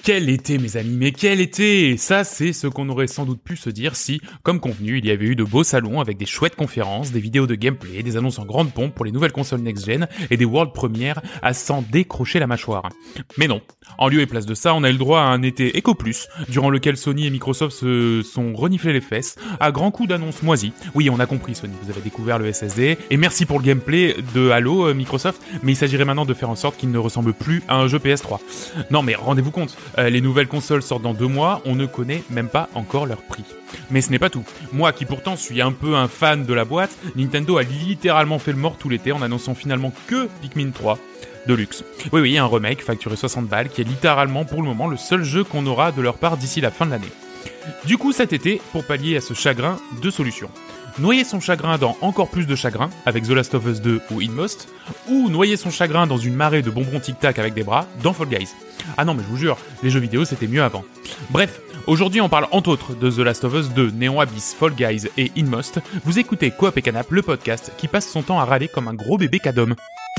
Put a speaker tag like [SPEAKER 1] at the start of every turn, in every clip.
[SPEAKER 1] Quel été, mes amis, mais quel été! Ça, c'est ce qu'on aurait sans doute pu se dire si, comme convenu, il y avait eu de beaux salons avec des chouettes conférences, des vidéos de gameplay, des annonces en grande pompe pour les nouvelles consoles next-gen et des world premières à s'en décrocher la mâchoire. Mais non. En lieu et place de ça, on a eu le droit à un été Eco Plus, durant lequel Sony et Microsoft se sont reniflés les fesses, à grands coups d'annonces moisies. Oui, on a compris, Sony, vous avez découvert le SSD, et merci pour le gameplay de Halo, Microsoft, mais il s'agirait maintenant de faire en sorte qu'il ne ressemble plus à un jeu PS3. Non mais rendez-vous compte, les nouvelles consoles sortent dans 2 mois, on ne connaît même pas encore leur prix. Mais ce n'est pas tout. Moi qui pourtant suis un peu un fan de la boîte, Nintendo a littéralement fait le mort tout l'été en annonçant finalement que Pikmin 3 de luxe. Oui, un remake facturé 60 balles qui est littéralement pour le moment le seul jeu qu'on aura de leur part d'ici la fin de l'année. Du coup cet été, pour pallier à ce chagrin, 2 solutions. Noyer son chagrin dans encore plus de chagrin, avec The Last of Us 2 ou Inmost, ou noyer son chagrin dans une marée de bonbons tic-tac avec des bras, dans Fall Guys. Ah non mais je vous jure, les jeux vidéo c'était mieux avant. Bref, aujourd'hui on parle entre autres de The Last of Us 2, Neon Abyss, Fall Guys et Inmost. Vous écoutez Coop et Canap, le podcast qui passe son temps à râler comme un gros bébé cadom.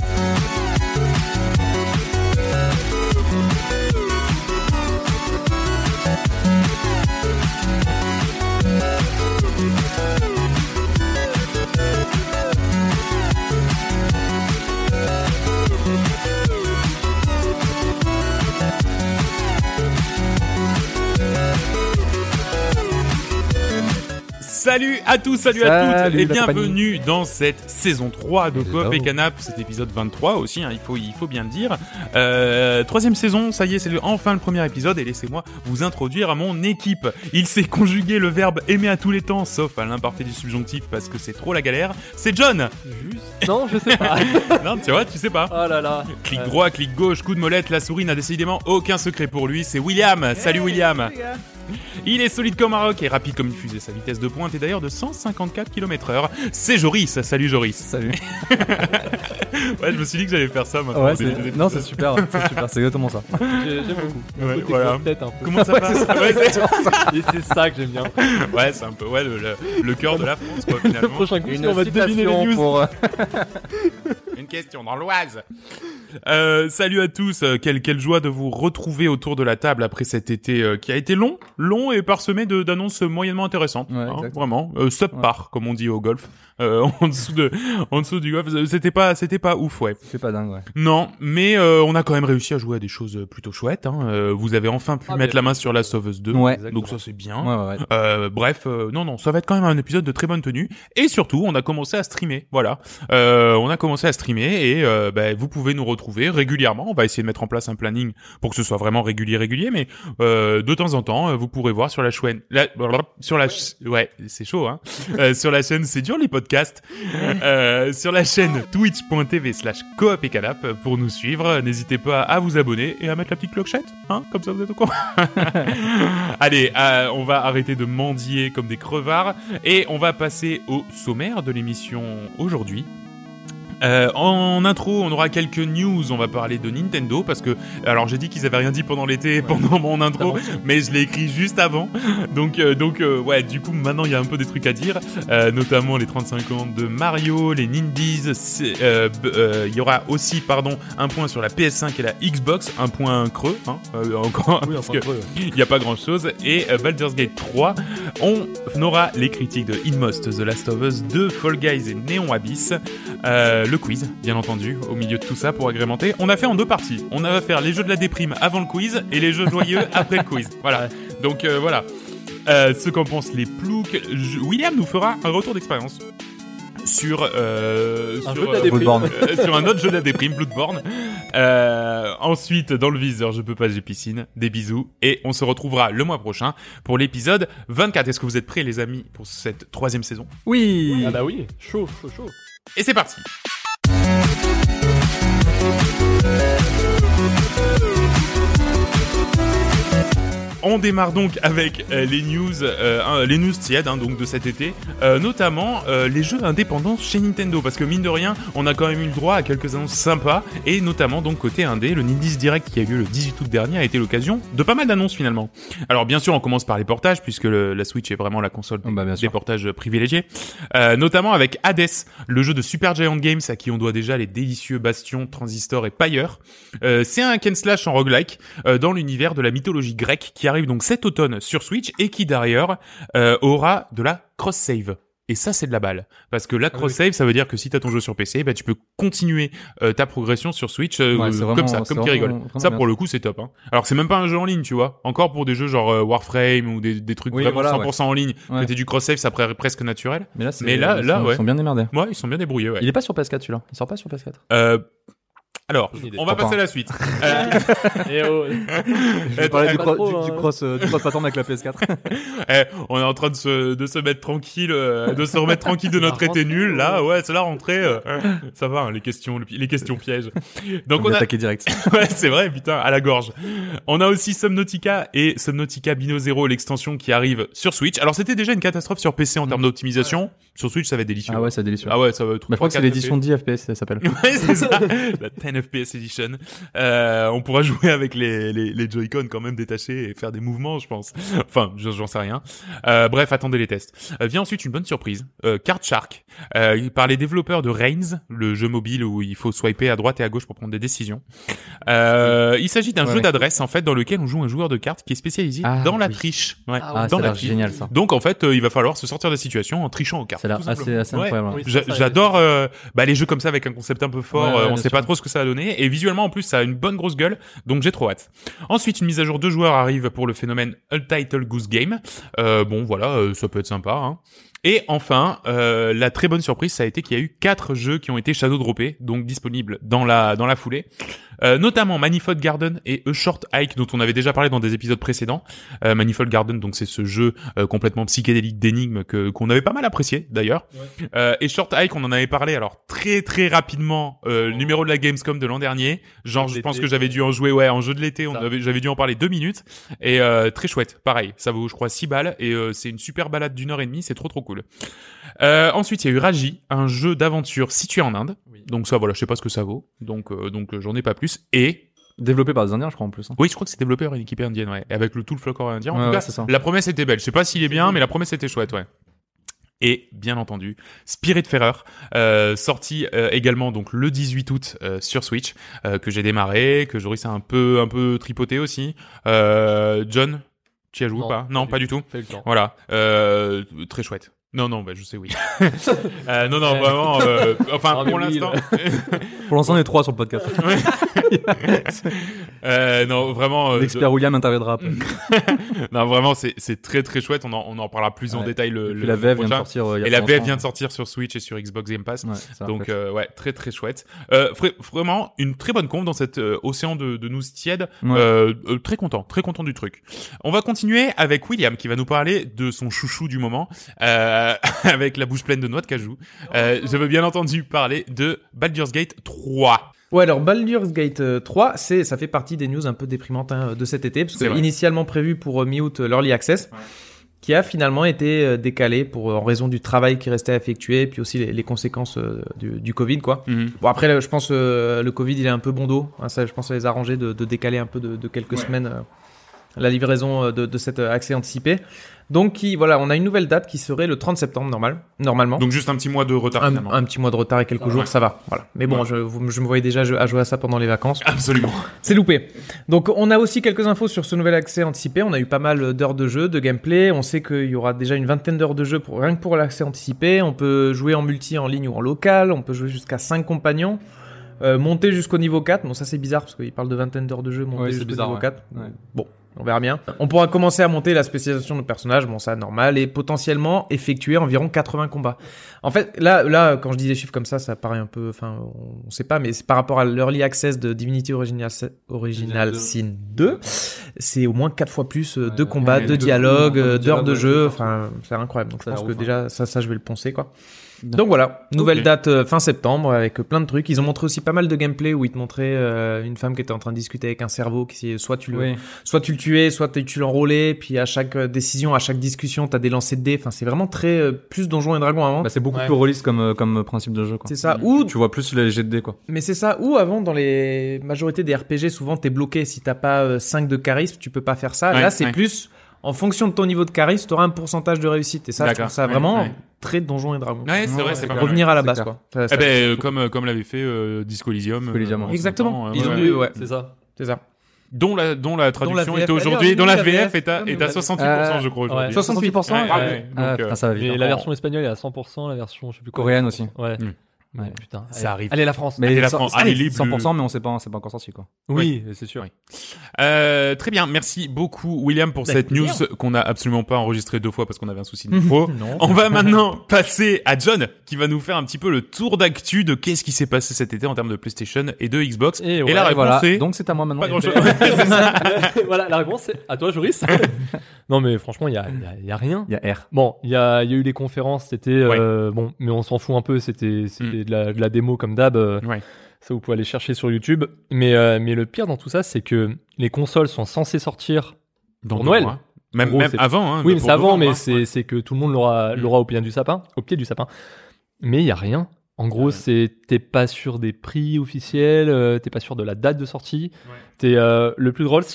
[SPEAKER 1] Salut à tous, salut à toutes et bienvenue dans cette saison 3 de Coop et Canap, cet épisode 23 aussi, hein, il faut bien le dire. 3e saison, ça y est, c'est enfin le premier épisode et laissez-moi vous introduire à mon équipe. Il s'est conjugué le verbe aimer à tous les temps, sauf à l'imparfait du subjonctif parce que c'est trop la galère. C'est John.
[SPEAKER 2] Non, je sais pas.
[SPEAKER 1] Non, tu vois, tu sais pas.
[SPEAKER 2] Oh là là.
[SPEAKER 1] Clic droit, clic gauche, coup de molette, la souris n'a décidément aucun secret pour lui, c'est William. Salut William. Il est solide comme un roc et rapide comme une fusée. Sa vitesse de pointe est d'ailleurs de 154 km/h. C'est Joris. Salut Joris.
[SPEAKER 2] Salut.
[SPEAKER 1] Ouais, je me suis dit que j'allais faire ça maintenant.
[SPEAKER 2] Ouais, c'est super, c'est exactement ça. J'aime beaucoup.
[SPEAKER 1] Ouais, voilà.
[SPEAKER 2] Un peu.
[SPEAKER 1] Comment ça passe?
[SPEAKER 2] Et c'est ça que j'aime bien.
[SPEAKER 1] Ouais, c'est un peu le cœur de la France, quoi, finalement.
[SPEAKER 2] Le prochain coup,
[SPEAKER 1] une
[SPEAKER 2] on va deviner les news. Pour...
[SPEAKER 1] Une question dans l'Oise. Salut à tous. Quelle joie de vous retrouver autour de la table après cet été qui a été long et parsemé d'annonces moyennement intéressantes.
[SPEAKER 2] Ouais,
[SPEAKER 1] hein, vraiment. Subpar, comme on dit au golf. En dessous du golf, c'était pas ouf, ouais.
[SPEAKER 2] C'est pas dingue, ouais.
[SPEAKER 1] Non, mais on a quand même réussi à jouer à des choses plutôt chouettes. Hein. Vous avez enfin pu mettre la main sur Last of Us 2,
[SPEAKER 2] ouais,
[SPEAKER 1] donc ça c'est bien.
[SPEAKER 2] Ouais.
[SPEAKER 1] Bref, non, ça va être quand même un épisode de très bonne tenue. Et surtout, on a commencé à streamer, voilà. On a commencé à streamer et vous pouvez nous retrouver régulièrement. On va essayer de mettre en place un planning pour que ce soit vraiment régulier, mais de temps en temps, vous pourrez voir sur la chaîne, ouais, c'est chaud, hein. Sur la chaîne, c'est dur les podcasts. Sur la chaîne twitch.tv/coop et canap pour nous suivre. N'hésitez pas à vous abonner et à mettre la petite clochette, hein, comme ça vous êtes au courant. Allez, on va arrêter de mendier comme des crevards et on va passer au sommaire de l'émission aujourd'hui. En intro, on aura quelques news. On va parler de Nintendo parce que, alors j'ai dit qu'ils avaient rien dit pendant l'été, pendant mon intro, mais je l'ai écrit juste avant. Donc, ouais, du coup, maintenant il y a un peu des trucs à dire, notamment les 35 ans de Mario, les Nindies. Il y aura aussi, un point sur la PS5 et la Xbox, un point creux, hein, encore,
[SPEAKER 2] oui,
[SPEAKER 1] parce que il y a pas grand chose. Et Baldur's Gate 3. On aura les critiques de Inmost, The Last of Us 2, Fall Guys et Neon Abyss. Le quiz, bien entendu, au milieu de tout ça pour agrémenter. On a fait en 2 parties. On va faire les jeux de la déprime avant le quiz et les jeux joyeux après le quiz. Voilà. Donc voilà. Ce qu'en pensent les ploucs. William nous fera un retour d'expérience sur sur un autre jeu de la déprime, Bloodborne. Ensuite, dans le viseur, je peux pas, j'ai piscine. Des bisous et on se retrouvera le mois prochain pour l'épisode 24. Est-ce que vous êtes prêts, les amis, pour cette 3e saison?
[SPEAKER 2] Oui.
[SPEAKER 3] Ah bah oui, chaud.
[SPEAKER 1] Et c'est parti. On démarre donc avec les news tièdes donc de cet été, notamment les jeux indépendants chez Nintendo, parce que mine de rien, on a quand même eu le droit à quelques annonces sympas, et notamment donc côté indé, le Nindies Direct qui a eu lieu le 18 août dernier a été l'occasion de pas mal d'annonces finalement. Alors bien sûr, on commence par les portages, puisque la Switch est vraiment la console des portages privilégiés, notamment avec Hades, le jeu de Supergiant Games à qui on doit déjà les délicieux Bastion, Transistor et Pyre. C'est un hack and slash en roguelike dans l'univers de la mythologie grecque qui arrive donc cet automne sur Switch et qui d'ailleurs aura de la cross-save. Et ça, c'est de la balle. Parce que la cross-save, ça veut dire que si t'as ton jeu sur PC, tu peux continuer ta progression sur Switch comme ça, comme qui rigole. Ça, pour le coup, c'est top. Hein. Alors, c'est même pas un jeu en ligne, tu vois. Encore pour des jeux genre Warframe ou des trucs vraiment 100% en ligne, que t'es du cross-save, ça paraît presque naturel.
[SPEAKER 2] Mais là,
[SPEAKER 1] ils
[SPEAKER 2] sont bien démerdés.
[SPEAKER 1] Ouais, ils sont bien débrouillés, ouais.
[SPEAKER 2] Il est pas sur PS4, celui-là. Il sort pas sur PS4.
[SPEAKER 1] Alors, on va passer à la suite.
[SPEAKER 2] Je vais parler du cross platform avec la PS4.
[SPEAKER 1] On est en train de se mettre tranquille, de se remettre tranquille de notre été nul. Là, ouais, c'est la rentrée. Ça va, hein, les questions pièges. Donc on a
[SPEAKER 2] attaqué direct.
[SPEAKER 1] Ouais, c'est vrai, putain, à la gorge. On a aussi Subnautica et Subnautica Below Zero, l'extension qui arrive sur Switch. Alors c'était déjà une catastrophe sur PC en termes d'optimisation. Sur Switch, ça va être délicieux.
[SPEAKER 2] Ah ouais, ça va être délicieux.
[SPEAKER 1] Ah ouais, ça va être.
[SPEAKER 2] Je crois que c'est l'édition 10 FPS, ça s'appelle.
[SPEAKER 1] Ouais, c'est ça. La 10 FPS Edition. On pourra jouer avec les Joy-Con quand même détachés et faire des mouvements, je pense. Enfin, j'en sais rien. Bref, attendez les tests. Vient ensuite une bonne surprise. Card Shark, par les développeurs de Reigns, le jeu mobile où il faut swiper à droite et à gauche pour prendre des décisions. Il s'agit d'un jeu d'adresse, en fait, dans lequel on joue un joueur de cartes qui est spécialisé dans la triche. Ouais,
[SPEAKER 2] dans la triche. Génial, ça.
[SPEAKER 1] Donc, en fait, il va falloir se sortir de la situation en trichant aux cartes.
[SPEAKER 2] C'est là assez incroyable.
[SPEAKER 1] Oui, j'adore les jeux comme ça avec un concept un peu fort. On sait pas trop ce que ça va donner. Et visuellement, en plus, ça a une bonne grosse gueule. Donc, j'ai trop hâte. Ensuite, une mise à jour de joueurs arrive pour le phénomène Untitled Goose Game. Ça peut être sympa. Hein. Et enfin, la très bonne surprise, ça a été qu'il y a eu 4 jeux qui ont été shadow droppés, donc disponibles dans la foulée. Notamment Manifold Garden et A Short Hike, dont on avait déjà parlé dans des épisodes précédents. Manifold Garden, donc c'est ce jeu complètement psychédélique d'énigmes qu'on avait pas mal apprécié d'ailleurs. Ouais. Et Short Hike, on en avait parlé alors très très rapidement, le numéro de la Gamescom de l'an dernier. Genre, je pense que j'avais dû en jouer, en jeu de l'été, j'avais dû en parler 2 minutes. Et très chouette, pareil, ça vaut je crois 6 balles et c'est une super balade d'1h30, c'est trop cool. Ensuite, il y a eu Raji, un jeu d'aventure situé en Inde. Oui. Donc ça, voilà, je sais pas ce que ça vaut. Donc j'en ai pas plus. Et
[SPEAKER 2] développé par des Indiens, je crois en plus. Hein.
[SPEAKER 1] Oui, je crois que c'est développé par une équipe indienne, ouais, avec tout le floc indien. En tout cas, la promesse était belle. Je sais pas s'il est bien, mais la promesse était chouette, ouais. Et bien entendu, Spiritfarer, sorti également donc le 18 août sur Switch, que j'ai démarré, que Joris a un peu tripoté aussi. John, tu y as joué ou pas? Non, pas du tout. Voilà, très chouette. Non, je sais oui. Non, vraiment. Pour l'instant.
[SPEAKER 2] Pour l'instant, on est 3 sur le podcast.
[SPEAKER 1] Non, vraiment.
[SPEAKER 2] L'expert William interviendra après.
[SPEAKER 1] Non, vraiment, c'est très très chouette. On en parlera plus en détail
[SPEAKER 2] la VF vient de sortir.
[SPEAKER 1] Et la VF vient de sortir sur Switch et sur Xbox Game Pass. Donc, très très chouette. Vraiment, une très bonne conf dans cet océan de news tièdes. Très content du truc. On va continuer avec William qui va nous parler de son chouchou du moment. Avec la bouche pleine de noix de cajou. Je veux bien entendu parler de Baldur's Gate 3.
[SPEAKER 3] Ouais, alors Baldur's Gate 3, ça fait partie des news un peu déprimantes de cet été, parce que initialement prévu pour mi-août l'Early Access, qui a finalement été décalé en raison du travail qui restait à effectuer, et puis aussi les conséquences du Covid, quoi. Mm-hmm. Bon, après, là, je pense le Covid, il est un peu bon dos. Hein, ça, je pense à les arranger de décaler un peu de quelques semaines la livraison de cet accès anticipé. Donc, on a une nouvelle date qui serait le 30 septembre normalement.
[SPEAKER 1] Donc juste un petit mois de retard finalement.
[SPEAKER 3] Un petit mois de retard et quelques jours, ça va. Voilà. Mais bon, je me voyais déjà à jouer à ça pendant les vacances.
[SPEAKER 1] Absolument.
[SPEAKER 3] C'est loupé. Donc, on a aussi quelques infos sur ce nouvel accès anticipé. On a eu pas mal d'heures de jeu, de gameplay. On sait qu'il y aura déjà une vingtaine d'heures de jeu rien que pour l'accès anticipé. On peut jouer en multi, en ligne ou en local. On peut jouer jusqu'à 5 compagnons. Monter jusqu'au niveau 4. Bon, ça c'est bizarre parce qu'il parle de vingtaine d'heures de jeu, monter jusqu'au niveau 4. Ouais. Bon. On verra bien. On pourra commencer à monter la spécialisation de personnage, bon ça normal, et potentiellement effectuer environ 80 combats. En fait, là, quand je dis des chiffres comme ça paraît un peu, on sait pas, mais c'est par rapport à l'Early Access de Divinity Original Sin 2, c'est au moins 4 fois plus de combats, de dialogues, d'heures de jeu, c'est incroyable. Donc je pense que déjà, ça je vais le poncer, quoi. Donc voilà, nouvelle
[SPEAKER 1] Ok.
[SPEAKER 3] date fin septembre avec plein de trucs. Ils ont montré aussi pas mal de gameplay où ils te montraient une femme qui était en train de discuter avec un cerveau qui soit tu le tuais, soit tu l'enrôlais, puis à chaque décision, à chaque discussion, t'as des lancers de dés. Enfin, c'est vraiment très plus Donjons et Dragons avant.
[SPEAKER 2] Bah, c'est beaucoup
[SPEAKER 4] Ouais.
[SPEAKER 2] plus réaliste comme principe de jeu, quoi.
[SPEAKER 3] C'est ça. Ou
[SPEAKER 2] Tu vois plus les jets de dés, quoi.
[SPEAKER 3] mais c'est ça. Ou avant dans les majorités des RPG, souvent t'es bloqué si t'as pas 5 de charisme, tu peux pas faire ça.
[SPEAKER 1] Ouais,
[SPEAKER 3] Là, c'est
[SPEAKER 1] ouais.
[SPEAKER 3] plus en fonction de ton niveau de charisme, t'auras un pourcentage de réussite. Et ça, je
[SPEAKER 1] D'accord.
[SPEAKER 3] trouve ça
[SPEAKER 1] Ouais,
[SPEAKER 3] vraiment
[SPEAKER 1] ouais.
[SPEAKER 3] très Donjons et Dragons.
[SPEAKER 1] Ouais, c'est vrai,
[SPEAKER 2] Ouais,
[SPEAKER 1] c'est
[SPEAKER 2] c'est
[SPEAKER 1] pas
[SPEAKER 2] clair.
[SPEAKER 1] mal.
[SPEAKER 3] Revenir à la
[SPEAKER 2] c'est
[SPEAKER 3] base,
[SPEAKER 2] clair.
[SPEAKER 3] quoi. Ça,
[SPEAKER 1] Eh ben, comme l'avait fait Disco Elysium.
[SPEAKER 2] Disco Elysium, ouais.
[SPEAKER 3] Exactement. Ils ont
[SPEAKER 1] ouais.
[SPEAKER 3] dû, ouais.
[SPEAKER 4] C'est ça.
[SPEAKER 3] C'est ça.
[SPEAKER 1] Dont la traduction
[SPEAKER 3] VF,
[SPEAKER 1] était aujourd'hui,
[SPEAKER 3] d'ailleurs,
[SPEAKER 1] dont la
[SPEAKER 3] j'ai vu la
[SPEAKER 1] VF est à
[SPEAKER 3] VF,
[SPEAKER 1] 68%, je crois, aujourd'hui.
[SPEAKER 4] ouais.
[SPEAKER 3] 68%.
[SPEAKER 1] Ouais,
[SPEAKER 3] Ah,
[SPEAKER 1] ouais,
[SPEAKER 3] ouais.
[SPEAKER 2] Ah,
[SPEAKER 1] donc,
[SPEAKER 2] putain, ça va vite.
[SPEAKER 4] Mais
[SPEAKER 2] hein.
[SPEAKER 4] la version espagnole est à 100%, la version, je sais plus quoi.
[SPEAKER 2] Coréenne aussi.
[SPEAKER 4] Ouais.
[SPEAKER 2] Ouais.
[SPEAKER 4] Putain.
[SPEAKER 1] Ça
[SPEAKER 4] allez.
[SPEAKER 1] arrive.
[SPEAKER 4] Allez, la France.
[SPEAKER 2] Mais
[SPEAKER 1] Allez, la
[SPEAKER 2] cent-
[SPEAKER 1] France.
[SPEAKER 2] allez,
[SPEAKER 1] Allez, les
[SPEAKER 2] 100%, mais c'est pas encore sorti, quoi.
[SPEAKER 4] Oui, c'est sûr.
[SPEAKER 1] Oui. Très bien, merci beaucoup William pour cette news qu'on n'a absolument pas enregistrée 2 fois parce qu'on avait un souci de micro.
[SPEAKER 3] Non.
[SPEAKER 1] On va maintenant passer à John qui va nous faire un petit peu le tour d'actu de qu'est-ce qui s'est passé cet été en termes de PlayStation et de Xbox.
[SPEAKER 4] Et
[SPEAKER 1] Et
[SPEAKER 4] ouais,
[SPEAKER 1] la réponse
[SPEAKER 2] Voilà.
[SPEAKER 1] est
[SPEAKER 2] Donc c'est à moi maintenant.
[SPEAKER 1] pas grand-chose. C'est ça.
[SPEAKER 4] Voilà, la réponse c'est à toi, Joris. Non, mais franchement, il y a rien.
[SPEAKER 2] Il y a R.
[SPEAKER 4] Bon, il y a eu les conférences, c'était bon, mais on s'en fout un peu, c'était de la démo comme d'hab.
[SPEAKER 1] Ouais.
[SPEAKER 4] Ça, vous pouvez aller chercher sur YouTube. Mais le pire dans tout ça, c'est que les consoles sont censées sortir
[SPEAKER 1] Dans
[SPEAKER 4] pour
[SPEAKER 1] 2
[SPEAKER 4] Noël.
[SPEAKER 1] mois. Même,
[SPEAKER 4] En gros,
[SPEAKER 1] même
[SPEAKER 4] c'est-
[SPEAKER 1] avant. Hein,
[SPEAKER 4] Oui, mais
[SPEAKER 1] pour
[SPEAKER 4] c'est avant,
[SPEAKER 1] novembre,
[SPEAKER 4] mais
[SPEAKER 1] hein.
[SPEAKER 4] c'est que tout le monde l'aura au pied du sapin. Mais il y a rien. En gros, t'es pas sûr des prix officiels, t'es pas sûr de la date de sortie. Le plus drôle,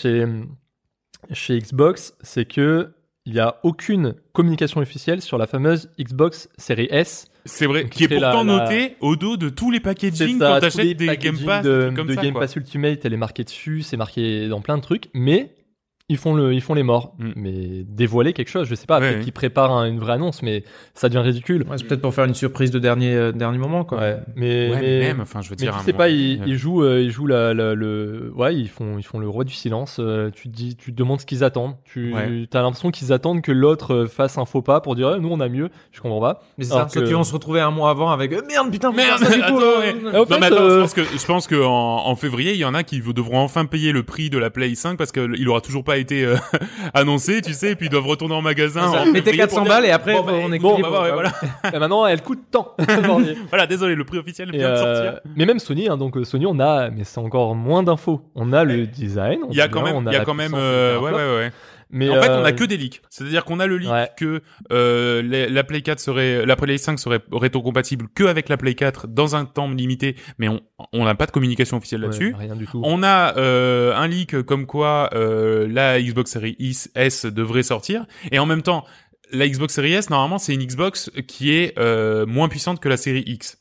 [SPEAKER 4] chez Xbox, c'est que il y a aucune communication officielle sur la fameuse Xbox Series S.
[SPEAKER 1] C'est vrai,
[SPEAKER 4] Donc,
[SPEAKER 1] qui est
[SPEAKER 4] c'est
[SPEAKER 1] pourtant
[SPEAKER 4] la-
[SPEAKER 1] noté au dos de tous les
[SPEAKER 4] C'est
[SPEAKER 1] packaging
[SPEAKER 4] ça,
[SPEAKER 1] quand
[SPEAKER 4] tous les
[SPEAKER 1] t'achètes des Game
[SPEAKER 4] packaging
[SPEAKER 1] Pass, des
[SPEAKER 4] de
[SPEAKER 1] trucs comme
[SPEAKER 4] de
[SPEAKER 1] ça.
[SPEAKER 4] Game
[SPEAKER 1] quoi.
[SPEAKER 4] Pass Ultimate, elle est marquée dessus, c'est marqué dans plein de trucs, mais ils font les morts.
[SPEAKER 1] Mm.
[SPEAKER 4] Mais dévoiler quelque chose, je sais pas,
[SPEAKER 1] Ouais,
[SPEAKER 4] peut-être
[SPEAKER 1] ouais.
[SPEAKER 4] qu'ils préparent une vraie annonce, mais ça devient ridicule.
[SPEAKER 3] Ouais, c'est peut-être pour faire une surprise de dernier moment, quoi.
[SPEAKER 4] Ouais, mais,
[SPEAKER 1] Ouais,
[SPEAKER 4] mais-
[SPEAKER 1] mais même, enfin, je veux
[SPEAKER 4] mais
[SPEAKER 1] dire.
[SPEAKER 4] tu
[SPEAKER 1] à un
[SPEAKER 4] sais
[SPEAKER 1] moment
[SPEAKER 4] pas,
[SPEAKER 1] donné,
[SPEAKER 4] ils jouent ouais, ils font le roi du silence. Tu te demandes ce qu'ils attendent.
[SPEAKER 1] Ouais.
[SPEAKER 4] T'as l'impression qu'ils attendent que l'autre fasse un faux pas pour dire nous on a mieux. Je comprends pas.
[SPEAKER 3] Mais c'est
[SPEAKER 4] Alors
[SPEAKER 3] ça, ceux
[SPEAKER 4] que-
[SPEAKER 3] qui vont se retrouver un mois avant avec merde, putain, faut
[SPEAKER 1] Merde,
[SPEAKER 3] faire ça, du coup,
[SPEAKER 1] attends, ouais.
[SPEAKER 4] Et au
[SPEAKER 1] Non,
[SPEAKER 4] fait,
[SPEAKER 1] mais attends, je pense que en février, il y en a qui devront enfin payer le prix de la Play 5 parce qu'il aura toujours pas été annoncé, tu sais, et puis ils doivent retourner en magasin. en
[SPEAKER 3] Mettez
[SPEAKER 1] février
[SPEAKER 3] 400
[SPEAKER 1] pour dire,
[SPEAKER 3] balles et après,
[SPEAKER 1] bon, bah,
[SPEAKER 3] on est
[SPEAKER 1] bon,
[SPEAKER 3] équilibre,
[SPEAKER 1] bah, ouais,
[SPEAKER 3] quoi.
[SPEAKER 1] voilà.
[SPEAKER 4] Et maintenant elle coûte tant.
[SPEAKER 1] Voilà, désolé, le prix officiel
[SPEAKER 4] Et,
[SPEAKER 1] vient de sortir.
[SPEAKER 4] mais même Sony, hein, donc Sony, on a, mais c'est encore moins d'infos. On a le design.
[SPEAKER 1] Il y a quand même, ouais, ouais.
[SPEAKER 4] Mais
[SPEAKER 1] En fait, on a que des leaks. C'est-à-dire qu'on a le leak
[SPEAKER 4] Ouais.
[SPEAKER 1] que la Play 4 la Play 5 serait rétro-compatible que avec la Play 4 dans un temps limité, mais on n'a pas de communication officielle là-dessus.
[SPEAKER 4] rien du tout.
[SPEAKER 1] On a un leak comme quoi la Xbox Series S devrait sortir, et en même temps, la Xbox Series S, normalement, c'est une Xbox qui est moins puissante que la série X.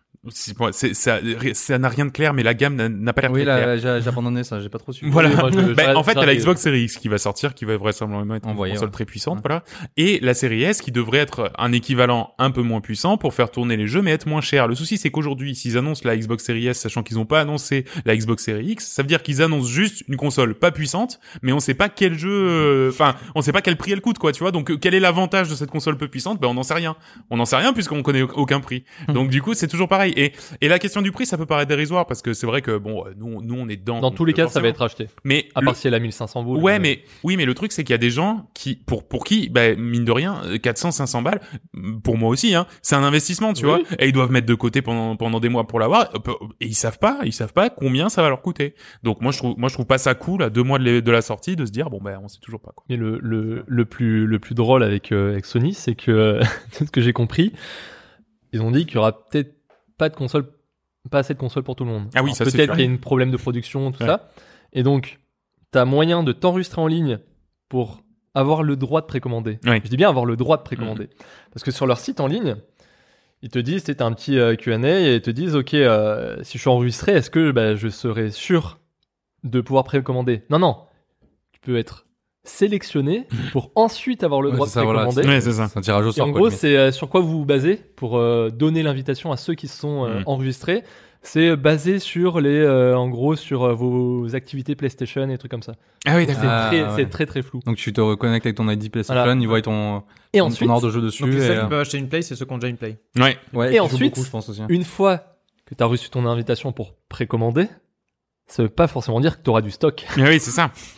[SPEAKER 1] Ça n'a rien de clair, mais la gamme n'a pas l'air
[SPEAKER 2] Oui,
[SPEAKER 1] très claire.
[SPEAKER 2] là, j'ai abandonné ça, j'ai pas trop su.
[SPEAKER 1] Voilà.
[SPEAKER 4] Oui, moi,
[SPEAKER 1] En fait, t'as la
[SPEAKER 4] j'arrête-
[SPEAKER 1] Xbox Series X qui va sortir, qui va vraisemblablement être une
[SPEAKER 2] Envoyé,
[SPEAKER 1] console
[SPEAKER 2] ouais.
[SPEAKER 1] très puissante,
[SPEAKER 2] Ouais.
[SPEAKER 1] voilà. Et la série S qui devrait être un équivalent un peu moins puissant pour faire tourner les jeux, mais être moins cher. Le souci, c'est qu'aujourd'hui, s'ils annoncent la Xbox Series S, sachant qu'ils n'ont pas annoncé la Xbox Series X, ça veut dire qu'ils annoncent juste une console pas puissante, mais on sait pas quel jeu, on sait pas quel prix elle coûte, quoi, tu vois. Donc, quel est l'avantage de cette console peu puissante? Ben, on n'en sait rien. On n'en sait rien puisqu'on connaît aucun prix. Donc, du coup, c'est toujours pareil. Et la question du prix, ça peut paraître dérisoire parce que c'est vrai que, bon, nous, on est dedans.
[SPEAKER 4] Dans
[SPEAKER 1] donc,
[SPEAKER 4] tous les cas, ça va
[SPEAKER 1] forcément.
[SPEAKER 4] être acheté.
[SPEAKER 1] Mais
[SPEAKER 4] À
[SPEAKER 1] le-
[SPEAKER 4] part si elle a 1500 boules.
[SPEAKER 1] Ouais, mais le truc c'est qu'il y a des gens qui pour qui bah, mine de rien 400 500 balles pour moi aussi hein, c'est un investissement, tu
[SPEAKER 4] Oui.
[SPEAKER 1] vois, et ils doivent mettre de côté pendant des mois pour l'avoir et ils savent pas combien ça va leur coûter. Donc moi je trouve pas ça cool à 2 mois de la sortie de se dire bon ben on sait toujours pas quoi.
[SPEAKER 4] Mais le plus drôle avec Sony, c'est que, de ce que j'ai compris, ils ont dit qu'il y aura peut-être pas assez de consoles pour tout le monde.
[SPEAKER 1] Ah oui,
[SPEAKER 4] Alors,
[SPEAKER 1] ça, c'est
[SPEAKER 4] peut-être
[SPEAKER 1] sûr.
[SPEAKER 4] qu'il y a un problème de production, tout
[SPEAKER 1] Ouais.
[SPEAKER 4] ça. Et donc, t'as moyen de t'enregistrer en ligne pour avoir le droit de précommander.
[SPEAKER 1] Ouais.
[SPEAKER 4] Je dis bien avoir le droit de précommander. Parce que sur leur site en ligne, ils te disent, t'as un petit Q&A et ils te disent, ok, si je suis enregistré, est-ce que je serai sûr de pouvoir précommander? Non. Tu peux être sélectionné pour ensuite avoir le
[SPEAKER 2] Ouais,
[SPEAKER 4] droit de
[SPEAKER 2] c'est ça, voilà.
[SPEAKER 4] précommander.
[SPEAKER 1] Ouais, c'est ça.
[SPEAKER 2] C'est un tirage au
[SPEAKER 4] Et
[SPEAKER 2] sort.
[SPEAKER 4] en
[SPEAKER 2] quoi,
[SPEAKER 4] gros,
[SPEAKER 2] limite.
[SPEAKER 4] c'est sur quoi vous vous basez pour donner l'invitation à ceux qui se sont enregistrés. C'est basé sur en gros, sur vos activités PlayStation et des trucs comme ça.
[SPEAKER 1] Ah oui,
[SPEAKER 4] C'est
[SPEAKER 1] d'accord.
[SPEAKER 2] Ah,
[SPEAKER 4] très,
[SPEAKER 2] ouais.
[SPEAKER 4] c'est très très flou.
[SPEAKER 2] Donc tu te reconnectes avec ton ID PlayStation,
[SPEAKER 4] Voilà.
[SPEAKER 2] ils voient ton
[SPEAKER 4] Et
[SPEAKER 2] ton
[SPEAKER 4] ensuite,
[SPEAKER 2] ordre de jeu dessus.
[SPEAKER 3] Donc les
[SPEAKER 2] et,
[SPEAKER 3] seuls qui peuvent acheter une Play, c'est ceux qui ont déjà une Play.
[SPEAKER 1] Ouais.
[SPEAKER 2] ouais,
[SPEAKER 4] Et
[SPEAKER 2] qui jouent
[SPEAKER 4] ensuite,
[SPEAKER 2] beaucoup, je pense aussi.
[SPEAKER 4] une fois que tu as reçu ton invitation pour précommander, ça veut pas forcément dire que tu auras du stock.
[SPEAKER 1] Ah oui, c'est ça. Ouais.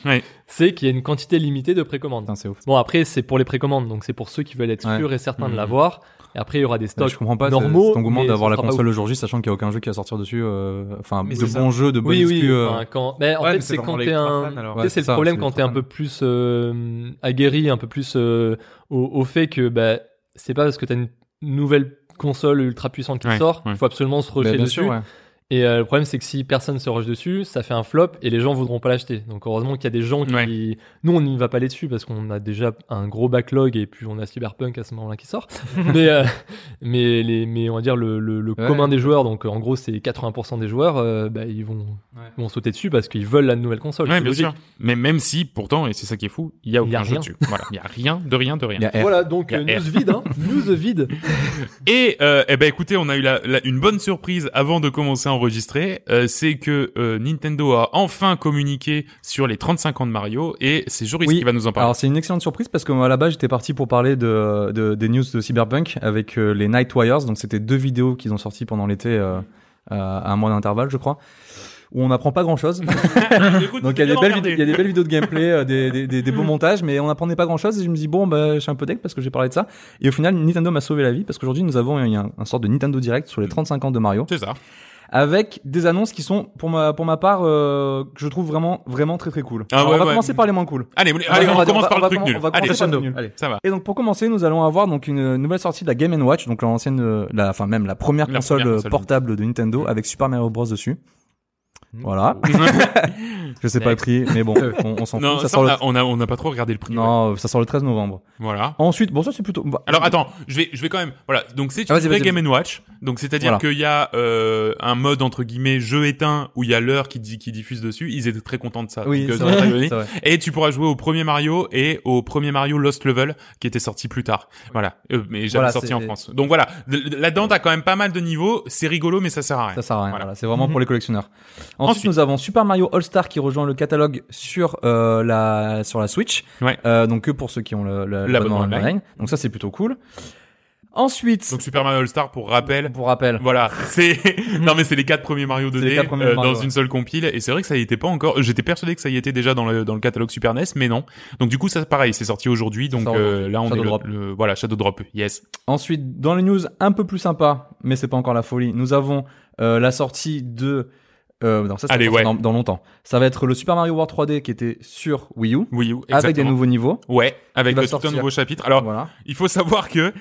[SPEAKER 4] c'est qu'il y a une quantité limitée de précommandes.
[SPEAKER 2] Putain, c'est ouf.
[SPEAKER 4] Bon, après, c'est pour les précommandes, donc c'est pour ceux qui veulent être sûrs et certains de l'avoir. Et après, il y aura des stocks
[SPEAKER 2] Je comprends pas
[SPEAKER 4] normaux.
[SPEAKER 2] cet engouement
[SPEAKER 4] mais
[SPEAKER 2] d'avoir
[SPEAKER 4] ça
[SPEAKER 2] la
[SPEAKER 4] sera pas
[SPEAKER 2] console
[SPEAKER 4] ouf.
[SPEAKER 2] le jour J, sachant qu'il n'y a aucun jeu qui va sortir dessus. Enfin,
[SPEAKER 3] Mais
[SPEAKER 2] de
[SPEAKER 3] c'est ça.
[SPEAKER 2] bons jeux, de bonnes
[SPEAKER 4] Oui, oui.
[SPEAKER 2] exclus.
[SPEAKER 4] Enfin, en
[SPEAKER 3] Ouais,
[SPEAKER 4] fait,
[SPEAKER 3] mais
[SPEAKER 4] c'est
[SPEAKER 3] vraiment
[SPEAKER 4] quand
[SPEAKER 3] les
[SPEAKER 4] t'es
[SPEAKER 3] ultra
[SPEAKER 4] un.
[SPEAKER 3] fans, alors.
[SPEAKER 4] Tu sais, c'est le
[SPEAKER 2] ça,
[SPEAKER 4] problème
[SPEAKER 2] c'est
[SPEAKER 4] quand
[SPEAKER 2] les
[SPEAKER 4] t'es un
[SPEAKER 2] ultra
[SPEAKER 4] peu plus aguerri, un peu plus au fait que c'est pas parce que t'as une nouvelle console ultra puissante qui sort, il faut absolument se rusher
[SPEAKER 2] Bien
[SPEAKER 4] dessus.
[SPEAKER 2] sûr, ouais.
[SPEAKER 4] Et le problème, c'est que si personne se rush dessus, ça fait un flop et les gens voudront pas l'acheter. Donc heureusement qu'il y a des gens qui...
[SPEAKER 1] Ouais.
[SPEAKER 4] Nous, on n'y va pas aller dessus parce qu'on a déjà un gros backlog et puis on a Cyberpunk à ce moment-là qui sort. mais on va dire le commun des joueurs, donc en gros, c'est 80% des joueurs, ils vont sauter dessus parce qu'ils veulent la nouvelle console.
[SPEAKER 1] Ouais,
[SPEAKER 4] C'est
[SPEAKER 1] bien
[SPEAKER 4] logique.
[SPEAKER 1] sûr. Mais même si, pourtant, et c'est ça qui est fou, il y a
[SPEAKER 4] Il y a
[SPEAKER 1] aucun jeu
[SPEAKER 4] rien.
[SPEAKER 1] dessus. Voilà. Il y a rien, de rien, de rien.
[SPEAKER 2] Il y a R.
[SPEAKER 4] Voilà, donc
[SPEAKER 1] Il y a
[SPEAKER 4] news vide, hein. News vide.
[SPEAKER 1] Et écoutez, on a eu une bonne surprise avant de commencer à enregistrer, c'est que Nintendo a enfin communiqué sur les 35 ans de Mario et c'est Joris qui va nous en parler.
[SPEAKER 2] Alors c'est une excellente surprise parce que moi, à la base j'étais parti pour parler des news de Cyberpunk avec les Nightwires. Donc c'était 2 vidéos qu'ils ont sorties pendant l'été à un mois d'intervalle, je crois, où on n'apprend pas grand chose.
[SPEAKER 1] Écoute,
[SPEAKER 2] Donc il y a
[SPEAKER 1] bien
[SPEAKER 2] des belles vidéos de gameplay, des beaux montages, mais on n'apprenait pas grand chose. Et je me dis bon je suis un peu deck parce que j'ai parlé de ça. Et au final Nintendo m'a sauvé la vie parce qu'aujourd'hui nous avons un sorte de Nintendo Direct sur les 35 ans de Mario.
[SPEAKER 1] C'est ça.
[SPEAKER 2] Avec des annonces qui sont pour ma part que je trouve vraiment très très cool.
[SPEAKER 1] Ah
[SPEAKER 2] Alors,
[SPEAKER 1] ouais,
[SPEAKER 2] on va
[SPEAKER 1] ouais.
[SPEAKER 2] commencer par les moins cool.
[SPEAKER 1] Allez, on commence par le truc nul.
[SPEAKER 2] On va
[SPEAKER 1] Allez,
[SPEAKER 2] commencer par le nul.
[SPEAKER 3] Allez.
[SPEAKER 1] ça va.
[SPEAKER 2] Et donc pour commencer, nous allons avoir donc une nouvelle sortie de la Game & Watch, donc la première
[SPEAKER 1] La
[SPEAKER 2] console
[SPEAKER 1] première console.
[SPEAKER 2] portable de Nintendo avec Super Mario Bros dessus. Voilà. Je sais pas le
[SPEAKER 1] Next.
[SPEAKER 2] prix, mais bon, on s'en
[SPEAKER 1] Non,
[SPEAKER 2] fout.
[SPEAKER 1] ça, on n'a pas trop regardé le prix. Ouais.
[SPEAKER 2] Non, ça sort le 13 novembre.
[SPEAKER 1] Voilà.
[SPEAKER 2] Ensuite, bon ça c'est plutôt.
[SPEAKER 1] Alors attends, je vais quand même. Voilà, donc c'est une
[SPEAKER 2] Vas-y,
[SPEAKER 1] vraie
[SPEAKER 2] vas-y.
[SPEAKER 1] Game & Watch. Donc c'est-à-dire
[SPEAKER 2] Voilà.
[SPEAKER 1] qu'il y a un mode entre guillemets jeu éteint où il y a l'heure qui diffuse dessus. Ils étaient très contents de ça.
[SPEAKER 2] Oui,
[SPEAKER 1] Donc,
[SPEAKER 2] c'est
[SPEAKER 1] ça m'a
[SPEAKER 2] vrai.
[SPEAKER 1] donné.
[SPEAKER 2] C'est vrai.
[SPEAKER 1] Et tu pourras jouer au premier Mario et au premier Mario Lost Level qui était sorti plus tard. Voilà, mais jamais
[SPEAKER 2] Voilà,
[SPEAKER 1] sorti
[SPEAKER 2] c'est-
[SPEAKER 1] en France. Donc voilà, là-dedans t'as quand même pas mal de niveaux. C'est rigolo, mais ça sert à rien.
[SPEAKER 2] Ça sert à rien.
[SPEAKER 1] Voilà.
[SPEAKER 2] Voilà. C'est vraiment pour les collectionneurs. Ensuite, nous avons Super Mario All Star qui rejoint le catalogue sur la Switch.
[SPEAKER 1] Ouais.
[SPEAKER 2] Donc que pour ceux qui ont
[SPEAKER 1] L'abonnement
[SPEAKER 2] l'abonnement
[SPEAKER 1] online.
[SPEAKER 2] online. Donc ça c'est plutôt cool. Ensuite,
[SPEAKER 1] Donc Super Mario All Star pour rappel.
[SPEAKER 2] pour rappel,
[SPEAKER 1] Voilà, c'est non mais c'est les 4 premiers Mario 2D
[SPEAKER 2] les 4 premiers Mario,
[SPEAKER 1] dans
[SPEAKER 2] ouais.
[SPEAKER 1] une seule compile et c'est vrai que ça y était pas encore. J'étais persuadé que ça y était déjà dans le catalogue Super NES, mais non. Donc du coup ça pareil, c'est sorti aujourd'hui. Donc
[SPEAKER 2] sort aujourd'hui.
[SPEAKER 1] là on
[SPEAKER 2] Shadow
[SPEAKER 1] est
[SPEAKER 2] Drop.
[SPEAKER 1] voilà Shadow Drop. Yes.
[SPEAKER 2] Ensuite, dans les news un peu plus sympa, mais c'est pas encore la folie, nous avons la sortie de non, ça
[SPEAKER 1] Allez,
[SPEAKER 2] sorti
[SPEAKER 1] ouais.
[SPEAKER 2] dans longtemps. Ça va être le Super Mario World 3D qui était sur Wii U
[SPEAKER 1] Oui,
[SPEAKER 2] avec des
[SPEAKER 1] exactement.
[SPEAKER 2] nouveaux niveaux.
[SPEAKER 1] Ouais, avec
[SPEAKER 2] Qui va
[SPEAKER 1] tout un
[SPEAKER 2] sortir.
[SPEAKER 1] nouveau chapitre. Alors
[SPEAKER 2] Voilà.
[SPEAKER 1] il faut savoir que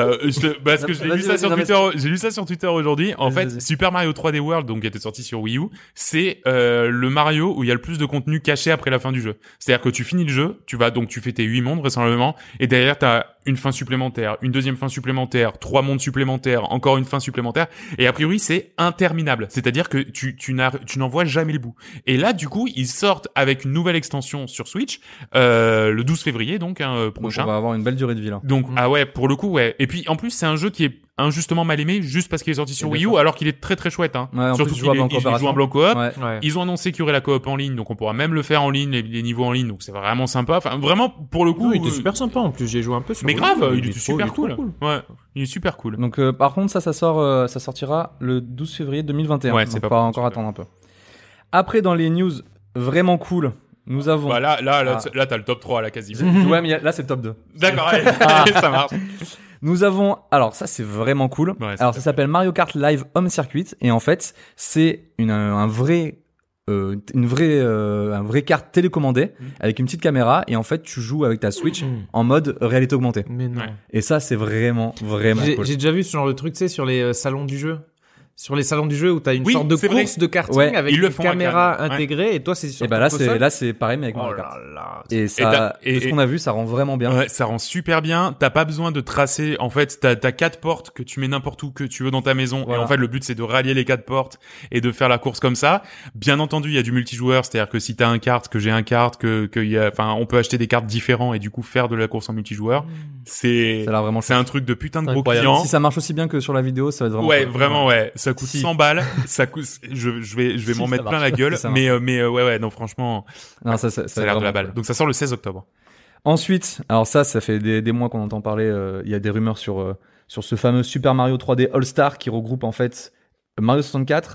[SPEAKER 1] parce que je l'ai
[SPEAKER 2] Vas-y,
[SPEAKER 1] lu ça
[SPEAKER 2] vas-y,
[SPEAKER 1] sur
[SPEAKER 2] non, mais
[SPEAKER 1] Twitter, j'ai lu ça sur Twitter aujourd'hui. En
[SPEAKER 2] Vas-y,
[SPEAKER 1] fait,
[SPEAKER 2] vas-y.
[SPEAKER 1] Super Mario 3D World, donc qui était sorti sur Wii U, c'est le Mario où il y a le plus de contenu caché après la fin du jeu. C'est-à-dire que tu finis le jeu, tu fais tes 8 mondes vraisemblablement, et derrière t'as une fin supplémentaire, une deuxième fin supplémentaire, 3 mondes supplémentaires, encore une fin supplémentaire, et a priori c'est interminable. C'est-à-dire que tu n'en vois jamais le bout. Et là, du coup, ils sortent avec une nouvelle extension sur Switch le 12 février, donc
[SPEAKER 2] Donc
[SPEAKER 1] prochain.
[SPEAKER 2] on va avoir une belle durée de vie là.
[SPEAKER 1] Donc ah ouais, pour le coup ouais. Et puis en plus c'est un jeu qui est injustement mal aimé juste parce qu'il est sorti sur
[SPEAKER 2] Bien
[SPEAKER 1] Wii U
[SPEAKER 2] sûr.
[SPEAKER 1] alors qu'il est très très chouette hein.
[SPEAKER 2] Ouais, en
[SPEAKER 1] Surtout
[SPEAKER 2] plus,
[SPEAKER 1] qu'il
[SPEAKER 2] jouable en
[SPEAKER 1] il joue
[SPEAKER 2] coopération.
[SPEAKER 1] en blanc coop.
[SPEAKER 2] Ouais.
[SPEAKER 3] Ouais.
[SPEAKER 1] Ils ont annoncé qu'il y aurait la coop en ligne, donc on pourra même le faire en ligne, les niveaux en ligne, donc c'est vraiment sympa. Enfin vraiment pour le coup.
[SPEAKER 3] Oui, il était super sympa en plus, j'ai joué un peu sur
[SPEAKER 1] Mais
[SPEAKER 3] Wii
[SPEAKER 1] grave,
[SPEAKER 3] U,
[SPEAKER 1] il était super
[SPEAKER 3] trop
[SPEAKER 1] cool. Ouais, il est super cool.
[SPEAKER 2] Donc par contre ça sortira le 12 février 2021.
[SPEAKER 1] Ouais,
[SPEAKER 2] donc
[SPEAKER 1] c'est pas
[SPEAKER 2] faut encore
[SPEAKER 1] possible.
[SPEAKER 2] attendre un peu. Après dans les news vraiment cool, nous avons
[SPEAKER 1] Bah là t'as le top 3 là quasiment.
[SPEAKER 2] ouais mais là c'est le top 2.
[SPEAKER 1] D'accord, allez, ça marche.
[SPEAKER 2] Nous avons alors ça c'est vraiment cool.
[SPEAKER 1] Ouais,
[SPEAKER 2] Alors ça s'appelle Mario Kart Live Home Circuit et en fait c'est un vrai carte télécommandée avec une petite caméra et en fait tu joues avec ta Switch en mode réalité augmentée.
[SPEAKER 3] Mais non.
[SPEAKER 1] Ouais.
[SPEAKER 2] Et ça c'est vraiment
[SPEAKER 3] J'ai
[SPEAKER 2] cool.
[SPEAKER 3] j'ai déjà vu ce genre de truc, tu sais, sur les salons du jeu. Sur les salons du jeu où t'as une
[SPEAKER 1] Oui,
[SPEAKER 3] sorte de
[SPEAKER 1] c'est vrai.
[SPEAKER 3] course de karting
[SPEAKER 2] Ouais,
[SPEAKER 3] avec
[SPEAKER 1] ils le
[SPEAKER 3] une
[SPEAKER 1] font
[SPEAKER 3] caméra
[SPEAKER 1] carrément, ouais.
[SPEAKER 3] intégrée et toi c'est sur
[SPEAKER 2] Et bah
[SPEAKER 3] ton console.
[SPEAKER 2] là c'est pareil mais avec
[SPEAKER 3] Oh
[SPEAKER 2] Mario
[SPEAKER 3] là
[SPEAKER 2] Kart.
[SPEAKER 3] là.
[SPEAKER 2] Et ça
[SPEAKER 1] et-
[SPEAKER 2] de ce qu'on a vu ça rend vraiment bien.
[SPEAKER 1] Ouais, ça rend super bien. T'as pas besoin de tracer. En fait, t'as 4 portes que tu mets n'importe où que tu veux dans ta maison.
[SPEAKER 2] Voilà.
[SPEAKER 1] Et en fait, le but c'est de rallier les 4 portes et de faire la course comme ça. Bien entendu, il y a du multijoueur, c'est-à-dire que si t'as un kart, que j'ai un kart, on peut acheter des cartes différents et du coup faire de la course en multijoueur. C'est
[SPEAKER 2] Ça a l'air vraiment
[SPEAKER 1] un truc de putain de
[SPEAKER 4] C'est
[SPEAKER 1] gros
[SPEAKER 4] incroyable.
[SPEAKER 1] client.
[SPEAKER 2] Si ça marche aussi bien que sur la vidéo, ça va être vraiment
[SPEAKER 1] Ouais,
[SPEAKER 2] cool.
[SPEAKER 1] vraiment, ouais. Ça coûte
[SPEAKER 2] Si.
[SPEAKER 1] 100 balles. Ça coûte, je vais
[SPEAKER 4] Si,
[SPEAKER 1] m'en
[SPEAKER 4] ça
[SPEAKER 1] mettre plein
[SPEAKER 4] marche.
[SPEAKER 1] la gueule.
[SPEAKER 2] Ça
[SPEAKER 1] mais ouais, non, franchement,
[SPEAKER 2] Non, ça
[SPEAKER 1] ça a
[SPEAKER 2] va
[SPEAKER 1] l'air de
[SPEAKER 2] vraiment
[SPEAKER 1] la balle.
[SPEAKER 2] cool.
[SPEAKER 1] Donc ça sort le 16 octobre.
[SPEAKER 2] Ensuite, alors ça fait des mois qu'on entend parler. Il y a des rumeurs sur ce fameux Super Mario 3D All Star qui regroupe en fait Mario 64,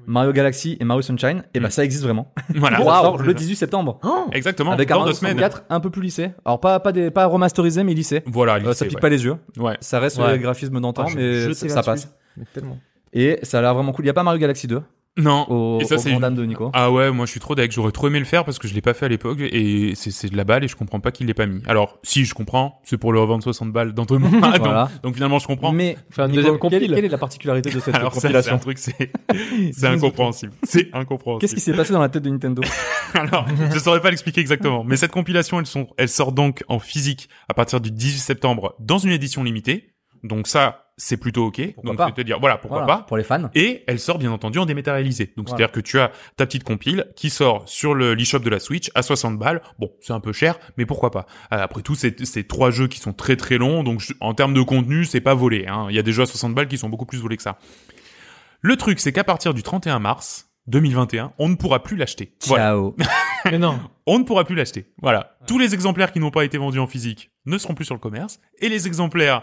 [SPEAKER 2] Mario Galaxy et Mario Sunshine, et ben ça existe vraiment.
[SPEAKER 1] Voilà.
[SPEAKER 2] Ça sort le 18 septembre.
[SPEAKER 1] Exactement.
[SPEAKER 2] Avec un
[SPEAKER 1] dans
[SPEAKER 2] Mario
[SPEAKER 1] 2 semaines.
[SPEAKER 2] 64 un peu plus lissé. Alors pas remasterisé, mais lissé.
[SPEAKER 1] Voilà,
[SPEAKER 2] Ça
[SPEAKER 1] lycée,
[SPEAKER 2] pique
[SPEAKER 1] ouais.
[SPEAKER 2] pas les yeux.
[SPEAKER 1] Ouais.
[SPEAKER 2] Ça reste
[SPEAKER 4] Ouais.
[SPEAKER 2] les graphismes d'antan,
[SPEAKER 3] Ah, je
[SPEAKER 2] mais
[SPEAKER 3] vais
[SPEAKER 2] ça
[SPEAKER 3] jeter
[SPEAKER 2] passe.
[SPEAKER 3] Mais tellement.
[SPEAKER 2] Et ça a l'air vraiment cool. Il y a pas Mario Galaxy 2
[SPEAKER 1] Non. Et ça,
[SPEAKER 2] au
[SPEAKER 1] c'est
[SPEAKER 2] grand dame de Nico.
[SPEAKER 1] Ah ouais, moi je suis trop deck. J'aurais trop aimé le faire parce que je l'ai pas fait à l'époque et c'est de la balle et je comprends pas qu'il l'ait pas mis. Alors, si je comprends, c'est pour le revendre 60 balles dans 2 mois.
[SPEAKER 2] Voilà.
[SPEAKER 1] donc finalement je comprends.
[SPEAKER 2] Mais
[SPEAKER 4] Faire une
[SPEAKER 2] Nico,
[SPEAKER 4] deuxième compile.
[SPEAKER 2] quelle est la particularité de cette
[SPEAKER 1] Alors ça, c'est
[SPEAKER 2] compilation
[SPEAKER 1] un truc, c'est incompréhensible. C'est incompréhensible.
[SPEAKER 2] Qu'est-ce qui s'est passé dans la tête de Nintendo?
[SPEAKER 1] Alors, je saurais pas l'expliquer exactement, mais cette compilation, elle sort donc en physique à partir du 18 septembre dans une édition limitée. Donc ça, c'est plutôt ok.
[SPEAKER 2] Pourquoi
[SPEAKER 1] Donc
[SPEAKER 2] pas.
[SPEAKER 1] je vais te dire, voilà, pourquoi
[SPEAKER 2] Voilà,
[SPEAKER 1] pas.
[SPEAKER 2] pour les fans.
[SPEAKER 1] Et elle sort bien entendu en dématérialisé. Donc
[SPEAKER 2] Voilà.
[SPEAKER 1] c'est-à-dire que tu as ta petite compile qui sort sur le l'eShop de la Switch à 60 balles. Bon, c'est un peu cher, mais pourquoi pas. Après tout, c'est 3 jeux qui sont très très longs, donc en termes de contenu, c'est pas volé. Hein. Il y a des jeux à 60 balles qui sont beaucoup plus volés que ça. Le truc, c'est qu'à partir du 31 mars 2021, on ne pourra plus l'acheter. Voilà.
[SPEAKER 2] Ciao.
[SPEAKER 3] Mais non.
[SPEAKER 1] On ne pourra plus l'acheter. Voilà. Tous les exemplaires qui n'ont pas été vendus en physique ne seront plus sur le commerce. Et les exemplaires,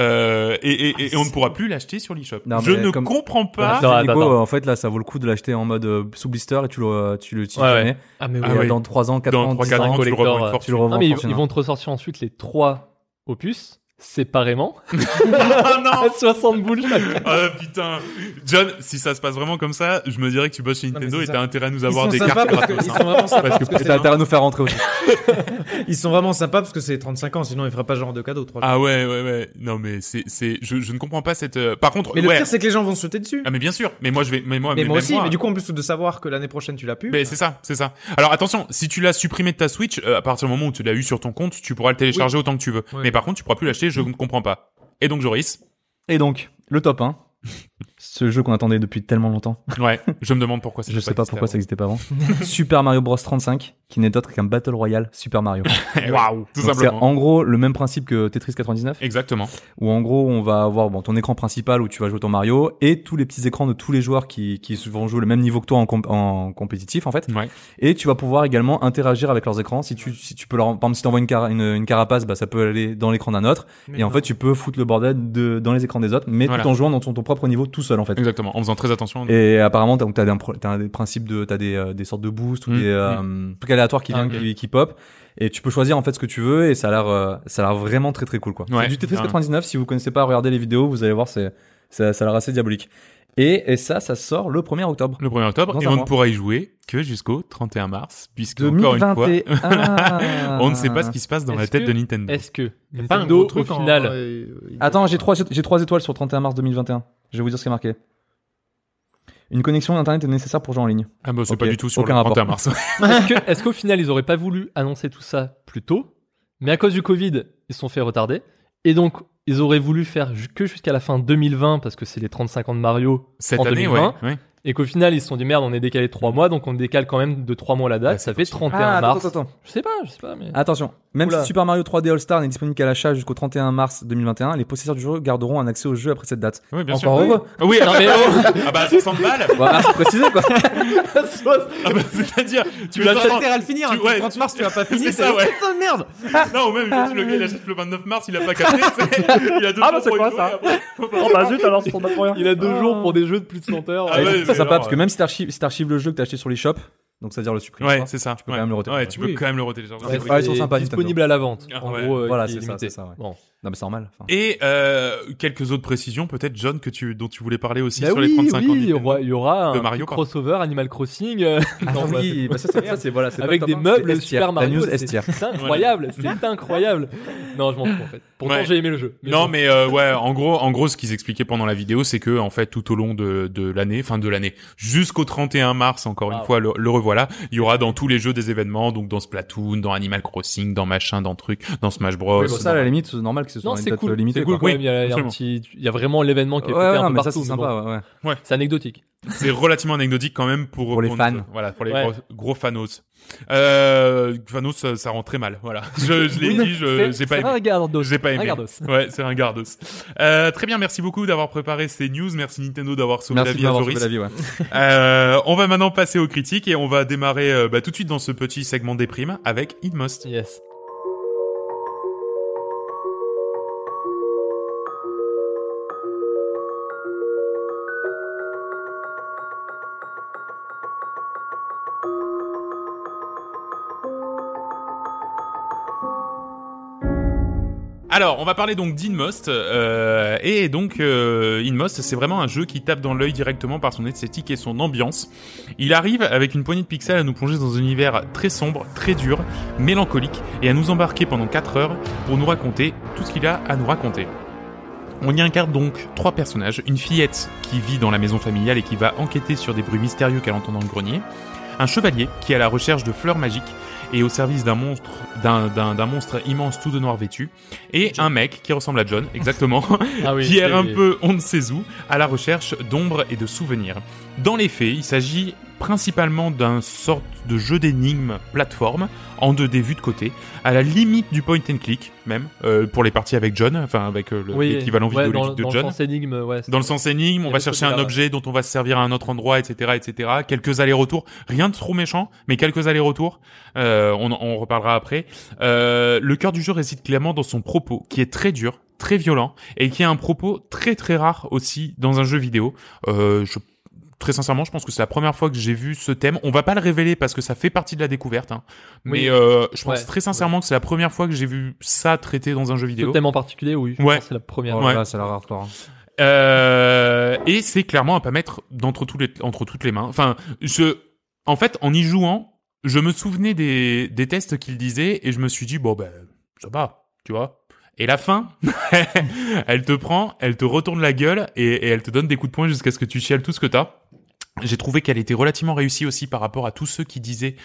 [SPEAKER 1] et on ne pourra plus l'acheter sur l'eShop.
[SPEAKER 2] Non,
[SPEAKER 1] Je
[SPEAKER 2] mais
[SPEAKER 1] ne
[SPEAKER 2] comme-
[SPEAKER 1] comprends pas.
[SPEAKER 4] Attends,
[SPEAKER 2] Nico,
[SPEAKER 4] attends.
[SPEAKER 2] en fait, là, ça vaut le coup de l'acheter en mode sous blister et tu l'utilises
[SPEAKER 4] Ouais,
[SPEAKER 2] jamais.
[SPEAKER 3] Ah, mais
[SPEAKER 1] Ah
[SPEAKER 2] Et
[SPEAKER 1] ouais.
[SPEAKER 2] dans 3 ans, 4
[SPEAKER 1] Dans
[SPEAKER 2] ans,
[SPEAKER 1] 3,
[SPEAKER 2] 10
[SPEAKER 1] 4
[SPEAKER 2] ans,
[SPEAKER 1] ans, tu le
[SPEAKER 4] collector,
[SPEAKER 1] revends une
[SPEAKER 2] tu
[SPEAKER 1] fortune.
[SPEAKER 2] le revends.
[SPEAKER 4] Non, mais ils
[SPEAKER 2] forcément.
[SPEAKER 4] vont te ressortir ensuite les 3 opus séparément.
[SPEAKER 1] Ah non!
[SPEAKER 4] À 60 boules chaque.
[SPEAKER 1] Ah putain. John, si ça se passe vraiment comme ça, je me dirais que tu bosses chez
[SPEAKER 3] Non, mais
[SPEAKER 1] Nintendo
[SPEAKER 3] c'est
[SPEAKER 1] et
[SPEAKER 3] ça.
[SPEAKER 1] t'as intérêt à nous
[SPEAKER 3] Ils
[SPEAKER 1] avoir
[SPEAKER 3] sont
[SPEAKER 1] des
[SPEAKER 3] sympas
[SPEAKER 1] cartes
[SPEAKER 3] parce que
[SPEAKER 1] gratos.
[SPEAKER 3] ils
[SPEAKER 1] hein.
[SPEAKER 3] sont vraiment sympas
[SPEAKER 1] Parce
[SPEAKER 3] parce
[SPEAKER 1] que
[SPEAKER 3] que
[SPEAKER 2] Et t'as intérêt à nous faire rentrer aussi.
[SPEAKER 3] ils sont vraiment sympas parce que c'est 35 ans, sinon ils feraient pas ce genre de cadeau. 3
[SPEAKER 1] Ah ouais. Non mais je ne comprends pas cette. Par contre,
[SPEAKER 3] Mais le
[SPEAKER 1] ouais.
[SPEAKER 3] pire, c'est que les gens vont se jeter dessus.
[SPEAKER 1] Ah mais bien sûr. Mais moi je vais. Mais moi
[SPEAKER 3] Mais moi
[SPEAKER 1] même
[SPEAKER 3] aussi, mais du coup, en plus de savoir que l'année prochaine tu l'as pu.
[SPEAKER 1] Mais c'est ça. Alors attention, si tu l'as supprimé de ta Switch, à partir du moment où tu l'as eu sur ton compte, tu pourras le télécharger autant que tu veux.
[SPEAKER 3] Oui.
[SPEAKER 1] Mais par contre, tu pourras plus l'acheter, je ne comprends pas. Et donc Joris,
[SPEAKER 2] Et donc, le top 1. Ce jeu qu'on attendait depuis tellement longtemps.
[SPEAKER 1] ouais, je me demande pourquoi ça
[SPEAKER 2] Je sais pas pourquoi ça existait pas avant. Super Mario Bros 35, qui n'est autre qu'un Battle Royale Super Mario.
[SPEAKER 1] Waouh, tout
[SPEAKER 2] Donc, c'est
[SPEAKER 1] simplement.
[SPEAKER 2] en gros le même principe que Tetris 99,
[SPEAKER 1] Exactement.
[SPEAKER 2] où en gros on va avoir ton écran principal où tu vas jouer ton Mario et tous les petits écrans de tous les joueurs qui vont jouer le même niveau que toi en compétitif en fait.
[SPEAKER 1] Ouais.
[SPEAKER 2] Et tu vas pouvoir également interagir avec leurs écrans. Si tu peux leur, par exemple si t'envoies une carapace, bah ça peut aller dans l'écran d'un autre. Et en fait tu peux foutre le bordel dans les écrans des autres, mais
[SPEAKER 1] Voilà.
[SPEAKER 2] tout en jouant dans ton propre niveau tout seul en fait.
[SPEAKER 1] Exactement. En faisant très attention.
[SPEAKER 2] Et apparemment, t'as des principes t'as des sortes de boosts ou des trucs aléatoires qui viennent, qui pop. Et tu peux choisir en fait ce que tu veux et ça a l'air vraiment très très cool quoi.
[SPEAKER 1] Ouais.
[SPEAKER 2] C'est du Tetris 99. Si vous connaissez pas, regardez les vidéos, vous allez voir, ça a l'air assez diabolique. Et ça sort le 1er octobre.
[SPEAKER 1] Le 1er octobre,
[SPEAKER 2] Dans
[SPEAKER 1] et
[SPEAKER 2] un
[SPEAKER 1] on ne
[SPEAKER 2] mois.
[SPEAKER 1] pourra y jouer que jusqu'au 31 mars, puisque encore une fois,
[SPEAKER 2] 2021.
[SPEAKER 1] on ne sait pas ce qui se passe dans la
[SPEAKER 4] Est-ce
[SPEAKER 1] tête
[SPEAKER 4] que-
[SPEAKER 1] de Nintendo.
[SPEAKER 4] Est-ce que
[SPEAKER 3] Pas un
[SPEAKER 4] Nintendo,
[SPEAKER 3] gros
[SPEAKER 4] au
[SPEAKER 3] truc
[SPEAKER 4] final,
[SPEAKER 2] Attends, j'ai 3 étoiles sur 31 mars 2021. Je vais vous dire ce qui est marqué. Une connexion internet est nécessaire pour jouer en ligne.
[SPEAKER 1] Ah bah c'est
[SPEAKER 2] Ok,
[SPEAKER 1] pas du tout sur
[SPEAKER 2] aucun
[SPEAKER 1] le
[SPEAKER 2] rapport.
[SPEAKER 1] 31 mars.
[SPEAKER 4] est-ce qu'au final, ils auraient pas voulu annoncer tout ça plus tôt, mais à cause du Covid, ils se sont fait retarder, et donc ils auraient voulu faire que jusqu'à la fin 2020 parce que c'est les 35 ans de Mario
[SPEAKER 1] Cette
[SPEAKER 4] en
[SPEAKER 1] année,
[SPEAKER 4] 2020,
[SPEAKER 1] ouais.
[SPEAKER 4] et qu'au final ils se sont dit merde, on est décalé de 3 mois, donc on décale quand même de 3 mois la date,
[SPEAKER 1] Ouais,
[SPEAKER 4] ça
[SPEAKER 1] c'est
[SPEAKER 4] fait
[SPEAKER 1] possible.
[SPEAKER 4] 31 mars.
[SPEAKER 2] Attends.
[SPEAKER 4] Je sais pas, mais.
[SPEAKER 2] Attention, même
[SPEAKER 4] Oula.
[SPEAKER 2] si Super Mario 3D All Star n'est disponible qu'à l'achat jusqu'au 31 mars 2021, les possesseurs du jeu garderont un accès au jeu après cette date.
[SPEAKER 1] Oui, bien
[SPEAKER 2] Encore
[SPEAKER 1] sûr.
[SPEAKER 2] heureux.
[SPEAKER 1] Oui,
[SPEAKER 4] Non, mais
[SPEAKER 1] ah bah 60 balles.
[SPEAKER 2] Bah, merci de préciser quoi.
[SPEAKER 1] Ah bah c'est-à-dire, tu
[SPEAKER 3] Tu vas
[SPEAKER 1] l'achètes.
[SPEAKER 3] intérêt à le finir.
[SPEAKER 1] tu- ouais.
[SPEAKER 3] 30 mars, tu vas pas finir.
[SPEAKER 1] C'est ça, ouais.
[SPEAKER 3] Putain de merde.
[SPEAKER 1] Non, même le gars il achète le 29 mars, il a pas capté, il a 2
[SPEAKER 4] Ah,
[SPEAKER 1] jours
[SPEAKER 4] bah, c'est
[SPEAKER 1] pour
[SPEAKER 4] quoi,
[SPEAKER 1] y jouer,
[SPEAKER 4] ça
[SPEAKER 1] et après, faut pas-
[SPEAKER 4] Oh bah zut, alors c'est pour rien. Il a 2 jours pour des jeux de plus de 100 heures.
[SPEAKER 1] Ah ouais,
[SPEAKER 2] c'est sympa
[SPEAKER 1] alors,
[SPEAKER 2] parce que même si t'archives le jeu que t'as acheté sur l'eShop, donc c'est-à-dire le supprimer.
[SPEAKER 1] Ouais, c'est ça. Tu
[SPEAKER 2] peux quand même le retélécharger.
[SPEAKER 1] Ouais, tu peux
[SPEAKER 3] Oui.
[SPEAKER 1] quand même le retélécharger.
[SPEAKER 2] Ouais,
[SPEAKER 4] Ouais,
[SPEAKER 2] ils sont
[SPEAKER 4] c'est
[SPEAKER 2] sympas,
[SPEAKER 4] disponible à la vente.
[SPEAKER 1] Ah
[SPEAKER 4] En
[SPEAKER 1] ouais.
[SPEAKER 4] gros,
[SPEAKER 2] Voilà,
[SPEAKER 4] qui est
[SPEAKER 2] c'est ça,
[SPEAKER 4] limité.
[SPEAKER 2] c'est ça, ouais.
[SPEAKER 4] Bon.
[SPEAKER 2] Non mais c'est normal. Enfin,
[SPEAKER 1] Et quelques autres précisions, peut-être John, dont tu voulais parler aussi
[SPEAKER 4] Bah
[SPEAKER 1] sur
[SPEAKER 4] oui,
[SPEAKER 1] les 35 ans.
[SPEAKER 4] oui, il y
[SPEAKER 1] Nintendo.
[SPEAKER 4] aura
[SPEAKER 1] de
[SPEAKER 4] un
[SPEAKER 1] Mario
[SPEAKER 4] petit
[SPEAKER 1] Kart.
[SPEAKER 4] crossover Animal Crossing.
[SPEAKER 2] ah oui, bah ça c'est voilà, c'est
[SPEAKER 4] Avec
[SPEAKER 2] pas
[SPEAKER 4] des
[SPEAKER 2] le top un,
[SPEAKER 4] meubles
[SPEAKER 2] c'est S tier.
[SPEAKER 4] Super Mario.
[SPEAKER 2] La news
[SPEAKER 4] c'est-
[SPEAKER 2] S tier.
[SPEAKER 4] C'est incroyable, c'est incroyable. Non, je m'en fous en fait. Pourtant,
[SPEAKER 1] Ouais.
[SPEAKER 4] j'ai aimé le jeu. Mais
[SPEAKER 1] Non,
[SPEAKER 4] bon.
[SPEAKER 1] mais ouais, en gros, ce qu'ils expliquaient pendant la vidéo, c'est que en fait, tout au long de l'année, jusqu'au 31 mars, encore une
[SPEAKER 4] Wow.
[SPEAKER 1] fois, le revoilà, il y aura dans tous les jeux des événements, donc dans Splatoon, dans Animal Crossing, dans machin, dans truc, dans Smash Bros.
[SPEAKER 2] Oui, bon, ça à la limite, c'est normal que ce soit
[SPEAKER 4] Non,
[SPEAKER 2] une
[SPEAKER 4] c'est
[SPEAKER 2] date
[SPEAKER 4] cool.
[SPEAKER 2] limitée.
[SPEAKER 4] C'est cool
[SPEAKER 2] quoi.
[SPEAKER 4] quand même. Il y a un
[SPEAKER 1] absolument.
[SPEAKER 4] il y a vraiment l'événement qui est
[SPEAKER 2] Ouais,
[SPEAKER 4] pété
[SPEAKER 2] ouais,
[SPEAKER 4] un
[SPEAKER 2] non,
[SPEAKER 4] peu
[SPEAKER 2] mais ça
[SPEAKER 4] partout.
[SPEAKER 2] c'est
[SPEAKER 4] mais
[SPEAKER 2] sympa,
[SPEAKER 4] bon,
[SPEAKER 2] ouais.
[SPEAKER 4] c'est anecdotique.
[SPEAKER 1] C'est relativement anecdotique quand même pour
[SPEAKER 2] les
[SPEAKER 1] pour
[SPEAKER 2] fans.
[SPEAKER 1] Voilà, pour les
[SPEAKER 4] Ouais.
[SPEAKER 1] gros fanos. Fanos, ça rend très mal. Voilà, je l'ai dit, j'ai pas aimé.
[SPEAKER 4] un gardos.
[SPEAKER 1] J'ai pas aimé.
[SPEAKER 4] Un gardos.
[SPEAKER 1] Ouais, c'est un gardos. Très bien, merci beaucoup d'avoir préparé ces news. Merci Nintendo d'avoir sauvé
[SPEAKER 2] Merci
[SPEAKER 1] la
[SPEAKER 2] de
[SPEAKER 1] vie à
[SPEAKER 2] m'avoir
[SPEAKER 1] Joris.
[SPEAKER 2] sauvé la vie, ouais.
[SPEAKER 1] On va maintenant passer aux critiques et on va démarrer tout de suite dans ce petit segment déprime avec Inmost.
[SPEAKER 4] Yes.
[SPEAKER 1] Alors, on va parler donc d'Inmost, et donc Inmost, c'est vraiment un jeu qui tape dans l'œil directement par son esthétique et son ambiance. Il arrive avec une poignée de pixels à nous plonger dans un univers très sombre, très dur, mélancolique, et à nous embarquer pendant 4 heures pour nous raconter tout ce qu'il a à nous raconter. On y incarne donc 3 personnages, une fillette qui vit dans la maison familiale et qui va enquêter sur des bruits mystérieux qu'elle entend dans le grenier, un chevalier qui est à la recherche de fleurs magiques et au service d'un monstre immense tout de noir vêtu, et un mec qui ressemble à John, exactement, qui erre un peu on ne sait où, à la recherche d'ombres et de souvenirs. Dans les faits, il s'agit principalement d'un sorte de jeu d'énigmes plateforme en 2D vu de côté, à la limite du point and click même, pour les parties avec John, enfin avec l'équivalent vidéoludique de John. Dans le sens énigme, on va chercher un objet dont on va se servir à un autre endroit, etc., etc. Quelques allers-retours, rien de trop méchant, mais quelques allers-retours. On reparlera après. Le cœur du jeu réside clairement dans son propos, qui est très dur, très violent, et qui a un propos très très rare aussi dans un jeu vidéo. Très sincèrement, je pense que c'est la première fois que j'ai vu ce thème. On va pas le révéler parce que ça fait partie de la découverte, hein. Mais je pense très sincèrement que c'est la première fois que j'ai vu ça traité dans un jeu vidéo.
[SPEAKER 4] Ce thème en particulier, oui. Je pense que c'est la première.
[SPEAKER 2] Là, c'est la hardcore.
[SPEAKER 1] Et c'est clairement à pas mettre entre toutes les mains. Enfin, en fait, en y jouant, je me souvenais des tests qu'il disait et je me suis dit bon ben ça va, tu vois. Et la fin, elle te prend, elle te retourne la gueule et elle te donne des coups de poing jusqu'à ce que tu chiales tout ce que t'as. J'ai trouvé qu'elle était relativement réussie aussi par rapport à tous ceux qui disaient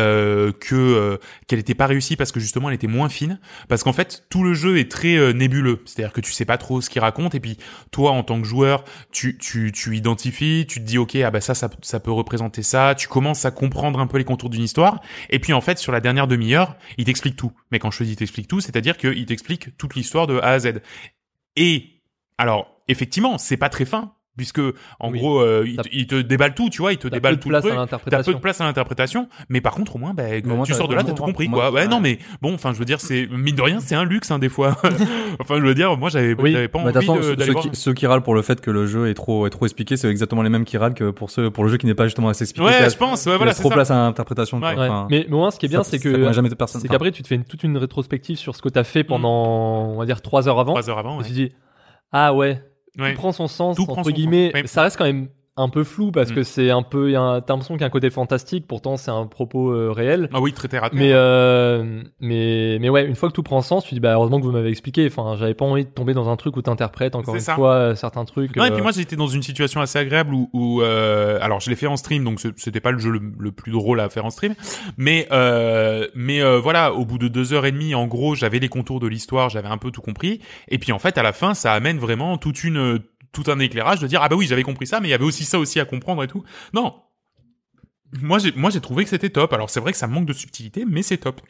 [SPEAKER 1] qu'elle était pas réussie parce que justement elle était moins fine, parce qu'en fait tout le jeu est très nébuleux, c'est-à-dire que tu sais pas trop ce qu'il raconte, et puis toi en tant que joueur tu identifies, tu te dis ok, ah bah ça peut représenter ça, tu commences à comprendre un peu les contours d'une histoire, et puis en fait sur la dernière demi-heure il t'explique tout. Mais quand je te dis il t'explique tout, c'est-à-dire qu'il t'explique toute l'histoire de A à Z. Et alors effectivement c'est pas très fin, puisque en gros il te déballe tout, tu vois, il te déballe tout le truc, t'as peu de place à l'interprétation, mais par contre au moins tu sors de là, t'as tout compris, quoi. Ouais, non mais bon, enfin je veux dire, c'est mine de rien c'est un luxe, hein, des fois. Enfin je veux dire, moi j'avais pas envie d'aller voir.
[SPEAKER 2] Ceux qui râlent pour le fait que le jeu est trop expliqué, c'est exactement les mêmes qui râlent que pour le jeu qui n'est pas justement assez expliqué.
[SPEAKER 1] Ouais, je pense, voilà, c'est
[SPEAKER 2] trop place à l'interprétation.
[SPEAKER 1] Ouais.
[SPEAKER 2] Enfin,
[SPEAKER 4] mais moi ce qui est bien c'est qu'après tu te fais toute une rétrospective sur ce que t'as fait pendant on va dire 3 heures avant.
[SPEAKER 1] 3 heures avant,
[SPEAKER 4] et tu dis ah ouais.
[SPEAKER 1] Ouais.
[SPEAKER 4] Tout prend son sens,
[SPEAKER 1] Tout
[SPEAKER 4] entre
[SPEAKER 1] prend son
[SPEAKER 4] guillemets.
[SPEAKER 1] sens. Ouais.
[SPEAKER 4] Ça reste quand même un peu flou parce que c'est un peu, t'as l'impression qu'il y a un côté fantastique, pourtant c'est un propos réel.
[SPEAKER 1] Ah oui, très terre à terre.
[SPEAKER 4] Mais ouais, une fois que tout prend sens, tu dis bah heureusement que vous m'avez expliqué. Enfin, j'avais pas envie de tomber dans un truc où t'interprètes encore une fois certains trucs.
[SPEAKER 1] Non, et puis moi j'étais dans une situation assez agréable où alors je l'ai fait en stream, donc c'était pas le jeu le plus drôle à faire en stream, mais voilà, au bout de 2h30 en gros, j'avais les contours de l'histoire, j'avais un peu tout compris, et puis en fait à la fin ça amène vraiment tout un éclairage de dire ah bah oui j'avais compris ça, mais il y avait aussi ça aussi à comprendre et tout. Non, moi j'ai trouvé que c'était top. Alors c'est vrai que ça manque de subtilité, mais c'est top.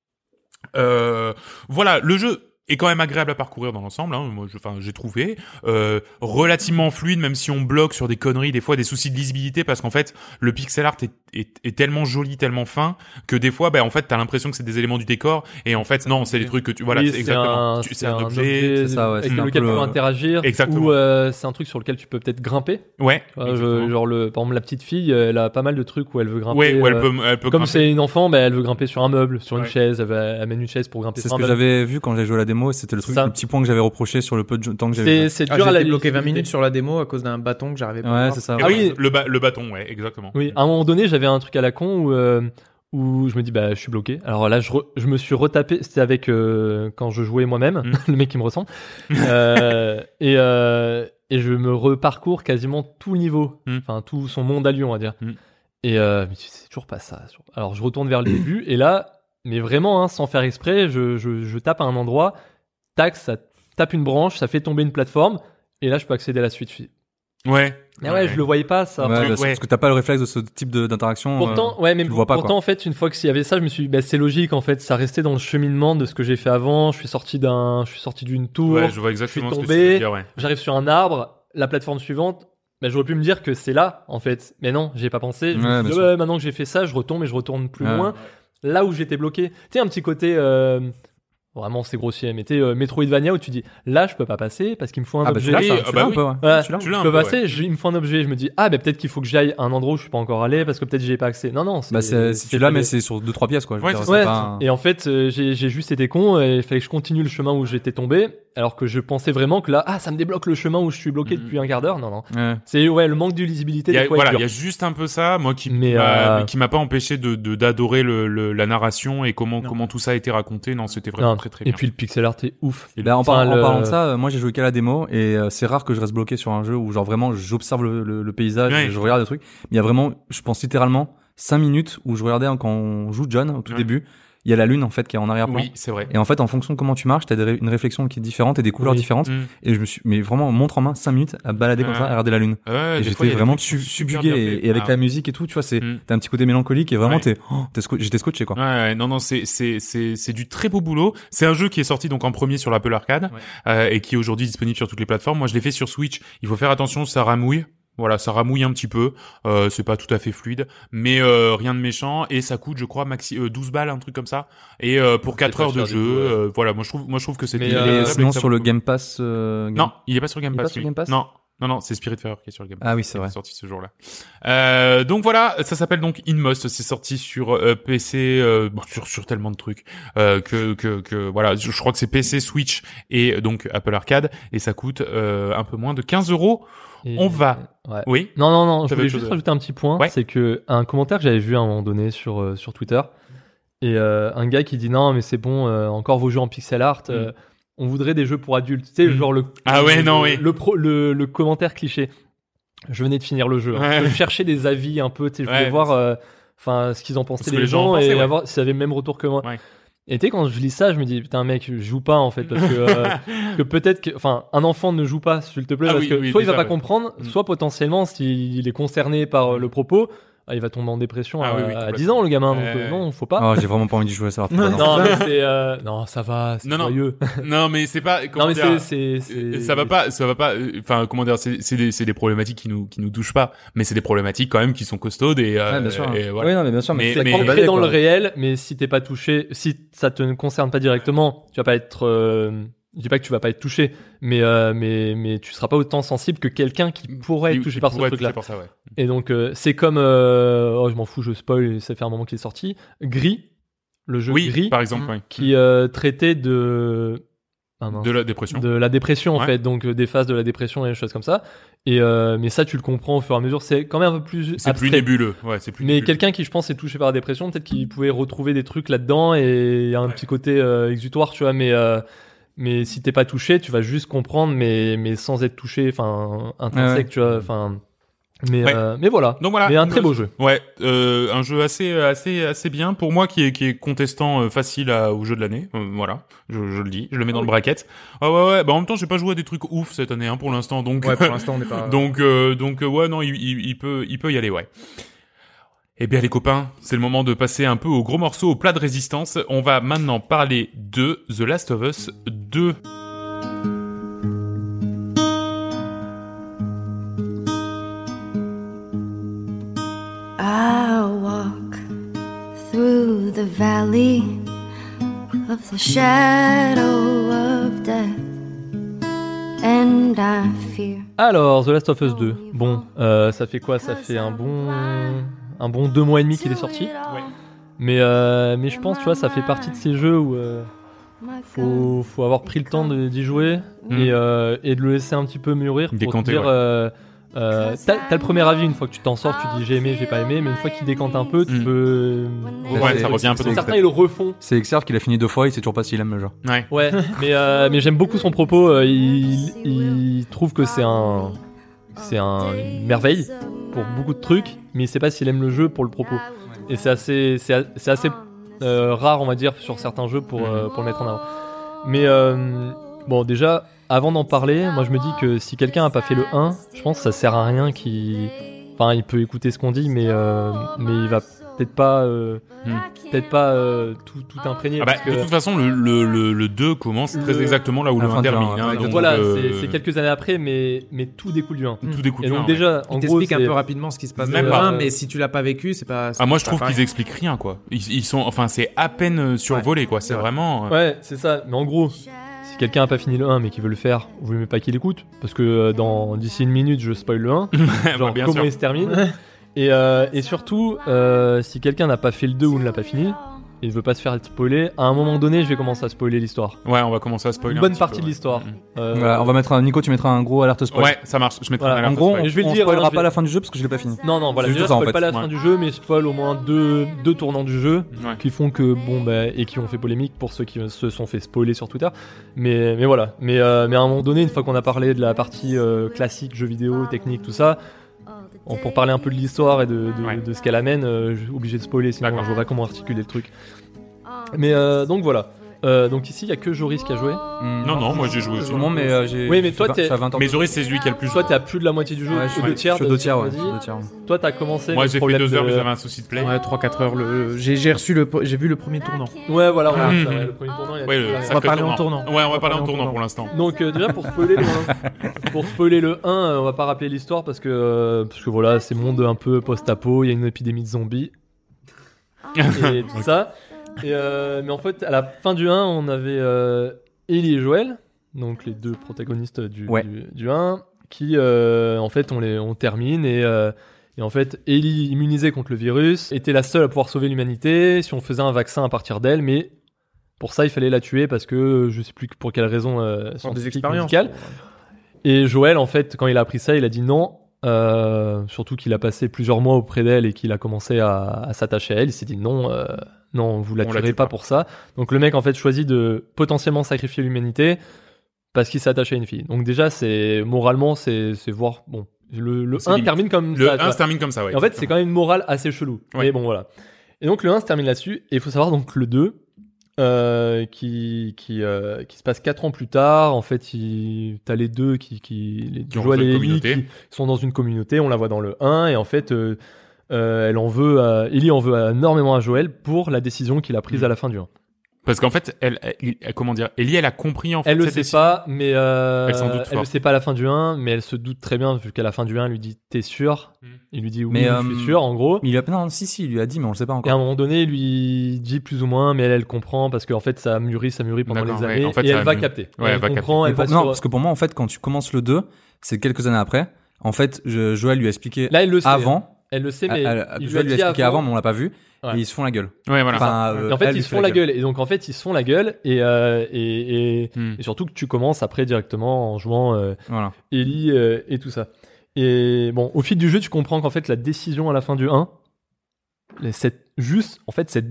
[SPEAKER 1] Voilà, le jeu est quand même agréable à parcourir dans l'ensemble, hein. Moi j'ai trouvé relativement fluide, même si on bloque sur des conneries, des fois des soucis de lisibilité, parce qu'en fait le pixel art est tellement joli, tellement fin, que des fois en fait t'as l'impression que c'est des éléments du décor, et en fait non, c'est des trucs que tu voilà,
[SPEAKER 4] oui,
[SPEAKER 1] c'est exactement
[SPEAKER 4] c'est un objet
[SPEAKER 2] c'est ça, ouais,
[SPEAKER 4] avec
[SPEAKER 2] c'est
[SPEAKER 4] lequel tu peux interagir.
[SPEAKER 1] Exactement.
[SPEAKER 4] Ou c'est un truc sur lequel tu peux peut-être grimper.
[SPEAKER 1] Ouais.
[SPEAKER 4] Genre par exemple la petite fille, elle a pas mal de trucs où elle veut grimper.
[SPEAKER 1] Ouais, où elle peut
[SPEAKER 4] comme
[SPEAKER 1] grimper.
[SPEAKER 4] c'est une enfant, elle veut grimper sur un meuble, sur une chaise, elle amène une chaise pour grimper sur un
[SPEAKER 2] meuble. C'est ce que j'avais vu quand j'ai joué à la démo, c'était le petit point que j'avais reproché sur le peu de temps que j'avais.
[SPEAKER 3] C'est dur à la bloquer 20 minutes sur la démo à cause d'un bâton que j'arrivais pas à voir.
[SPEAKER 2] Ouais, c'est ça.
[SPEAKER 1] Ah oui, le bâton, ouais, exactement.
[SPEAKER 4] Oui, à un moment donné, j'avais un truc à la con où je me dis je suis bloqué. Alors là je me suis retapé, c'était avec quand je jouais moi-même, le mec qui me ressemble. Et je me reparcours quasiment tout le niveau, enfin tout son monde à lui, on va dire. Et c'est toujours pas ça. Alors je retourne vers le début et là, mais vraiment sans faire exprès, je tape à un endroit, tac, ça tape une branche, ça fait tomber une plateforme et là je peux accéder à la suite.
[SPEAKER 1] Ouais.
[SPEAKER 4] Mais ouais, je le voyais pas ça.
[SPEAKER 2] Parce que t'as pas le réflexe de ce type d'interaction.
[SPEAKER 4] Pourtant, pourtant en fait, une fois qu'il y avait ça, je me suis dit, c'est logique en fait, ça restait dans le cheminement de ce que j'ai fait avant. Je suis sorti d'une tour.
[SPEAKER 1] Ouais, je vois exactement
[SPEAKER 4] je suis tombé,
[SPEAKER 1] ce que tu veux dire, ouais.
[SPEAKER 4] J'arrive sur un arbre, la plateforme suivante. J'aurais pu me dire que c'est là en fait, mais non, j'ai pas pensé. Je me suis dit, maintenant que j'ai fait ça, je retombe et je retourne plus loin, là où j'étais bloqué. Tu sais, un petit côté Vraiment, c'est grossier. Mais t'es Metroidvania où tu dis, là, je peux pas passer parce qu'il me faut un objet.
[SPEAKER 2] Celui-là,
[SPEAKER 1] Oui,
[SPEAKER 2] celui-là,
[SPEAKER 1] bah
[SPEAKER 2] un peu, ouais.
[SPEAKER 4] Ouais,
[SPEAKER 2] Celui-là,
[SPEAKER 1] tu l'as
[SPEAKER 4] je
[SPEAKER 1] un
[SPEAKER 4] peux
[SPEAKER 1] peu,
[SPEAKER 4] passer, il me faut un objet. Je me dis, peut-être qu'il faut que j'aille à un endroit où je suis pas encore allé parce que peut-être j'y ai pas accès. Non,
[SPEAKER 2] Bah, c'est celui-là, mais c'est sur 2-3 pièces, quoi. Je veux
[SPEAKER 1] Ouais,
[SPEAKER 2] dire,
[SPEAKER 1] c'est
[SPEAKER 4] Ouais,
[SPEAKER 2] pas un-
[SPEAKER 4] et en fait, j'ai juste été con et il fallait que je continue le chemin où j'étais tombé, alors que je pensais vraiment que là, ça me débloque le chemin où je suis bloqué depuis un quart d'heure. Non.
[SPEAKER 2] Ouais.
[SPEAKER 4] C'est le manque de lisibilité. Des fois,
[SPEAKER 1] Voilà,
[SPEAKER 4] est
[SPEAKER 1] il
[SPEAKER 4] dur.
[SPEAKER 1] y a juste un peu ça, moi qui
[SPEAKER 4] Mais,
[SPEAKER 1] qui m'a pas empêché d'adorer la narration et comment tout ça a été raconté. Non, c'était vraiment
[SPEAKER 4] Non.
[SPEAKER 1] très très
[SPEAKER 4] Et
[SPEAKER 1] bien.
[SPEAKER 4] puis le pixel art est ouf.
[SPEAKER 2] Là, en
[SPEAKER 4] Enfin,
[SPEAKER 2] parlant de ça, moi j'ai joué qu'à la démo et c'est rare que je reste bloqué sur un jeu où genre vraiment j'observe le paysage,
[SPEAKER 1] Ouais.
[SPEAKER 2] et je regarde le truc. Mais il y a vraiment, je pense littéralement 5 minutes où je regardais quand on joue John au tout
[SPEAKER 1] Ouais.
[SPEAKER 2] début, il y a la lune en fait qui est en arrière-plan.
[SPEAKER 1] Oui, c'est vrai.
[SPEAKER 2] Et en fait, en fonction de comment tu marches, t'as une réflexion qui est différente et des couleurs
[SPEAKER 4] Oui.
[SPEAKER 2] différentes.
[SPEAKER 1] Mm.
[SPEAKER 2] Et je me suis, mais vraiment, montre en main 5 minutes à balader comme
[SPEAKER 1] Ouais.
[SPEAKER 2] ça, à regarder la lune.
[SPEAKER 1] Ouais,
[SPEAKER 2] Et
[SPEAKER 1] des fois, il y
[SPEAKER 2] j'étais
[SPEAKER 1] a
[SPEAKER 2] vraiment
[SPEAKER 1] des trucs super
[SPEAKER 2] subjugué.
[SPEAKER 1] bien faits.
[SPEAKER 2] Et avec
[SPEAKER 1] Ah.
[SPEAKER 2] la musique et tout, tu vois,
[SPEAKER 1] Mm.
[SPEAKER 2] t'as un petit côté mélancolique et vraiment
[SPEAKER 1] Ouais.
[SPEAKER 2] j'étais scotché, quoi.
[SPEAKER 1] Ouais, non, c'est du très beau boulot. C'est un jeu qui est sorti donc en premier sur l'Apple Arcade et qui est aujourd'hui disponible sur toutes les plateformes. Moi, je l'ai fait sur Switch. Il faut faire attention, ça ramouille. Voilà, ça ramouille un petit peu. C'est pas tout à fait fluide, mais rien de méchant. Et ça coûte, je crois, 12 balles, un truc comme ça. Et pour 4
[SPEAKER 4] pas
[SPEAKER 1] heures de
[SPEAKER 4] cher du
[SPEAKER 1] jeu,
[SPEAKER 4] tout, ouais.
[SPEAKER 1] voilà, moi je trouve que c'est.
[SPEAKER 4] Mais,
[SPEAKER 2] Et sinon, sur le Game Pass,
[SPEAKER 1] Non, il est pas sur Game
[SPEAKER 2] Il est pas
[SPEAKER 1] Pass.
[SPEAKER 2] sur
[SPEAKER 1] lui.
[SPEAKER 2] Game Pass
[SPEAKER 1] Non, c'est Spiritfarer qui est sur le Game Pass.
[SPEAKER 2] Ah oui, c'est vrai.
[SPEAKER 1] Qui est sorti ce jour-là. Donc voilà, ça s'appelle donc Inmost. C'est sorti sur PC, sur tellement de trucs que voilà. Je crois que c'est PC, Switch et donc Apple Arcade et ça coûte un peu moins de 15 €.
[SPEAKER 4] Et-
[SPEAKER 1] On va.
[SPEAKER 4] Ouais.
[SPEAKER 1] Oui.
[SPEAKER 4] Non, je
[SPEAKER 1] T'avais
[SPEAKER 4] voulais
[SPEAKER 1] autre
[SPEAKER 4] juste
[SPEAKER 1] chose.
[SPEAKER 4] rajouter un petit point,
[SPEAKER 1] Ouais.
[SPEAKER 4] c'est que un commentaire que j'avais vu à un moment donné sur Twitter, et un gars qui dit non mais c'est bon, encore vos jeux en pixel art, on voudrait des jeux pour adultes, tu sais, genre
[SPEAKER 1] Ah ouais, non, oui.
[SPEAKER 4] le commentaire cliché. Je venais de finir le jeu,
[SPEAKER 1] Ouais.
[SPEAKER 4] je cherchais des avis un peu, tu sais, je voulais
[SPEAKER 1] Ouais.
[SPEAKER 4] voir ce qu'ils en pensaient
[SPEAKER 1] Ce que
[SPEAKER 4] les
[SPEAKER 1] les gens en
[SPEAKER 4] gens
[SPEAKER 1] pensaient,
[SPEAKER 4] et
[SPEAKER 1] ouais.
[SPEAKER 4] avoir s'ils avaient le même retour que moi.
[SPEAKER 1] Ouais.
[SPEAKER 4] Et tu sais, quand je lis ça, je me dis putain mec, je joue pas en fait parce que peut-être que un enfant ne joue pas s'il te plaît
[SPEAKER 1] Ah
[SPEAKER 4] parce
[SPEAKER 1] oui,
[SPEAKER 4] que
[SPEAKER 1] oui,
[SPEAKER 4] soit il va
[SPEAKER 1] déjà,
[SPEAKER 4] pas
[SPEAKER 1] ouais.
[SPEAKER 4] comprendre, soit potentiellement s'il est concerné par le propos, il va tomber en dépression
[SPEAKER 1] Ah oui, oui,
[SPEAKER 4] à
[SPEAKER 1] complètement.
[SPEAKER 4] 10 ans le gamin, donc
[SPEAKER 1] Ouais.
[SPEAKER 4] non, faut pas.
[SPEAKER 2] Oh, j'ai vraiment pas envie d'y jouer à ça.
[SPEAKER 4] Non, mais c'est non, ça va, c'est
[SPEAKER 1] Non, non.
[SPEAKER 4] joyeux.
[SPEAKER 1] Non, mais c'est pas. Comment
[SPEAKER 4] Non mais
[SPEAKER 1] dire,
[SPEAKER 4] c'est
[SPEAKER 1] ça va pas. Enfin, comment dire, c'est des problématiques qui nous touchent pas, mais c'est des problématiques quand même qui sont costaudes et.
[SPEAKER 2] Ouais, bien sûr.
[SPEAKER 1] Et voilà.
[SPEAKER 2] Oui, non, mais bien sûr,
[SPEAKER 1] Mais-
[SPEAKER 2] c'est
[SPEAKER 1] mais-
[SPEAKER 4] ancré dans le réel, mais si t'es pas touché, si ça te ne concerne pas directement, tu vas pas être. Je dis pas que tu vas pas être touché, mais tu seras pas autant sensible que quelqu'un qui pourrait être touché par ce
[SPEAKER 1] pourrait être
[SPEAKER 4] truc-là.
[SPEAKER 1] touché par ça, ouais.
[SPEAKER 4] Et donc c'est comme je m'en fous, je spoil, ça fait un moment qu'il est sorti. Gris, le jeu
[SPEAKER 1] Oui,
[SPEAKER 4] Gris,
[SPEAKER 1] par exemple, oui.
[SPEAKER 4] qui traitait de
[SPEAKER 1] De la dépression.
[SPEAKER 4] de la dépression en
[SPEAKER 1] Ouais.
[SPEAKER 4] fait, donc des phases de la dépression et des choses comme ça. Et mais ça tu le comprends au fur et à mesure, c'est quand même un peu plus
[SPEAKER 1] C'est plus
[SPEAKER 4] abstrait.
[SPEAKER 1] nébuleux. Ouais, c'est plus.
[SPEAKER 4] Mais
[SPEAKER 1] nébuleux.
[SPEAKER 4] quelqu'un qui, je pense, est touché par la dépression, peut-être qu'il pouvait retrouver des trucs là-dedans et il y a un petit côté exutoire, tu vois. Mais si t'es pas touché, tu vas juste comprendre, mais sans être touché, enfin intrinsèque,
[SPEAKER 2] Ouais.
[SPEAKER 4] tu vois. Enfin, mais
[SPEAKER 1] Ouais.
[SPEAKER 4] mais voilà.
[SPEAKER 1] Donc voilà.
[SPEAKER 4] Mais un très beau jeu.
[SPEAKER 1] Ouais, un jeu assez bien pour moi qui est contestant facile au jeu de l'année. Voilà, je le dis, je le mets dans le bracket. Ah ouais. Bah en même temps, j'ai pas joué à des trucs ouf cette année pour l'instant, donc
[SPEAKER 3] Ouais, pour l'instant, on n'est pas.
[SPEAKER 1] donc ouais non, il peut y aller, ouais. Eh bien les copains, c'est le moment de passer un peu au gros morceau, au plat de résistance. On va maintenant parler de The Last of Us 2.
[SPEAKER 5] I walk through the valley of the shadow of death, and I fear.
[SPEAKER 4] Alors, The Last of Us 2. Bon, ça fait quoi? Ça fait un bon 2 mois et demi qu'il est sorti. Mais je pense, tu vois, ça fait partie de ces jeux où faut avoir pris le temps d'y jouer et de le laisser un petit peu mûrir pour
[SPEAKER 1] Décanter,
[SPEAKER 4] te dire t'as le premier avis une fois que tu t'en sors, tu dis j'ai aimé, j'ai pas aimé, mais une fois qu'il décante un peu, tu peux
[SPEAKER 1] Ouais, ça revient un peu dans
[SPEAKER 4] certains ils le refont.
[SPEAKER 2] C'est Exerve qu'il a fini 2 fois, il sait toujours pas s'il aime le jeu.
[SPEAKER 1] Ouais.
[SPEAKER 4] Ouais, mais j'aime beaucoup son propos, il trouve que c'est une merveille pour beaucoup de trucs, mais il sait pas s'il aime le jeu pour le propos. Et c'est assez rare, on va dire, sur certains jeux pour le mettre en avant. Mais bon, déjà, avant d'en parler, moi je me dis que si quelqu'un a pas fait le 1, je pense que ça sert à rien Enfin, il peut écouter ce qu'on dit, mais il va peut-être pas tout imprégné.
[SPEAKER 1] Ah bah,
[SPEAKER 4] parce que,
[SPEAKER 1] de toute façon, le 2 commence très exactement là où
[SPEAKER 2] la
[SPEAKER 1] le
[SPEAKER 2] fin
[SPEAKER 1] 1
[SPEAKER 2] du un,
[SPEAKER 1] termine.
[SPEAKER 2] ouais.
[SPEAKER 1] Hein, donc,
[SPEAKER 4] voilà, c'est quelques années après, mais tout découle du 1.
[SPEAKER 1] tout découle
[SPEAKER 4] Et
[SPEAKER 1] du
[SPEAKER 4] donc
[SPEAKER 1] un,
[SPEAKER 4] déjà,
[SPEAKER 3] Il
[SPEAKER 4] en gros,
[SPEAKER 3] t'explique un
[SPEAKER 4] c'est
[SPEAKER 3] peu rapidement ce qui se passe
[SPEAKER 1] Même
[SPEAKER 3] dans le
[SPEAKER 1] pas.
[SPEAKER 3] 1, mais si tu l'as pas vécu, c'est pas.
[SPEAKER 1] Ah, moi, je
[SPEAKER 3] pas
[SPEAKER 1] trouve
[SPEAKER 3] pareil.
[SPEAKER 1] qu'ils expliquent rien, quoi. Ils sont, enfin, c'est à peine survolé, quoi. C'est
[SPEAKER 3] Ouais.
[SPEAKER 1] vraiment.
[SPEAKER 4] Ouais, c'est ça. Mais en gros, si quelqu'un a pas fini le 1 mais qui veut le faire, vous n'aimez pas qu'il écoute, parce que d'ici une minute, je spoil le 1. Genre
[SPEAKER 1] bien
[SPEAKER 4] comment
[SPEAKER 1] sûr.
[SPEAKER 4] il se termine. Et surtout, si quelqu'un n'a pas fait le 2 ou ne l'a pas fini, et ne veut pas se faire spoiler, à un moment donné, je vais commencer à spoiler l'histoire.
[SPEAKER 1] Ouais, on va commencer à spoiler.
[SPEAKER 4] Une
[SPEAKER 1] un
[SPEAKER 4] bonne
[SPEAKER 1] petit
[SPEAKER 4] partie
[SPEAKER 1] peu,
[SPEAKER 4] de
[SPEAKER 1] ouais.
[SPEAKER 4] l'histoire.
[SPEAKER 2] Voilà, on va mettre Nico, tu mettras un gros alerte spoil.
[SPEAKER 1] Ouais, ça marche. Je mettrai
[SPEAKER 4] Voilà.
[SPEAKER 1] un alerte
[SPEAKER 2] En gros,
[SPEAKER 1] spoil.
[SPEAKER 4] je vais le
[SPEAKER 2] on
[SPEAKER 4] dire,
[SPEAKER 2] spoilera
[SPEAKER 4] hein, je
[SPEAKER 2] pas
[SPEAKER 4] vais-
[SPEAKER 2] la fin du jeu parce que je l'ai pas fini.
[SPEAKER 4] Non, voilà,
[SPEAKER 2] C'est
[SPEAKER 4] déjà,
[SPEAKER 2] juste ça,
[SPEAKER 4] je
[SPEAKER 2] en
[SPEAKER 4] spoil
[SPEAKER 2] fait.
[SPEAKER 4] pas la fin
[SPEAKER 1] Ouais.
[SPEAKER 4] du jeu, mais je spoil au moins deux tournants du jeu
[SPEAKER 1] Ouais.
[SPEAKER 4] qui font que, bon, bah, et qui ont fait polémique pour ceux qui se sont fait spoiler sur Twitter. Mais voilà. Mais à un moment donné, une fois qu'on a parlé de la partie classique, jeux vidéo, technique, tout ça, pour parler un peu de l'histoire et
[SPEAKER 1] Ouais.
[SPEAKER 4] de ce qu'elle amène, je suis obligé de spoiler, sinon
[SPEAKER 1] D'accord.
[SPEAKER 4] je vois pas comment articuler le truc. Mais donc voilà. Donc ici, il y a que Joris qui a joué.
[SPEAKER 1] Non, moi j'ai joué aussi.
[SPEAKER 2] Tout le monde, mais j'ai.
[SPEAKER 4] Oui, mais toi,
[SPEAKER 2] je suis
[SPEAKER 4] t'es-
[SPEAKER 2] à 20 ans.
[SPEAKER 1] Mais Joris, c'est celui qui a le plus.
[SPEAKER 4] Toi, t'es à plus de la moitié du jeu,
[SPEAKER 2] Ouais,
[SPEAKER 4] je suis deux tiers.
[SPEAKER 2] Je suis deux tiers,
[SPEAKER 4] de
[SPEAKER 2] ouais.
[SPEAKER 4] ce
[SPEAKER 2] je
[SPEAKER 4] qu'on
[SPEAKER 2] suis
[SPEAKER 4] a
[SPEAKER 2] deux tiers.
[SPEAKER 4] dit. Toi, t'as commencé.
[SPEAKER 1] Moi
[SPEAKER 4] le
[SPEAKER 1] j'ai fait
[SPEAKER 4] problème
[SPEAKER 1] 2 heures,
[SPEAKER 4] de-
[SPEAKER 1] mais j'avais un souci de play.
[SPEAKER 3] Ouais, 3-4 heures. J'ai reçu j'ai vu le premier tournant.
[SPEAKER 4] Ouais, voilà,
[SPEAKER 1] Ah.
[SPEAKER 4] c'est vrai, le premier tournant. il y a
[SPEAKER 1] Ouais,
[SPEAKER 4] des
[SPEAKER 1] le
[SPEAKER 4] problèmes.
[SPEAKER 1] sacré
[SPEAKER 3] parler en tournant.
[SPEAKER 1] Ouais, on va parler en tournant pour l'instant.
[SPEAKER 4] Donc déjà pour spoiler le 1, on va pas rappeler l'histoire parce que voilà, c'est monde un peu post-apo, il y a une épidémie de zombies et tout ça. Et mais en fait, à la fin du 1, on avait Ellie et Joël, donc les deux protagonistes du 1, qui en fait on termine et en fait Ellie, immunisée contre le virus, était la seule à pouvoir sauver l'humanité si on faisait un vaccin à partir d'elle, mais pour ça il fallait la tuer parce que je sais plus pour quelle raison
[SPEAKER 3] Pour des
[SPEAKER 4] scientifique,
[SPEAKER 3] expériences.
[SPEAKER 4] médicale. Et Joël, en fait, quand il a appris ça, il a dit non. Surtout qu'il a passé plusieurs mois auprès d'elle et qu'il a commencé à s'attacher à elle. Il s'est dit non, non, vous la
[SPEAKER 1] On la
[SPEAKER 4] tuerez
[SPEAKER 1] tue
[SPEAKER 4] pas
[SPEAKER 1] pas.
[SPEAKER 4] pour ça. Donc le mec, en fait, choisit de potentiellement sacrifier l'humanité parce qu'il s'est attaché à une fille. Donc déjà, moralement, c'est voir. Bon, le
[SPEAKER 1] C'est
[SPEAKER 4] 1
[SPEAKER 1] limite.
[SPEAKER 4] termine comme
[SPEAKER 1] Le
[SPEAKER 4] ça. tu
[SPEAKER 1] 1
[SPEAKER 4] vois.
[SPEAKER 1] se termine comme ça, ouais.
[SPEAKER 4] Et en fait, c'est quand même une morale assez chelou.
[SPEAKER 1] Ouais.
[SPEAKER 4] Mais bon, voilà. Et donc le 1 se termine là-dessus. Et il faut savoir donc le 2. Qui se passe 4 ans plus tard. En fait, t'as les deux
[SPEAKER 1] Qui ont
[SPEAKER 4] Joël
[SPEAKER 1] rejoint
[SPEAKER 4] et
[SPEAKER 1] une
[SPEAKER 4] Ellie
[SPEAKER 1] communauté.
[SPEAKER 4] qui sont dans une communauté. On la voit dans le 1 et en fait, Ellie en veut énormément à Joël pour la décision qu'il a prise à la fin du 1.
[SPEAKER 1] Parce qu'en fait, comment dire, Ellie, elle a compris en fait.
[SPEAKER 4] Elle le
[SPEAKER 1] cette
[SPEAKER 4] sait
[SPEAKER 1] décision.
[SPEAKER 4] pas, mais
[SPEAKER 1] Elle s'en doute
[SPEAKER 4] elle le
[SPEAKER 1] fort.
[SPEAKER 4] sait pas à la fin du 1, mais elle se doute très bien vu qu'à la fin du 1, elle lui dit t'es sûr Il lui dit oui,
[SPEAKER 2] Mais,
[SPEAKER 4] je suis sûr, en gros.
[SPEAKER 2] Il a non, si, il lui a dit, mais on le sait pas
[SPEAKER 4] Et à un
[SPEAKER 2] encore.
[SPEAKER 4] moment donné, il lui dit plus ou moins, mais elle comprend parce qu'en fait, ça mûrit pendant
[SPEAKER 1] D'accord,
[SPEAKER 4] les
[SPEAKER 1] ouais.
[SPEAKER 4] années
[SPEAKER 1] En fait,
[SPEAKER 4] et
[SPEAKER 1] ça
[SPEAKER 4] elle va
[SPEAKER 1] mûrit.
[SPEAKER 4] capter.
[SPEAKER 1] Ouais, elle va
[SPEAKER 4] comprend,
[SPEAKER 2] Mais
[SPEAKER 4] elle va
[SPEAKER 2] non,
[SPEAKER 4] sur-
[SPEAKER 2] parce que pour moi, en fait, quand tu commences le 2, c'est quelques années après. En fait, Joël lui a expliqué
[SPEAKER 4] Là, elle le sait.
[SPEAKER 2] avant.
[SPEAKER 4] Elle le sait, mais il
[SPEAKER 2] Joël lui a
[SPEAKER 4] dit
[SPEAKER 2] expliqué avant, mais on l'a pas vu.
[SPEAKER 4] Ouais.
[SPEAKER 2] Et ils se font la gueule.
[SPEAKER 1] Ouais, voilà.
[SPEAKER 2] Enfin,
[SPEAKER 4] Et en fait,
[SPEAKER 2] elle
[SPEAKER 4] ils
[SPEAKER 2] lui
[SPEAKER 4] se
[SPEAKER 2] fait
[SPEAKER 4] font la gueule. Et donc, en fait, ils se font la gueule. Et surtout que tu commences après directement en jouant
[SPEAKER 2] Voilà.
[SPEAKER 4] Ellie et tout ça. Et bon, au fil du jeu, tu comprends qu'en fait, la décision à la fin du 1, ce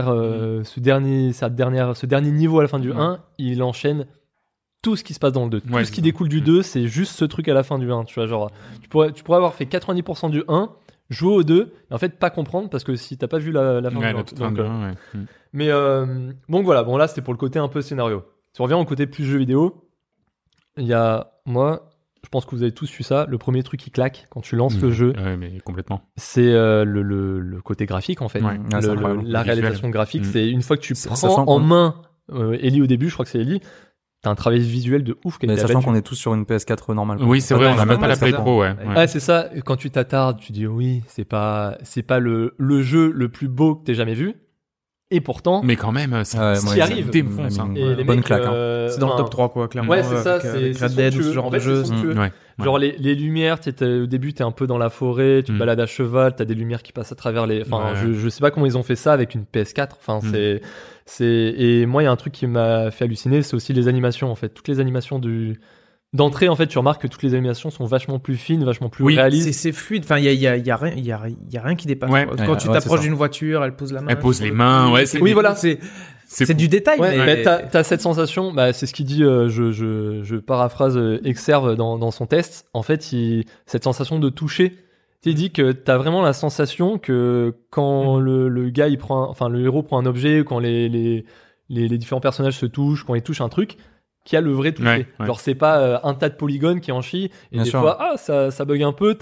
[SPEAKER 4] dernier niveau à la fin du 1, il enchaîne tout ce qui se passe dans le 2.
[SPEAKER 1] Ouais,
[SPEAKER 4] Tout ce qui découle du 2, c'est juste ce truc à la fin du 1. Tu vois, genre, tu pourrais avoir fait 90% du 1, jouer au 2, et en fait, pas comprendre parce que si t'as pas vu la fin
[SPEAKER 1] Ouais,
[SPEAKER 4] du 1.
[SPEAKER 1] la toute fin de un, ouais.
[SPEAKER 4] Mais donc voilà, bon là c'était pour le côté un peu scénario. Si on revient au côté plus jeu vidéo, il y a moi, je pense que vous avez tous su ça, le premier truc qui claque quand tu lances le jeu,
[SPEAKER 1] Ouais, mais complètement.
[SPEAKER 4] c'est le côté graphique en fait.
[SPEAKER 1] Ouais.
[SPEAKER 2] Ah, c'est incroyable.
[SPEAKER 4] La
[SPEAKER 1] Le visuel.
[SPEAKER 4] réalisation graphique,
[SPEAKER 1] Mm.
[SPEAKER 4] c'est une fois que tu
[SPEAKER 2] Ça
[SPEAKER 4] prends
[SPEAKER 2] sent
[SPEAKER 4] en
[SPEAKER 2] qu'on-
[SPEAKER 4] main Ellie au début, je crois que c'est Ellie, t'as un travail visuel de ouf qui a
[SPEAKER 2] Mais
[SPEAKER 4] été
[SPEAKER 2] sachant
[SPEAKER 4] abattu.
[SPEAKER 2] qu'on est tous sur une PS4 normale. quoi.
[SPEAKER 1] Oui, c'est
[SPEAKER 2] Ah,
[SPEAKER 1] vrai,
[SPEAKER 2] ouais,
[SPEAKER 1] on n'a
[SPEAKER 2] c'est
[SPEAKER 1] même pas la
[SPEAKER 2] normal,
[SPEAKER 1] Play
[SPEAKER 2] ça.
[SPEAKER 1] Pro, ouais.
[SPEAKER 2] Ouais.
[SPEAKER 1] Ouais.
[SPEAKER 4] Ah, c'est ça, quand tu t'attardes, tu dis oui, c'est pas le jeu le plus beau que t'aies jamais vu. Et pourtant,
[SPEAKER 1] Mais quand même, ça
[SPEAKER 2] Ouais,
[SPEAKER 4] Ce
[SPEAKER 2] moi,
[SPEAKER 4] qui
[SPEAKER 2] ça
[SPEAKER 4] arrive.
[SPEAKER 1] défonce. Hein.
[SPEAKER 4] et les
[SPEAKER 2] bonne
[SPEAKER 4] mecs,
[SPEAKER 2] claque, hein.
[SPEAKER 3] C'est dans le
[SPEAKER 4] enfin,
[SPEAKER 3] top 3, quoi, clairement.
[SPEAKER 4] Ouais, c'est ça,
[SPEAKER 3] avec
[SPEAKER 4] c'est
[SPEAKER 3] Red Dead ou ce
[SPEAKER 4] somptueux.
[SPEAKER 3] genre
[SPEAKER 4] En
[SPEAKER 3] de
[SPEAKER 4] fait,
[SPEAKER 3] jeu.
[SPEAKER 4] c'est somptueux.
[SPEAKER 1] Ouais.
[SPEAKER 4] Genre les lumières, au début t'es un peu dans la forêt, tu te
[SPEAKER 1] Mm.
[SPEAKER 4] balades à cheval, t'as des lumières qui passent à travers les. Enfin,
[SPEAKER 1] Ouais.
[SPEAKER 4] je sais pas comment ils ont fait ça avec une PS4. Enfin,
[SPEAKER 1] Mm.
[SPEAKER 4] et moi il y a un truc qui m'a fait halluciner, c'est aussi les animations en fait. Toutes les animations d'entrée en fait, tu remarques que toutes les animations sont vachement plus fines, vachement plus
[SPEAKER 1] Oui,
[SPEAKER 4] réalistes.
[SPEAKER 3] C'est fluide. Enfin, il y a rien qui dépasse.
[SPEAKER 1] Ouais.
[SPEAKER 3] quoi.
[SPEAKER 2] Ouais,
[SPEAKER 3] Quand tu
[SPEAKER 2] ouais,
[SPEAKER 3] t'approches
[SPEAKER 2] c'est ça.
[SPEAKER 3] d'une voiture, elle pose la main.
[SPEAKER 1] Elle pose
[SPEAKER 3] sur
[SPEAKER 1] les
[SPEAKER 3] le
[SPEAKER 1] mains,
[SPEAKER 3] truc.
[SPEAKER 1] ouais, c'est-
[SPEAKER 3] Oui, voilà.
[SPEAKER 1] C'est
[SPEAKER 3] C'est du détail.
[SPEAKER 4] Ouais,
[SPEAKER 3] mais
[SPEAKER 4] t'as cette sensation, c'est ce qu'il dit, je paraphrase Exerve dans son test. En fait, cette sensation de toucher, il dit que t'as vraiment la sensation que quand le gars, le héros prend un objet, quand les différents personnages se touchent, quand ils touchent un truc, qu'il y a le vrai toucher.
[SPEAKER 1] Ouais, ouais.
[SPEAKER 4] Genre, c'est pas un tas de polygones qui en chient, et
[SPEAKER 2] Bien
[SPEAKER 4] des
[SPEAKER 2] sûr.
[SPEAKER 4] fois, ça bug un peu, t'as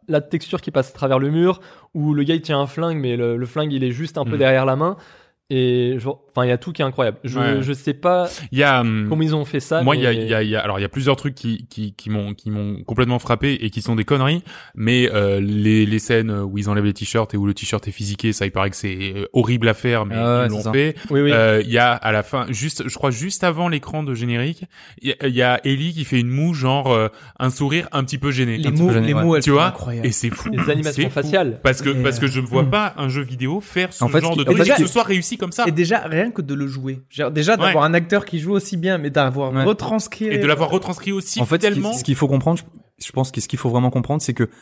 [SPEAKER 4] la texture qui passe à travers le mur, où le gars il tient un flingue, mais le flingue il est juste un peu derrière la main. Et il y a tout qui est incroyable. Je sais pas
[SPEAKER 1] Il y a
[SPEAKER 4] comment ils ont fait ça.
[SPEAKER 1] moi,
[SPEAKER 4] mais...
[SPEAKER 1] il y a plusieurs trucs qui m'ont complètement frappé et qui sont des conneries. Mais les scènes où ils enlèvent les t-shirts et où le t-shirt est physiqué, ça, il paraît que c'est horrible à faire, mais ils l'ont fait.
[SPEAKER 4] Oui.
[SPEAKER 1] Il y a à la fin, je crois juste avant l'écran de générique, il y a Ellie qui fait une moue genre un sourire un petit peu gêné.
[SPEAKER 3] Les mots, elles
[SPEAKER 1] tu
[SPEAKER 3] sont
[SPEAKER 1] vois,
[SPEAKER 3] incroyables.
[SPEAKER 1] et c'est fou.
[SPEAKER 4] Les animations
[SPEAKER 1] C'est fou.
[SPEAKER 4] faciales.
[SPEAKER 1] Parce que je ne vois pas un jeu vidéo faire ce
[SPEAKER 2] En fait,
[SPEAKER 1] genre de
[SPEAKER 2] ce qui-
[SPEAKER 1] truc
[SPEAKER 3] déjà-
[SPEAKER 1] que ce soit réussi comme ça.
[SPEAKER 3] Et déjà, rien que de le jouer. Déjà, d'avoir un acteur qui joue aussi bien, mais d'avoir
[SPEAKER 2] Ouais.
[SPEAKER 3] retranscrit.
[SPEAKER 1] Et de l'avoir retranscrit aussi
[SPEAKER 2] En fait,
[SPEAKER 1] tellement.
[SPEAKER 2] ce qu'il faut comprendre, je pense que ce qu'il faut vraiment comprendre, c'est que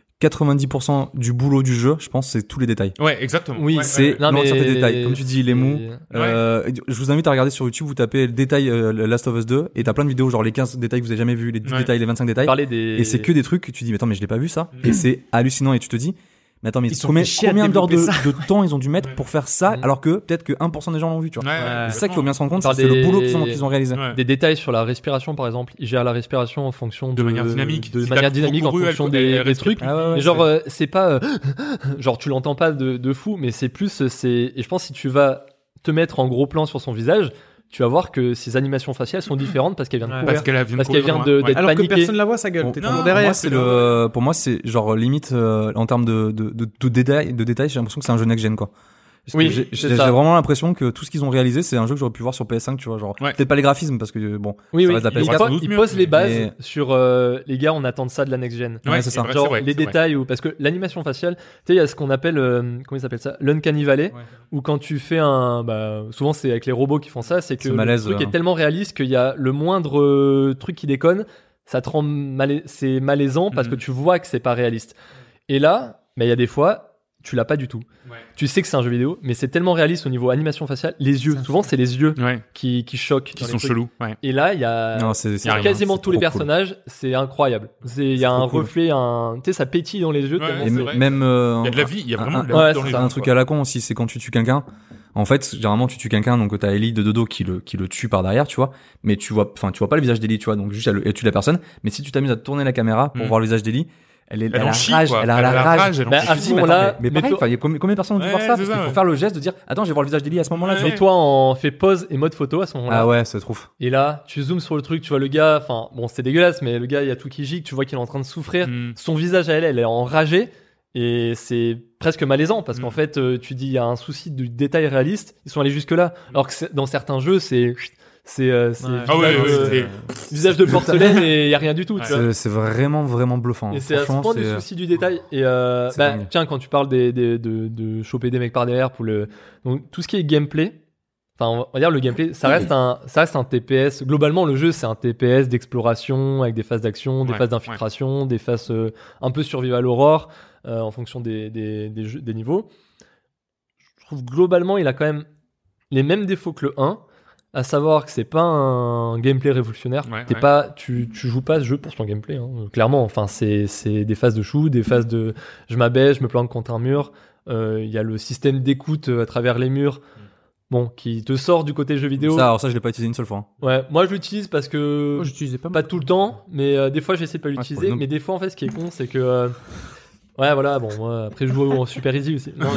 [SPEAKER 2] 90% du boulot du jeu, je pense, c'est tous les détails.
[SPEAKER 1] Ouais, exactement.
[SPEAKER 4] Oui,
[SPEAKER 1] Ouais,
[SPEAKER 2] C'est
[SPEAKER 1] ouais.
[SPEAKER 4] Non,
[SPEAKER 2] non,
[SPEAKER 4] mais-
[SPEAKER 2] certains détails. Comme tu dis, les mots.
[SPEAKER 1] Ouais.
[SPEAKER 2] Je vous invite à regarder sur YouTube, vous tapez le détail Last of Us 2 et t'as plein de vidéos, genre les 15 détails que vous avez jamais vus, les 10
[SPEAKER 1] Ouais.
[SPEAKER 2] détails, les 25 détails.
[SPEAKER 4] Parler des...
[SPEAKER 2] Et c'est que des trucs que tu dis, mais attends, mais je l'ai pas vu ça. Et c'est hallucinant et tu te dis, mais attends, mais
[SPEAKER 3] Ils sont
[SPEAKER 2] combien,
[SPEAKER 3] fait chier à
[SPEAKER 2] combien d'heures de,
[SPEAKER 3] développer
[SPEAKER 2] de temps ils ont dû mettre pour faire ça
[SPEAKER 4] Mm.
[SPEAKER 2] alors que peut-être que 1% des gens l'ont vu, tu vois.
[SPEAKER 1] Ouais, ouais,
[SPEAKER 2] C'est ça qu'il faut bien se rendre compte,
[SPEAKER 4] Par
[SPEAKER 2] c'est le
[SPEAKER 4] des-
[SPEAKER 2] boulot qu'ils ont réalisé.
[SPEAKER 1] Ouais.
[SPEAKER 4] Des détails sur la respiration, par exemple. Ils gèrent la respiration en fonction
[SPEAKER 1] De manière dynamique.
[SPEAKER 4] De
[SPEAKER 1] Si
[SPEAKER 4] manière
[SPEAKER 1] t'as
[SPEAKER 4] dynamique en
[SPEAKER 1] trop couru,
[SPEAKER 4] fonction
[SPEAKER 1] elle
[SPEAKER 4] des
[SPEAKER 1] respire
[SPEAKER 4] trucs.
[SPEAKER 1] plus.
[SPEAKER 2] Ah ouais, ouais,
[SPEAKER 4] Mais genre, c'est pas... genre, tu l'entends pas de fou, mais c'est plus... Et je pense que si tu vas te mettre en gros plan sur son visage, tu vas voir que ses animations faciales sont différentes parce qu'elle vient de
[SPEAKER 3] Ouais.
[SPEAKER 4] courir.
[SPEAKER 1] Parce qu'elle vient,
[SPEAKER 4] Parce qu'elle vient
[SPEAKER 1] courir loin.
[SPEAKER 4] d'être
[SPEAKER 3] Alors que
[SPEAKER 4] paniquée.
[SPEAKER 3] personne la voit, sa gueule.
[SPEAKER 2] Bon,
[SPEAKER 3] T'es
[SPEAKER 1] non,
[SPEAKER 3] toujours
[SPEAKER 2] Pour moi,
[SPEAKER 3] derrière.
[SPEAKER 2] c'est pour moi, c'est genre limite en termes de détails, j'ai l'impression que c'est un jeu next-gen, quoi. Parce que
[SPEAKER 4] Oui,
[SPEAKER 2] j'ai
[SPEAKER 4] c'est ça.
[SPEAKER 2] vraiment l'impression que tout ce qu'ils ont réalisé, c'est un jeu que j'aurais pu voir sur PS5, tu vois, genre
[SPEAKER 1] Ouais.
[SPEAKER 2] peut-être pas les graphismes parce que bon,
[SPEAKER 4] Oui,
[SPEAKER 2] ça
[SPEAKER 4] oui.
[SPEAKER 2] reste la
[SPEAKER 4] Il,
[SPEAKER 2] PS4.
[SPEAKER 1] sans doute
[SPEAKER 4] il
[SPEAKER 1] mieux.
[SPEAKER 4] pose les bases
[SPEAKER 2] Mais-
[SPEAKER 4] sur les gars, on attend de ça de la next-gen.
[SPEAKER 2] Ouais, c'est ça.
[SPEAKER 1] vrai,
[SPEAKER 4] Genre
[SPEAKER 1] vrai,
[SPEAKER 4] les
[SPEAKER 1] c'est vrai.
[SPEAKER 4] détails, ou parce que l'animation faciale, tu sais, il y a ce qu'on appelle, comment ils s'appellent ça, l'uncanny valley,
[SPEAKER 1] Ouais.
[SPEAKER 4] où quand tu fais souvent c'est avec les robots qui font ça, c'est que
[SPEAKER 2] C'est malaise,
[SPEAKER 4] le truc
[SPEAKER 2] ouais.
[SPEAKER 4] est tellement réaliste qu'il y a le moindre truc qui déconne, ça te rend c'est malaisant parce
[SPEAKER 1] Mhm.
[SPEAKER 4] que tu vois que c'est pas réaliste. Et là, il y a des fois, tu l'as pas du tout.
[SPEAKER 1] Ouais.
[SPEAKER 4] Tu sais que c'est un jeu vidéo, mais c'est tellement réaliste au niveau animation faciale, les yeux, souvent c'est les yeux
[SPEAKER 1] Ouais.
[SPEAKER 4] qui choquent.
[SPEAKER 1] Qui
[SPEAKER 4] dans les
[SPEAKER 1] sont
[SPEAKER 4] trucs.
[SPEAKER 1] chelous. Ouais.
[SPEAKER 4] Et là, il y a
[SPEAKER 2] Non, c'est
[SPEAKER 1] y a rien.
[SPEAKER 4] quasiment
[SPEAKER 2] c'est
[SPEAKER 4] tous les
[SPEAKER 2] trop cool.
[SPEAKER 4] personnages, c'est incroyable. Il y a
[SPEAKER 2] trop
[SPEAKER 4] un
[SPEAKER 2] cool.
[SPEAKER 4] reflet, tu sais, ça pétille dans les yeux.
[SPEAKER 1] Ouais,
[SPEAKER 4] tellement
[SPEAKER 1] c'est
[SPEAKER 2] Et
[SPEAKER 4] c'est-
[SPEAKER 1] vrai.
[SPEAKER 2] même
[SPEAKER 1] Il y a de la vie, il y a vraiment de la
[SPEAKER 4] ouais,
[SPEAKER 1] vie dans
[SPEAKER 4] c'est
[SPEAKER 1] les
[SPEAKER 4] ça,
[SPEAKER 1] jeux.
[SPEAKER 2] un truc à la con aussi, c'est quand tu tues quelqu'un. En fait, généralement, tu tues quelqu'un, donc t'as Ellie de dos qui le tue par derrière, tu vois. Mais tu vois pas le visage d'Ellie, tu vois. Donc juste, elle tue la personne. Mais si tu t'amuses à tourner la caméra pour
[SPEAKER 1] Mm.
[SPEAKER 2] voir le visage d'Ellie, elle
[SPEAKER 1] Elle
[SPEAKER 2] a
[SPEAKER 1] en
[SPEAKER 2] la
[SPEAKER 1] chie,
[SPEAKER 2] rage,
[SPEAKER 1] quoi.
[SPEAKER 2] elle a la rage.
[SPEAKER 1] elle en
[SPEAKER 4] Bah,
[SPEAKER 1] chie.
[SPEAKER 4] à
[SPEAKER 2] Je
[SPEAKER 4] ce
[SPEAKER 2] dis, mais
[SPEAKER 4] moment-là,
[SPEAKER 2] attends, mais pareil,
[SPEAKER 4] mets-toi-
[SPEAKER 2] enfin, il y a combien de personnes ont dû
[SPEAKER 1] Ouais,
[SPEAKER 2] voir ça?
[SPEAKER 1] c'est
[SPEAKER 2] Parce
[SPEAKER 1] ça,
[SPEAKER 2] qu'il faut
[SPEAKER 1] ouais.
[SPEAKER 2] faire le geste de dire, attends, je vais voir le visage d'Ellie à ce moment-là,
[SPEAKER 1] Ouais.
[SPEAKER 2] tu vois.
[SPEAKER 4] Mets-toi en fais pause et mode photo à ce moment-là.
[SPEAKER 2] Ah ouais, c'est trop.
[SPEAKER 4] Et là, tu zoomes sur le truc, tu vois le gars, enfin, bon, c'est dégueulasse, mais le gars, il y a tout qui gicle, tu vois qu'il est en train de souffrir.
[SPEAKER 1] Mm.
[SPEAKER 4] Son visage à elle est enragée. Et c'est presque malaisant parce qu'en
[SPEAKER 1] Mm.
[SPEAKER 4] fait, tu dis, il y a un souci de détail réaliste. Ils sont allés jusque-là. Alors que dans certains jeux, c'est
[SPEAKER 1] Ah ouais,
[SPEAKER 4] visage,
[SPEAKER 1] ouais,
[SPEAKER 4] visage de porcelaine et il y a rien du tout. Tu vois.
[SPEAKER 2] C'est vraiment, vraiment bluffant.
[SPEAKER 4] Et c'est à ce
[SPEAKER 2] Franchement,
[SPEAKER 4] point du
[SPEAKER 2] c'est-
[SPEAKER 4] souci du détail. Et
[SPEAKER 2] c'est dingue.
[SPEAKER 4] tiens, quand tu parles de choper des mecs par derrière pour le, donc tout ce qui est gameplay, enfin on va dire le gameplay, ça reste un TPS. Globalement, le jeu c'est un TPS d'exploration avec des phases d'action, des
[SPEAKER 1] Ouais,
[SPEAKER 4] phases d'infiltration, des phases un peu survival horror en fonction des niveaux. Je trouve globalement il a quand même les mêmes défauts que le 1. À savoir que c'est pas un gameplay révolutionnaire.
[SPEAKER 1] Ouais,
[SPEAKER 4] T'es
[SPEAKER 1] ouais.
[SPEAKER 4] pas, tu joues pas ce jeu pour son gameplay. Hein. Clairement, enfin c'est des phases de shoot, des phases de je m'abaisse, je me plante contre un mur. Il y a le système d'écoute à travers les murs, bon, qui te sort du côté jeu vidéo.
[SPEAKER 2] alors ça, je l'ai pas utilisé une seule fois. Hein.
[SPEAKER 4] Ouais, moi je l'utilise parce que
[SPEAKER 3] Moi, j'utilisais pas
[SPEAKER 4] pas tout le temps, mais des fois j'essaie de pas l'utiliser.
[SPEAKER 2] pour le
[SPEAKER 4] Mais des fois en fait, ce qui est con, c'est que ouais, voilà, bon, moi après je joue en Super Easy aussi. Non,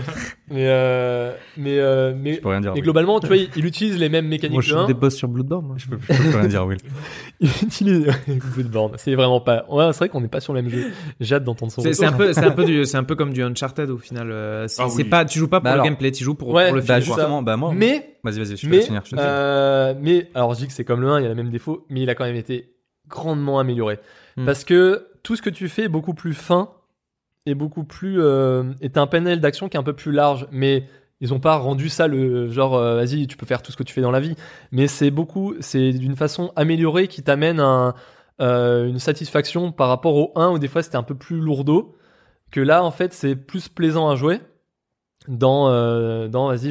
[SPEAKER 4] mais
[SPEAKER 2] Je peux rien dire.
[SPEAKER 4] mais
[SPEAKER 2] Will.
[SPEAKER 4] globalement, tu vois, il utilise les mêmes mécaniques
[SPEAKER 3] Moi, je
[SPEAKER 4] que le
[SPEAKER 3] suis
[SPEAKER 4] 1.
[SPEAKER 3] des boss sur Bloodborne. moi.
[SPEAKER 2] Je peux rien dire, Will.
[SPEAKER 4] Il utilise Bloodborne. C'est vraiment pas. Ouais, c'est vrai qu'on n'est pas sur le même jeu. J'ai hâte d'entendre son
[SPEAKER 3] C'est
[SPEAKER 4] retour.
[SPEAKER 3] c'est un peu comme du Uncharted au final. C'est
[SPEAKER 1] Ah oui.
[SPEAKER 3] pas, tu joues pas pour
[SPEAKER 2] Bah
[SPEAKER 3] le
[SPEAKER 2] alors-
[SPEAKER 3] gameplay, tu joues pour
[SPEAKER 4] Ouais,
[SPEAKER 3] le
[SPEAKER 2] Bah,
[SPEAKER 3] film. quoi.
[SPEAKER 2] justement, bah, moi.
[SPEAKER 4] Mais,
[SPEAKER 2] Vas-y, je te
[SPEAKER 4] mais,
[SPEAKER 2] laisse finir. je te laisse finir.
[SPEAKER 4] alors je dis que c'est comme le 1, il y a le même défaut, mais il a quand même été grandement amélioré.
[SPEAKER 3] Hmm.
[SPEAKER 4] Parce que tout ce que tu fais est beaucoup plus fin et beaucoup plus. Et t'as un panel d'action qui est un peu plus large, mais ils ont pas rendu ça le genre, vas-y, tu peux faire tout ce que tu fais dans la vie. Mais c'est d'une façon améliorée qui t'amène une satisfaction par rapport au 1 où des fois c'était un peu plus lourdeau. Que là, en fait, c'est plus plaisant à jouer. Dans vas-y,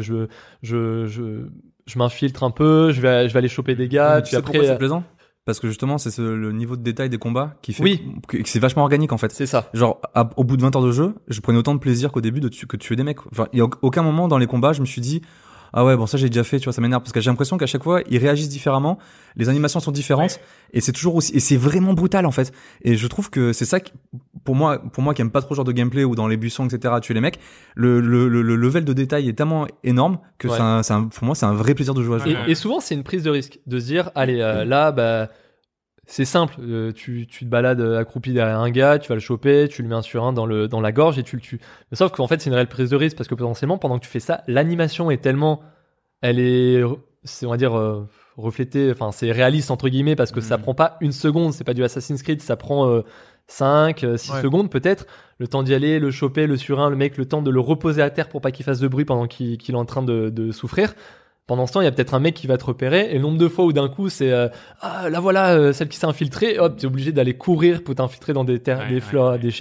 [SPEAKER 4] je m'infiltre un peu, je vais aller choper des gars,
[SPEAKER 2] Mais
[SPEAKER 4] puis
[SPEAKER 2] tu sais
[SPEAKER 4] après
[SPEAKER 2] pourquoi c'est plaisant? Parce que justement, c'est le niveau de détail des combats qui fait
[SPEAKER 4] Oui.
[SPEAKER 2] que c'est vachement organique en fait.
[SPEAKER 4] c'est ça.
[SPEAKER 2] Genre, au bout de 20 heures de jeu, je prenais autant de plaisir qu'au début que de tuer des mecs. Enfin, il y a aucun moment dans les combats, je me suis dit, ah ouais, bon, ça j'ai déjà fait, tu vois, ça m'énerve. Parce que j'ai l'impression qu'à chaque fois, ils réagissent différemment, les animations sont différentes, et c'est toujours aussi, et c'est vraiment brutal en fait. Et je trouve que c'est ça, pour moi qui aime pas trop ce genre de gameplay où dans les buissons etc tuer les mecs, le level de détail est tellement énorme que pour moi c'est un vrai plaisir de jouer à ce jeu.
[SPEAKER 4] Et souvent c'est une prise de risque de se dire allez là bah c'est simple, tu te balades accroupi derrière un gars, tu vas le choper, tu lui mets un sur un dans la gorge et tu le tues. Mais sauf qu'en fait c'est une réelle prise de risque parce que potentiellement pendant que tu fais ça, l'animation est tellement, on va dire reflétée, enfin c'est réaliste entre guillemets parce que ça prend pas une seconde, c'est pas du Assassin's Creed, ça prend 5, 6 secondes peut-être, le temps d'y aller, le choper, le surin, le mec, le temps de le reposer à terre pour pas qu'il fasse de bruit pendant qu'il est en train de souffrir. Pendant ce temps, il y a peut-être un mec qui va te repérer, et le nombre de fois où d'un coup c'est ah là voilà celle qui s'est infiltrée, hop, t'es obligé d'aller courir pour t'infiltrer dans des fleurs, des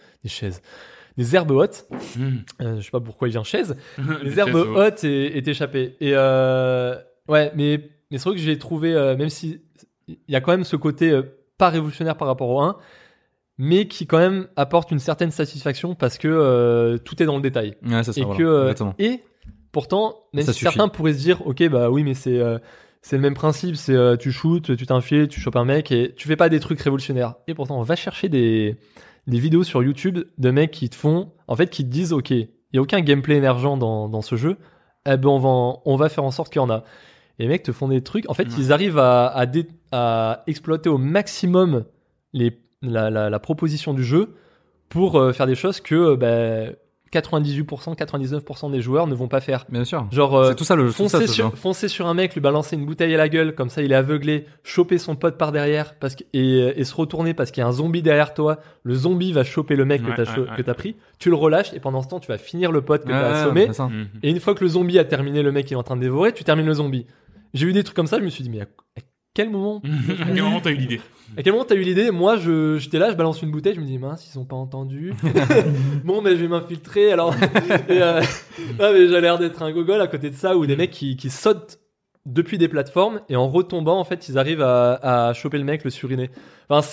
[SPEAKER 4] herbes hautes. Je sais pas pourquoi il vient chaise. Les herbes hautes et t'échapper. Et mais c'est vrai que j'ai trouvé, même si il y a quand même ce côté pas révolutionnaire par rapport au 1, mais qui quand même apporte une certaine satisfaction parce que tout est dans le détail.
[SPEAKER 2] Ouais, c'est ça,
[SPEAKER 4] et
[SPEAKER 2] voilà,
[SPEAKER 4] que
[SPEAKER 2] exactement.
[SPEAKER 4] et pourtant, même
[SPEAKER 2] Ça
[SPEAKER 4] si certains pourraient se dire, ok, bah oui, mais c'est le même principe, c'est tu shootes, tu t'infiles, tu chopes un mec et tu fais pas des trucs révolutionnaires. Et pourtant, on va chercher des vidéos sur YouTube de mecs qui te disent, ok, il y a aucun gameplay émergent dans ce jeu, eh ben on va faire en sorte qu'il y en a. Et les mecs te font des trucs, en fait, ils arrivent à exploiter au maximum la proposition du jeu pour faire des choses que 98%, 99% des joueurs ne vont pas faire.
[SPEAKER 2] Bien sûr.
[SPEAKER 4] Genre,
[SPEAKER 2] c'est tout ça
[SPEAKER 4] foncer sur un mec, lui balancer une bouteille à la gueule, comme ça il est aveuglé, choper son pote par derrière et se retourner parce qu'il y a un zombie derrière toi. Le zombie va choper le mec que t'as pris. Tu le relâches et pendant ce temps, tu vas finir le pote que t'as assommé. Et une fois que le zombie a terminé, le mec il est en train de dévorer, tu termines le zombie. J'ai eu des trucs comme ça, je me suis dit, mais à quel moment
[SPEAKER 1] à quel moment t'as eu l'idée?
[SPEAKER 4] À quel moment t'as eu l'idée? Moi, j'étais là, je balance une bouteille, je me dis mince, ils ont pas entendu. Bon, mais je vais m'infiltrer. Alors, mais j'ai l'air d'être un gogol à côté de ça, où des mecs qui sautent depuis des plateformes et en retombant, en fait, ils arrivent à choper le mec, le suriner. Enfin,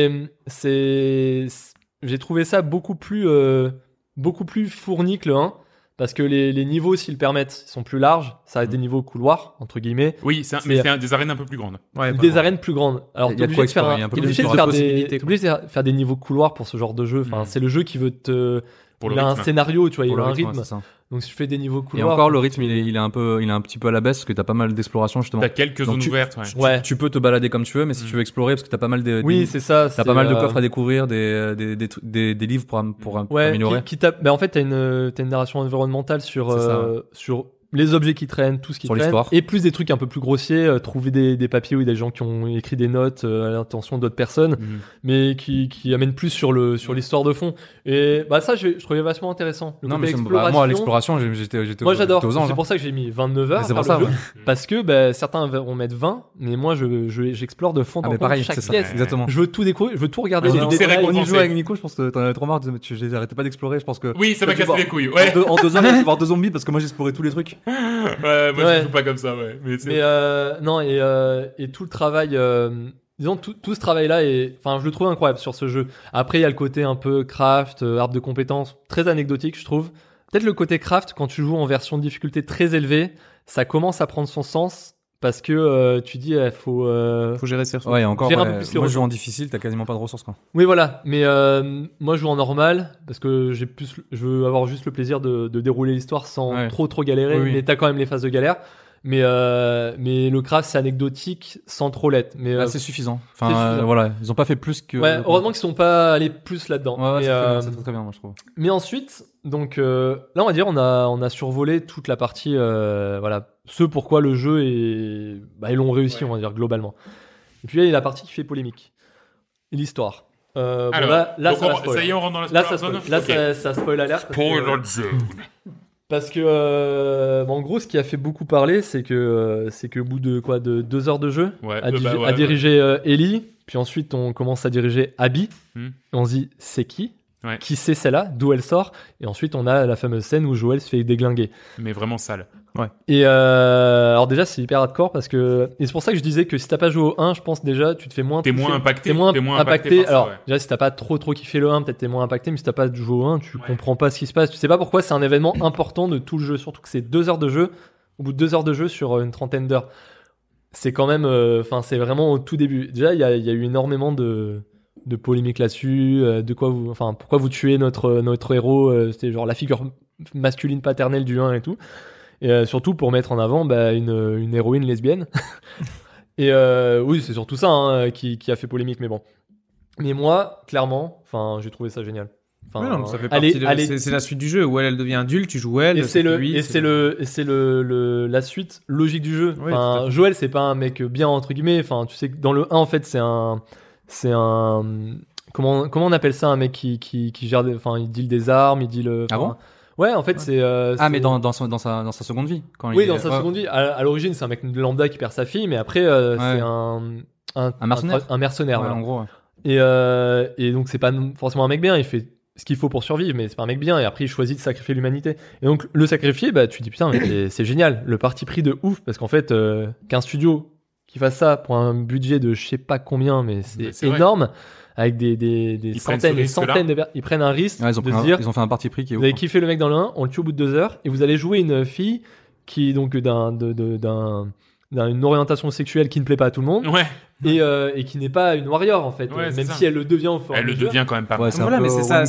[SPEAKER 4] j'ai trouvé ça beaucoup plus fourni que le 1. Parce que les niveaux, s'ils le permettent, ils sont plus larges. Ça reste des niveaux couloirs, entre guillemets.
[SPEAKER 1] Oui, mais c'est des arènes un peu plus grandes.
[SPEAKER 3] Ouais,
[SPEAKER 4] des arènes plus grandes. Alors,
[SPEAKER 2] il y a de quoi explorer. Il y a un peu plus de
[SPEAKER 4] obligé de faire des niveaux couloirs pour ce genre de jeu. Enfin, c'est le jeu qui veut il a un scénario, tu vois, il a un rythme. Donc si tu fais des niveaux couloirs.
[SPEAKER 2] Et encore le rythme, il est un petit peu à la baisse parce que t'as pas mal d'exploration justement.
[SPEAKER 1] T'as quelques zones ouvertes.
[SPEAKER 2] Tu peux te balader comme tu veux, mais si tu veux explorer, parce que t'as pas mal
[SPEAKER 4] c'est ça.
[SPEAKER 2] T'as pas mal de coffres à découvrir, des livres pour améliorer.
[SPEAKER 4] En fait, t'as une narration environnementale sur les objets qui traînent, tout ce qui traîne,
[SPEAKER 2] l'histoire.
[SPEAKER 4] et plus des trucs un peu plus grossiers, trouver des papiers où il y a des gens qui ont écrit des notes à l'intention d'autres personnes, mais qui amènent plus sur l'histoire de fond. Et ça, je trouvais vachement intéressent.
[SPEAKER 2] Moi, l'exploration, j'étais
[SPEAKER 4] moi, j'adore.
[SPEAKER 2] aux anges.
[SPEAKER 4] C'est pour ça que j'ai mis 29 heures.
[SPEAKER 2] C'est pour ça,
[SPEAKER 4] parce que certains vont mettre 20, mais moi, j'explore de fond en comble
[SPEAKER 2] pareil,
[SPEAKER 4] chaque
[SPEAKER 2] c'est
[SPEAKER 4] pièce.
[SPEAKER 2] Ça, exactement.
[SPEAKER 4] Je veux tout découvrir, je veux tout regarder.
[SPEAKER 2] On y joue avec Nico, je pense que t'en avais trop marre, j'arrêtais pas d'explorer, je pense que.
[SPEAKER 1] Oui, ça m'a cassé les couilles.
[SPEAKER 2] En 2 heures, il va y avoir 2 zombies parce que moi, j'explorais tous les trucs.
[SPEAKER 1] Moi je joue pas comme ça,
[SPEAKER 4] et tout le travail, disons tout ce travail-là je le trouve incroyable sur ce jeu. Après il y a le côté un peu craft, arbre de compétences, très anecdotique je trouve. Peut-être le côté craft quand tu joues en version de difficulté très élevée, ça commence à prendre son sens. Parce que tu dis, faut
[SPEAKER 3] gérer ses ressources.
[SPEAKER 2] Ouais, encore.
[SPEAKER 4] Moi,
[SPEAKER 2] je joue en difficile, t'as quasiment pas de ressources, quoi.
[SPEAKER 4] Oui, voilà. Mais moi, je joue en normal parce que je veux avoir juste le plaisir de dérouler l'histoire sans trop galérer. Oui. Mais t'as quand même les phases de galère. Mais le craft, c'est anecdotique sans trop l'être. Mais
[SPEAKER 2] c'est suffisant. Voilà, ils ont pas fait plus que.
[SPEAKER 4] Ouais, heureusement qu'ils sont pas allés plus là-dedans.
[SPEAKER 2] C'est très bien, moi je trouve.
[SPEAKER 4] Mais ensuite, donc là, on va dire, on a survolé toute la partie, ce pourquoi le jeu ils l'ont réussi, on va dire globalement. Et puis là, il y a la partie qui fait polémique, et l'histoire.
[SPEAKER 1] Alors, ça y est, on rentre dans la spoiler zone.
[SPEAKER 4] Là, ça spoil alert.
[SPEAKER 1] Spoiler zone.
[SPEAKER 4] Parce que en gros, ce qui a fait beaucoup parler, c'est que au bout de 2 heures de jeu, à diriger Ellie, puis ensuite on commence à diriger Abby, et on se dit c'est qui c'est celle-là, d'où elle sort, et ensuite on a la fameuse scène où Joël se fait déglinguer.
[SPEAKER 1] Mais vraiment sale.
[SPEAKER 3] Ouais.
[SPEAKER 4] Et alors déjà c'est hyper hardcore parce que c'est pour ça que je disais que si t'as pas joué au 1, je pense déjà tu te fais moins.
[SPEAKER 1] T'es moins impacté.
[SPEAKER 4] Alors déjà si t'as pas trop kiffé le 1, peut-être t'es moins impacté, mais si t'as pas joué au 1, tu comprends pas ce qui se passe. Tu sais pas pourquoi c'est un événement important de tout le jeu, surtout que c'est 2 heures de jeu. Au bout de 2 heures de jeu sur une trentaine d'heures, c'est quand même, c'est vraiment au tout début. Déjà il y a eu énormément de de polémiques là-dessus, pourquoi vous tuez notre héros, c'était genre la figure masculine paternelle du 1 et tout. Et surtout pour mettre en avant une héroïne lesbienne. Et oui, c'est surtout ça qui a fait polémique, mais bon. Mais moi, clairement, j'ai trouvé ça génial.
[SPEAKER 3] Non, ça fait partie c'est la suite du jeu où elle devient adulte, tu joues elle.
[SPEAKER 4] Et c'est la suite logique du jeu.
[SPEAKER 3] Oui,
[SPEAKER 4] Joël, c'est pas un mec bien entre guillemets. Tu sais que dans le 1, en fait, c'est un comment on appelle ça, un mec qui gère il deal des armes, il deal.
[SPEAKER 2] Ah bon?
[SPEAKER 4] Ouais, en fait, c'est.
[SPEAKER 2] Mais dans sa seconde vie.
[SPEAKER 4] Dans sa seconde vie. À l'origine, c'est un mec lambda qui perd sa fille, mais après, c'est un
[SPEAKER 2] mercenaire.
[SPEAKER 4] Un mercenaire,
[SPEAKER 2] Ouais,
[SPEAKER 4] voilà.
[SPEAKER 2] en gros. Ouais.
[SPEAKER 4] Et donc, c'est pas forcément un mec bien. Il fait ce qu'il faut pour survivre, mais c'est pas un mec bien. Et après, il choisit de sacrifier l'humanité. Et donc, le sacrifier, tu te dis putain, mais c'est génial. Le parti pris de ouf, parce qu'en fait, qu'un studio qui fasse ça pour un budget de je sais pas combien, mais c'est énorme. Vrai. Avec des centaines et centaines de personnes. Ils prennent un risque de se dire.
[SPEAKER 2] Ils ont fait un parti pris qui est ouf.
[SPEAKER 4] Vous avez kiffé le mec dans le 1, on le tue au bout de 2 heures, et vous allez jouer une fille qui, donc, d'une orientation sexuelle qui ne plaît pas à tout le monde.
[SPEAKER 1] Ouais.
[SPEAKER 4] Et qui n'est pas une warrior, en fait.
[SPEAKER 1] Ouais,
[SPEAKER 4] même si elle le devient au fur et à mesure.
[SPEAKER 1] Elle le devient quand même pas.
[SPEAKER 2] Ouais, mais
[SPEAKER 3] c'est ça.
[SPEAKER 2] Oui,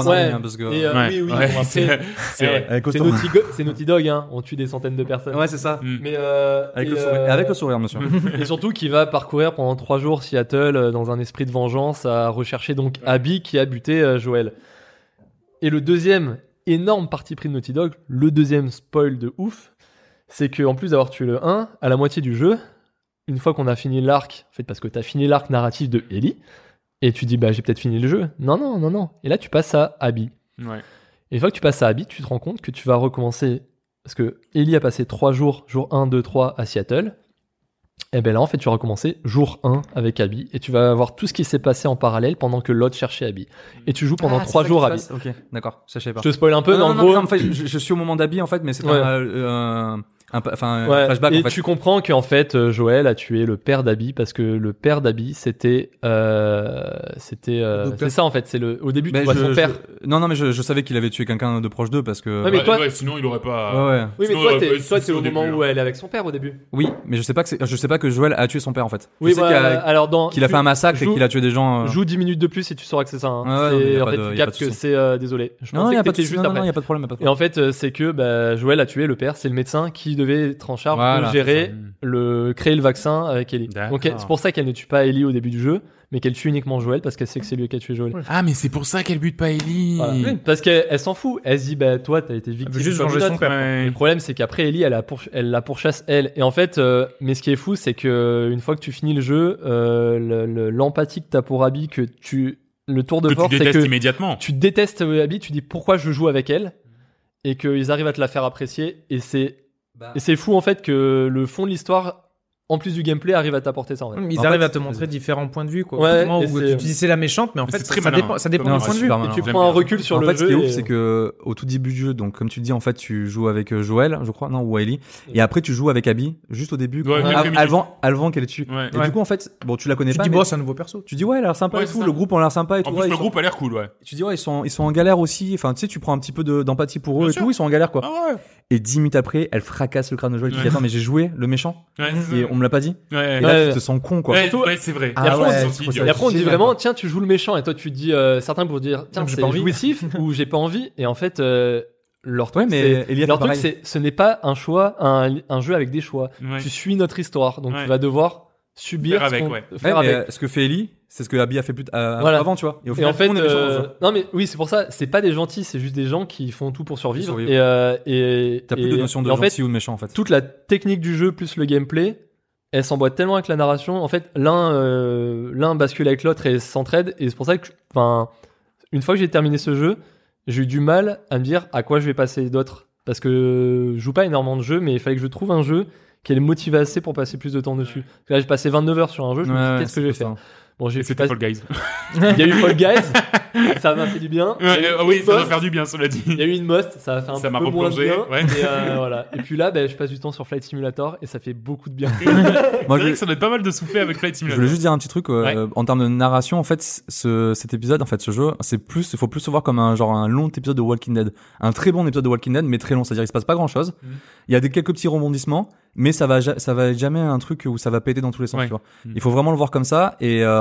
[SPEAKER 4] c'est Naughty Dog, on tue des centaines de personnes.
[SPEAKER 2] Ouais, c'est ça.
[SPEAKER 4] Mais
[SPEAKER 2] avec le sourire, monsieur.
[SPEAKER 4] Et surtout qu'il va parcourir pendant 3 jours Seattle dans un esprit de vengeance à rechercher donc Abby qui a buté Joël. Et le deuxième énorme parti pris de Naughty Dog, le deuxième spoil de ouf, c'est que en plus d'avoir tué le 1, à la moitié du jeu, une fois qu'on a fini l'arc, en fait parce que t'as fini l'arc narratif de Ellie, et tu dis j'ai peut-être fini le jeu. Non. Et là tu passes à Abby.
[SPEAKER 1] Ouais.
[SPEAKER 4] Et une fois que tu passes à Abby, tu te rends compte que tu vas recommencer, parce que Ellie a passé 3 jours, jour 1, 2, 3 à Seattle. Et là en fait tu vas recommencer jour 1 avec Abby, et tu vas voir tout ce qui s'est passé en parallèle pendant que l'autre cherchait Abby. Et tu joues pendant 3 jours Abby.
[SPEAKER 2] Ok, d'accord, ça je sais pas.
[SPEAKER 4] Je te spoil un peu,
[SPEAKER 2] non,
[SPEAKER 4] en gros.
[SPEAKER 2] En fait, je suis au moment d'Abby en fait, mais c'est un flashback.
[SPEAKER 4] Et
[SPEAKER 2] en fait.
[SPEAKER 4] tu comprends qu'en fait Joël a tué le père d'Abby parce que le père d'Abby c'était c'est ça en fait, c'est au début tu vois son père.
[SPEAKER 2] Non mais je savais qu'il avait tué quelqu'un de proche d'eux parce que.
[SPEAKER 4] Ouais, mais toi,
[SPEAKER 1] sinon il aurait pas.
[SPEAKER 2] Ouais.
[SPEAKER 4] Oui, mais toi t'es au moment où elle est avec son père au début.
[SPEAKER 2] Oui, mais je sais pas que Joël a tué son père en fait.
[SPEAKER 4] Oui,
[SPEAKER 2] je sais qu'il a fait un massacre et qu'il a tué des gens.
[SPEAKER 4] Joue 10 minutes de plus et tu sauras que c'est ça. En fait, tu captes que c'est désolé.
[SPEAKER 2] Non, il y a pas de juste après. Il y a pas de problème.
[SPEAKER 4] Et en fait, c'est que Joël a tué le père, c'est le médecin qui devait être en charge de gérer créer le vaccin avec Ellie. Donc c'est pour ça qu'elle ne tue pas Ellie au début du jeu, mais qu'elle tue uniquement Joël parce qu'elle sait que c'est lui qui a tué Joël.
[SPEAKER 1] Ah, mais c'est pour ça qu'elle bute pas Ellie.
[SPEAKER 4] Voilà. Oui, parce qu'elle s'en fout. Elle se dit toi t'as été victime.
[SPEAKER 3] Elle veut juste venger son père.
[SPEAKER 4] Ouais. Le problème c'est qu'après Ellie elle la pourchasse elle. Et en fait, mais ce qui est fou c'est que une fois que tu finis le jeu, l'empathie que t'as pour Abby, le tour de force c'est que
[SPEAKER 1] immédiatement.
[SPEAKER 4] Tu détestes Abby, tu dis pourquoi je joue avec elle, et qu'ils arrivent à te la faire apprécier, et c'est fou en fait que le fond de l'histoire, en plus du gameplay, arrive à t'apporter ça. En fait.
[SPEAKER 3] Ils arrivent à te montrer différents points de vue, quoi.
[SPEAKER 4] Ouais,
[SPEAKER 3] tu dis c'est la méchante, mais en fait ça dépend du point de vue.
[SPEAKER 4] Et tu prends un recul sur le jeu.
[SPEAKER 2] En fait, ce qui est ouf, c'est que au tout début du jeu, donc comme tu dis, en fait, tu joues avec Joël, je crois, ou Ellie, et après tu joues avec Abby, juste au début, avant qu'elle tue. Et du coup, en fait, tu la connais pas.
[SPEAKER 3] Tu dis c'est un nouveau perso.
[SPEAKER 2] Tu dis elle a l'air sympa et tout, le groupe a l'air sympa et tout.
[SPEAKER 1] En plus, le groupe a l'air cool, ouais.
[SPEAKER 2] Tu dis ils sont en galère aussi. Enfin, tu sais, tu prends un petit peu d'empathie pour eux et tout, ils sont en galère, quoi. Et 10 minutes après, elle fracasse le crâne de Joël. Tu dis attends, mais j'ai joué le méchant et on me l'a pas dit.
[SPEAKER 1] Et
[SPEAKER 2] là, tu te sens con, quoi.
[SPEAKER 1] Ouais, c'est vrai.
[SPEAKER 4] Et après, on dit vraiment, tiens, tu joues le méchant. Et toi, tu te dis, certains pour dire, tiens, c'est jouissif ou j'ai pas envie. Et en fait, leur truc, c'est, ce n'est pas un choix, un jeu avec des choix. Tu suis notre histoire. Donc, tu vas devoir subir
[SPEAKER 2] faire avec. Ce que fait Ellie, c'est ce que Abby a fait avant, tu vois.
[SPEAKER 4] Et au final, en fait, non mais oui, c'est pour ça, c'est pas des gentils, c'est juste des gens qui font tout pour survivre. Et
[SPEAKER 2] t'as plus de notion de gentil ou de méchant, en fait.
[SPEAKER 4] Toute la technique du jeu plus le gameplay, elle s'emboîte tellement avec la narration. En fait, l'un bascule avec l'autre et s'entraide. Et c'est pour ça que, une fois que j'ai terminé ce jeu, j'ai eu du mal à me dire à quoi je vais passer d'autres. Parce que je joue pas énormément de jeux, mais il fallait que je trouve un jeu qui allait me motiver assez pour passer plus de temps dessus. Parce que là, j'ai passé 29 heures sur un jeu, je me suis dit, qu'est-ce que je vais faire? Bon,
[SPEAKER 1] c'était Fall Guys.
[SPEAKER 4] Il y a eu Fall Guys, ça m'a fait du bien.
[SPEAKER 1] Oui, ça va faire du bien, cela dit.
[SPEAKER 4] Il y a eu une Most, ça va faire un peu moins de bien. Et voilà. Et puis là, je passe du temps sur Flight Simulator et ça fait beaucoup de bien.
[SPEAKER 1] Moi, je dirais que ça doit être pas mal de souffler avec Flight Simulator.
[SPEAKER 2] Je voulais juste dire un petit truc en termes de narration. En fait, cet épisode, en fait, ce jeu, il faut plus se voir comme un long épisode de Walking Dead, un très bon épisode de Walking Dead, mais très long. C'est-à-dire, il se passe pas grand-chose. Il y a quelques petits rebondissements, mais ça va jamais un truc où ça va péter dans tous les sens. Tu vois. Il faut vraiment le voir comme ça. Et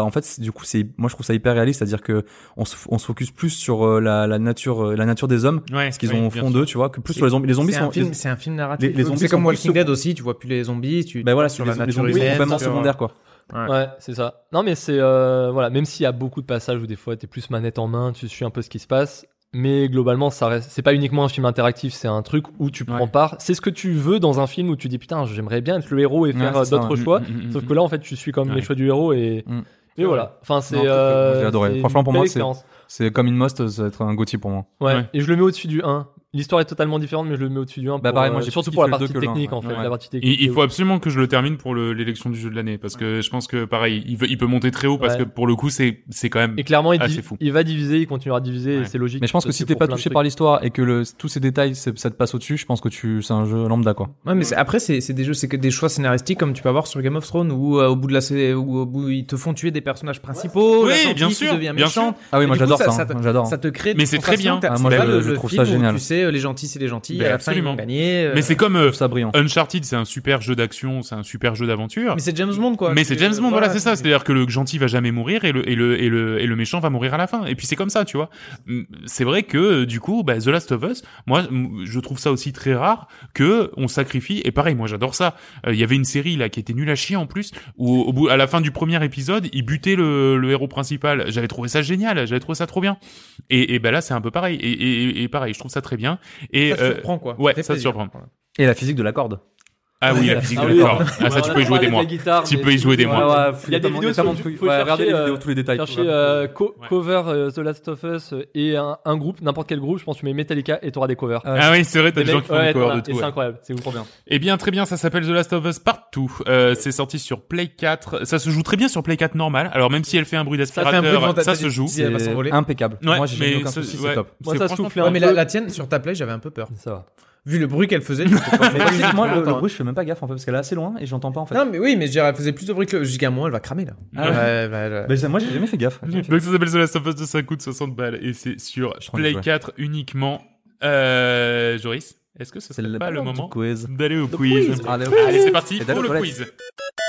[SPEAKER 2] en fait, du coup, moi je trouve ça hyper réaliste, c'est-à-dire que on se focus plus sur la nature des hommes,
[SPEAKER 1] Ouais,
[SPEAKER 2] ce qu'ils
[SPEAKER 1] oui,
[SPEAKER 2] ont au
[SPEAKER 1] bien
[SPEAKER 2] fond
[SPEAKER 1] sûr.
[SPEAKER 2] d'eux, tu vois, que plus sur les zombies. Les zombies sont
[SPEAKER 3] C'est un film narratif.
[SPEAKER 2] les zombies
[SPEAKER 3] c'est comme
[SPEAKER 2] sont
[SPEAKER 3] Walking
[SPEAKER 2] plus
[SPEAKER 3] Dead aussi, tu vois plus les zombies, tu
[SPEAKER 2] ben voilà,
[SPEAKER 3] sur
[SPEAKER 2] les
[SPEAKER 3] la nature
[SPEAKER 2] zombies sont
[SPEAKER 3] humaine,
[SPEAKER 2] complètement
[SPEAKER 3] sur-
[SPEAKER 2] secondaires, quoi.
[SPEAKER 4] Ouais, c'est ça. Non, mais c'est voilà, même s'il y a beaucoup de passages où des fois t'es plus manette en main, tu suis un peu ce qui se passe, mais globalement ça reste. C'est pas uniquement un film interactif, c'est un truc où tu prends
[SPEAKER 1] Ouais.
[SPEAKER 4] part. C'est ce que tu veux dans un film où tu dis putain, j'aimerais bien être le héros et faire
[SPEAKER 2] Ouais, c'est ça,
[SPEAKER 4] d'autres
[SPEAKER 2] ouais.
[SPEAKER 4] choix. Sauf que là, en fait, tu suis comme les
[SPEAKER 1] Ouais.
[SPEAKER 4] choix du héros et voilà. Enfin, c'est.
[SPEAKER 2] Non, j'ai adoré.
[SPEAKER 4] c'est
[SPEAKER 2] Franchement,
[SPEAKER 4] une
[SPEAKER 2] pour
[SPEAKER 4] belle
[SPEAKER 2] moi,
[SPEAKER 4] expérience.
[SPEAKER 2] C'est comme In Most, ça va être un GOTY pour moi.
[SPEAKER 4] Ouais.
[SPEAKER 1] Ouais.
[SPEAKER 4] Et je le mets au-dessus du 1. L'histoire est totalement différente, mais je le mets au-dessus du 1.
[SPEAKER 2] Bah,
[SPEAKER 4] pour,
[SPEAKER 2] pareil, moi, j'ai
[SPEAKER 4] surtout
[SPEAKER 2] plus
[SPEAKER 4] pour la
[SPEAKER 2] kiffé le
[SPEAKER 4] partie
[SPEAKER 2] 2 que le 1,
[SPEAKER 4] technique, en
[SPEAKER 2] ouais.
[SPEAKER 4] fait.
[SPEAKER 2] Ouais.
[SPEAKER 4] La partie technique.
[SPEAKER 1] Il faut absolument que je le termine pour l'élection du jeu de l'année parce que je pense que pareil, il peut monter très haut parce
[SPEAKER 4] Ouais.
[SPEAKER 1] que pour le coup c'est quand même
[SPEAKER 4] Et clairement,
[SPEAKER 1] c'est fou.
[SPEAKER 4] il va diviser, il continuera à diviser,
[SPEAKER 1] Ouais.
[SPEAKER 4] et c'est logique.
[SPEAKER 2] Mais je pense que
[SPEAKER 4] parce
[SPEAKER 2] si t'es
[SPEAKER 4] pour
[SPEAKER 2] pas
[SPEAKER 4] plein de
[SPEAKER 2] touché
[SPEAKER 4] trucs-
[SPEAKER 2] par l'histoire et que tous ces détails, ça te passe au-dessus, je pense que c'est un jeu lambda, quoi.
[SPEAKER 3] Ouais, mais après, c'est des jeux, c'est que des choix scénaristiques comme tu peux avoir sur Game of Thrones où au bout de où au bout ils te font tuer des personnages principaux,
[SPEAKER 1] Oui,
[SPEAKER 3] la gentille
[SPEAKER 1] bien
[SPEAKER 3] qui
[SPEAKER 1] sûr,
[SPEAKER 3] devient
[SPEAKER 1] bien
[SPEAKER 3] méchante.
[SPEAKER 2] Ah oui,
[SPEAKER 3] Et
[SPEAKER 2] moi
[SPEAKER 3] du coup,
[SPEAKER 2] j'adore
[SPEAKER 3] ça-
[SPEAKER 2] ça,
[SPEAKER 3] ça te-
[SPEAKER 2] hein, j'adore.
[SPEAKER 3] Ça te crée
[SPEAKER 1] Mais
[SPEAKER 3] des
[SPEAKER 1] c'est très bien.
[SPEAKER 3] sensations.
[SPEAKER 2] Ah, moi,
[SPEAKER 3] C'est pas
[SPEAKER 2] je
[SPEAKER 3] le
[SPEAKER 2] trouve
[SPEAKER 3] film
[SPEAKER 2] ça
[SPEAKER 3] où
[SPEAKER 2] génial.
[SPEAKER 3] Tu sais, les gentils, c'est les gentils.
[SPEAKER 1] Ben,
[SPEAKER 3] À la fin, ils
[SPEAKER 1] absolument.
[SPEAKER 3] vont gagner.
[SPEAKER 1] Mais c'est comme
[SPEAKER 2] Je trouve ça brillant.
[SPEAKER 1] Uncharted, c'est un super jeu d'action, c'est un super jeu d'aventure.
[SPEAKER 3] Mais c'est James Bond, quoi.
[SPEAKER 1] Mais c'est James Bond, voilà, c'est ça. C'est-à-dire que le gentil va jamais mourir et le méchant va mourir à la fin. Et puis c'est comme ça, tu vois. C'est vrai que du coup, The Last of Us, moi, je trouve ça aussi très rare que on sacrifie. Et pareil, moi, j'adore ça. Il y avait une série là qui était nulle à chier en plus, où à la fin du premier épisode, il butait le héros principal. J'avais trouvé ça génial, j'avais trouvé ça trop bien. Et là, c'est un peu pareil. Et pareil, je trouve ça très bien. Et
[SPEAKER 3] Ça surprend, quoi.
[SPEAKER 1] ouais,
[SPEAKER 3] fait
[SPEAKER 1] ça
[SPEAKER 3] plaisir.
[SPEAKER 1] surprend.
[SPEAKER 2] Et la physique de la corde.
[SPEAKER 1] Ah oui, la physique
[SPEAKER 4] Ah
[SPEAKER 1] de
[SPEAKER 4] oui,
[SPEAKER 1] l'accord.
[SPEAKER 4] ouais.
[SPEAKER 1] Ah ça, tu peux y jouer des mois. Tu peux y jouer des mois.
[SPEAKER 4] Il y a des vidéos
[SPEAKER 2] tellement de
[SPEAKER 4] sur-
[SPEAKER 2] trucs.
[SPEAKER 4] faut
[SPEAKER 2] Ouais,
[SPEAKER 4] chercher,
[SPEAKER 2] regardez les vidéos, tous les détails.
[SPEAKER 4] Chercher cover The Last of Us et un groupe, n'importe quel groupe, je pense que tu mets Metallica et tu auras des covers.
[SPEAKER 1] Ah oui, c'est vrai, t'as des gens
[SPEAKER 4] mecs-
[SPEAKER 1] qui font des
[SPEAKER 4] ouais,
[SPEAKER 1] covers
[SPEAKER 4] t'en
[SPEAKER 1] de
[SPEAKER 4] as,
[SPEAKER 1] tout.
[SPEAKER 4] et c'est
[SPEAKER 1] ouais.
[SPEAKER 4] incroyable, c'est trop bien.
[SPEAKER 1] Eh bien, très bien, ça s'appelle The Last of Us Partout. C'est sorti sur Play 4. Ça se joue très bien sur Play 4 normal. Alors même si elle fait un bruit
[SPEAKER 3] Ça fait un bruit
[SPEAKER 1] d'aspirateur,
[SPEAKER 3] quand
[SPEAKER 1] ça
[SPEAKER 3] t'as
[SPEAKER 1] se
[SPEAKER 3] dit-
[SPEAKER 1] joue.
[SPEAKER 3] si elle va s'envoler.
[SPEAKER 2] Impeccable.
[SPEAKER 1] Ouais,
[SPEAKER 2] Moi, j'ai jamais
[SPEAKER 1] mais
[SPEAKER 2] aucun
[SPEAKER 1] ce-
[SPEAKER 2] souci,
[SPEAKER 1] ouais.
[SPEAKER 2] c'est top.
[SPEAKER 4] Moi,
[SPEAKER 1] C'est
[SPEAKER 4] ça
[SPEAKER 1] franchement
[SPEAKER 4] souffle
[SPEAKER 1] pas
[SPEAKER 4] un
[SPEAKER 3] Ouais, mais
[SPEAKER 4] peu.
[SPEAKER 3] la tienne, sur ta play, j'avais un peu peur.
[SPEAKER 4] Ça va.
[SPEAKER 3] Vu le bruit qu'elle faisait, je me suis pas fait-
[SPEAKER 2] Moi, le
[SPEAKER 3] longtemps.
[SPEAKER 2] bruit, je fais même pas gaffe en fait, parce qu'elle est assez loin et j'entends pas en fait.
[SPEAKER 3] Non, mais oui, mais je dirais, elle faisait plus de bruit que le. Jusqu'à un moment, elle va cramer là.
[SPEAKER 2] Ah ouais.
[SPEAKER 3] Ouais.
[SPEAKER 2] Moi, j'ai jamais fait gaffe.
[SPEAKER 1] Donc ça s'appelle The Last of Us 2, ça coûte 60 balles et c'est sur
[SPEAKER 2] Je crois que
[SPEAKER 1] Play
[SPEAKER 2] je vois.
[SPEAKER 1] 4 uniquement. Joris, est-ce que ce
[SPEAKER 2] C'est
[SPEAKER 1] serait pas le moment
[SPEAKER 2] quiz.
[SPEAKER 1] d'aller au quiz?
[SPEAKER 2] Allez,
[SPEAKER 1] Allez, c'est parti
[SPEAKER 2] Et d'aller
[SPEAKER 1] pour
[SPEAKER 2] aux
[SPEAKER 1] le
[SPEAKER 2] toilettes.
[SPEAKER 1] quiz.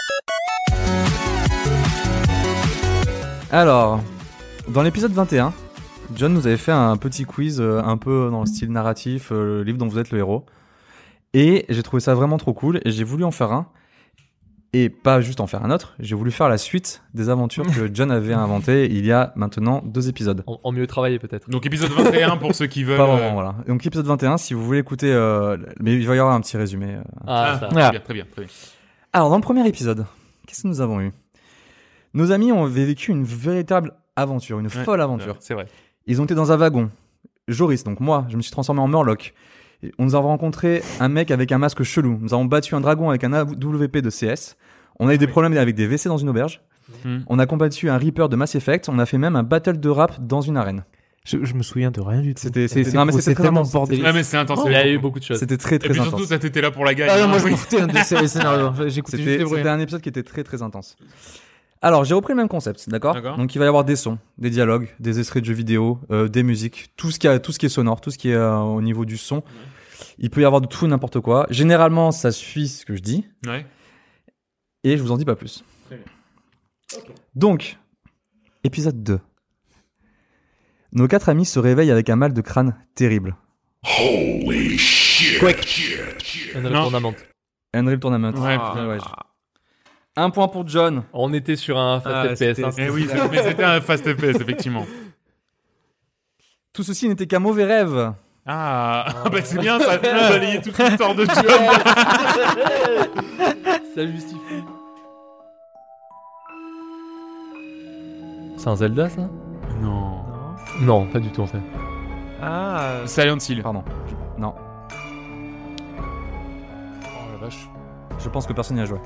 [SPEAKER 2] Alors, dans l'épisode 21, John nous avait fait un petit quiz un peu dans le style narratif, le livre dont vous êtes le héros. Et j'ai trouvé ça vraiment trop cool et j'ai voulu en faire un. Et pas juste en faire un autre, j'ai voulu faire la suite des aventures que John avait inventées il y a maintenant 2 épisodes.
[SPEAKER 4] En mieux travailler peut-être.
[SPEAKER 1] Donc épisode 21 pour ceux qui veulent.
[SPEAKER 2] Pas vraiment, voilà. Donc épisode 21, si vous voulez écouter... mais il va y avoir un petit résumé.
[SPEAKER 4] Ah, ça.
[SPEAKER 1] Très bien, très bien, très bien.
[SPEAKER 2] Alors, dans le premier épisode, qu'est-ce que nous avons eu ? Nos amis ont vécu une véritable aventure, une folle aventure.
[SPEAKER 1] C'est vrai.
[SPEAKER 2] Ils ont été dans un wagon. Joris, donc moi, je me suis transformé en Murloc. Et nous avons rencontré un mec avec un masque chelou. Nous avons battu un dragon avec un AWP de CS. On a eu des problèmes avec des WC dans une auberge. On a combattu un Reaper de Mass Effect. On a fait même un battle de rap dans une arène.
[SPEAKER 3] Je me souviens de rien du tout.
[SPEAKER 2] Non, mais c'était très
[SPEAKER 3] tellement
[SPEAKER 2] intense.
[SPEAKER 3] bordélique.
[SPEAKER 1] Ouais, mais c'est intense.
[SPEAKER 4] Il y a eu beaucoup de choses.
[SPEAKER 2] C'était très
[SPEAKER 1] Et
[SPEAKER 2] très
[SPEAKER 1] puis
[SPEAKER 2] intense.
[SPEAKER 1] surtout, ça t'étais là pour la gagne.
[SPEAKER 3] Ah non, moi je
[SPEAKER 1] Oui.
[SPEAKER 3] m'en foutais de ces scénarios. J'écoutais juste les bruits.
[SPEAKER 2] C'était un épisode qui était très très intense. Alors, j'ai repris le même concept, d'accord ?
[SPEAKER 1] D'accord.
[SPEAKER 2] Donc, il va y avoir des sons, des dialogues, des extraits de jeux vidéo, des musiques, tout ce qui est sonore, tout ce qui est au niveau du son. Il peut y avoir de tout et n'importe quoi. Généralement, ça suit ce que je dis
[SPEAKER 1] Ouais.
[SPEAKER 2] et je vous en dis pas plus.
[SPEAKER 3] Très bien. Ok.
[SPEAKER 2] Donc, épisode 2. Nos 4 amis se réveillent avec un mal de crâne terrible.
[SPEAKER 4] Unreal
[SPEAKER 1] Non.
[SPEAKER 4] Tournament.
[SPEAKER 2] Unreal Tournament.
[SPEAKER 1] Ouais,
[SPEAKER 2] Ouais. Un point pour John.
[SPEAKER 4] On était sur un fast FPS. hein.
[SPEAKER 1] Eh oui, mais c'était un fast FPS, effectivement.
[SPEAKER 2] Tout ceci n'était qu'un mauvais rêve.
[SPEAKER 1] Ah, bah c'est bien, ça a balayé toute l'histoire de John.
[SPEAKER 4] Ça justifie. C'est un Zelda ça?
[SPEAKER 1] Non.
[SPEAKER 4] Non, pas du tout en fait.
[SPEAKER 3] Ah,
[SPEAKER 1] Silent Hill.
[SPEAKER 2] Pardon. Non.
[SPEAKER 1] Oh la vache.
[SPEAKER 2] Je pense que personne n'y a joué.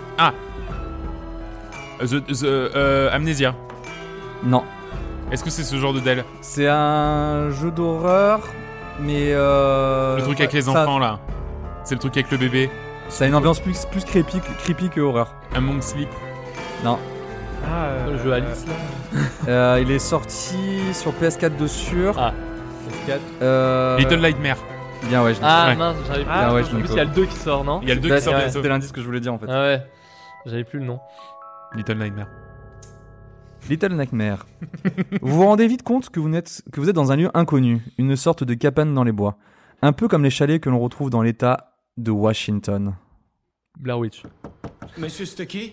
[SPEAKER 1] Amnesia.
[SPEAKER 2] Non.
[SPEAKER 1] Est-ce que c'est ce genre de Dell?
[SPEAKER 2] C'est un jeu d'horreur, mais
[SPEAKER 1] Le truc avec les
[SPEAKER 2] ça-
[SPEAKER 1] enfants là. C'est le truc avec le bébé.
[SPEAKER 2] Ça a une ambiance plus creepy que horreur.
[SPEAKER 1] Among Sleep.
[SPEAKER 2] Non.
[SPEAKER 4] Le jeu Alice là.
[SPEAKER 2] Il est sorti sur PS4 de sûr.
[SPEAKER 4] Ah.
[SPEAKER 1] Little Nightmare.
[SPEAKER 2] Bien ouais. Je
[SPEAKER 4] Ah
[SPEAKER 1] Ouais.
[SPEAKER 4] mince, j'avais plus.
[SPEAKER 2] Ah ouais,
[SPEAKER 4] en
[SPEAKER 2] je
[SPEAKER 4] plus,
[SPEAKER 2] me
[SPEAKER 4] il y a le 2 qui sort, non?
[SPEAKER 1] Il y a le 2
[SPEAKER 2] Bah,
[SPEAKER 1] qui sort
[SPEAKER 4] ouais.
[SPEAKER 1] bientôt.
[SPEAKER 2] C'était l'indice que je voulais dire en fait.
[SPEAKER 4] Ah ouais. J'avais plus le nom.
[SPEAKER 1] Little Nightmare.
[SPEAKER 2] Little Nightmare. Vous vous rendez vite compte que vous êtes dans un lieu inconnu, une sorte de cabane dans les bois. Un peu comme les chalets que l'on retrouve dans l'état de Washington.
[SPEAKER 4] Blair Witch.
[SPEAKER 6] Monsieur Stucky?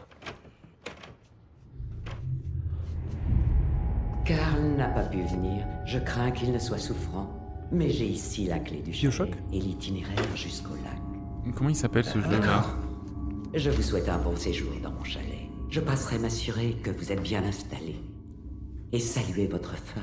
[SPEAKER 7] Karl n'a pas pu venir. Je crains qu'il ne soit souffrant. Mais j'ai ici la clé du
[SPEAKER 2] Bioshock
[SPEAKER 7] chalet et l'itinéraire jusqu'au lac.
[SPEAKER 1] Comment il s'appelle ce jeu-là?
[SPEAKER 6] D'accord.
[SPEAKER 7] Je vous souhaite un bon séjour dans mon chalet. Je passerai m'assurer que vous êtes bien installé. Et saluer votre femme.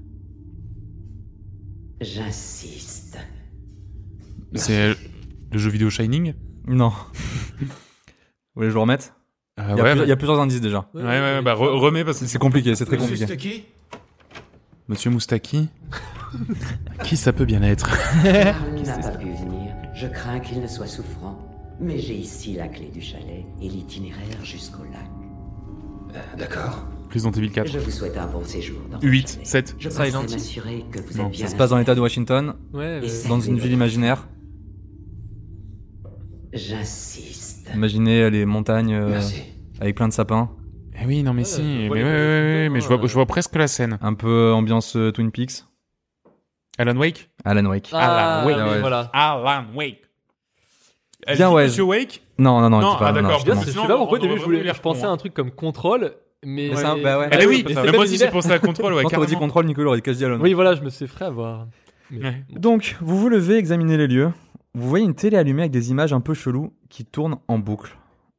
[SPEAKER 7] J'insiste.
[SPEAKER 1] C'est le jeu vidéo Shining?
[SPEAKER 2] Non. Vous voulez que je le remette?
[SPEAKER 1] Ah
[SPEAKER 2] Il y a plusieurs indices déjà.
[SPEAKER 1] Ouais, bah remets parce que
[SPEAKER 2] C'est compliqué, c'est très
[SPEAKER 6] Monsieur
[SPEAKER 2] compliqué.
[SPEAKER 6] Stucky?
[SPEAKER 1] Monsieur Moustaki. Qui ça peut bien être?
[SPEAKER 7] Karl n'a pas pu venir. Je crains qu'il ne soit souffrant. Mais j'ai ici la clé du chalet et l'itinéraire jusqu'au lac.
[SPEAKER 6] D'accord.
[SPEAKER 1] Resident Evil 4.
[SPEAKER 7] Je vous souhaite un bon séjour dans mon
[SPEAKER 1] 8,
[SPEAKER 7] chalet.
[SPEAKER 1] 7.
[SPEAKER 7] Je passerai
[SPEAKER 3] Silent Hill.
[SPEAKER 7] m'assurer que vous
[SPEAKER 1] Non,
[SPEAKER 7] êtes bien
[SPEAKER 2] Ça se passe dans l'état de
[SPEAKER 7] installé.
[SPEAKER 2] Washington,
[SPEAKER 4] Ouais,
[SPEAKER 7] Et
[SPEAKER 2] dans une ville imaginaire.
[SPEAKER 7] J'insiste.
[SPEAKER 2] Imaginez les montagnes
[SPEAKER 6] Merci.
[SPEAKER 2] avec plein de sapins.
[SPEAKER 1] Eh oui, non mais si.
[SPEAKER 4] je
[SPEAKER 1] Mais
[SPEAKER 4] vois
[SPEAKER 1] ouais,
[SPEAKER 4] les
[SPEAKER 1] ouais,
[SPEAKER 4] photos,
[SPEAKER 1] ouais, mais je vois presque la scène.
[SPEAKER 2] Un peu ambiance Twin Peaks.
[SPEAKER 1] Alan Wake?
[SPEAKER 2] Alan Wake.
[SPEAKER 4] Ah,
[SPEAKER 1] Wake.
[SPEAKER 4] oui,
[SPEAKER 2] Ouais.
[SPEAKER 4] voilà.
[SPEAKER 1] Alan Wake. Elle
[SPEAKER 2] Bien,
[SPEAKER 1] dit
[SPEAKER 2] ouais.
[SPEAKER 1] Monsieur Wake?
[SPEAKER 2] Non,
[SPEAKER 1] Non,
[SPEAKER 2] je dis pas,
[SPEAKER 1] ah, d'accord,
[SPEAKER 2] justement.
[SPEAKER 4] Je sais
[SPEAKER 1] Sinon,
[SPEAKER 4] pas pourquoi au
[SPEAKER 1] on
[SPEAKER 4] début
[SPEAKER 1] aurait
[SPEAKER 4] je
[SPEAKER 1] l'air
[SPEAKER 4] pensais
[SPEAKER 1] con,
[SPEAKER 4] à un truc comme contrôle, mais.
[SPEAKER 2] Mais ça, bah ouais.
[SPEAKER 1] Eh oui,
[SPEAKER 4] mais
[SPEAKER 1] mais
[SPEAKER 4] c'est
[SPEAKER 1] moi
[SPEAKER 4] pas
[SPEAKER 1] aussi j'ai
[SPEAKER 4] l'hiver.
[SPEAKER 1] pensé à Control, ouais,
[SPEAKER 2] Quand on dit
[SPEAKER 1] carrément.
[SPEAKER 2] contrôle, Nicolas aurait quasi dit Alan.
[SPEAKER 4] Oui, voilà, je me suis fait avoir.
[SPEAKER 1] Ouais.
[SPEAKER 2] Donc, vous vous levez, examinez les lieux. Vous voyez une télé allumée avec des images un peu cheloues qui tournent en boucle.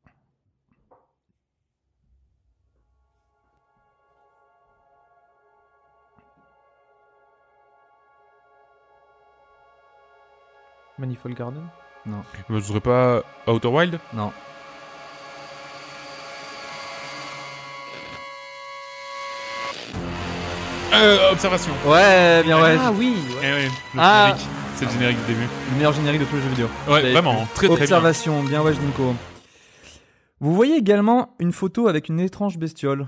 [SPEAKER 3] Manifold Garden.
[SPEAKER 1] Ce serait pas Outer Wild?
[SPEAKER 2] Non.
[SPEAKER 1] Observation.
[SPEAKER 2] Ouais, bien ouais.
[SPEAKER 3] Ah oui.
[SPEAKER 1] Eh ouais, le
[SPEAKER 4] Ah.
[SPEAKER 1] générique. C'est le générique du début.
[SPEAKER 2] Le meilleur générique de tous les jeux vidéo.
[SPEAKER 1] Ouais,
[SPEAKER 4] J'avais
[SPEAKER 1] vraiment, très très bien.
[SPEAKER 2] Observation, bien ouais, Nico. Vous voyez également une photo avec une étrange bestiole.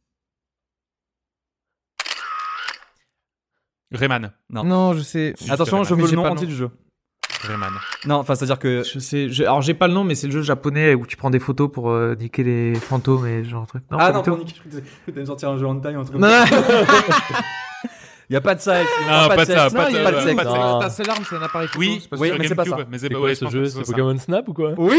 [SPEAKER 1] Rayman.
[SPEAKER 3] Non, je sais.
[SPEAKER 1] Si,
[SPEAKER 2] Attention, je
[SPEAKER 1] Rayman.
[SPEAKER 2] veux le
[SPEAKER 3] j'ai
[SPEAKER 2] nom
[SPEAKER 3] pas le
[SPEAKER 2] entier
[SPEAKER 3] nom.
[SPEAKER 2] du jeu.
[SPEAKER 1] Rayman.
[SPEAKER 2] Non, enfin, c'est-à-dire que...
[SPEAKER 3] Je sais. Alors j'ai pas le nom, mais c'est le jeu japonais où tu prends des photos pour niquer les fantômes et ce genre de truc.
[SPEAKER 2] Ah
[SPEAKER 3] pas
[SPEAKER 2] non,
[SPEAKER 3] du tout.
[SPEAKER 2] pour Nick, je crois que t'allais me sortir un jeu en taille ou un truc
[SPEAKER 3] Non,
[SPEAKER 2] comme ça.
[SPEAKER 3] non.
[SPEAKER 2] Y a pas de sexe.
[SPEAKER 1] Non, pas de ça,
[SPEAKER 2] sexe,
[SPEAKER 1] pas de
[SPEAKER 2] y a
[SPEAKER 1] ça,
[SPEAKER 2] pas de
[SPEAKER 1] pas
[SPEAKER 2] sexe.
[SPEAKER 1] de ça.
[SPEAKER 3] T'as seul arme, c'est un appareil photo.
[SPEAKER 1] Oui,
[SPEAKER 3] c'est pas
[SPEAKER 2] oui,
[SPEAKER 3] ça.
[SPEAKER 2] mais c'est pas
[SPEAKER 1] GameCube,
[SPEAKER 2] ça.
[SPEAKER 1] mais
[SPEAKER 4] C'est
[SPEAKER 1] ouais,
[SPEAKER 4] quoi
[SPEAKER 1] je
[SPEAKER 4] ce
[SPEAKER 1] pense
[SPEAKER 4] jeu?
[SPEAKER 1] que
[SPEAKER 4] C'est
[SPEAKER 1] ça.
[SPEAKER 4] Pokémon Snap ou quoi?
[SPEAKER 2] Oui.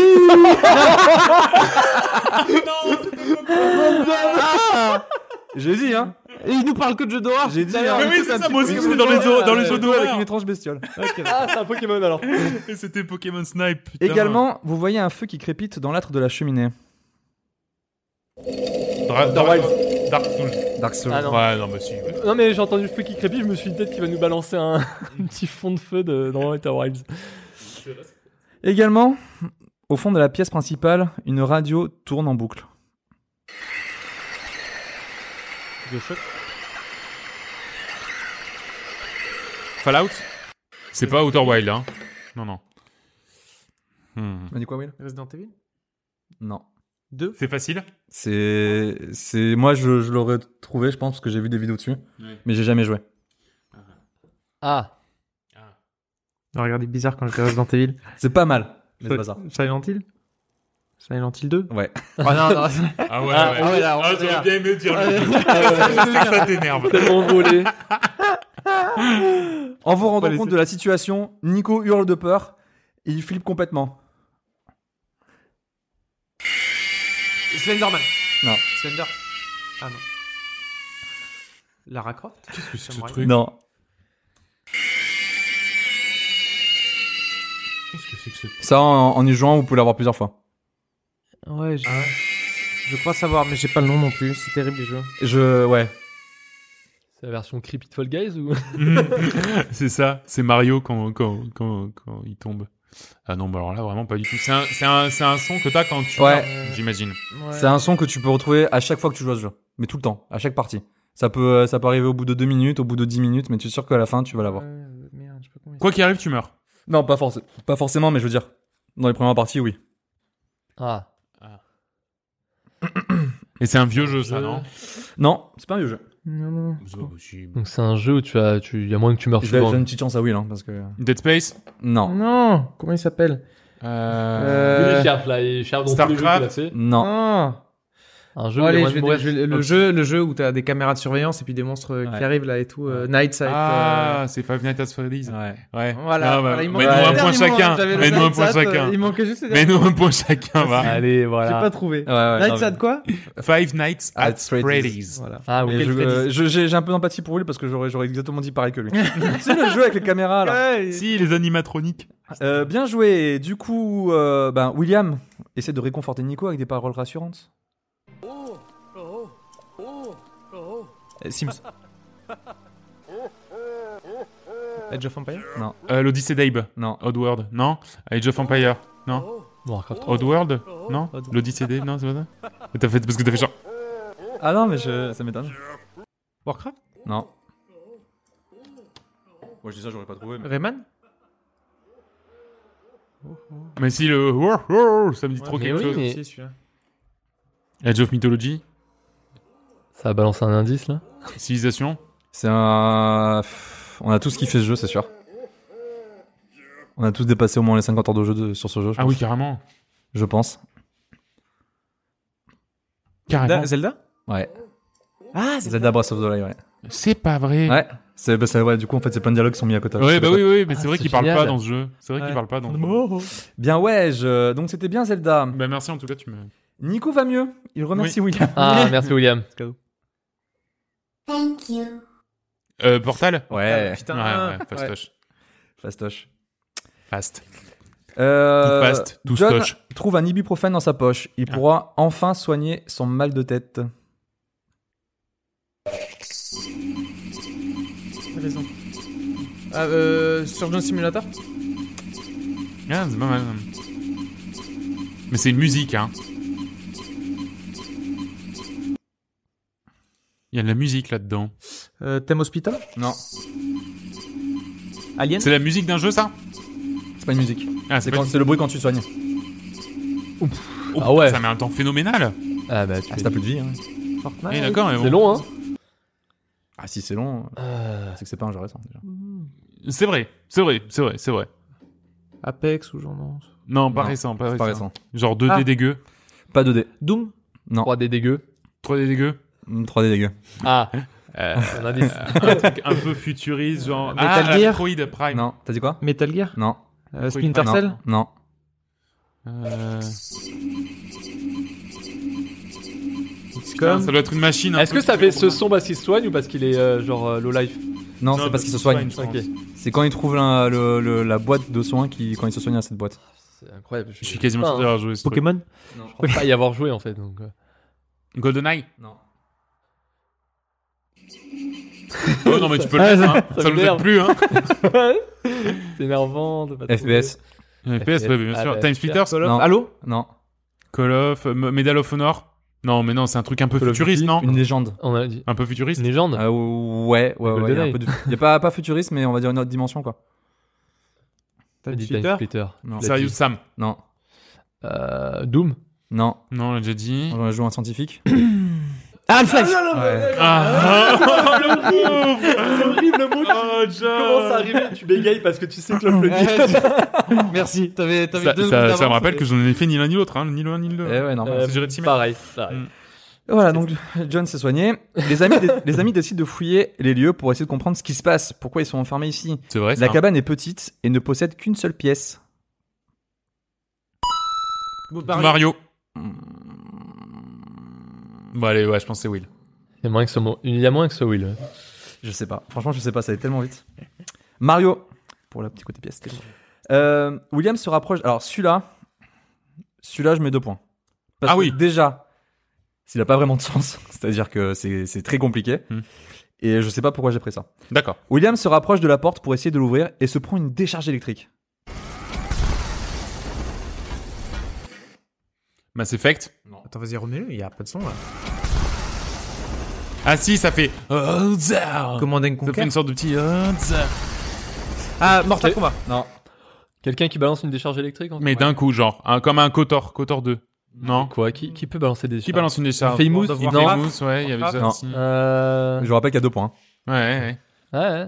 [SPEAKER 2] J'ai dit, hein.
[SPEAKER 3] Et il nous parle que de jeux d'horreur.
[SPEAKER 2] J'ai dit,
[SPEAKER 3] Tout à l'heure.
[SPEAKER 2] hein.
[SPEAKER 1] Mais oui, c'est ça, moi aussi,
[SPEAKER 2] Oui,
[SPEAKER 1] c'était dans les jeux
[SPEAKER 2] avec
[SPEAKER 1] d'horreur.
[SPEAKER 2] une étrange bestiole.
[SPEAKER 4] Ah, c'est un Pokémon alors.
[SPEAKER 1] Et c'était Pokémon Snipe. putain.
[SPEAKER 2] Également, vous voyez un feu qui crépite dans l'âtre de la cheminée.
[SPEAKER 1] Dark Souls.
[SPEAKER 2] Dark Souls.
[SPEAKER 4] Ah non.
[SPEAKER 1] Ouais, non, bah si.
[SPEAKER 4] Non, mais j'ai entendu le feu qui crépit, je me suis dit peut-être qu'il va nous balancer un petit fond de feu dans Outer Wilds.
[SPEAKER 2] Également, au fond de la pièce principale, une radio tourne en boucle.
[SPEAKER 4] Bioshock.
[SPEAKER 1] Fallout? C'est pas Outer Wild, hein. Non, non.
[SPEAKER 2] M'a dit quoi, Will?
[SPEAKER 3] Resident Evil
[SPEAKER 2] Non.
[SPEAKER 3] 2.
[SPEAKER 1] C'est facile?
[SPEAKER 2] C'est moi je l'aurais trouvé, je pense, parce que j'ai vu des vidéos dessus, mais j'ai jamais joué.
[SPEAKER 4] Ah.
[SPEAKER 3] Regardez bizarre quand j'étais Resident Evil.
[SPEAKER 2] C'est pas mal, mais c'est pas ça.
[SPEAKER 3] Silent Hill. Silent Hill 2.
[SPEAKER 2] Ouais.
[SPEAKER 3] Ah non, non.
[SPEAKER 1] Ah ouais,
[SPEAKER 4] Ah,
[SPEAKER 1] ouais.
[SPEAKER 3] ouais, là, on
[SPEAKER 1] Ah,
[SPEAKER 3] sait
[SPEAKER 1] j'aurais
[SPEAKER 3] là.
[SPEAKER 1] bien aimé dire le coup. Je sais que ça t'énerve.
[SPEAKER 4] Tellement volé.
[SPEAKER 2] En vous rendant
[SPEAKER 1] laisser.
[SPEAKER 2] compte de la situation, Nico hurle de peur et il flippe complètement.
[SPEAKER 3] Slenderman.
[SPEAKER 2] Non.
[SPEAKER 3] Slender. Ah non. Lara Croft.
[SPEAKER 1] Qu'est-ce que c'est que ce
[SPEAKER 3] Samurai.
[SPEAKER 1] truc?
[SPEAKER 2] Non.
[SPEAKER 1] Qu'est-ce que c'est que ce truc?
[SPEAKER 2] Ça, en y jouant, vous pouvez l'avoir plusieurs fois.
[SPEAKER 3] Ouais, je crois savoir, mais j'ai pas le nom non plus. C'est terrible les jeux.
[SPEAKER 2] Ouais.
[SPEAKER 4] C'est la version Creepy Fall Guys ou?
[SPEAKER 1] C'est ça, c'est Mario quand il tombe. Ah non, bah alors là, vraiment pas du tout. C'est un son que t'as quand tu
[SPEAKER 2] Ouais.
[SPEAKER 1] meurs, j'imagine.
[SPEAKER 3] Ouais.
[SPEAKER 2] C'est un son que tu peux retrouver à chaque fois que tu joues à ce jeu. Mais tout le temps, à chaque partie. Ça peut arriver au bout de 2 minutes, au bout de 10 minutes, mais tu es sûr qu'à la fin, tu vas l'avoir.
[SPEAKER 3] Merde, je sais pas comment il
[SPEAKER 1] Quoi qu'il arrive, tu meurs.
[SPEAKER 2] Non, pas forcément, mais je veux dire, dans les premières parties, oui.
[SPEAKER 4] Ah.
[SPEAKER 1] Et c'est un vieux jeu, ça, non?
[SPEAKER 2] Non, c'est pas un vieux jeu.
[SPEAKER 3] Non, non.
[SPEAKER 4] Donc c'est un jeu où il y a moins que tu meurs
[SPEAKER 2] J'ai
[SPEAKER 4] souvent.
[SPEAKER 2] une petite chance à Will, hein, parce que...
[SPEAKER 1] Dead Space?
[SPEAKER 2] Non.
[SPEAKER 3] Non, comment il s'appelle
[SPEAKER 4] Oui, il cherche là, il cherche dans tous les jeux qu'il a
[SPEAKER 1] Starcraft.
[SPEAKER 4] fait.
[SPEAKER 2] Non.
[SPEAKER 3] Ah.
[SPEAKER 4] Un jeu
[SPEAKER 3] Bon,
[SPEAKER 4] où il y
[SPEAKER 3] allez,
[SPEAKER 4] a moyen de mourir.
[SPEAKER 3] le jeu où t'as des caméras de surveillance et puis des monstres
[SPEAKER 2] Ouais.
[SPEAKER 3] qui arrivent là et tout. Nights avec.
[SPEAKER 1] Ah, c'est Five Nights at Freddy's.
[SPEAKER 2] Ouais.
[SPEAKER 1] Ouais.
[SPEAKER 3] Voilà,
[SPEAKER 1] Non, bah,
[SPEAKER 3] voilà, il
[SPEAKER 1] mets-nous
[SPEAKER 3] manquait
[SPEAKER 1] un
[SPEAKER 3] le
[SPEAKER 1] point
[SPEAKER 3] dernier
[SPEAKER 1] chacun.
[SPEAKER 3] moment, j'avais le
[SPEAKER 1] Mets-nous un point
[SPEAKER 3] Nights at,
[SPEAKER 1] chacun.
[SPEAKER 3] Il manquait juste le dernier.
[SPEAKER 1] Mets-nous un point chacun, va.
[SPEAKER 4] Allez,
[SPEAKER 3] J'ai
[SPEAKER 4] voilà.
[SPEAKER 3] pas trouvé.
[SPEAKER 2] Ouais,
[SPEAKER 3] Nights at quoi?
[SPEAKER 1] Five Nights at
[SPEAKER 2] At Freddy's.
[SPEAKER 1] Freddy's.
[SPEAKER 3] Voilà.
[SPEAKER 4] Ah,
[SPEAKER 2] Et
[SPEAKER 4] oui.
[SPEAKER 2] j'ai un peu d'empathie pour lui parce que j'aurais exactement dit pareil que lui. C'est le jeu avec les caméras là.
[SPEAKER 1] Si, les animatroniques.
[SPEAKER 2] Bien joué. Du coup, William essaie de réconforter Nico avec des paroles rassurantes.
[SPEAKER 3] Sims. Age of Empire?
[SPEAKER 2] Non,
[SPEAKER 1] L'Odyssée d'Abe.
[SPEAKER 2] non.
[SPEAKER 1] Oddworld. Non. Age of Empire. Non.
[SPEAKER 4] Warcraft 3.
[SPEAKER 1] Oddworld. Non. L'Odyssée d'Abe. Non, c'est pas ça. T'as fait parce que t'as fait genre.
[SPEAKER 2] Ah non, mais ça m'étonne.
[SPEAKER 3] Warcraft?
[SPEAKER 2] Non. Moi je dis ça, j'aurais pas trouvé.
[SPEAKER 3] Rayman?
[SPEAKER 1] Mais si le. Ça me dit trop
[SPEAKER 4] mais
[SPEAKER 1] quelque
[SPEAKER 4] oui,
[SPEAKER 1] chose.
[SPEAKER 4] mais-
[SPEAKER 3] Si, celui-là.
[SPEAKER 1] Age of Mythology.
[SPEAKER 4] Ça a balancé un indice là.
[SPEAKER 1] Civilisation.
[SPEAKER 2] C'est un. On a tous kiffé ce jeu, c'est sûr. On a tous dépassé au moins les 50 heures de jeu sur ce jeu.
[SPEAKER 1] Ah oui, carrément.
[SPEAKER 2] Je pense.
[SPEAKER 1] Carrément.
[SPEAKER 3] Zelda?
[SPEAKER 2] Ouais.
[SPEAKER 3] Ah,
[SPEAKER 2] Zelda Breath of the Wild, ouais.
[SPEAKER 1] C'est pas vrai.
[SPEAKER 2] Ouais. Ouais, du coup, en fait, c'est plein de dialogues qui sont mis à côté.
[SPEAKER 1] Ouais, bah oui, mais c'est
[SPEAKER 4] Ah,
[SPEAKER 1] vrai
[SPEAKER 4] c'est
[SPEAKER 1] qu'il parle
[SPEAKER 4] génial.
[SPEAKER 1] pas dans ce jeu. C'est vrai qu'il parle pas dans ce jeu.
[SPEAKER 2] Bien, ouais, donc c'était bien Zelda.
[SPEAKER 1] Bah merci en tout cas, tu me.
[SPEAKER 2] Nico va mieux. Il remercie William.
[SPEAKER 4] Ah, merci William.
[SPEAKER 5] Thank you.
[SPEAKER 1] Portal.
[SPEAKER 2] Ouais.
[SPEAKER 3] Putain.
[SPEAKER 1] Ouais, fastoche.
[SPEAKER 2] Fastoche.
[SPEAKER 1] Fast. Tout
[SPEAKER 2] Euh,
[SPEAKER 1] fast, tout
[SPEAKER 2] John
[SPEAKER 1] stoche.
[SPEAKER 2] trouve un ibuprofène dans sa poche. Il pourra enfin soigner son mal de tête.
[SPEAKER 3] T'as raison. Surgeon Simulator?
[SPEAKER 1] Ah, c'est pas mal. Mais c'est une musique, hein. Il y a de la musique là-dedans.
[SPEAKER 3] Thème Hospital?
[SPEAKER 2] Non,
[SPEAKER 3] Alien?
[SPEAKER 1] C'est la musique d'un jeu, ça?
[SPEAKER 2] c'est pas une musique.
[SPEAKER 1] Ah,
[SPEAKER 2] C'est
[SPEAKER 1] pas
[SPEAKER 2] le bruit quand tu soignes.
[SPEAKER 1] Oh,
[SPEAKER 4] Ah ouais.
[SPEAKER 1] Ça met un temps phénoménal.
[SPEAKER 4] Ah bah tu
[SPEAKER 2] Ah, si t'as plus de vie. Hein.
[SPEAKER 3] Fortnite?
[SPEAKER 1] Oui, d'accord. mais bon.
[SPEAKER 4] C'est long hein.
[SPEAKER 2] Ah, si c'est long, c'est que c'est pas un jeu récent déjà.
[SPEAKER 1] C'est vrai.
[SPEAKER 3] Apex ou genre non?
[SPEAKER 1] Non, pas
[SPEAKER 2] Non,
[SPEAKER 1] récent, pas
[SPEAKER 2] C'est
[SPEAKER 1] récent.
[SPEAKER 2] pas récent.
[SPEAKER 1] Genre 2D
[SPEAKER 3] Ah.
[SPEAKER 1] dégueu.
[SPEAKER 2] Pas 2D.
[SPEAKER 3] Doom?
[SPEAKER 2] Non.
[SPEAKER 4] 3D dégueu.
[SPEAKER 1] 3D dégueu.
[SPEAKER 2] 3D dégueu.
[SPEAKER 4] Ah. Un indice.
[SPEAKER 1] Un truc un peu futuriste, genre.
[SPEAKER 3] Metal
[SPEAKER 1] ah,
[SPEAKER 3] Gear.
[SPEAKER 1] Metroid Prime.
[SPEAKER 2] Non, t'as dit quoi?
[SPEAKER 3] Metal Gear?
[SPEAKER 2] Non.
[SPEAKER 3] Splinter
[SPEAKER 2] Non.
[SPEAKER 3] Cell?
[SPEAKER 2] Non.
[SPEAKER 1] Putain, ça doit être une machine. un
[SPEAKER 4] Est-ce
[SPEAKER 1] peu
[SPEAKER 4] que ça fait
[SPEAKER 1] qui-
[SPEAKER 4] ce son parce qu'il se soigne ou parce qu'il est genre low life?
[SPEAKER 2] Non,
[SPEAKER 1] Non,
[SPEAKER 2] c'est parce qu'il se soigne.
[SPEAKER 1] je pense.
[SPEAKER 4] Ok.
[SPEAKER 2] C'est quand il trouve la boîte de soins quand il se soigne à cette boîte.
[SPEAKER 4] C'est incroyable.
[SPEAKER 1] Je suis quasiment
[SPEAKER 4] pas,
[SPEAKER 1] sûr d'avoir joué ce truc.
[SPEAKER 3] Pokémon?
[SPEAKER 2] Non.
[SPEAKER 4] Je crois pas y avoir joué en fait donc.
[SPEAKER 1] GoldenEye.
[SPEAKER 2] Non.
[SPEAKER 1] Oh non, mais tu peux le mettre, hein.
[SPEAKER 4] ça
[SPEAKER 1] Ça nous aide
[SPEAKER 4] m'énerve.
[SPEAKER 1] plus, hein.
[SPEAKER 4] C'est énervant de pas trouver.
[SPEAKER 2] FPS.
[SPEAKER 1] FPS, ouais, bien sûr.
[SPEAKER 4] Ah,
[SPEAKER 1] Time Splitters.
[SPEAKER 2] Non.
[SPEAKER 3] Halo?
[SPEAKER 2] Non.
[SPEAKER 1] Call of, Medal of Honor. Non, mais non, c'est un truc un peu
[SPEAKER 4] Call of
[SPEAKER 1] futuriste,
[SPEAKER 4] Duty,
[SPEAKER 1] non?
[SPEAKER 2] Une légende.
[SPEAKER 4] On a dit.
[SPEAKER 1] Un peu futuriste.
[SPEAKER 4] Une légende.
[SPEAKER 2] Ouais. Il y a
[SPEAKER 4] GoldenEye.
[SPEAKER 2] un peu il y a pas futuriste, mais on va dire une autre dimension, quoi.
[SPEAKER 4] On a dit
[SPEAKER 3] Splitter?
[SPEAKER 4] Time Splitter.
[SPEAKER 2] Non.
[SPEAKER 4] Tu l'as
[SPEAKER 1] Serious
[SPEAKER 4] dit.
[SPEAKER 1] Sam.
[SPEAKER 2] Non.
[SPEAKER 4] Doom.
[SPEAKER 2] Non.
[SPEAKER 1] Non, on l'a déjà dit.
[SPEAKER 2] On a joué un scientifique.
[SPEAKER 3] Ah, Half-Life!
[SPEAKER 2] Ouais.
[SPEAKER 1] Ah,
[SPEAKER 4] C'est horrible le mot.
[SPEAKER 1] Oh,
[SPEAKER 4] Comment ça arrive? Tu bégayes parce que tu sais que Claude le dit.
[SPEAKER 3] Merci, t'avais
[SPEAKER 1] Ça,
[SPEAKER 3] deux
[SPEAKER 1] ça,
[SPEAKER 3] secondes
[SPEAKER 1] ça me
[SPEAKER 3] d'avance.
[SPEAKER 1] rappelle que je n'en ai fait ni l'un ni l'autre, hein, ni l'un ni le.
[SPEAKER 2] Eh ouais, normal.
[SPEAKER 1] c'est géré de 6 mètres.
[SPEAKER 4] Pareil.
[SPEAKER 2] Voilà, donc John s'est soigné. Les amis décident de fouiller les lieux pour essayer de comprendre ce qui se passe. Pourquoi ils sont enfermés ici?
[SPEAKER 1] C'est vrai,
[SPEAKER 2] La
[SPEAKER 1] ça.
[SPEAKER 2] cabane est petite et ne possède qu'une seule pièce.
[SPEAKER 1] Mario. Bon, allez, ouais, je pense que c'est Will.
[SPEAKER 4] Il y a moins que ce mot. Il y a moins que ce Will. Ouais.
[SPEAKER 2] Je sais pas. Franchement, je sais pas. Ça allait tellement vite. Mario. Pour la petite côté pièce. William se rapproche. Alors, celui-là, je mets 2 points. Parce
[SPEAKER 1] Ah
[SPEAKER 2] que
[SPEAKER 1] oui.
[SPEAKER 2] déjà, s'il a pas vraiment de sens. C'est-à-dire que c'est très compliqué. Et je sais pas pourquoi j'ai pris ça.
[SPEAKER 1] D'accord.
[SPEAKER 2] William se rapproche de la porte pour essayer de l'ouvrir et se prend une décharge électrique.
[SPEAKER 1] Mass Effect.
[SPEAKER 3] Attends, vas-y, remets-le, il y a pas de son là.
[SPEAKER 1] Ah si, ça fait. Ça
[SPEAKER 3] Command and
[SPEAKER 1] fait
[SPEAKER 3] Conquer?
[SPEAKER 1] une sorte de petit.
[SPEAKER 3] Ah, Mortal Kombat.
[SPEAKER 2] Non.
[SPEAKER 4] Quelqu'un qui balance une décharge électrique en fait.
[SPEAKER 1] Mais d'un coup, genre, comme un Kotor 2. Non.
[SPEAKER 4] Quoi qui peut balancer des décharges?
[SPEAKER 1] Qui balance une décharge?
[SPEAKER 4] Famous?
[SPEAKER 3] World of
[SPEAKER 4] Non.
[SPEAKER 3] Warcraft.
[SPEAKER 1] Famous, ouais, il y avait ça
[SPEAKER 2] Non.
[SPEAKER 1] aussi. Ouais,
[SPEAKER 4] Euh...
[SPEAKER 2] Je vous rappelle qu'il y a 2 points.
[SPEAKER 1] ouais.
[SPEAKER 4] Ouais.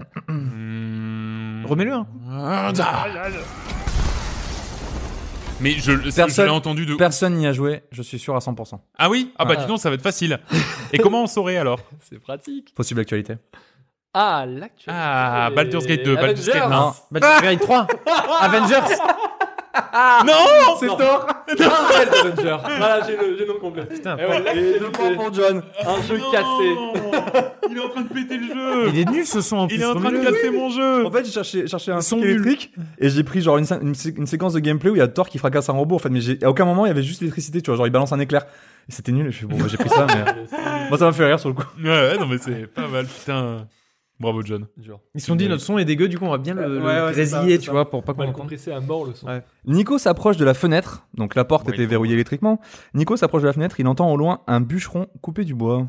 [SPEAKER 1] Mais je l'ai entendu de...
[SPEAKER 2] Personne n'y a joué, je suis sûr à 100%.
[SPEAKER 1] Ah oui? Ah bah dis donc, ça va être facile. Et comment on saurait alors?
[SPEAKER 4] C'est pratique.
[SPEAKER 2] Possible actualité.
[SPEAKER 4] Ah, l'actualité.
[SPEAKER 1] Ah, Baldur's Gate 2, Baldur's Gate 1.
[SPEAKER 2] Non.
[SPEAKER 3] Baldur's Gate 3. Avengers.
[SPEAKER 1] Non!
[SPEAKER 2] C'est tort.
[SPEAKER 4] Avenger. Voilà, j'ai le nom complet.
[SPEAKER 3] Putain,
[SPEAKER 4] Et ouais,
[SPEAKER 2] Et 2 points pour John.
[SPEAKER 4] un jeu
[SPEAKER 1] Non.
[SPEAKER 4] cassé.
[SPEAKER 1] Il est en train de péter le jeu.
[SPEAKER 3] il est nul ce son en plus.
[SPEAKER 1] Il est en train de
[SPEAKER 3] remets-le.
[SPEAKER 1] casser mon jeu.
[SPEAKER 2] En fait, j'ai cherché un
[SPEAKER 3] Ils sont
[SPEAKER 2] truc électrique et j'ai pris genre une séquence de gameplay où il y a Thor qui fracasse un robot en fait, mais à aucun moment il y avait juste l'électricité, tu vois, genre il balance un éclair. Et c'était nul, et je suis bon, bah, j'ai pris ça, mais moi ça m'a fait rire sur le coup.
[SPEAKER 1] Ouais, non mais c'est pas mal, putain. Bravo John.
[SPEAKER 4] Dur.
[SPEAKER 3] Ils se sont dit notre son est dégueu, du coup on va bien le
[SPEAKER 2] Ouais, c'est ça,
[SPEAKER 3] grésiller,
[SPEAKER 2] c'est
[SPEAKER 3] tu
[SPEAKER 2] ça.
[SPEAKER 3] vois, pour pas
[SPEAKER 4] On
[SPEAKER 3] qu'on
[SPEAKER 4] va le
[SPEAKER 3] l'entende.
[SPEAKER 4] compresser à mort le son.
[SPEAKER 3] Ouais.
[SPEAKER 2] Nico s'approche de la fenêtre, donc la porte
[SPEAKER 1] Ouais,
[SPEAKER 2] était
[SPEAKER 1] il faut
[SPEAKER 2] verrouillée
[SPEAKER 1] voir.
[SPEAKER 2] électriquement. Nico s'approche de la fenêtre, il entend au loin un bûcheron couper du bois.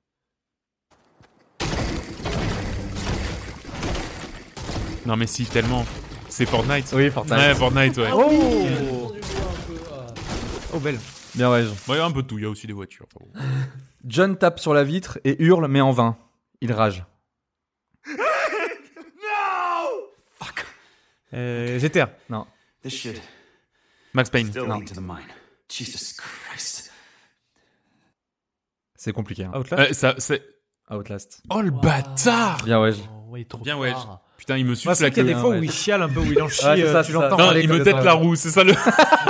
[SPEAKER 1] Non mais si, tellement. C'est Fortnite.
[SPEAKER 2] Oui, Fortnite.
[SPEAKER 1] Ouais, Fortnite, ouais.
[SPEAKER 3] Oh belle.
[SPEAKER 2] Bien ouais.
[SPEAKER 1] Bon, il y a un peu de tout, il y a aussi des voitures. Enfin, bon.
[SPEAKER 2] John tape sur la vitre et hurle, mais en vain. Il rage.
[SPEAKER 3] GTA.
[SPEAKER 6] This should
[SPEAKER 1] Max Payne.
[SPEAKER 6] still
[SPEAKER 2] No.
[SPEAKER 6] lead to the mine. Jesus Christ.
[SPEAKER 2] C'est compliqué. Hein.
[SPEAKER 3] Outlast.
[SPEAKER 1] Ça, c'est...
[SPEAKER 2] Outlast.
[SPEAKER 1] Oh le bâtard.
[SPEAKER 2] Bien ouais.
[SPEAKER 4] Oh, ouais, trop
[SPEAKER 1] Bien ouais.
[SPEAKER 4] fort.
[SPEAKER 1] Putain, il me
[SPEAKER 3] Moi,
[SPEAKER 1] suce
[SPEAKER 3] c'est
[SPEAKER 1] la
[SPEAKER 3] vrai qu'il y a
[SPEAKER 1] queue.
[SPEAKER 3] des fois
[SPEAKER 2] ouais.
[SPEAKER 3] où il chiale un peu, où il en chie,
[SPEAKER 2] Ouais, c'est ça,
[SPEAKER 3] tu
[SPEAKER 2] c'est
[SPEAKER 3] l'entends.
[SPEAKER 2] ça.
[SPEAKER 1] Non,
[SPEAKER 3] parler
[SPEAKER 1] il me
[SPEAKER 3] comme
[SPEAKER 1] tête
[SPEAKER 3] ça.
[SPEAKER 1] la roue, c'est ça le...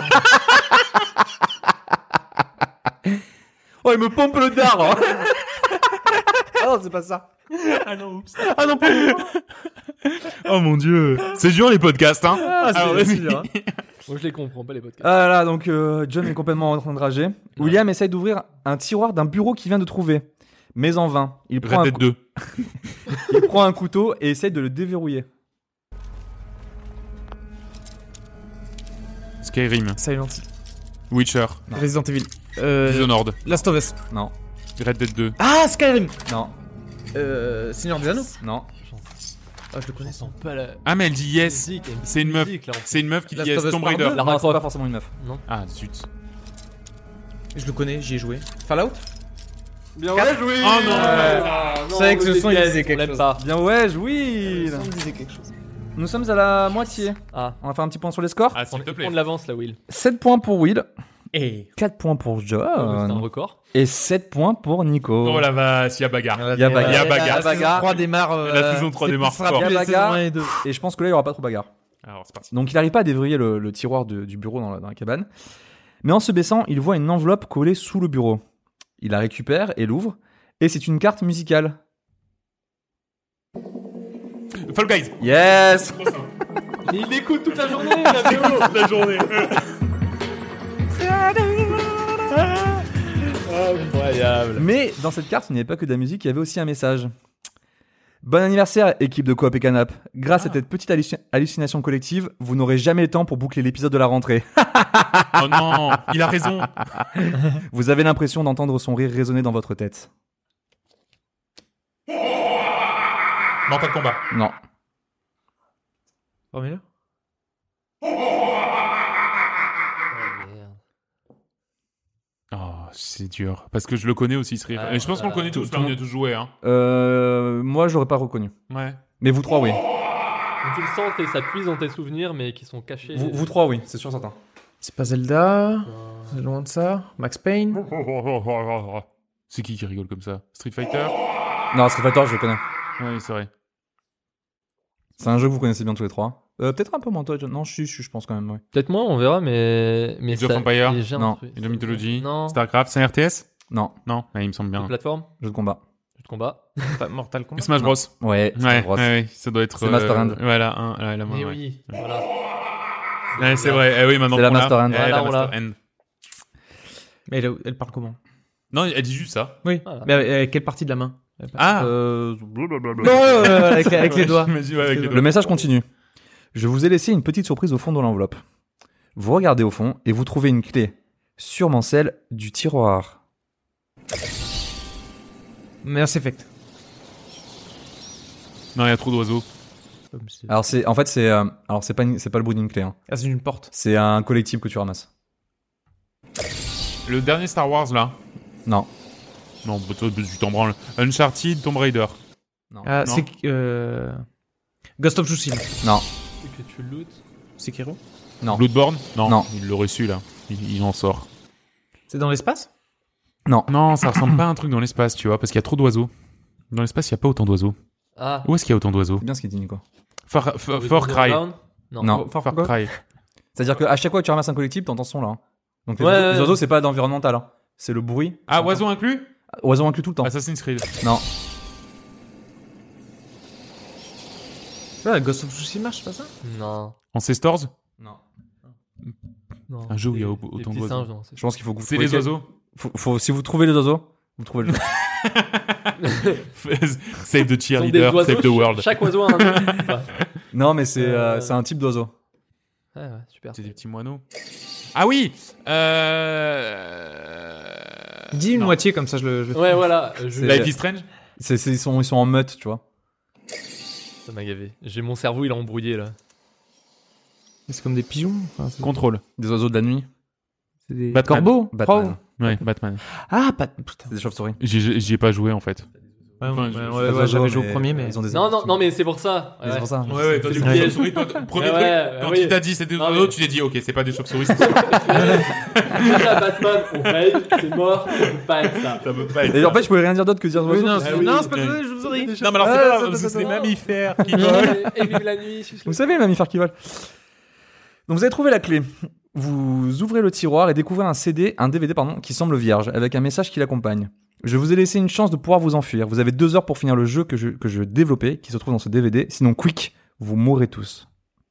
[SPEAKER 2] Oh, il me pompe le dard. Ah non, c'est pas ça.
[SPEAKER 1] Ah non, oups. Ah non, pas Oh mon dieu. C'est dur les podcasts, hein. Alors,
[SPEAKER 2] c'est
[SPEAKER 1] vas-y.
[SPEAKER 2] dur, hein.
[SPEAKER 4] Moi, je les comprends pas, les podcasts.
[SPEAKER 2] Ah là, donc John est complètement en train de rager. William essaye d'ouvrir un tiroir d'un bureau qu'il vient de trouver. Mais en vain. Il prend,
[SPEAKER 1] Red Dead 2.
[SPEAKER 2] il prend un couteau et essaye de le déverrouiller.
[SPEAKER 1] Skyrim.
[SPEAKER 3] Silent
[SPEAKER 1] Witcher.
[SPEAKER 2] Non.
[SPEAKER 3] Resident Evil.
[SPEAKER 1] Dishonored.
[SPEAKER 3] Last of Us.
[SPEAKER 2] Non,
[SPEAKER 1] Red Dead 2.
[SPEAKER 3] Ah, Skyrim.
[SPEAKER 2] non,
[SPEAKER 3] Seigneur des Anneaux.
[SPEAKER 2] non.
[SPEAKER 3] Ah, je le connais.
[SPEAKER 4] On sent pas la
[SPEAKER 1] Ah mais elle dit yes.
[SPEAKER 4] musique, il y a une
[SPEAKER 1] C'est une meuf.
[SPEAKER 4] musique, là, en fait.
[SPEAKER 1] C'est une meuf qui dit
[SPEAKER 3] Last
[SPEAKER 1] yes.
[SPEAKER 3] of Us
[SPEAKER 1] Tomb
[SPEAKER 3] Part
[SPEAKER 1] Raider.
[SPEAKER 3] 2.
[SPEAKER 4] Lara
[SPEAKER 2] Non, c'est
[SPEAKER 4] Croft.
[SPEAKER 2] pas forcément une meuf.
[SPEAKER 1] Ah zut.
[SPEAKER 3] Je le connais, j'y ai joué. Fallout.
[SPEAKER 2] Bien ouais, joué.
[SPEAKER 1] Oh non.
[SPEAKER 3] C'est vrai que ce son il disait
[SPEAKER 4] On
[SPEAKER 3] quelque
[SPEAKER 4] l'aime
[SPEAKER 3] chose.
[SPEAKER 4] pas.
[SPEAKER 2] Bien ouais, oui.
[SPEAKER 3] Le son disait quelque chose.
[SPEAKER 2] Nous sommes à la moitié.
[SPEAKER 4] Ah,
[SPEAKER 2] On va faire un petit point sur les scores.
[SPEAKER 1] Ah s'il te plaît.
[SPEAKER 4] prends de l'avance là, Will.
[SPEAKER 2] 7 points pour Will,
[SPEAKER 3] Et
[SPEAKER 2] 4 points pour
[SPEAKER 4] C'est un
[SPEAKER 2] John
[SPEAKER 4] record.
[SPEAKER 2] et 7 points pour Nico.
[SPEAKER 1] Oh la vache, il y a bagarre.
[SPEAKER 2] Il y a bagarre.
[SPEAKER 1] Il y a bagarre.
[SPEAKER 3] La saison 3 démarre.
[SPEAKER 1] La saison 3 démarre
[SPEAKER 3] Ce sera
[SPEAKER 1] fort.
[SPEAKER 3] plus
[SPEAKER 2] Il y a
[SPEAKER 3] la saison
[SPEAKER 2] bagarre.
[SPEAKER 3] 1 et 2.
[SPEAKER 2] Et je pense que là, il n'y aura pas trop bagarre.
[SPEAKER 1] Alors c'est parti.
[SPEAKER 2] Donc il n'arrive pas à déverrouiller le tiroir du bureau dans la cabane. Mais en se baissant, il voit une enveloppe collée sous le bureau. Il la récupère et l'ouvre. Et c'est une carte musicale.
[SPEAKER 1] Fall Guys.
[SPEAKER 2] Yes.
[SPEAKER 4] Mais il l'écoute toute la journée, la vidéo.
[SPEAKER 1] La journée.
[SPEAKER 4] Incroyable.
[SPEAKER 2] Mais dans cette carte, il n'y avait pas que de la musique, il y avait aussi un message. Bon anniversaire, équipe de Coop et Canap. Grâce à cette petite hallucination collective, vous n'aurez jamais le temps pour boucler l'épisode de la rentrée.
[SPEAKER 1] Oh non, il a raison.
[SPEAKER 2] Vous avez l'impression d'entendre son rire résonner dans votre tête.
[SPEAKER 1] Mortal Kombat.
[SPEAKER 2] Non.
[SPEAKER 3] Remets-le.
[SPEAKER 1] Oh, c'est dur. Parce que je le connais aussi ce rire.
[SPEAKER 4] Ah,
[SPEAKER 1] Et je pense qu'on le connaît tous, là, on y a tous joué, hein.
[SPEAKER 2] Moi, je l'aurais pas reconnu.
[SPEAKER 1] Ouais.
[SPEAKER 2] Mais vous trois, oui.
[SPEAKER 4] Donc, tu le sens que ça puise dans tes souvenirs, mais qui sont cachés.
[SPEAKER 2] Vous trois, oui, c'est sûr certain.
[SPEAKER 3] C'est pas Zelda. C'est loin de ça. Max Payne.
[SPEAKER 1] C'est qui rigole comme ça? Street Fighter?
[SPEAKER 2] Non, Street Fighter, je le connais.
[SPEAKER 1] Oui, c'est vrai.
[SPEAKER 2] C'est un jeu que vous connaissez bien tous les trois. Peut-être un peu moins toi, John. Non, je pense quand même, oui.
[SPEAKER 4] Peut-être moins, on verra, mais
[SPEAKER 1] Age of Empires
[SPEAKER 4] j'ai un
[SPEAKER 2] Non.
[SPEAKER 4] truc.
[SPEAKER 1] Age of Mythology?
[SPEAKER 4] Non.
[SPEAKER 1] Starcraft? C'est un RTS?
[SPEAKER 2] Non,
[SPEAKER 1] Non, il me semble
[SPEAKER 4] Jeu de
[SPEAKER 1] bien.
[SPEAKER 4] plateforme,
[SPEAKER 2] jeu de combat.
[SPEAKER 4] jeu de combat.
[SPEAKER 3] Pas Mortal Kombat.
[SPEAKER 1] Smash Bros.
[SPEAKER 2] Ouais,
[SPEAKER 1] Ouais,
[SPEAKER 2] Bros.
[SPEAKER 1] ouais, ça doit être.
[SPEAKER 2] C'est Master Hand.
[SPEAKER 1] Voilà, la main,
[SPEAKER 4] Mais
[SPEAKER 1] ouais.
[SPEAKER 4] oui, voilà.
[SPEAKER 1] Ouais, c'est vrai. Eh oui, maintenant
[SPEAKER 2] C'est la
[SPEAKER 1] qu'on l'a.
[SPEAKER 2] Master Hand.
[SPEAKER 1] Eh,
[SPEAKER 4] Voilà,
[SPEAKER 1] la
[SPEAKER 4] on
[SPEAKER 1] Master
[SPEAKER 4] l'a.
[SPEAKER 1] Hand.
[SPEAKER 3] Mais elle parle comment?
[SPEAKER 1] Non, elle dit juste ça.
[SPEAKER 3] Oui.
[SPEAKER 4] Voilà.
[SPEAKER 3] Mais avec quelle partie de la main?
[SPEAKER 1] Ah.
[SPEAKER 3] Non, avec les doigts.
[SPEAKER 1] Vas-y, ouais, avec les
[SPEAKER 2] Le
[SPEAKER 1] doigts.
[SPEAKER 2] message continue. Je vous ai laissé une petite surprise au fond de l'enveloppe. Vous regardez au fond et vous trouvez une clé, sûrement celle du tiroir.
[SPEAKER 3] Mass Effect.
[SPEAKER 1] Non, il y a trop d'oiseaux.
[SPEAKER 2] Alors c'est c'est pas le bruit d'une clé, hein.
[SPEAKER 3] Ah, c'est une porte.
[SPEAKER 2] C'est un collectible que tu ramasses.
[SPEAKER 1] Le dernier Star Wars, là.
[SPEAKER 2] Non.
[SPEAKER 1] Non, bah, toi, tu t'en branles. Uncharted, Tomb Raider.
[SPEAKER 3] Ah,
[SPEAKER 1] Non.
[SPEAKER 3] c'est Ghost of Tsushima.
[SPEAKER 2] Non.
[SPEAKER 4] Et que tu lootes.
[SPEAKER 3] Sekiro.
[SPEAKER 2] Non.
[SPEAKER 1] Bloodborne? Non.
[SPEAKER 2] Non.
[SPEAKER 1] Il l'aurait su, là. Il en sort.
[SPEAKER 3] C'est dans l'espace?
[SPEAKER 1] Non, ça ressemble pas à un truc dans l'espace, tu vois, parce qu'il y a trop d'oiseaux. Dans l'espace, il y a pas autant d'oiseaux.
[SPEAKER 4] Ah.
[SPEAKER 1] Où est-ce qu'il y a autant d'oiseaux?
[SPEAKER 2] C'est bien ce qu'il dit, Nico.
[SPEAKER 1] Far Cry.
[SPEAKER 2] Non.
[SPEAKER 1] Far Cry.
[SPEAKER 2] C'est-à-dire qu'à chaque fois que tu ramasses un collectible, t'entends ce son là. Hein. Donc les,
[SPEAKER 4] Ouais.
[SPEAKER 2] les oiseaux, c'est pas d'environnemental. Hein. C'est le bruit.
[SPEAKER 1] Ah, oiseaux inclus?
[SPEAKER 2] Oiseaux inclus tout le temps.
[SPEAKER 1] Assassin's Creed.
[SPEAKER 2] Non.
[SPEAKER 3] Ouais, Ghost of Tsushima, c'est pas ça?
[SPEAKER 4] Non.
[SPEAKER 1] Ancestors?
[SPEAKER 2] Non.
[SPEAKER 4] Non.
[SPEAKER 1] Un jeu où il y a
[SPEAKER 4] Des-
[SPEAKER 1] autant
[SPEAKER 4] des petits
[SPEAKER 1] d'oiseaux.
[SPEAKER 4] singes, non,
[SPEAKER 2] Je pense qu'il faut que vous
[SPEAKER 1] C'est
[SPEAKER 2] trouviez
[SPEAKER 1] les
[SPEAKER 2] quel-
[SPEAKER 1] oiseaux?
[SPEAKER 2] Si vous trouvez les oiseaux, vous trouvez le jeu.
[SPEAKER 1] Save the
[SPEAKER 4] Ce sont des
[SPEAKER 1] cheerleader,
[SPEAKER 4] oiseaux,
[SPEAKER 1] save the world.
[SPEAKER 4] Chaque oiseau a un nom. Ouais,
[SPEAKER 2] Non, mais c'est un type d'oiseau.
[SPEAKER 4] ouais, super.
[SPEAKER 1] C'est des petits moineaux. Ah oui!
[SPEAKER 3] Dis une
[SPEAKER 1] Non.
[SPEAKER 3] moitié comme ça, je le.
[SPEAKER 4] Ouais, voilà.
[SPEAKER 2] C'est-
[SPEAKER 1] Life is Strange?
[SPEAKER 2] Ils sont en meute, tu vois.
[SPEAKER 4] Ça m'a gavé. J'ai mon cerveau, il a embrouillé là.
[SPEAKER 3] C'est comme des pigeons. Enfin, c'est
[SPEAKER 1] Contrôle.
[SPEAKER 2] Des oiseaux de la nuit.
[SPEAKER 3] c'est des
[SPEAKER 1] Batman.
[SPEAKER 3] corbeaux.
[SPEAKER 2] Batman.
[SPEAKER 1] Ouais, Batman.
[SPEAKER 3] Ah, putain.
[SPEAKER 2] C'est des chauves-souris.
[SPEAKER 1] J'y ai pas joué en fait.
[SPEAKER 3] Ouais,
[SPEAKER 1] Enfin,
[SPEAKER 3] ouais,
[SPEAKER 1] je-
[SPEAKER 3] ouais,
[SPEAKER 2] Des
[SPEAKER 3] ouais,
[SPEAKER 2] oiseaux,
[SPEAKER 3] j'avais joué au premier, mais.
[SPEAKER 2] Ils ont des
[SPEAKER 4] Non, non, non, mais c'est pour ça.
[SPEAKER 2] C'est pour ça.
[SPEAKER 1] Ouais, toi,
[SPEAKER 4] C'est
[SPEAKER 1] du
[SPEAKER 4] le
[SPEAKER 1] coup,
[SPEAKER 4] piège.
[SPEAKER 1] chauve-souris, toi, premier
[SPEAKER 4] Ouais,
[SPEAKER 1] truc,
[SPEAKER 4] ouais,
[SPEAKER 1] quand
[SPEAKER 4] oui.
[SPEAKER 1] il t'a dit c'était des
[SPEAKER 4] Non,
[SPEAKER 1] oiseaux,
[SPEAKER 4] mais-
[SPEAKER 1] tu t'es dit, ok, c'est pas des chauves-souris, c'est ça.
[SPEAKER 4] Déjà, Batman, on paye, c'est mort, ça peut pas être ça.
[SPEAKER 1] Ça peut pas être.
[SPEAKER 2] Et en fait, je pouvais rien dire d'autre que dire
[SPEAKER 3] Oui,
[SPEAKER 2] oiseaux.
[SPEAKER 3] non,
[SPEAKER 1] Ah
[SPEAKER 3] c'est
[SPEAKER 1] oui,
[SPEAKER 3] non,
[SPEAKER 1] oui,
[SPEAKER 3] c'est pas
[SPEAKER 1] oui.
[SPEAKER 3] tout, je vous aurais.
[SPEAKER 1] Non, mais alors c'est
[SPEAKER 2] Ouais,
[SPEAKER 1] pas grave,
[SPEAKER 2] ça,
[SPEAKER 1] parce que
[SPEAKER 2] ça,
[SPEAKER 1] c'est des
[SPEAKER 2] ça.
[SPEAKER 1] mammifères qui volent.
[SPEAKER 4] Et vive la nuit, suce
[SPEAKER 2] Vous savez, les mammifères qui volent. Donc vous avez trouvé la clé. Vous ouvrez le tiroir et découvrez un DVD qui semble vierge, avec un message qui l'accompagne. Je vous ai laissé une chance de pouvoir vous enfuir. Vous avez 2 heures pour finir le jeu que je développais, qui se trouve dans ce DVD. Sinon, quick, vous mourrez tous.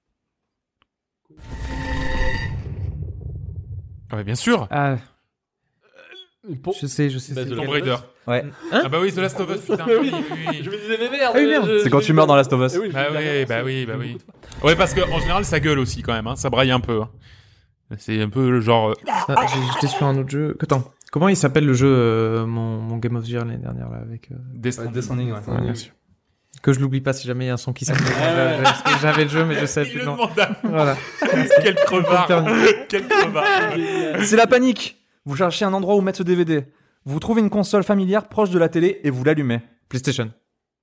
[SPEAKER 1] Ah, mais bien sûr.
[SPEAKER 3] Ah,
[SPEAKER 4] Pour-
[SPEAKER 3] je sais.
[SPEAKER 4] Bah,
[SPEAKER 3] c'est
[SPEAKER 4] de
[SPEAKER 1] Tomb
[SPEAKER 3] quel-
[SPEAKER 1] Raider.
[SPEAKER 2] Ouais.
[SPEAKER 1] Ah bah oui, The Last of Us, putain.
[SPEAKER 4] Mais
[SPEAKER 1] Oui,
[SPEAKER 4] oui.
[SPEAKER 1] oui.
[SPEAKER 4] Je me disais, mais merde.
[SPEAKER 3] Ah oui, merde.
[SPEAKER 2] C'est quand tu meurs dans Last of Us.
[SPEAKER 4] Eh oui, je
[SPEAKER 1] Bah
[SPEAKER 4] me disais,
[SPEAKER 1] oui,
[SPEAKER 4] merde,
[SPEAKER 1] bah
[SPEAKER 4] c'est-
[SPEAKER 1] oui, bah
[SPEAKER 4] beaucoup
[SPEAKER 1] oui.
[SPEAKER 4] de fois.
[SPEAKER 1] Ouais, parce qu'en général, ça gueule aussi quand même, hein. Ça braille un peu. Hein. C'est un peu le genre.
[SPEAKER 3] Ah, j'étais sur un autre jeu. Attends, comment il s'appelle le jeu, mon Game of the Year l'année dernière là avec.
[SPEAKER 1] Death Stranding.
[SPEAKER 2] Descending, ouais.
[SPEAKER 3] Ouais, bien sûr. Que je l'oublie pas si jamais il y a un son qui s'appelle.
[SPEAKER 4] ouais.
[SPEAKER 3] Parce que j'avais le jeu, mais je sais
[SPEAKER 1] Il
[SPEAKER 3] plus.
[SPEAKER 1] le
[SPEAKER 3] Non.
[SPEAKER 1] demande à...
[SPEAKER 3] Voilà.
[SPEAKER 1] Quel crevard. Quel crevard.
[SPEAKER 2] C'est la panique. Vous cherchez un endroit où mettre ce DVD. Vous trouvez une console familière proche de la télé et vous l'allumez.
[SPEAKER 3] PlayStation.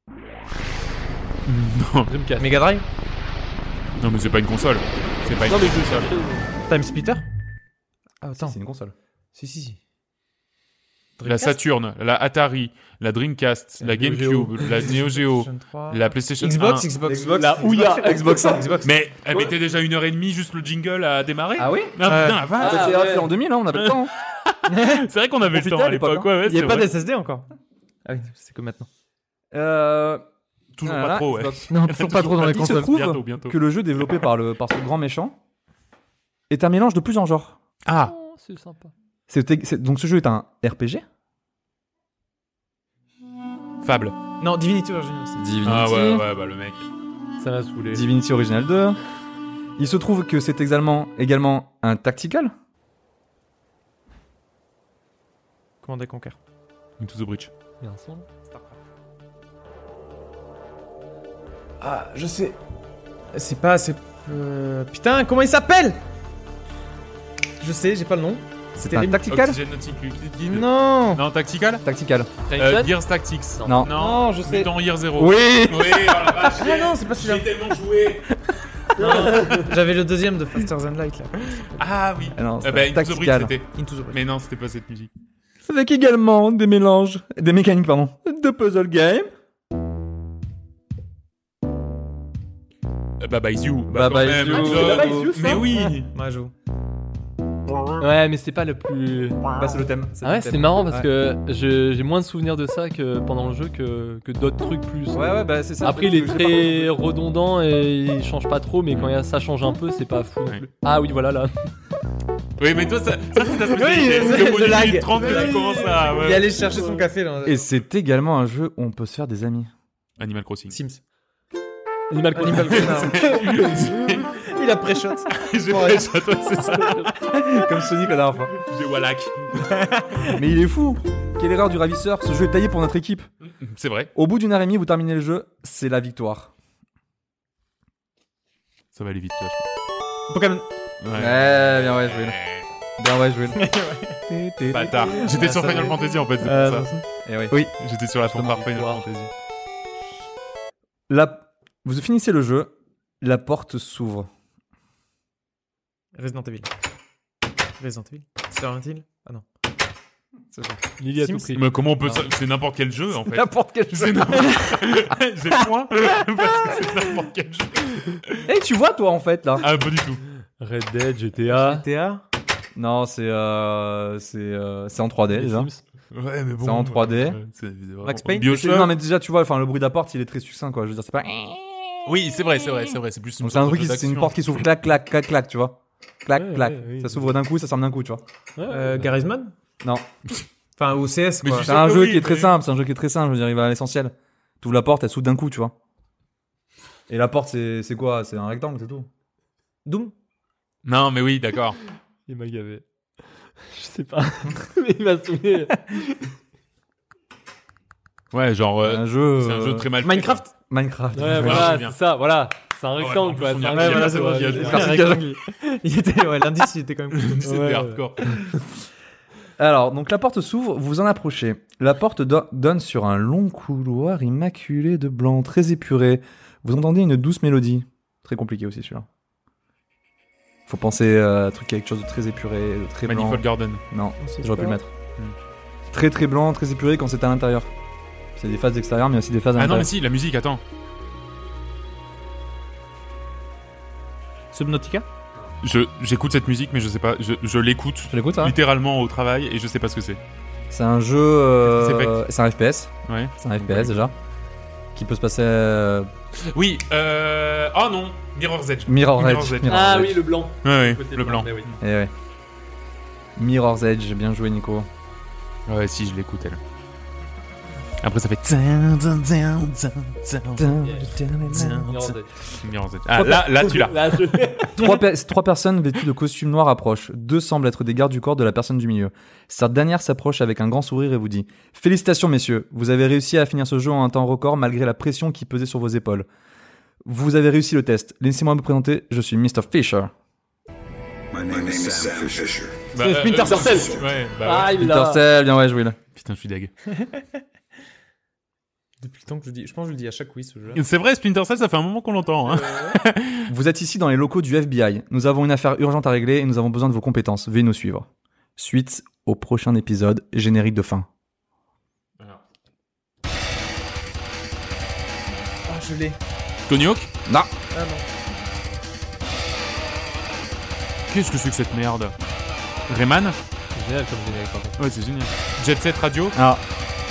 [SPEAKER 1] Non,
[SPEAKER 4] Dreamcast.
[SPEAKER 3] Mega Drive.
[SPEAKER 1] non, mais c'est pas une console. C'est pas une
[SPEAKER 4] Non, mais je le
[SPEAKER 1] console.
[SPEAKER 4] cherchais.
[SPEAKER 3] Time Splitter. Ah attends.
[SPEAKER 2] C'est une console.
[SPEAKER 3] Si.
[SPEAKER 1] La Saturn, la Atari, la Dreamcast, la
[SPEAKER 4] Neo
[SPEAKER 1] GameCube, la Neo Geo,
[SPEAKER 3] PlayStation 3.
[SPEAKER 1] la PlayStation
[SPEAKER 3] Xbox,
[SPEAKER 1] 1.
[SPEAKER 3] Xbox.
[SPEAKER 4] La Ouya.
[SPEAKER 2] Xbox 1.
[SPEAKER 3] Xbox.
[SPEAKER 1] Mais elle mettait déjà 1h30 juste le jingle à démarrer.
[SPEAKER 2] Ah oui
[SPEAKER 1] Ah putain, la vache.
[SPEAKER 4] Ah,
[SPEAKER 2] C'est
[SPEAKER 4] ouais.
[SPEAKER 2] en 2000, hein, on avait le temps.
[SPEAKER 1] C'est vrai qu'on avait le
[SPEAKER 2] Profitez
[SPEAKER 1] temps à
[SPEAKER 2] à l'époque,
[SPEAKER 1] l'époque. Ouais, ouais,
[SPEAKER 3] Il n'y
[SPEAKER 1] c'est
[SPEAKER 3] a pas
[SPEAKER 1] vrai.
[SPEAKER 3] d'SSD encore. Ah oui, c'est que maintenant.
[SPEAKER 1] Toujours
[SPEAKER 2] Voilà,
[SPEAKER 1] pas trop, ouais.
[SPEAKER 2] Xbox.
[SPEAKER 3] Non, toujours pas trop dans les
[SPEAKER 2] Il se
[SPEAKER 3] consoles.
[SPEAKER 2] trouve
[SPEAKER 1] Bientôt.
[SPEAKER 2] que le jeu développé par ce grand méchant est un mélange de plusieurs genres.
[SPEAKER 1] Ah,
[SPEAKER 4] Oh, c'est sympa.
[SPEAKER 2] Donc ce jeu est un RPG.
[SPEAKER 1] Fable.
[SPEAKER 3] Non, Divinity Original.
[SPEAKER 2] Divinity.
[SPEAKER 1] Ah ouais, ouais, bah le mec.
[SPEAKER 4] Ça m'a saoulé.
[SPEAKER 2] Divinity Original 2. Il se trouve que c'est également un tactical.
[SPEAKER 3] Command & Conquer.
[SPEAKER 1] Into the Breach.
[SPEAKER 4] Il y a un son.
[SPEAKER 3] Ah, je sais. C'est pas. Putain, comment il s'appelle? Je sais, j'ai pas le nom.
[SPEAKER 2] C'est
[SPEAKER 3] terrible.
[SPEAKER 2] un tactical.
[SPEAKER 1] Oxygen Nautic Liquid.
[SPEAKER 3] Non.
[SPEAKER 1] Non, Tactical.
[SPEAKER 2] Tactical.
[SPEAKER 4] Titan.
[SPEAKER 1] Gears Tactics.
[SPEAKER 2] Non.
[SPEAKER 3] Non, je sais.
[SPEAKER 1] Mutant Year Zero.
[SPEAKER 2] Oui.
[SPEAKER 1] Oui, oh la vache.
[SPEAKER 3] Ah non, c'est pas
[SPEAKER 1] J'ai
[SPEAKER 3] celui-là.
[SPEAKER 1] tellement joué.
[SPEAKER 3] J'avais le deuxième de Faster Than Light là.
[SPEAKER 1] Ah oui.
[SPEAKER 2] Ah non, c'est
[SPEAKER 1] Bah, Into the Breach,
[SPEAKER 2] tactical.
[SPEAKER 1] c'était.
[SPEAKER 3] Into the Breach.
[SPEAKER 1] Mais non, c'était pas cette musique.
[SPEAKER 2] Avec également des mécaniques de puzzle game.
[SPEAKER 1] Baba Is You.
[SPEAKER 2] Baba
[SPEAKER 1] quand
[SPEAKER 2] Is
[SPEAKER 1] même,
[SPEAKER 2] You.
[SPEAKER 1] John.
[SPEAKER 2] Baba Is You, ça
[SPEAKER 1] Mais oui.
[SPEAKER 3] Ouais, j'avoue.
[SPEAKER 4] Ouais, mais c'est pas le plus.
[SPEAKER 2] Bah c'est le thème.
[SPEAKER 4] Ah ouais, c'est marrant parce que j'ai moins de souvenirs de ça que pendant le jeu que d'autres trucs plus.
[SPEAKER 2] Ouais, bah c'est ça.
[SPEAKER 4] Après, il est très redondant et il change pas trop, mais quand ça change un peu, c'est pas fou non
[SPEAKER 1] Ouais.
[SPEAKER 4] plus. Ah oui, voilà là.
[SPEAKER 1] Oui, mais toi, ça c'est ta spécialité.
[SPEAKER 3] Oui,
[SPEAKER 1] C'est au bout
[SPEAKER 3] de
[SPEAKER 1] d'une
[SPEAKER 3] lag.
[SPEAKER 1] minute 30 que tu commences à.
[SPEAKER 3] Il
[SPEAKER 1] ouais.
[SPEAKER 3] allait chercher son café là.
[SPEAKER 2] Et c'est également un jeu où on peut se faire des amis.
[SPEAKER 1] Animal Crossing.
[SPEAKER 3] Sims.
[SPEAKER 4] Animal Crossing.
[SPEAKER 3] Il a pré-shot.
[SPEAKER 1] J'ai fait ça, toi, c'est ça.
[SPEAKER 2] Comme Sonic la dernière fois.
[SPEAKER 1] J'ai Wallach.
[SPEAKER 2] Mais il est fou. Quelle erreur du ravisseur. Ce jeu est taillé pour notre équipe.
[SPEAKER 1] C'est vrai.
[SPEAKER 2] Au bout d'une heure et demie, vous terminez le jeu. C'est la victoire.
[SPEAKER 1] Ça va aller vite, tu vois.
[SPEAKER 3] Pokémon.
[SPEAKER 2] Ouais, bien ouais, joué. Bien ouais, joué.
[SPEAKER 1] Bâtard. J'étais sur Final Fantasy en fait, c'est pour ça.
[SPEAKER 2] Et oui.
[SPEAKER 1] J'étais sur la fanfare Final
[SPEAKER 4] Wow.
[SPEAKER 1] Fantasy.
[SPEAKER 2] Là, vous finissez le jeu. La porte s'ouvre.
[SPEAKER 3] Silent Evil. Silent Hill. Ah non. C'est ça.
[SPEAKER 4] Lily a
[SPEAKER 3] Sims.
[SPEAKER 4] tout pris.
[SPEAKER 1] Mais comment on peut ça? C'est n'importe quel jeu en fait.
[SPEAKER 2] N'importe quel
[SPEAKER 1] C'est
[SPEAKER 2] jeu.
[SPEAKER 1] J'ai point parce que c'est n'importe quel jeu.
[SPEAKER 2] Eh, tu vois, toi, en fait, là.
[SPEAKER 1] Ah, pas du tout.
[SPEAKER 4] Red Dead, GTA,
[SPEAKER 3] GTA.
[SPEAKER 2] Non, c'est en 3D,
[SPEAKER 4] les
[SPEAKER 2] déjà.
[SPEAKER 4] Sims.
[SPEAKER 1] Ouais, mais bon.
[SPEAKER 2] C'est en 3D.
[SPEAKER 1] C'est vraiment-
[SPEAKER 3] Max Payne.
[SPEAKER 1] Bioshock.
[SPEAKER 2] Non, mais déjà, tu vois, enfin, le bruit de la porte, il est très succinct, quoi. Je veux dire, c'est pas.
[SPEAKER 1] Oui, c'est vrai. C'est plus.
[SPEAKER 2] Donc, c'est un truc, c'est une porte qui s'ouvre, clac, clac, clac, clac, tu vois. Clac,
[SPEAKER 4] Ouais,
[SPEAKER 2] clac.
[SPEAKER 4] ouais, oui.
[SPEAKER 2] Ça s'ouvre d'un coup, ça ferme d'un coup, tu vois.
[SPEAKER 3] Garry's Mod.
[SPEAKER 2] Non.
[SPEAKER 3] Enfin, ou CS,
[SPEAKER 1] Mais
[SPEAKER 3] quoi.
[SPEAKER 1] tu
[SPEAKER 2] C'est
[SPEAKER 1] sais
[SPEAKER 2] un
[SPEAKER 1] que
[SPEAKER 2] jeu
[SPEAKER 1] oui,
[SPEAKER 2] qui est très
[SPEAKER 1] mais-
[SPEAKER 2] simple, je veux dire, il va à l'essentiel. Tu ouvres la porte, elle s'ouvre d'un coup, tu vois. Et la porte, c'est quoi? C'est un rectangle, c'est tout.
[SPEAKER 3] Doom.
[SPEAKER 1] Non, mais oui, d'accord.
[SPEAKER 4] Il m'a gavé. Je sais pas. Mais il m'a saoulé.
[SPEAKER 1] Ouais, genre.
[SPEAKER 2] Un jeu.
[SPEAKER 1] C'est un jeu très mal fait,
[SPEAKER 3] Minecraft.
[SPEAKER 2] Minecraft.
[SPEAKER 4] Ouais,
[SPEAKER 1] c'est
[SPEAKER 4] voilà,
[SPEAKER 1] bien.
[SPEAKER 4] c'est ça, voilà. C'est un
[SPEAKER 1] ouais,
[SPEAKER 4] rectangle,
[SPEAKER 1] en plus,
[SPEAKER 4] quoi.
[SPEAKER 1] on y
[SPEAKER 4] C'est un
[SPEAKER 1] arrive.
[SPEAKER 4] rectangle,
[SPEAKER 1] Ouais, c'est
[SPEAKER 4] quoi.
[SPEAKER 1] bon, il y a-
[SPEAKER 4] C'est
[SPEAKER 2] Merci,
[SPEAKER 4] un
[SPEAKER 2] Gajan.
[SPEAKER 4] rectangle.
[SPEAKER 3] Il était, ouais, l'indice, il était quand même.
[SPEAKER 1] C'était
[SPEAKER 2] Ouais,
[SPEAKER 1] hardcore.
[SPEAKER 2] Alors, donc la porte s'ouvre, vous vous en approchez. La porte donne sur un long couloir immaculé de blanc, très épuré. Vous entendez une douce mélodie. Très compliqué aussi celui-là. Faut penser à un truc, quelque chose de très épuré, de très blanc.
[SPEAKER 1] Manifold Garden.
[SPEAKER 2] Non,
[SPEAKER 3] c'est
[SPEAKER 2] j'aurais pu le
[SPEAKER 3] pas-
[SPEAKER 2] mettre. Très très blanc, très épuré quand c'est à l'intérieur. C'est des phases d'extérieur, mais aussi des phases à
[SPEAKER 1] Ah non,
[SPEAKER 2] l'intérieur.
[SPEAKER 1] mais si, la musique, attends.
[SPEAKER 3] Subnautica.
[SPEAKER 1] J'écoute cette musique, mais je sais pas. Je l'écoute
[SPEAKER 2] Tu l'écoutes, ça
[SPEAKER 1] littéralement au travail et je sais pas ce que c'est.
[SPEAKER 2] C'est un jeu. C'est un FPS.
[SPEAKER 1] Ouais.
[SPEAKER 2] C'est un FPS déjà. Qui peut se passer.
[SPEAKER 1] Oui, oh non, Mirror's Edge.
[SPEAKER 2] Mirror's
[SPEAKER 1] Mirror's
[SPEAKER 2] Edge.
[SPEAKER 1] Edge.
[SPEAKER 2] Mirror's
[SPEAKER 4] Ah
[SPEAKER 2] Edge.
[SPEAKER 4] oui, le blanc.
[SPEAKER 1] Ouais,
[SPEAKER 4] Côté
[SPEAKER 1] le blanc.
[SPEAKER 4] mais oui.
[SPEAKER 2] Eh ouais. Mirror's Edge, bien joué Nico.
[SPEAKER 1] Ouais, si, je l'écoute, elle. Après, ça fait.
[SPEAKER 4] Mirror's Edge.
[SPEAKER 1] Mirror's Edge. Ah, là, tu l'as.
[SPEAKER 4] Là, je-
[SPEAKER 2] Trois personnes vêtues de costumes noirs approchent. Deux semblent être des gardes du corps de la personne du milieu. Cette dernière s'approche avec un grand sourire et vous dit « Félicitations messieurs, vous avez réussi à finir ce jeu en un temps record malgré la pression qui pesait sur vos épaules. Vous avez réussi le test. Laissez-moi me présenter, je suis Mr. Fisher.
[SPEAKER 8] My name is Sam Fisher.
[SPEAKER 1] C'est
[SPEAKER 4] Splinter Cell.
[SPEAKER 1] Ouais, bah
[SPEAKER 4] Ah,
[SPEAKER 1] ouais.
[SPEAKER 4] il
[SPEAKER 2] Peter
[SPEAKER 4] l'a.
[SPEAKER 2] Cell, bien ouais joué là.
[SPEAKER 1] Putain, je suis deg.
[SPEAKER 3] Depuis le temps que je dis, je pense que je le dis à chaque quiz ce jeu.
[SPEAKER 1] C'est vrai, Splinter Cell, ça fait un moment qu'on l'entend. Hein.
[SPEAKER 2] Vous êtes ici dans les locaux du FBI. Nous avons une affaire urgente à régler et nous avons besoin de vos compétences. Veuillez nous suivre. Suite au prochain épisode, générique de fin.
[SPEAKER 3] Ah, je l'ai.
[SPEAKER 1] Tony Hawk
[SPEAKER 2] Non.
[SPEAKER 3] Ah non.
[SPEAKER 1] Qu'est-ce que c'est que cette merde? Rayman?
[SPEAKER 4] C'est génial comme générique, par contre.
[SPEAKER 1] Ouais, c'est génial. Jet Set Radio?
[SPEAKER 2] Ah.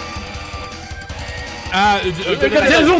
[SPEAKER 1] Ah,
[SPEAKER 2] Jason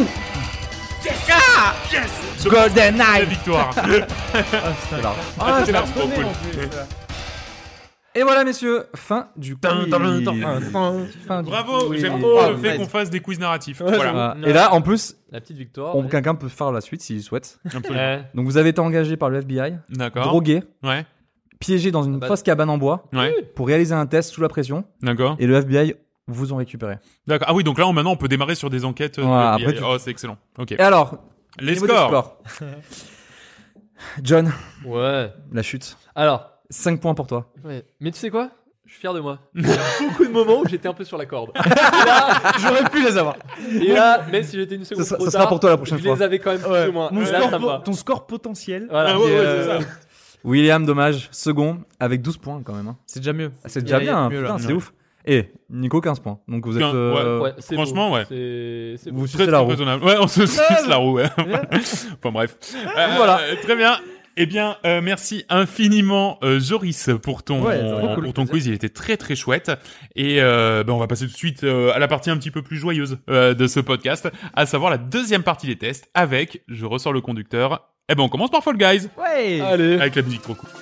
[SPEAKER 1] Golden La victoire.
[SPEAKER 3] Ah putain.
[SPEAKER 2] Là.
[SPEAKER 3] Ah, je
[SPEAKER 1] là,
[SPEAKER 3] la
[SPEAKER 1] trop
[SPEAKER 3] reconnais
[SPEAKER 1] cool.
[SPEAKER 3] en plus.
[SPEAKER 2] Et voilà messieurs, fin du quiz. Fin du
[SPEAKER 1] Bravo,
[SPEAKER 2] quiz.
[SPEAKER 1] j'aime trop le
[SPEAKER 3] Ah,
[SPEAKER 1] fait
[SPEAKER 3] nice.
[SPEAKER 1] qu'on fasse des quiz narratifs.
[SPEAKER 3] Ouais,
[SPEAKER 1] Voilà.
[SPEAKER 2] Et là, en plus,
[SPEAKER 4] La petite victoire. ouais.
[SPEAKER 2] quelqu'un peut faire la suite s'il souhaite.
[SPEAKER 1] Absolument.
[SPEAKER 4] Ouais.
[SPEAKER 2] Donc vous avez été engagé par le FBI,
[SPEAKER 1] D'accord.
[SPEAKER 2] drogué,
[SPEAKER 1] Ouais.
[SPEAKER 2] piégé dans une
[SPEAKER 4] Bah,
[SPEAKER 2] fausse cabane en bois
[SPEAKER 1] Ouais.
[SPEAKER 2] pour réaliser un test sous la pression,
[SPEAKER 1] D'accord.
[SPEAKER 2] et le FBI vous ont récupéré.
[SPEAKER 1] D'accord. Ah oui, donc là, maintenant, on peut démarrer sur des enquêtes.
[SPEAKER 2] Voilà,
[SPEAKER 1] de-
[SPEAKER 2] après, tu-
[SPEAKER 1] Oh, c'est excellent. Ok.
[SPEAKER 2] Et alors,
[SPEAKER 1] Les
[SPEAKER 2] niveau des
[SPEAKER 1] scores.
[SPEAKER 2] John,
[SPEAKER 4] Ouais.
[SPEAKER 2] la chute.
[SPEAKER 4] Alors.
[SPEAKER 2] 5 points pour toi.
[SPEAKER 4] Ouais. Mais tu sais quoi? Je suis fier de moi. Il y a beaucoup de moments où j'étais un peu sur la corde. Et là,
[SPEAKER 2] J'aurais pu les avoir.
[SPEAKER 4] et là, même si j'étais une seconde
[SPEAKER 2] Ça
[SPEAKER 4] trop
[SPEAKER 2] sera
[SPEAKER 4] tard,
[SPEAKER 2] pour toi la prochaine
[SPEAKER 4] je
[SPEAKER 2] fois.
[SPEAKER 4] les avais quand même plus ou moins.
[SPEAKER 3] Mon
[SPEAKER 4] Là,
[SPEAKER 3] score
[SPEAKER 4] ça me va.
[SPEAKER 3] ton score potentiel.
[SPEAKER 4] Voilà.
[SPEAKER 1] Ah ouais,
[SPEAKER 3] Et,
[SPEAKER 1] ouais, c'est ça.
[SPEAKER 2] William, dommage, second, avec 12 points quand même. Hein.
[SPEAKER 3] C'est déjà mieux.
[SPEAKER 2] C'est
[SPEAKER 3] Il y
[SPEAKER 2] déjà
[SPEAKER 3] a- il y a
[SPEAKER 2] bien,
[SPEAKER 3] mieux, là.
[SPEAKER 2] putain, c'est
[SPEAKER 1] Ouais.
[SPEAKER 2] ouf. Et Nico, 15 points. Donc vous êtes...
[SPEAKER 1] Ouais,
[SPEAKER 4] Ouais, c'est
[SPEAKER 1] Franchement,
[SPEAKER 4] beau.
[SPEAKER 1] ouais.
[SPEAKER 4] C'est
[SPEAKER 2] Vous
[SPEAKER 4] beau.
[SPEAKER 2] sucez la roue.
[SPEAKER 1] raisonnable. Ouais, on se suce la roue. Ouais. Enfin bref.
[SPEAKER 2] Voilà.
[SPEAKER 1] Très bien. Eh bien, merci infiniment, Joris, pour ton,
[SPEAKER 2] Ouais, c'est trop cool.
[SPEAKER 1] pour ton quiz. Il était très très chouette. Et on va passer tout de suite à la partie un petit peu plus joyeuse de ce podcast, à savoir la deuxième partie des tests avec, je ressors le conducteur. Eh ben, on commence par Fall Guys
[SPEAKER 2] Ouais.
[SPEAKER 4] Allez.
[SPEAKER 1] avec la musique trop cool.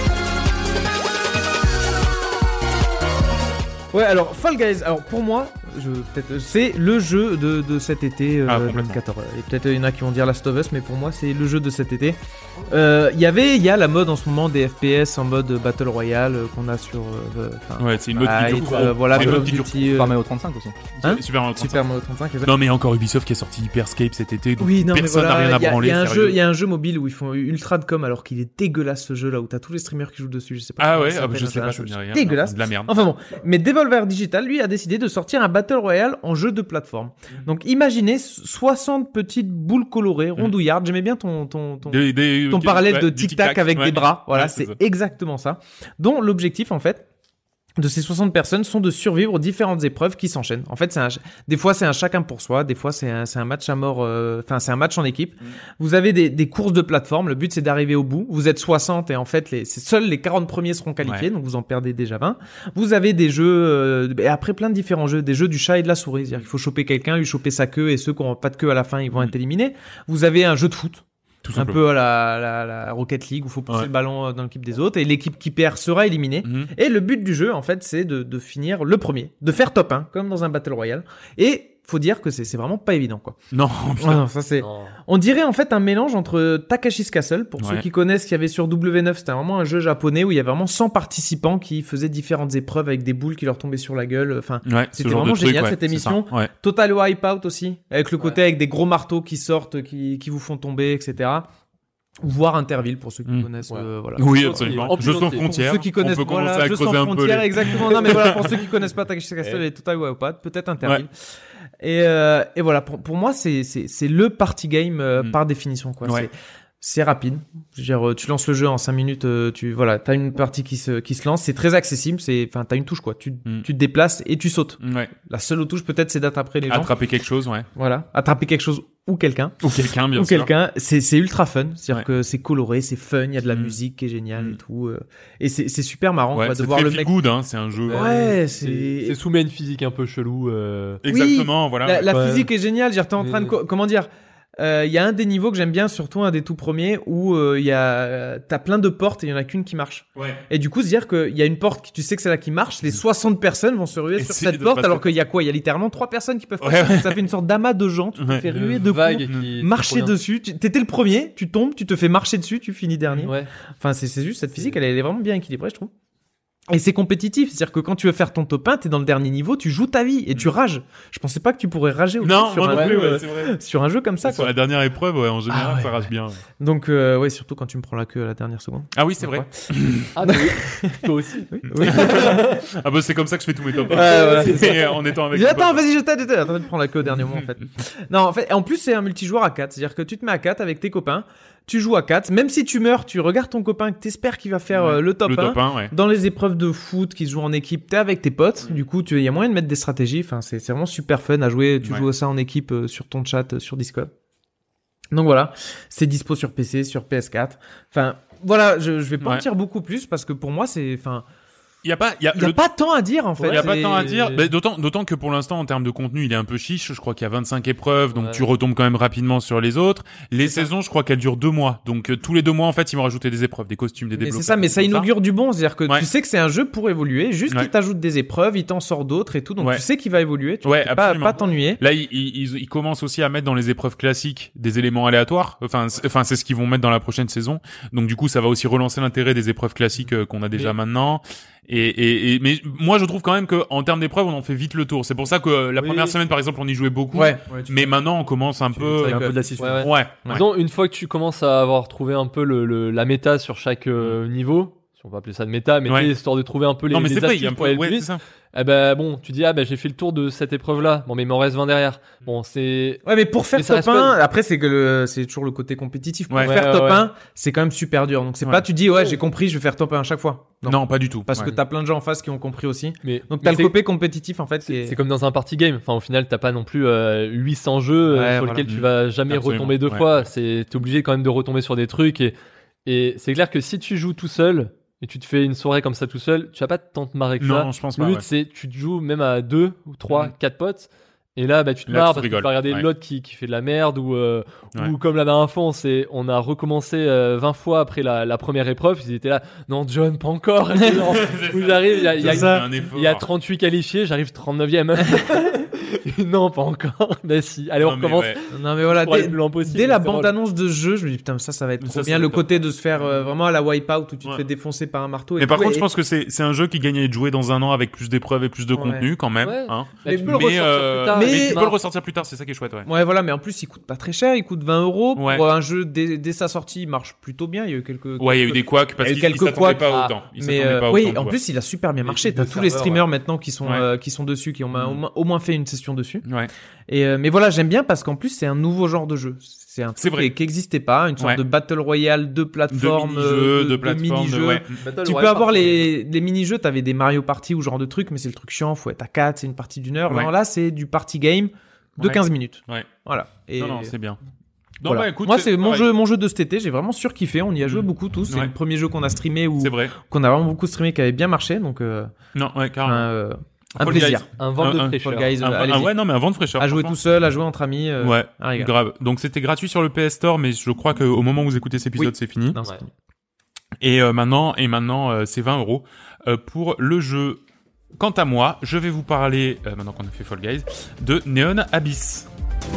[SPEAKER 3] Ouais, alors Fall Guys, alors pour moi, c'est le jeu de cet été
[SPEAKER 1] complètement.
[SPEAKER 3] 2014. Et peut-être il y en a qui vont dire Last of Us, mais pour moi c'est le jeu de cet été. Il y a la mode en ce moment des FPS en mode Battle Royale qu'on a sur.
[SPEAKER 1] Ouais, c'est une mode qui dure court.
[SPEAKER 3] voilà,
[SPEAKER 1] C'est une
[SPEAKER 3] Call
[SPEAKER 1] mode
[SPEAKER 3] of
[SPEAKER 1] qui dure
[SPEAKER 3] Duty.
[SPEAKER 2] Super Mario 35 aussi.
[SPEAKER 3] Hein
[SPEAKER 1] Super Mario 35.
[SPEAKER 3] Super Mario 35. exact.
[SPEAKER 1] Non mais il y a encore Ubisoft qui a sorti Hyperscape cet été, donc
[SPEAKER 3] Oui, non, mais
[SPEAKER 1] personne n'a
[SPEAKER 3] voilà,
[SPEAKER 1] rien à
[SPEAKER 3] il y a-
[SPEAKER 1] branler.
[SPEAKER 3] il y a un
[SPEAKER 1] sérieux.
[SPEAKER 3] jeu, il y a un jeu mobile où ils font ultra de com alors qu'il est dégueulasse ce jeu là où t'as tous les streamers qui jouent dessus. Je sais pas.
[SPEAKER 1] Ah
[SPEAKER 3] comment
[SPEAKER 1] ouais,
[SPEAKER 3] ça s'appelle,
[SPEAKER 1] je sais pas,
[SPEAKER 3] un
[SPEAKER 1] ça
[SPEAKER 3] jeu
[SPEAKER 1] me dit rien.
[SPEAKER 3] dégueulasse.
[SPEAKER 1] C'est de la merde.
[SPEAKER 3] Enfin bon, mais Devolver Digital, lui, a décidé de sortir un Battle Royale en jeu de plateforme. Donc imaginez 60 petites boules colorées, rondouillardes. J'aimais bien ton parallèle de tic-tac avec des bras. Voilà,
[SPEAKER 1] Ouais,
[SPEAKER 3] c'est
[SPEAKER 1] ça.
[SPEAKER 3] exactement ça. Dont l'objectif, en fait, de ces 60 personnes sont de survivre aux différentes épreuves qui s'enchaînent. En fait, des fois c'est un chacun pour soi, des fois c'est un match à mort, c'est un match en équipe. Vous avez des courses de plateforme, le but c'est d'arriver au bout. Vous êtes 60 et en fait seuls les 40 premiers seront qualifiés, donc vous en perdez déjà 20. Vous avez des jeux, et après plein de différents jeux, des jeux du chat et de la souris, c'est-à-dire qu'il faut choper quelqu'un, lui choper sa queue et ceux qui n'ont pas de queue à la fin ils vont être éliminés. Vous avez un jeu de foot.
[SPEAKER 1] Tout
[SPEAKER 3] Un
[SPEAKER 1] simplement.
[SPEAKER 3] peu à la Rocket League où il faut pousser
[SPEAKER 1] Ouais.
[SPEAKER 3] le ballon dans l'équipe des autres et l'équipe qui perd sera éliminée.
[SPEAKER 1] Mhm.
[SPEAKER 3] Et le but du jeu, en fait, c'est de finir le premier, de faire top 1, comme dans un Battle Royale. Et faut dire que c'est vraiment pas évident, quoi.
[SPEAKER 1] Non,
[SPEAKER 3] Ah non, ça c'est.
[SPEAKER 4] Non.
[SPEAKER 3] On dirait en fait un mélange entre Takashi's Castle, pour ceux
[SPEAKER 1] Ouais.
[SPEAKER 3] qui connaissent, qu'il y avait sur W9, c'était vraiment un jeu japonais où il y avait vraiment 100 participants qui faisaient différentes épreuves avec des boules qui leur tombaient sur la guelle. Enfin,
[SPEAKER 1] ouais, ce
[SPEAKER 3] C'était
[SPEAKER 1] genre de
[SPEAKER 3] vraiment
[SPEAKER 1] truc,
[SPEAKER 3] génial,
[SPEAKER 1] ouais,
[SPEAKER 3] cette
[SPEAKER 1] c'est
[SPEAKER 3] émission.
[SPEAKER 1] ça, ouais.
[SPEAKER 3] Total Wipeout aussi, avec le côté avec des gros marteaux qui sortent, qui vous font tomber, etc. Voire Interville pour ceux qui connaissent.
[SPEAKER 4] Ouais.
[SPEAKER 3] Voilà.
[SPEAKER 1] Oui,
[SPEAKER 4] En
[SPEAKER 1] absolument.
[SPEAKER 4] plus,
[SPEAKER 1] Jeux sans
[SPEAKER 4] pour
[SPEAKER 1] frontières.
[SPEAKER 3] Pour ceux qui connaissent,
[SPEAKER 1] on peut commencer
[SPEAKER 3] voilà,
[SPEAKER 1] à
[SPEAKER 3] Jeux sans
[SPEAKER 1] creuser un peu
[SPEAKER 3] frontières,
[SPEAKER 1] les...
[SPEAKER 3] exactement. Non, mais voilà, pour ceux qui connaissent pas Takashi's Castle et Total Wipeout, peut-être Interville. Et voilà, pour moi, c'est le party game par définition, quoi.
[SPEAKER 1] Ouais.
[SPEAKER 3] C'est rapide. Je veux dire, tu lances le jeu en 5 minutes, t'as une partie qui se lance. C'est très accessible. T'as une touche, quoi. Tu te déplaces et tu sautes.
[SPEAKER 1] Ouais.
[SPEAKER 3] La seule autre touche, peut-être, c'est d'attraper les gens.
[SPEAKER 1] Attraper quelque chose, ouais.
[SPEAKER 3] Voilà. Attraper quelque chose ou quelqu'un.
[SPEAKER 1] Ou quelqu'un, bien
[SPEAKER 3] Ou
[SPEAKER 1] sûr.
[SPEAKER 3] quelqu'un, c'est ultra fun, c'est-à-dire
[SPEAKER 1] Ouais.
[SPEAKER 3] que c'est coloré, c'est fun, il y a de la musique qui est géniale et tout, et c'est super marrant
[SPEAKER 1] Ouais,
[SPEAKER 3] quoi, de
[SPEAKER 1] c'est
[SPEAKER 3] voir
[SPEAKER 1] très
[SPEAKER 3] le
[SPEAKER 1] feel
[SPEAKER 3] mec.
[SPEAKER 1] good, hein. C'est un jeu.
[SPEAKER 3] Ouais,
[SPEAKER 4] C'est soumis à une physique un peu chelou.
[SPEAKER 1] Exactement, voilà.
[SPEAKER 3] La
[SPEAKER 4] Ouais.
[SPEAKER 3] physique est géniale, je veux dire, t'es en train de comment dire. Il y a un des niveaux que j'aime bien, surtout un des tout premiers, où t'as plein de portes et il y en a qu'une qui marche.
[SPEAKER 1] Ouais.
[SPEAKER 3] Et du coup, se dire qu'il y a une porte qui, tu sais que c'est là qui marche, les 60 personnes vont se ruer sur
[SPEAKER 1] Essayer
[SPEAKER 3] cette
[SPEAKER 1] de
[SPEAKER 3] porte,
[SPEAKER 1] passer.
[SPEAKER 3] alors qu'il y a quoi? Il y a littéralement 3 personnes qui peuvent
[SPEAKER 1] Ouais,
[SPEAKER 3] passer.
[SPEAKER 1] ouais.
[SPEAKER 3] Ça fait une sorte d'amas de gens, tu te
[SPEAKER 1] Ouais.
[SPEAKER 3] fais ruer
[SPEAKER 4] Une
[SPEAKER 3] de
[SPEAKER 4] vague
[SPEAKER 3] coups,
[SPEAKER 4] qui
[SPEAKER 3] marcher
[SPEAKER 4] trop bien.
[SPEAKER 3] dessus. T'étais le premier, tu tombes, tu te fais marcher dessus, tu finis dernier.
[SPEAKER 4] Ouais.
[SPEAKER 3] Enfin, c'est juste cette physique, elle est vraiment bien équilibrée, je trouve. Et c'est compétitif, c'est-à-dire que quand tu veux faire ton top 1, t'es dans le dernier niveau, tu joues ta vie et tu rages. Je pensais pas que tu pourrais rager aussi
[SPEAKER 1] Non,
[SPEAKER 3] sur,
[SPEAKER 1] moi
[SPEAKER 3] un
[SPEAKER 1] non plus,
[SPEAKER 3] jeu,
[SPEAKER 1] ouais, c'est vrai.
[SPEAKER 3] sur un jeu comme ça,
[SPEAKER 1] Sur
[SPEAKER 3] quoi.
[SPEAKER 1] la dernière épreuve, ouais, en général,
[SPEAKER 3] Ah ouais.
[SPEAKER 1] ça rage bien. Ouais.
[SPEAKER 3] Donc, ouais, surtout quand tu me prends la queue à la dernière seconde.
[SPEAKER 1] Ah oui, c'est vrai.
[SPEAKER 4] Ah, mais oui. Toi aussi.
[SPEAKER 3] Oui.
[SPEAKER 1] Ah bah c'est comme ça que je fais tous mes top 1.
[SPEAKER 3] voilà, c'est
[SPEAKER 1] C'est en étant avec.
[SPEAKER 3] Dis,
[SPEAKER 1] mes
[SPEAKER 3] attends,
[SPEAKER 1] potes.
[SPEAKER 3] vas-y, je t'aide. Attends, de prendre la queue au dernier moment, en fait. Non, en plus, c'est un multijoueur à 4. C'est-à-dire que tu te mets à 4 avec tes copains, tu joues à 4. Même si tu meurs, tu regardes ton copain que t'espères qu'il va faire
[SPEAKER 1] Ouais.
[SPEAKER 3] le top 1.
[SPEAKER 1] Le top 1, ouais.
[SPEAKER 3] Dans les épreuves de foot qui se jouent en équipe, t'es avec tes potes. Du coup, il y a moyen de mettre des stratégies. Enfin, c'est vraiment super fun à jouer. Tu
[SPEAKER 1] Ouais.
[SPEAKER 3] joues ça en équipe sur ton chat, sur Discord. Donc voilà, c'est dispo sur PC, sur PS4. Enfin, voilà, je vais pas en
[SPEAKER 1] Ouais.
[SPEAKER 3] dire beaucoup plus parce que pour moi,
[SPEAKER 1] Il y a pas, il y a,
[SPEAKER 3] il y a
[SPEAKER 1] le-
[SPEAKER 3] pas tant à dire en fait.
[SPEAKER 1] il y a pas
[SPEAKER 3] C'est-
[SPEAKER 1] tant à dire. Mais d'autant que pour l'instant, en termes de contenu, il est un peu chiche. Je crois qu'il y a 25 épreuves, donc
[SPEAKER 4] Ouais.
[SPEAKER 1] tu retombes quand même rapidement sur les autres. Les saisons, je crois qu'elles durent 2 mois. Donc tous les 2 mois, en fait, ils vont rajouter des épreuves, des costumes, des
[SPEAKER 3] Mais
[SPEAKER 1] débloquages.
[SPEAKER 3] c'est ça, mais ça
[SPEAKER 1] tout
[SPEAKER 3] inaugure du bon. C'est-à-dire que
[SPEAKER 1] Ouais.
[SPEAKER 3] tu sais que c'est un jeu pour évoluer. Juste
[SPEAKER 1] Ouais.
[SPEAKER 3] qu'il t'ajoute des épreuves, il t'en sort d'autres et tout. Donc
[SPEAKER 1] Ouais.
[SPEAKER 3] tu sais qu'il va évoluer. Tu
[SPEAKER 1] Ouais,
[SPEAKER 3] peux pas
[SPEAKER 1] absolument.
[SPEAKER 3] t'ennuyer.
[SPEAKER 1] Là, ils commencent aussi à mettre dans les épreuves classiques des éléments aléatoires. Enfin, c'est ce qu'ils vont mettre dans la prochaine saison. Donc, du coup, ça va aussi relancer l'intérêt des épreuves classiques qu'on a déjà maintenant. Mais moi, je trouve quand même que en termes d'épreuves, on en fait vite le tour. C'est pour ça que la
[SPEAKER 4] Oui.
[SPEAKER 1] première semaine, par exemple, on y jouait beaucoup.
[SPEAKER 3] Ouais.
[SPEAKER 1] Mais maintenant, on commence un peu.
[SPEAKER 2] Il y a un peu de lassitude.
[SPEAKER 4] Ouais, ouais.
[SPEAKER 1] Ouais.
[SPEAKER 4] Disons, une fois que tu commences à avoir trouvé un peu la méta sur chaque niveau, si on peut appeler ça de méta, mais
[SPEAKER 1] Ouais.
[SPEAKER 4] tu sais, histoire de trouver un peu les
[SPEAKER 1] Non, mais c'est vrai, il
[SPEAKER 4] astuces
[SPEAKER 1] y a un
[SPEAKER 4] pour
[SPEAKER 1] peu.
[SPEAKER 4] aller plus
[SPEAKER 1] Ouais,
[SPEAKER 4] vite,
[SPEAKER 1] c'est ça.
[SPEAKER 4] eh ben bon, tu dis, ah ben j'ai fait le tour de cette épreuve-là. Bon, mais il m'en reste 20 derrière. Bon, c'est...
[SPEAKER 3] Ouais, mais pour faire
[SPEAKER 4] Mais ça
[SPEAKER 3] top
[SPEAKER 4] reste
[SPEAKER 3] 1, après c'est que c'est toujours le côté compétitif. Pour
[SPEAKER 1] Ouais.
[SPEAKER 3] faire
[SPEAKER 4] Ouais,
[SPEAKER 3] top
[SPEAKER 4] ouais.
[SPEAKER 3] 1, c'est quand même super dur. Donc c'est
[SPEAKER 1] Ouais.
[SPEAKER 3] pas tu dis ouais, j'ai compris, je vais faire top 1 à chaque fois.
[SPEAKER 1] Non, pas du tout.
[SPEAKER 3] Parce
[SPEAKER 1] Ouais.
[SPEAKER 3] que t'as plein de gens en face qui ont compris aussi.
[SPEAKER 4] Mais,
[SPEAKER 3] Donc
[SPEAKER 4] mais
[SPEAKER 3] t'as le côté compétitif en fait.
[SPEAKER 4] c'est comme dans un party game. Enfin, au final, t'as pas non plus 800 jeux
[SPEAKER 3] Ouais,
[SPEAKER 4] sur
[SPEAKER 3] voilà.
[SPEAKER 4] lesquels tu vas jamais
[SPEAKER 1] Absolument.
[SPEAKER 4] retomber deux
[SPEAKER 1] Ouais.
[SPEAKER 4] fois. T'es obligé quand même de retomber sur des trucs et c'est clair que si tu joues tout seul et tu te fais une soirée comme ça tout seul, tu vas pas tant te marrer que ça.
[SPEAKER 1] Non, je pense
[SPEAKER 4] Le
[SPEAKER 1] pas.
[SPEAKER 4] but
[SPEAKER 1] ouais.
[SPEAKER 4] c'est tu te joues même à 2 ou 3, 4 potes. Et là, bah, tu te
[SPEAKER 1] Là,
[SPEAKER 4] marres
[SPEAKER 1] tu
[SPEAKER 4] parce que tu
[SPEAKER 1] rigoles.
[SPEAKER 4] vas regarder
[SPEAKER 1] Ouais.
[SPEAKER 4] l'autre qui fait de la merde ou
[SPEAKER 1] Ouais.
[SPEAKER 4] comme la dernière fois, on a recommencé 20 fois après la première épreuve. Ils étaient là, non, John, pas encore. Et non, où j'arrive, il y a
[SPEAKER 1] C'est un effort.
[SPEAKER 4] il y a 38 qualifiés, j'arrive 39e. Non, pas encore. Bah si. Allez, on
[SPEAKER 1] Non, mais
[SPEAKER 4] recommence.
[SPEAKER 1] ouais.
[SPEAKER 3] Non, mais voilà,
[SPEAKER 4] Pour aller le plus loin possible,
[SPEAKER 3] dès la
[SPEAKER 4] c'est drôle.
[SPEAKER 3] bande-annonce de ce jeu, je me dis putain, ça va être trop
[SPEAKER 1] Ça,
[SPEAKER 3] bien.
[SPEAKER 1] c'est
[SPEAKER 3] Le
[SPEAKER 1] top.
[SPEAKER 3] côté de se faire vraiment à la Wipeout où tu te
[SPEAKER 1] Ouais.
[SPEAKER 3] fais défoncer par un marteau.
[SPEAKER 1] Mais
[SPEAKER 3] et
[SPEAKER 1] par
[SPEAKER 3] tout,
[SPEAKER 1] contre,
[SPEAKER 3] et-
[SPEAKER 1] je pense que c'est un jeu qui gagne à être joué dans un an avec plus d'épreuves et plus de
[SPEAKER 3] Ouais.
[SPEAKER 1] contenu quand même.
[SPEAKER 4] Ouais.
[SPEAKER 1] Hein.
[SPEAKER 4] Bah,
[SPEAKER 3] Mais-
[SPEAKER 4] tu peux le
[SPEAKER 1] Mais,
[SPEAKER 4] ressortir plus tard.
[SPEAKER 3] mais-
[SPEAKER 1] mais tu peux le
[SPEAKER 4] Marc.
[SPEAKER 1] ressortir plus tard, c'est ça qui est chouette, ouais.
[SPEAKER 3] Ouais, voilà, mais en plus, il coûte pas très cher. Il coûte 20 euros.
[SPEAKER 1] Ouais.
[SPEAKER 3] Pour un jeu, dès sa sortie, il marche plutôt bien. Il y a eu quelques.
[SPEAKER 1] Ouais, il y a eu des couacs parce
[SPEAKER 3] Il y a eu
[SPEAKER 1] qu'il
[SPEAKER 3] quelques
[SPEAKER 1] s'attendait
[SPEAKER 3] couacs.
[SPEAKER 1] pas autant. Il
[SPEAKER 3] Mais
[SPEAKER 1] s'attendait pas
[SPEAKER 3] oui,
[SPEAKER 1] autant,
[SPEAKER 3] en
[SPEAKER 1] tu
[SPEAKER 3] plus, il a super bien
[SPEAKER 4] Les
[SPEAKER 3] marché.
[SPEAKER 4] types
[SPEAKER 3] T'as
[SPEAKER 4] de
[SPEAKER 3] tous les
[SPEAKER 4] serveurs,
[SPEAKER 3] streamers maintenant qui sont
[SPEAKER 1] Ouais.
[SPEAKER 3] dessus, qui ont
[SPEAKER 1] Mm.
[SPEAKER 3] au moins fait une session dessus.
[SPEAKER 1] vois. Ouais.
[SPEAKER 3] Et mais voilà, j'aime bien parce qu'en plus, c'est un nouveau genre de jeu. C'est un
[SPEAKER 1] C'est
[SPEAKER 3] truc
[SPEAKER 1] vrai.
[SPEAKER 3] qui existait pas, une sorte
[SPEAKER 1] Ouais.
[SPEAKER 3] de battle royale, de plateforme,
[SPEAKER 1] De plateforme,
[SPEAKER 3] mini-jeux.
[SPEAKER 1] ouais.
[SPEAKER 3] Tu peux avoir les mini-jeux, t'avais des Mario Party ou genre de trucs, mais c'est le truc chiant, faut être à 4, c'est une partie d'1 heure.
[SPEAKER 1] Ouais.
[SPEAKER 3] Non, là, c'est du party game de
[SPEAKER 1] Ouais.
[SPEAKER 3] 15 minutes.
[SPEAKER 1] Ouais.
[SPEAKER 3] Voilà. Et
[SPEAKER 1] Non, c'est bien. Non,
[SPEAKER 3] voilà.
[SPEAKER 1] bah, écoute,
[SPEAKER 3] moi, c'est
[SPEAKER 1] pareil.
[SPEAKER 3] mon jeu de cet été. J'ai vraiment surkiffé. On y a joué
[SPEAKER 1] Mm.
[SPEAKER 3] beaucoup tous. C'est
[SPEAKER 1] Ouais.
[SPEAKER 3] le premier jeu qu'on a streamé ou
[SPEAKER 1] C'est vrai.
[SPEAKER 3] qu'on a vraiment beaucoup streamé qui avait bien marché. Donc,
[SPEAKER 1] Non, ouais, carrément.
[SPEAKER 3] un
[SPEAKER 1] Fall
[SPEAKER 3] plaisir.
[SPEAKER 1] Guys.
[SPEAKER 4] Un vent de
[SPEAKER 1] Un-
[SPEAKER 4] fraîcheur.
[SPEAKER 3] Fall Guys,
[SPEAKER 1] Ah ouais, non, mais un vent de fraîcheur.
[SPEAKER 3] à jouer
[SPEAKER 1] franchement.
[SPEAKER 3] tout seul, à jouer entre amis.
[SPEAKER 1] Ouais,
[SPEAKER 3] un régal.
[SPEAKER 1] grave. Donc c'était gratuit sur le PS Store, mais je crois qu'au moment où vous écoutez cet épisode,
[SPEAKER 3] Oui.
[SPEAKER 1] c'est fini.
[SPEAKER 3] Non, c'est
[SPEAKER 4] Ouais.
[SPEAKER 3] fini.
[SPEAKER 1] Et maintenant, c'est 20 € pour le jeu. Quant à moi, je vais vous parler, maintenant qu'on a fait Fall Guys, de Neon Abyss.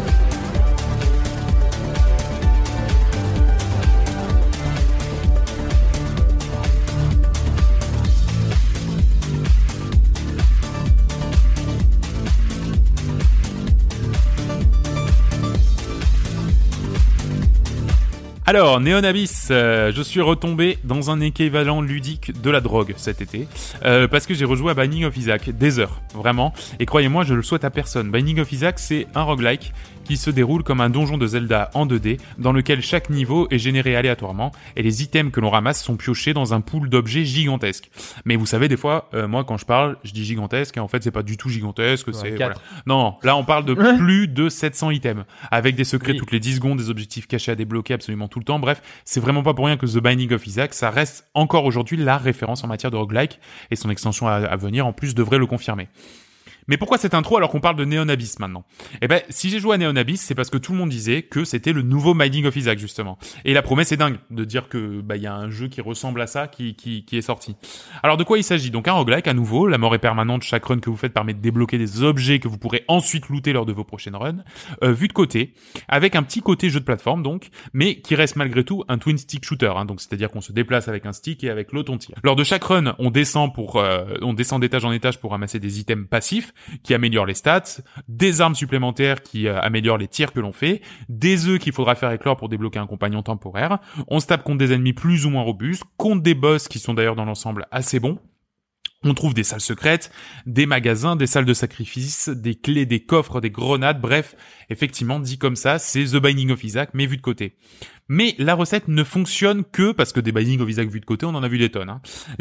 [SPEAKER 1] Alors, Neon Abyss, je suis retombé dans un équivalent ludique de la drogue cet été, parce que j'ai rejoué à Binding of Isaac, des heures, vraiment, et croyez-moi, je le souhaite à personne. Binding of Isaac, c'est un roguelike qui se déroule comme un donjon de Zelda en 2D, dans lequel chaque niveau est généré aléatoirement, et les items que l'on ramasse sont piochés dans un pool d'objets gigantesques. Mais vous savez, des fois, moi, quand je parle, je dis gigantesque, et en fait, c'est pas du tout gigantesque, c'est... Voilà.
[SPEAKER 4] quatre.
[SPEAKER 1] Non, là, on parle de plus de 700 items, avec des secrets
[SPEAKER 4] Oui.
[SPEAKER 1] toutes les 10 secondes, des objectifs cachés à débloquer absolument tout le temps. Bref, c'est vraiment pas pour rien que The Binding of Isaac, ça reste encore aujourd'hui la référence en matière de roguelike, et son extension à venir, en plus, devrait le confirmer. Mais pourquoi cette intro alors qu'on parle de Neon Abyss maintenant? Eh ben, si j'ai joué à Neon Abyss, c'est parce que tout le monde disait que c'était le nouveau Binding of Isaac, justement. Et la promesse est dingue de dire que, il y a un jeu qui ressemble à ça qui est sorti. Alors, de quoi il s'agit? Donc, un roguelike, à nouveau, la mort est permanente, chaque run que vous faites permet de débloquer des objets que vous pourrez ensuite looter lors de vos prochaines runs, vu de côté, avec un petit côté jeu de plateforme, donc, mais qui reste malgré tout un twin stick shooter, hein, donc, c'est-à-dire qu'on se déplace avec un stick et avec l'autre on tire. Lors de chaque run, on descend d'étage en étage pour ramasser des items passifs, qui améliorent les stats, des armes supplémentaires qui améliorent les tirs que l'on fait, des œufs qu'il faudra faire éclore pour débloquer un compagnon temporaire. On se tape contre des ennemis plus ou moins robustes, contre des boss qui sont d'ailleurs dans l'ensemble assez bons. On trouve des salles secrètes, des magasins, des salles de sacrifice, des clés, des coffres, des grenades, bref, effectivement, dit comme ça, c'est The Binding of Isaac, mais vu de côté. Mais la recette ne fonctionne que, parce que des Binding of Isaac vu de côté, on en a vu des tonnes, hein.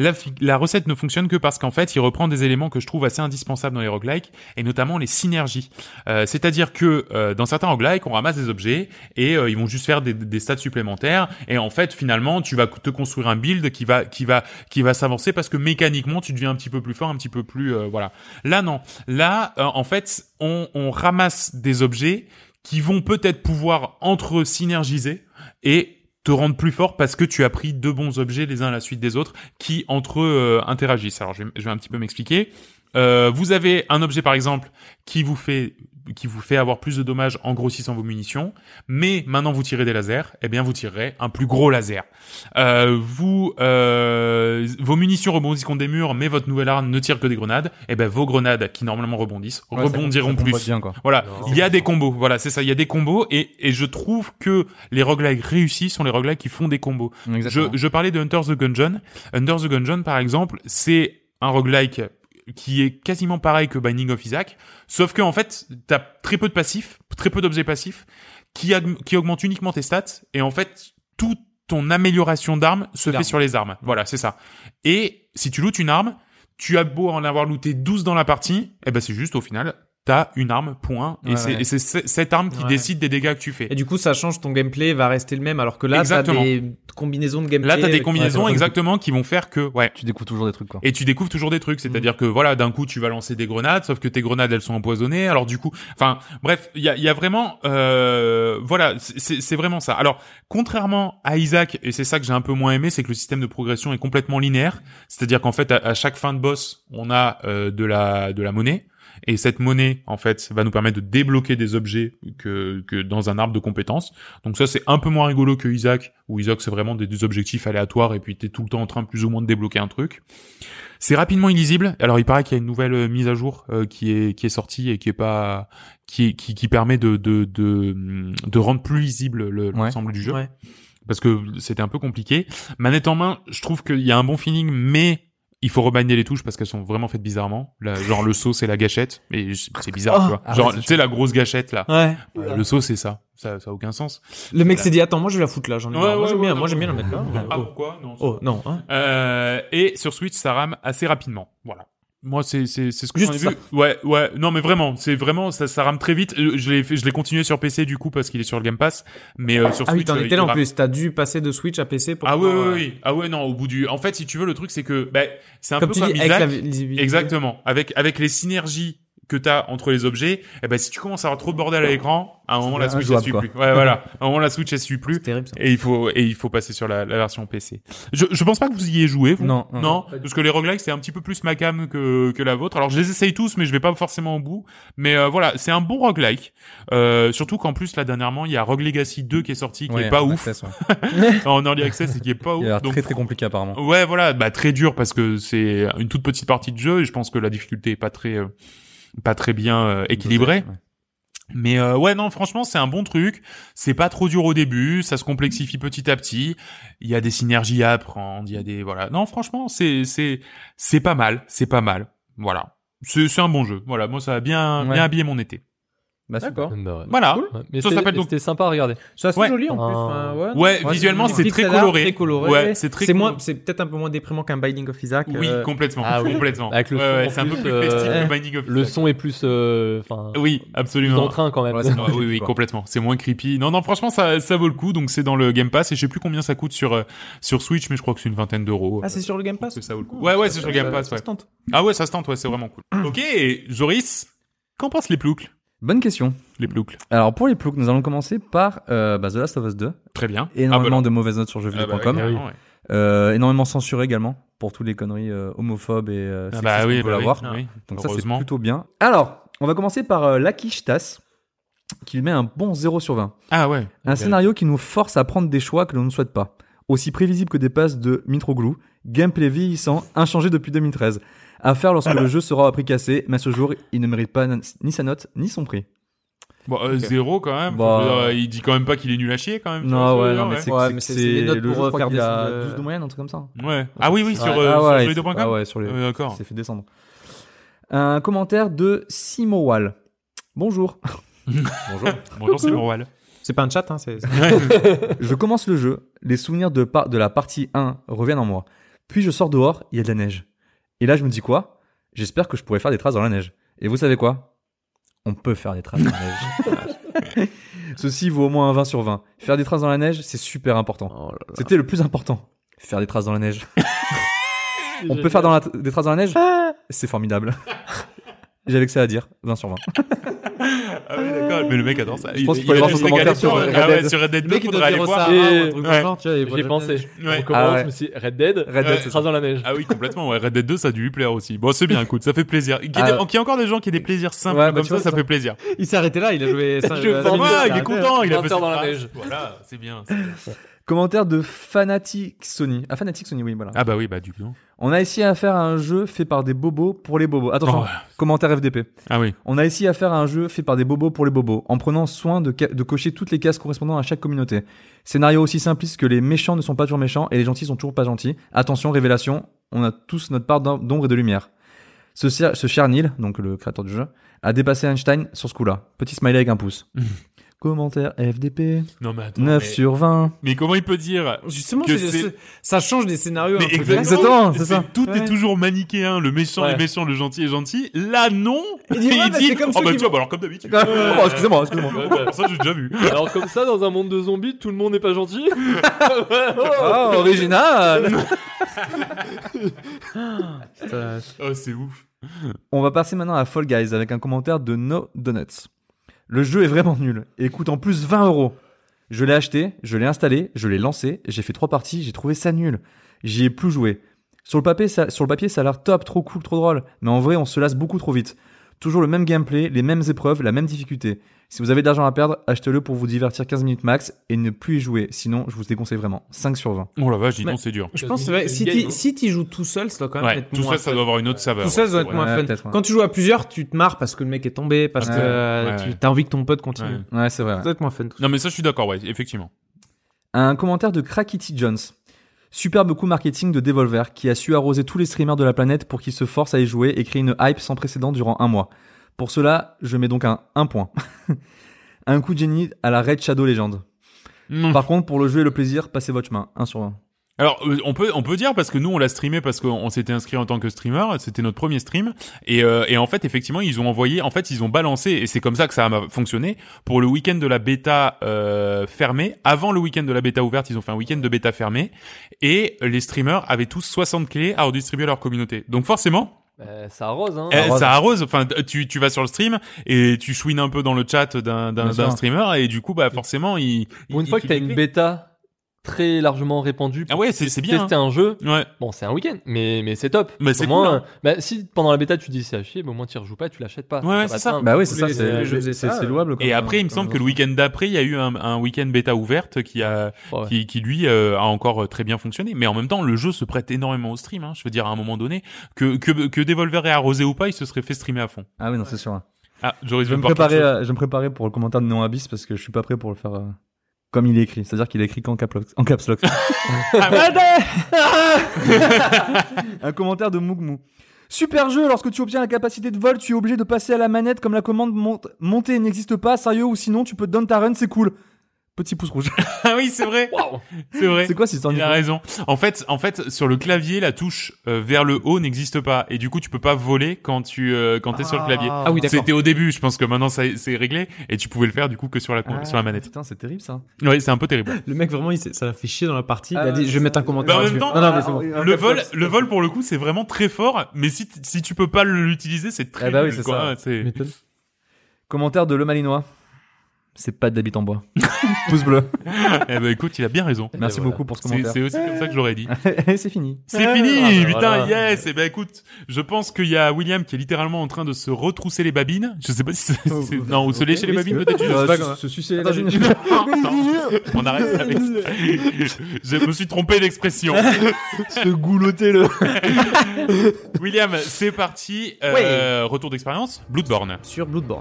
[SPEAKER 1] La recette ne fonctionne que parce qu'en fait, il reprend des éléments que je trouve assez indispensables dans les roguelikes, et notamment les synergies. C'est-à-dire que, dans certains roguelikes, on ramasse des objets, et ils vont juste faire des stats supplémentaires, et en fait, finalement, tu vas te construire un build qui va s'avancer parce que mécaniquement, tu deviens un petit peu plus fort, un petit peu plus, voilà. Là, non. Là, en fait, on ramasse des objets qui vont peut-être pouvoir entre eux synergiser et te rendre plus fort parce que tu as pris deux bons objets les uns à la suite des autres qui entre eux interagissent. Alors je vais un petit peu m'expliquer. Vous avez un objet par exemple qui vous fait avoir plus de dommages en grossissant vos munitions, mais maintenant vous tirez des lasers, eh bien vous tirerez un plus gros laser. Vos munitions rebondissent contre des murs, mais votre nouvelle arme ne tire que des grenades, eh ben vos grenades qui normalement rebondissent rebondiront
[SPEAKER 2] ça combat
[SPEAKER 1] plus.
[SPEAKER 2] bien, quoi.
[SPEAKER 1] Voilà,
[SPEAKER 4] Non,
[SPEAKER 1] il y a des combos, voilà, c'est ça, il y a des combos et je trouve que les roguelikes réussis sont les roguelikes qui font des combos.
[SPEAKER 2] Exactement.
[SPEAKER 1] Je parlais de Enter the Gungeon. Enter the Gungeon par exemple, c'est un roguelike qui est quasiment pareil que Binding of Isaac, sauf que en fait, t'as très peu de passifs, très peu d'objets passifs, qui augmentent uniquement tes stats, et en fait, toute ton amélioration d'armes se fait sur les armes. Voilà, c'est ça. Et si tu lootes une arme, tu as beau en avoir looté 12 dans la partie, eh ben c'est juste au final, t'as une arme, point, et
[SPEAKER 2] Ouais,
[SPEAKER 1] c'est cette arme qui
[SPEAKER 3] Ouais.
[SPEAKER 1] décide des dégâts que tu fais.
[SPEAKER 3] Et du coup, ça change, ton gameplay va rester le même, alors que là, t'as
[SPEAKER 1] Exactement.
[SPEAKER 3] des combinaisons de gameplay.
[SPEAKER 1] Là, t'as des
[SPEAKER 3] avec-
[SPEAKER 1] combinaisons
[SPEAKER 2] Ouais,
[SPEAKER 1] exactement qui vont faire que, ouais.
[SPEAKER 2] Tu découvres toujours des trucs, quoi.
[SPEAKER 1] Et tu découvres toujours des trucs, c'est-à-dire que voilà, d'un coup tu vas lancer des grenades, sauf que tes grenades elles sont empoisonnées. Alors du coup, enfin bref, il y a vraiment, voilà, c'est vraiment ça. Alors contrairement à Isaac, et c'est ça que j'ai un peu moins aimé, c'est que le système de progression est complètement linéaire, c'est-à-dire qu'en fait à chaque fin de boss, on a de la monnaie. et cette monnaie en fait va nous permettre de débloquer des objets que dans un arbre de compétences. Donc ça c'est un peu moins rigolo que Isaac, où Isaac c'est vraiment des objectifs aléatoires et puis t'es tout le temps en train plus ou moins de débloquer un truc. C'est rapidement illisible. Alors il paraît qu'il y a une nouvelle mise à jour qui est sortie et qui permet de rendre plus lisible l'ensemble du jeu.
[SPEAKER 3] Ouais.
[SPEAKER 1] Parce que c'était un peu compliqué. Manette en main, je trouve qu'il y a un bon feeling, mais il faut remanier les touches parce qu'elles sont vraiment faites bizarrement. Là, genre le saut c'est la gâchette, mais c'est bizarre, tu vois. Genre tu sais la grosse gâchette là.
[SPEAKER 3] Ouais.
[SPEAKER 1] Le saut c'est ça a aucun sens.
[SPEAKER 3] Le mec s'est dit attends, moi je vais la foutre là, j'en ai marre. Moi j'aime bien la mettre là.
[SPEAKER 1] Ah pourquoi non.
[SPEAKER 3] Oh non. Hein.
[SPEAKER 1] Et sur Switch ça rame assez rapidement. Voilà. Moi c'est ce que
[SPEAKER 3] Juste
[SPEAKER 1] j'en ai vu. Ouais, non mais vraiment, c'est vraiment ça rame très vite. Je l'ai continué sur PC du coup parce qu'il est sur le Game Pass, mais sur
[SPEAKER 3] Ah oui,
[SPEAKER 1] Switch
[SPEAKER 3] t'en étais là en
[SPEAKER 1] il rame.
[SPEAKER 3] plus, t'as dû passer de Switch à PC pour
[SPEAKER 1] Ah
[SPEAKER 3] pouvoir,
[SPEAKER 1] oui. Ah ouais non, au bout du en fait, si tu veux le truc c'est que c'est un
[SPEAKER 3] comme
[SPEAKER 1] peu
[SPEAKER 3] tu
[SPEAKER 1] comme
[SPEAKER 3] dis, avec
[SPEAKER 1] Isaac.
[SPEAKER 3] la visibilité.
[SPEAKER 1] Exactement. Avec les synergies que t'as entre les objets, si tu commences à avoir trop de bordel à l'écran, à un moment la Switch elle
[SPEAKER 2] injouable,
[SPEAKER 1] suit
[SPEAKER 2] quoi.
[SPEAKER 1] plus. Ouais, voilà. À un moment la Switch elle suit plus.
[SPEAKER 3] C'est terrible ça.
[SPEAKER 1] Et il faut passer sur la version PC. Je pense pas que vous y ayez joué, vous.
[SPEAKER 2] Non.
[SPEAKER 1] Parce que les roguelikes c'est un petit peu plus ma cam que la vôtre. Alors je les essaye tous, mais je vais pas forcément au bout. Mais voilà, c'est un bon roguelike. Surtout qu'en plus là dernièrement il y a Rogue Legacy 2 qui est sorti, qui est pas ouf. En early access et qui est pas ouf.
[SPEAKER 2] Il a l'air
[SPEAKER 1] Donc
[SPEAKER 2] très très compliqué apparemment.
[SPEAKER 1] ouais, voilà, très dur parce que c'est une toute petite partie de jeu et je pense que la difficulté est pas très bien équilibrée.
[SPEAKER 2] Ouais.
[SPEAKER 1] Mais ouais, non, franchement, c'est un bon truc. C'est pas trop dur au début, ça se complexifie petit à petit. Il y a des synergies à apprendre, il y a des voilà. Non, franchement, c'est pas mal, Voilà. C'est un bon jeu. Voilà, moi ça a bien habillé mon été.
[SPEAKER 2] Bah,
[SPEAKER 3] D'accord.
[SPEAKER 4] Bah, ouais.
[SPEAKER 1] Voilà.
[SPEAKER 4] Ouais, mais
[SPEAKER 1] Ça s'appelle donc
[SPEAKER 4] c'était sympa à regarder.
[SPEAKER 3] C'est assez
[SPEAKER 1] Ouais.
[SPEAKER 3] joli en plus.
[SPEAKER 4] Ah.
[SPEAKER 3] Enfin,
[SPEAKER 1] Ouais, visuellement, c'est très
[SPEAKER 3] pixel art,
[SPEAKER 1] coloré.
[SPEAKER 3] Très coloré.
[SPEAKER 1] Ouais, c'est très
[SPEAKER 3] C'est
[SPEAKER 1] cool.
[SPEAKER 3] moins, c'est peut-être un peu moins déprimant qu'un Binding of Isaac.
[SPEAKER 1] Oui, complètement.
[SPEAKER 4] Ah oui.
[SPEAKER 1] Complètement.
[SPEAKER 4] Avec le son,
[SPEAKER 1] ouais,
[SPEAKER 4] en
[SPEAKER 1] c'est un peu
[SPEAKER 4] plus,
[SPEAKER 1] plus festif
[SPEAKER 3] ouais.
[SPEAKER 1] que Binding of
[SPEAKER 4] Le
[SPEAKER 1] Isaac.
[SPEAKER 4] son est plus
[SPEAKER 1] Oui,
[SPEAKER 4] plus
[SPEAKER 1] absolument.
[SPEAKER 4] en train quand même.
[SPEAKER 2] Ouais, c'est moins
[SPEAKER 1] Oui,
[SPEAKER 2] creepy, quoi.
[SPEAKER 1] complètement. C'est moins creepy. Non, franchement, ça vaut le coup. Donc, c'est dans le Game Pass et je sais plus combien ça coûte sur Switch, mais je crois que c'est une vingtaine d'euros.
[SPEAKER 3] Ah, c'est sur le Game Pass.
[SPEAKER 1] Que ça vaut le coup. Ouais, c'est sur le Game Pass, ouais.
[SPEAKER 3] Ça se tente.
[SPEAKER 1] Ah ouais, ça se tente, ouais, c'est vraiment cool. Ok, Joris, qu'en pensent les ploucles?
[SPEAKER 2] Bonne question.
[SPEAKER 1] Les ploucles.
[SPEAKER 2] Alors pour les ploucs, nous allons commencer par The Last of Us 2.
[SPEAKER 1] Très bien.
[SPEAKER 2] Énormément de mauvaises notes sur
[SPEAKER 1] bah,
[SPEAKER 2] jeuxvideo.com.
[SPEAKER 1] carrément, ouais.
[SPEAKER 2] Énormément censuré également pour tous les conneries homophobes et
[SPEAKER 1] Ah
[SPEAKER 2] sexistes
[SPEAKER 1] bah
[SPEAKER 2] qu'on
[SPEAKER 1] oui,
[SPEAKER 2] peut
[SPEAKER 1] bah
[SPEAKER 2] avoir.
[SPEAKER 1] oui.
[SPEAKER 2] Donc ça c'est
[SPEAKER 1] Heureusement.
[SPEAKER 2] plutôt bien. Alors, on va commencer par Lucky Shtas qui lui met un bon 0 sur 20.
[SPEAKER 1] Ah ouais.
[SPEAKER 2] Un
[SPEAKER 1] Ok.
[SPEAKER 2] scénario qui nous force à prendre des choix que l'on ne souhaite pas. Aussi prévisible que des passes de Mitroglou, gameplay vieillissant, inchangé depuis 2013. À faire lorsque le jeu sera appris cassé, mais à ce jour, il ne mérite pas ni sa note, ni son prix.
[SPEAKER 1] Bon, zéro quand même.
[SPEAKER 2] Bah.
[SPEAKER 1] Faut dire, il dit quand même pas qu'il est nul à chier quand même. tu
[SPEAKER 2] Non,
[SPEAKER 1] vois,
[SPEAKER 2] ouais,
[SPEAKER 1] ce que
[SPEAKER 2] non,
[SPEAKER 1] je veux
[SPEAKER 2] mais
[SPEAKER 1] dire,
[SPEAKER 3] Ouais, mais c'est des notes
[SPEAKER 2] le
[SPEAKER 3] pour
[SPEAKER 2] jeu, je crois
[SPEAKER 3] faire
[SPEAKER 2] qu'il a
[SPEAKER 3] descendre,
[SPEAKER 2] 12 de moyenne, un truc comme ça.
[SPEAKER 1] Ouais. Ah oui, sur
[SPEAKER 2] ouais,
[SPEAKER 1] jeuxvideo.com.
[SPEAKER 2] Ah ouais, sur les.
[SPEAKER 1] D'accord.
[SPEAKER 2] C'est fait descendre. Un commentaire de Simowal. Bonjour.
[SPEAKER 1] Bonjour, c'est Morwal.
[SPEAKER 3] C'est pas un chat, hein. C'est.
[SPEAKER 2] Je commence le jeu, les souvenirs de la partie 1 reviennent en moi. Puis je sors dehors, il y a de la neige. Et là je me dis quoi? J'espère que je pourrai faire des traces dans la neige. Et vous savez quoi? On peut faire des traces dans la neige. Ceci vaut au moins un 20 sur 20. Faire des traces dans la neige, c'est super important.
[SPEAKER 3] Oh là là.
[SPEAKER 2] C'était le plus important. Faire des traces dans la neige. On peut faire des traces dans la neige? C'est formidable. J'avais que ça à dire. 20 sur 20.
[SPEAKER 1] Ah oui, d'accord. Mais le mec adore ça.
[SPEAKER 2] Je pense qu'il faut aller voir son commentaire sur Red
[SPEAKER 1] Ah ouais,
[SPEAKER 2] Dead.
[SPEAKER 1] sur Red Dead
[SPEAKER 3] Le
[SPEAKER 1] 2,
[SPEAKER 3] mec, il
[SPEAKER 1] faudrait
[SPEAKER 3] doit
[SPEAKER 1] aller
[SPEAKER 3] dire
[SPEAKER 1] voir.
[SPEAKER 3] ça.
[SPEAKER 4] Et-
[SPEAKER 3] Un truc dans le genre, tu vois, il
[SPEAKER 4] J'y ai pensé.
[SPEAKER 1] Ouais.
[SPEAKER 4] On commence,
[SPEAKER 2] Ah ouais.
[SPEAKER 4] je me suis dit, Red Dead,
[SPEAKER 2] Red Dead, c'est
[SPEAKER 4] trace dans la neige.
[SPEAKER 1] Ah oui, complètement. Ouais, Red Dead 2, ça a dû lui plaire aussi. Bon, c'est bien, écoute, ça fait plaisir. Qu'il y ait encore des gens qui aient des plaisirs simples
[SPEAKER 2] Ouais, bah,
[SPEAKER 1] comme
[SPEAKER 2] tu vois,
[SPEAKER 1] ça
[SPEAKER 2] ça-
[SPEAKER 1] fait plaisir.
[SPEAKER 3] Il s'est arrêté là, il a joué.
[SPEAKER 4] Je
[SPEAKER 3] ça-
[SPEAKER 4] pense-
[SPEAKER 1] Ouais, il est content, il a
[SPEAKER 4] 20
[SPEAKER 1] fait
[SPEAKER 4] heures
[SPEAKER 1] ses
[SPEAKER 4] dans la
[SPEAKER 1] traces.
[SPEAKER 4] neige.
[SPEAKER 1] Voilà, c'est bien.
[SPEAKER 2] Commentaire de Fanatic Sony. Ah, Fanatic Sony, oui, voilà.
[SPEAKER 1] Ah bah oui, bah du coup.
[SPEAKER 2] On a essayé à faire un jeu fait par des bobos pour les bobos. Attention,
[SPEAKER 1] Oh.
[SPEAKER 2] commentaire FDP.
[SPEAKER 1] Ah oui.
[SPEAKER 2] On a essayé à faire un jeu fait par des bobos pour les bobos, en prenant soin de cocher toutes les cases correspondant à chaque communauté. Scénario aussi simpliste que les méchants ne sont pas toujours méchants et les gentils sont toujours pas gentils. Attention, révélation, on a tous notre part d'ombre et de lumière. Ce cher Neil, donc le créateur du jeu, a dépassé Einstein sur ce coup-là. Petit smiley avec un pouce. Commentaire FDP,
[SPEAKER 1] Non mais attends.
[SPEAKER 2] 9 sur 20.
[SPEAKER 1] Mais comment il peut dire
[SPEAKER 3] Justement,
[SPEAKER 1] que
[SPEAKER 3] ça change des scénarios.
[SPEAKER 1] Mais
[SPEAKER 3] un peu
[SPEAKER 2] exactement, c'est ça.
[SPEAKER 1] Tout
[SPEAKER 3] Ouais.
[SPEAKER 1] est toujours manichéen, le méchant
[SPEAKER 4] Ouais.
[SPEAKER 1] est méchant, le gentil est gentil. Là non.
[SPEAKER 3] Il dit, ouais, bah, c'est comme
[SPEAKER 1] oh
[SPEAKER 3] ceux
[SPEAKER 1] bah
[SPEAKER 3] qui
[SPEAKER 1] tiens,
[SPEAKER 3] vont-
[SPEAKER 1] bah alors comme d'habitude.
[SPEAKER 2] Oh, excusez-moi.
[SPEAKER 1] Ouais, bah, ça j'ai déjà vu.
[SPEAKER 4] Alors comme ça, dans un monde de zombies, tout le monde n'est pas gentil.
[SPEAKER 2] Oh, original.
[SPEAKER 1] Oh c'est ouf.
[SPEAKER 2] On va passer maintenant à Fall Guys avec un commentaire de No Donuts. Le jeu est vraiment nul et coûte en plus 20 €. Je l'ai acheté, je l'ai installé, je l'ai lancé, j'ai fait 3 parties, j'ai trouvé ça nul. J'y ai plus joué. Sur le papier, ça a l'air top, trop cool, trop drôle, mais en vrai, on se lasse beaucoup trop vite. Toujours le même gameplay, les mêmes épreuves, la même difficulté. Si vous avez de l'argent à perdre, achetez-le pour vous divertir 15 minutes max et ne plus y jouer. Sinon, je vous déconseille vraiment. 5 sur 20.
[SPEAKER 1] Oh la vache, dis donc,
[SPEAKER 3] Mais-
[SPEAKER 1] c'est dur.
[SPEAKER 3] Je pense que c'est vrai, si t'y joues tout seul, ça doit quand même
[SPEAKER 1] Ouais,
[SPEAKER 3] être
[SPEAKER 1] tout
[SPEAKER 3] moins
[SPEAKER 1] ça, ça
[SPEAKER 3] fun.
[SPEAKER 1] doit avoir une autre saveur.
[SPEAKER 3] Tout ça, ça doit être
[SPEAKER 1] Ouais,
[SPEAKER 3] moins fun.
[SPEAKER 2] peut-être, ouais.
[SPEAKER 3] Quand tu joues à plusieurs, tu te marres parce que le mec est tombé, parce
[SPEAKER 2] Ouais,
[SPEAKER 3] que
[SPEAKER 1] ouais.
[SPEAKER 3] tu as envie que ton pote continue.
[SPEAKER 1] Ouais.
[SPEAKER 2] Ouais, c'est vrai.
[SPEAKER 3] Ça doit être moins fun.
[SPEAKER 1] Non, mais ça, je suis d'accord, ouais, effectivement.
[SPEAKER 2] Un commentaire de Krakity Jones. Superbe coup marketing de Devolver qui a su arroser tous les streamers de la planète pour qu'ils se forcent à y jouer et créer une hype sans précédent durant un mois. Pour cela, je mets donc un point. Un coup de génie à la Raid Shadow Legend. Par contre, pour le jeu et le plaisir, passez votre chemin. 1 sur 20.
[SPEAKER 1] Alors, on peut dire parce que nous, on l'a streamé parce qu'on s'était inscrit en tant que streamer. C'était notre premier stream. Et en fait, effectivement, ils ont balancé, et c'est comme ça que ça a fonctionné, pour le week-end de la bêta fermée. Avant le week-end de la bêta ouverte, ils ont fait un week-end de bêta fermée. Et les streamers avaient tous 60 clés à redistribuer à leur communauté. Donc forcément,
[SPEAKER 4] Ça arrose, hein.
[SPEAKER 1] ça arrose. Enfin, tu vas sur le stream et tu chouines un peu dans le chat d'un streamer, et du coup, bah forcément,
[SPEAKER 4] Pour une fois que t'as une bêta très largement répandue.
[SPEAKER 1] Ah ouais, c'est bien.
[SPEAKER 4] Tester un jeu.
[SPEAKER 1] Ouais.
[SPEAKER 4] Bon, c'est un week-end, mais c'est top.
[SPEAKER 1] Mais
[SPEAKER 4] Au
[SPEAKER 1] c'est
[SPEAKER 4] moins,
[SPEAKER 1] cool, hein.
[SPEAKER 4] bah, si pendant la bêta tu dis c'est à chier, bah, au moins tu y rejoues pas, tu l'achètes pas.
[SPEAKER 1] Ouais,
[SPEAKER 4] va
[SPEAKER 1] c'est
[SPEAKER 4] te
[SPEAKER 1] ça.
[SPEAKER 4] plaindre.
[SPEAKER 2] Bah oui, c'est ça,
[SPEAKER 3] les jeux faisaient ça,
[SPEAKER 2] c'est louable.
[SPEAKER 1] Et après, il me semble que le week-end d'après, il y a eu un week-end bêta ouverte qui lui a encore très bien fonctionné. Mais en même temps, le jeu se prête énormément au stream. Hein. Je veux dire, à un moment donné, que Devolver ait arrosé ou pas, il se serait fait streamer à fond.
[SPEAKER 2] Ah oui, non, c'est sûr.
[SPEAKER 1] Ah, Joris
[SPEAKER 2] Je vais
[SPEAKER 1] veut
[SPEAKER 2] me
[SPEAKER 1] me parler.
[SPEAKER 2] préparer pour le commentaire de Néon Abyss parce que je suis pas prêt pour le faire comme il est écrit. C'est-à-dire qu'il est écrit qu'en caps lock. Un commentaire de Mougmou. Super jeu, lorsque tu obtiens la capacité de vol, tu es obligé de passer à la manette comme la commande monter n'existe pas, sérieux, ou sinon tu peux down ta run, c'est cool. Petit pouce rouge.
[SPEAKER 1] Ah oui, c'est vrai.
[SPEAKER 4] Waouh.
[SPEAKER 1] C'est vrai.
[SPEAKER 2] C'est quoi cette histoire
[SPEAKER 1] Il a raison. En fait, sur le clavier, la touche vers le haut n'existe pas, et du coup, tu peux pas voler quand t'es sur le clavier.
[SPEAKER 3] Ah oui, d'accord.
[SPEAKER 1] C'était au début. Je pense que maintenant, c'est réglé, et tu pouvais le faire du coup que sur la manette.
[SPEAKER 2] Putain, c'est terrible ça.
[SPEAKER 1] Oui, c'est un peu terrible.
[SPEAKER 3] Le mec, vraiment, ça l'a fait chier dans la partie. Il
[SPEAKER 2] Ah
[SPEAKER 3] a dit,
[SPEAKER 2] ouais,
[SPEAKER 3] je vais mettre un
[SPEAKER 1] Mais
[SPEAKER 3] commentaire.
[SPEAKER 1] en même
[SPEAKER 3] là-dessus.
[SPEAKER 1] temps,
[SPEAKER 3] non, mais c'est bon.
[SPEAKER 1] le vol pour le coup, c'est vraiment très fort, mais si tu peux pas l'utiliser, c'est très
[SPEAKER 2] bah oui,
[SPEAKER 1] nul,
[SPEAKER 2] c'est
[SPEAKER 1] quoi.
[SPEAKER 2] ça.
[SPEAKER 1] C'est...
[SPEAKER 3] M'étonne.
[SPEAKER 2] Commentaire de Le Malinois. C'est pas d'habit en bois. Pouce bleu.
[SPEAKER 1] Eh ben écoute, il a bien raison.
[SPEAKER 2] Merci
[SPEAKER 4] voilà.
[SPEAKER 2] beaucoup pour ce
[SPEAKER 1] C'est
[SPEAKER 2] commentaire.
[SPEAKER 1] aussi comme ça que je l'aurais dit.
[SPEAKER 2] C'est fini.
[SPEAKER 1] C'est fini,
[SPEAKER 4] Ah, bah,
[SPEAKER 1] putain,
[SPEAKER 4] voilà.
[SPEAKER 1] yes. Eh ben écoute, je pense qu'il y a William qui est littéralement en train de se retrousser les babines. Je sais pas si non, ou se lécher les babines peut-être. Je sais pas comment.
[SPEAKER 2] Se sucer
[SPEAKER 3] Attends,
[SPEAKER 2] la
[SPEAKER 3] j'ai-
[SPEAKER 1] Non, on arrête avec ça. Je me suis trompé d'expression.
[SPEAKER 4] Se goulotter le.
[SPEAKER 1] William, c'est parti. Retour d'expérience. Bloodborne.
[SPEAKER 3] Sur Bloodborne.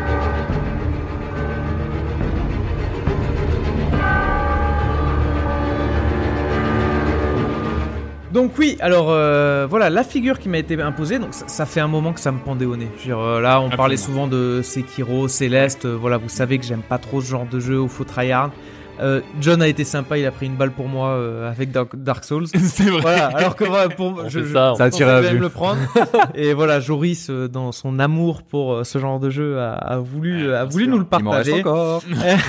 [SPEAKER 3] Donc oui, alors voilà, la figure qui m'a été imposée, donc ça fait un moment que ça me pendait au nez. Je veux dire, là, on parlait souvent de Sekiro, Céleste, voilà, vous savez que j'aime pas trop ce genre de jeu où faut tryhard. John a été sympa, il a pris une balle pour moi avec Dark Souls.
[SPEAKER 1] C'est vrai.
[SPEAKER 3] Voilà, alors que voilà,
[SPEAKER 4] On fait ça,
[SPEAKER 2] Ça a tiré à
[SPEAKER 3] je vais
[SPEAKER 2] vue.
[SPEAKER 3] me le prendre. Et voilà, Joris, dans son amour pour ce genre de jeu, a voulu nous le
[SPEAKER 2] Il m'en reste
[SPEAKER 3] partager.
[SPEAKER 2] encore.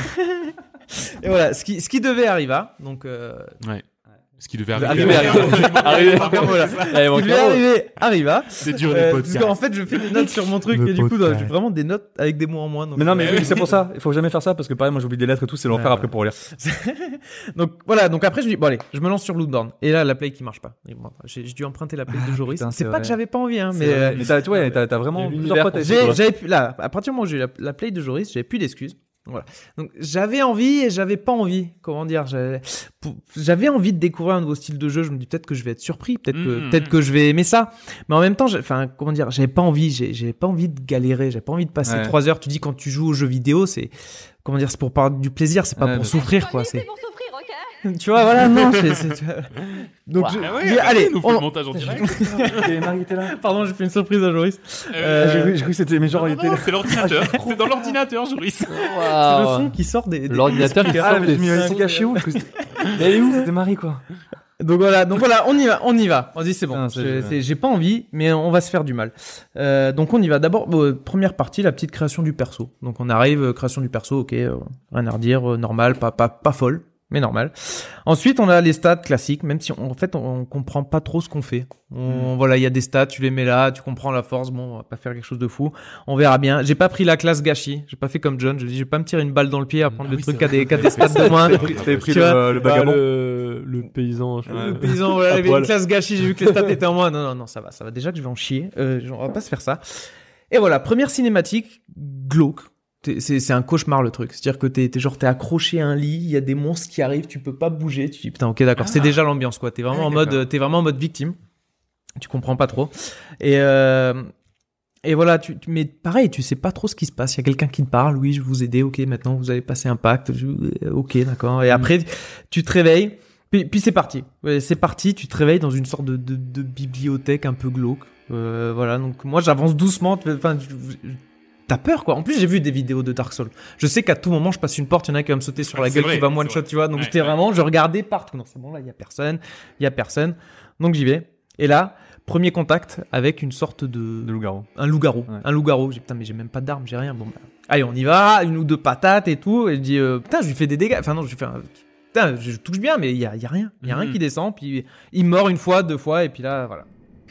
[SPEAKER 3] Et voilà, ce qui devait arriver. Donc,
[SPEAKER 1] Ouais. Ce qui devait
[SPEAKER 3] Arriver,
[SPEAKER 1] arriver.
[SPEAKER 4] Arrivé.
[SPEAKER 3] voilà.
[SPEAKER 4] Allez,
[SPEAKER 3] Ce
[SPEAKER 4] mon
[SPEAKER 3] qui devait
[SPEAKER 4] carreau.
[SPEAKER 3] arriver, arriva.
[SPEAKER 1] C'est dur les
[SPEAKER 3] Parce
[SPEAKER 1] podcasts.
[SPEAKER 3] qu'en fait, je fais des notes sur mon truc
[SPEAKER 2] Le
[SPEAKER 3] et du coup,
[SPEAKER 2] podcast.
[SPEAKER 3] j'ai vraiment des notes avec des mots en moins. Donc,
[SPEAKER 2] Mais non, mais oui, c'est pour ça. Il faut jamais faire ça parce que pareil, moi j'oublie des lettres et tout, c'est l'enfer
[SPEAKER 3] Ouais.
[SPEAKER 2] après pour relire.
[SPEAKER 3] donc voilà, donc après je dis bon allez, je me lance sur Bloodborne. Et là la play qui marche pas. Et bon, j'ai dû emprunter la play de Joris.
[SPEAKER 2] putain,
[SPEAKER 3] c'est
[SPEAKER 2] c'est
[SPEAKER 3] pas
[SPEAKER 2] vrai.
[SPEAKER 3] que j'avais pas envie hein,
[SPEAKER 2] Mais
[SPEAKER 3] mais
[SPEAKER 2] t'as, tu vois, t'as vraiment
[SPEAKER 4] l'univers
[SPEAKER 2] plusieurs potes. avec toi.
[SPEAKER 3] j'avais plus là à partir du moment où j'ai eu la play de Joris, j'avais plus d'excuses. Voilà. Donc j'avais envie et j'avais pas envie. Comment dire, j'avais envie de découvrir un nouveau style de jeu. Je me dis peut-être que je vais être surpris, peut-être que je vais aimer ça. Mais en même temps, enfin comment dire, j'avais pas envie. J'ai pas envie de galérer. J'ai pas envie de passer
[SPEAKER 2] Ouais.
[SPEAKER 3] 3 heures. Tu dis quand tu joues aux jeux vidéo, c'est comment dire, c'est pour parler du plaisir, c'est pas
[SPEAKER 2] Ouais,
[SPEAKER 3] pour
[SPEAKER 2] bien
[SPEAKER 3] souffrir quoi. C'est
[SPEAKER 9] pour souffrir, ok?
[SPEAKER 3] tu vois, voilà, non, tu vois. Donc,
[SPEAKER 1] Ah ouais,
[SPEAKER 3] je- allez,
[SPEAKER 1] nous fait le montage en direct.
[SPEAKER 2] Et Marie était là.
[SPEAKER 3] pardon, j'ai fait une surprise à Joris.
[SPEAKER 2] J'ai cru que c'était, mais genre, il était là.
[SPEAKER 1] C'est l'ordinateur. C'est dans l'ordinateur, Joris.
[SPEAKER 3] C'est le
[SPEAKER 4] Waouh.
[SPEAKER 3] son qui sort des
[SPEAKER 4] L'ordinateur qui
[SPEAKER 2] Ah,
[SPEAKER 4] sort
[SPEAKER 2] mais
[SPEAKER 4] des.
[SPEAKER 2] je m'y suis caché où? Elle est où? C'était Marie, quoi.
[SPEAKER 3] Donc voilà, on y va. On dit c'est bon.
[SPEAKER 2] Putain, c'est
[SPEAKER 3] J'ai pas envie, mais on va se faire du mal. Donc on y va. D'abord, première partie, la petite création du perso. Donc on arrive, création du perso, ok, rien à redire, normal, pas folle, mais normal. Ensuite, on a les stats classiques, même si en fait on comprend pas trop ce qu'on fait. Voilà, il y a des stats, tu les mets là, tu comprends la force. Bon, on va pas faire quelque chose de fou. On verra bien. J'ai pas pris la classe gâchis. J'ai pas fait comme John. Je dis, je vais pas me tirer une balle dans le pied à prendre des trucs à des stats de moins.
[SPEAKER 2] T'avais pris
[SPEAKER 3] Tu vois,
[SPEAKER 2] le
[SPEAKER 4] Bah,
[SPEAKER 2] vagabond.
[SPEAKER 4] le paysan.
[SPEAKER 3] Le paysan, voilà,
[SPEAKER 4] À
[SPEAKER 3] il y avait
[SPEAKER 4] poil.
[SPEAKER 3] une classe gâchis, j'ai vu que les stats étaient en moins. Non, ça va déjà que je vais en chier. On va pas se faire ça. Et voilà, première cinématique, glauque. C'est un cauchemar le truc. C'est-à-dire que t'es accroché à un lit, il y a des monstres qui arrivent, tu peux pas bouger. Tu dis putain, ok, d'accord, c'est déjà l'ambiance quoi. T'es vraiment en mode victime. Tu comprends pas trop. Et voilà, mais pareil, tu sais pas trop ce qui se passe. Il y a quelqu'un qui te parle, oui, je vais vous aider, ok, maintenant vous allez passer un pacte, ok, d'accord. Et après, tu te réveilles, puis c'est parti. Ouais, c'est parti, tu te réveilles dans une sorte de bibliothèque un peu glauque. Voilà, donc moi j'avance doucement, enfin, t'as peur quoi. En plus, j'ai vu des vidéos de Dark Souls. Je sais qu'à tout moment, je passe une porte, il y en a qui va me sauter sur la gueule, qui va me one-shot, tu vois. Donc j'étais vraiment, je regardais partout. Non, c'est bon, là, il y a personne. Donc j'y vais. Et là, premier contact avec une sorte de
[SPEAKER 2] loup-garou.
[SPEAKER 3] Un loup-garou.
[SPEAKER 2] Ouais.
[SPEAKER 3] Un loup-garou. J'ai putain, mais j'ai même pas d'armes, j'ai rien. Bon, bah, allez, on y va. Une ou deux patates et tout. Et je dis, putain, je lui fais des dégâts. Enfin, non, je lui fais putain, je touche bien, mais il y a rien. Il y a rien qui descend. Puis il mord une fois, deux fois. Et puis là, voilà.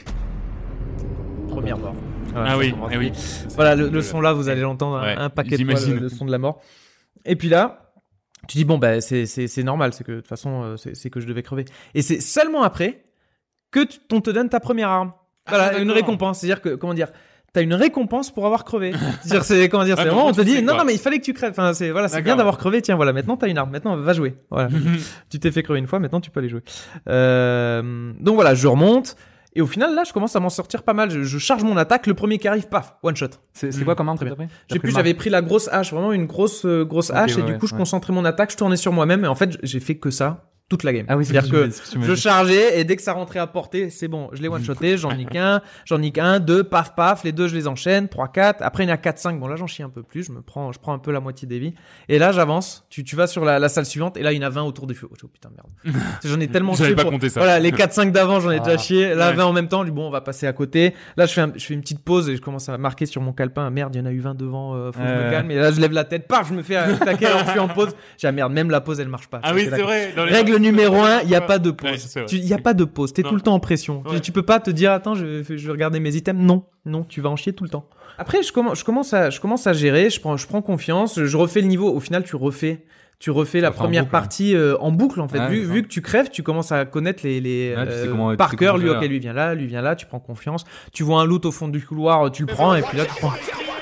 [SPEAKER 3] Première mort. Voilà,
[SPEAKER 1] oui.
[SPEAKER 3] Voilà, le son là, vous allez l'entendre un paquet de fois, le son de la mort. Et puis là, tu dis, bon, bah, c'est normal. C'est que, de toute façon, c'est que je devais crever. Et c'est seulement après que on te donne ta première arme. Voilà, une récompense. C'est-à-dire que, comment dire, t'as une récompense pour avoir crevé. C'est-à-dire, c'est vraiment, on te dit, non, mais il fallait que tu crèves. Enfin, c'est bien d'avoir crevé. Tiens, voilà, maintenant t'as une arme. Maintenant, va jouer. Voilà. Tu t'es fait crever une fois, maintenant tu peux aller jouer. Donc voilà, je remonte. Et au final, là, je commence à m'en sortir pas mal. Je charge mon attaque, le premier qui arrive, paf, one shot.
[SPEAKER 2] C'est quoi comme arme
[SPEAKER 3] très bien.
[SPEAKER 2] T'as pris
[SPEAKER 3] J'ai plus, j'avais pris la grosse hache, vraiment une grosse hache, et du coup, je concentrais mon attaque, je tournais sur moi-même, et en fait, j'ai fait que ça toute la game.
[SPEAKER 2] Ah oui,
[SPEAKER 3] c'est-à-dire que je chargeais, et dès que ça rentrait à portée, c'est bon, je l'ai one-shoté, j'en nique un, deux, paf, les deux, je les enchaîne, 3, 4, après il y en a 4, 5, bon là, j'en chie un peu plus, je prends un peu la moitié des vies, et là, j'avance, tu vas sur la salle suivante, et là, il y en a 20 autour du feu. Oh putain, merde. J'en ai tellement chié.
[SPEAKER 1] J'avais pas compté ça.
[SPEAKER 3] Voilà, les 4, 5 d'avant, j'en ai déjà chié, là, 20 en même temps, je dis bon, on va passer à côté, là, je fais une petite pause, et je commence à marquer sur mon calepin, merde, il y en a eu 20 devant, faut que je me calme, et là, je lève la tête, paf, je me fais attaquer, alors je suis en pause, j'ai merde, même la pause, elle marche pas.
[SPEAKER 1] Ah oui, c'est vrai.
[SPEAKER 3] Règle numéro 1, il y a pas de pause.
[SPEAKER 1] Ouais,
[SPEAKER 3] Il y a pas de pause. T'es tout le temps en pression.
[SPEAKER 1] Ouais.
[SPEAKER 3] Tu peux pas te dire attends, je vais regarder mes items. Non, tu vas en chier tout le temps. Après, je commence à gérer. Je prends confiance. Je refais le niveau. Au final, tu refais la première partie en boucle en fait.
[SPEAKER 2] Ouais,
[SPEAKER 3] Vu que tu crèves, tu commences à connaître les par cœur. Lui, ok, lui vient là. Tu prends confiance. Tu vois un loot au fond du couloir, tu le prends et puis là tu prends.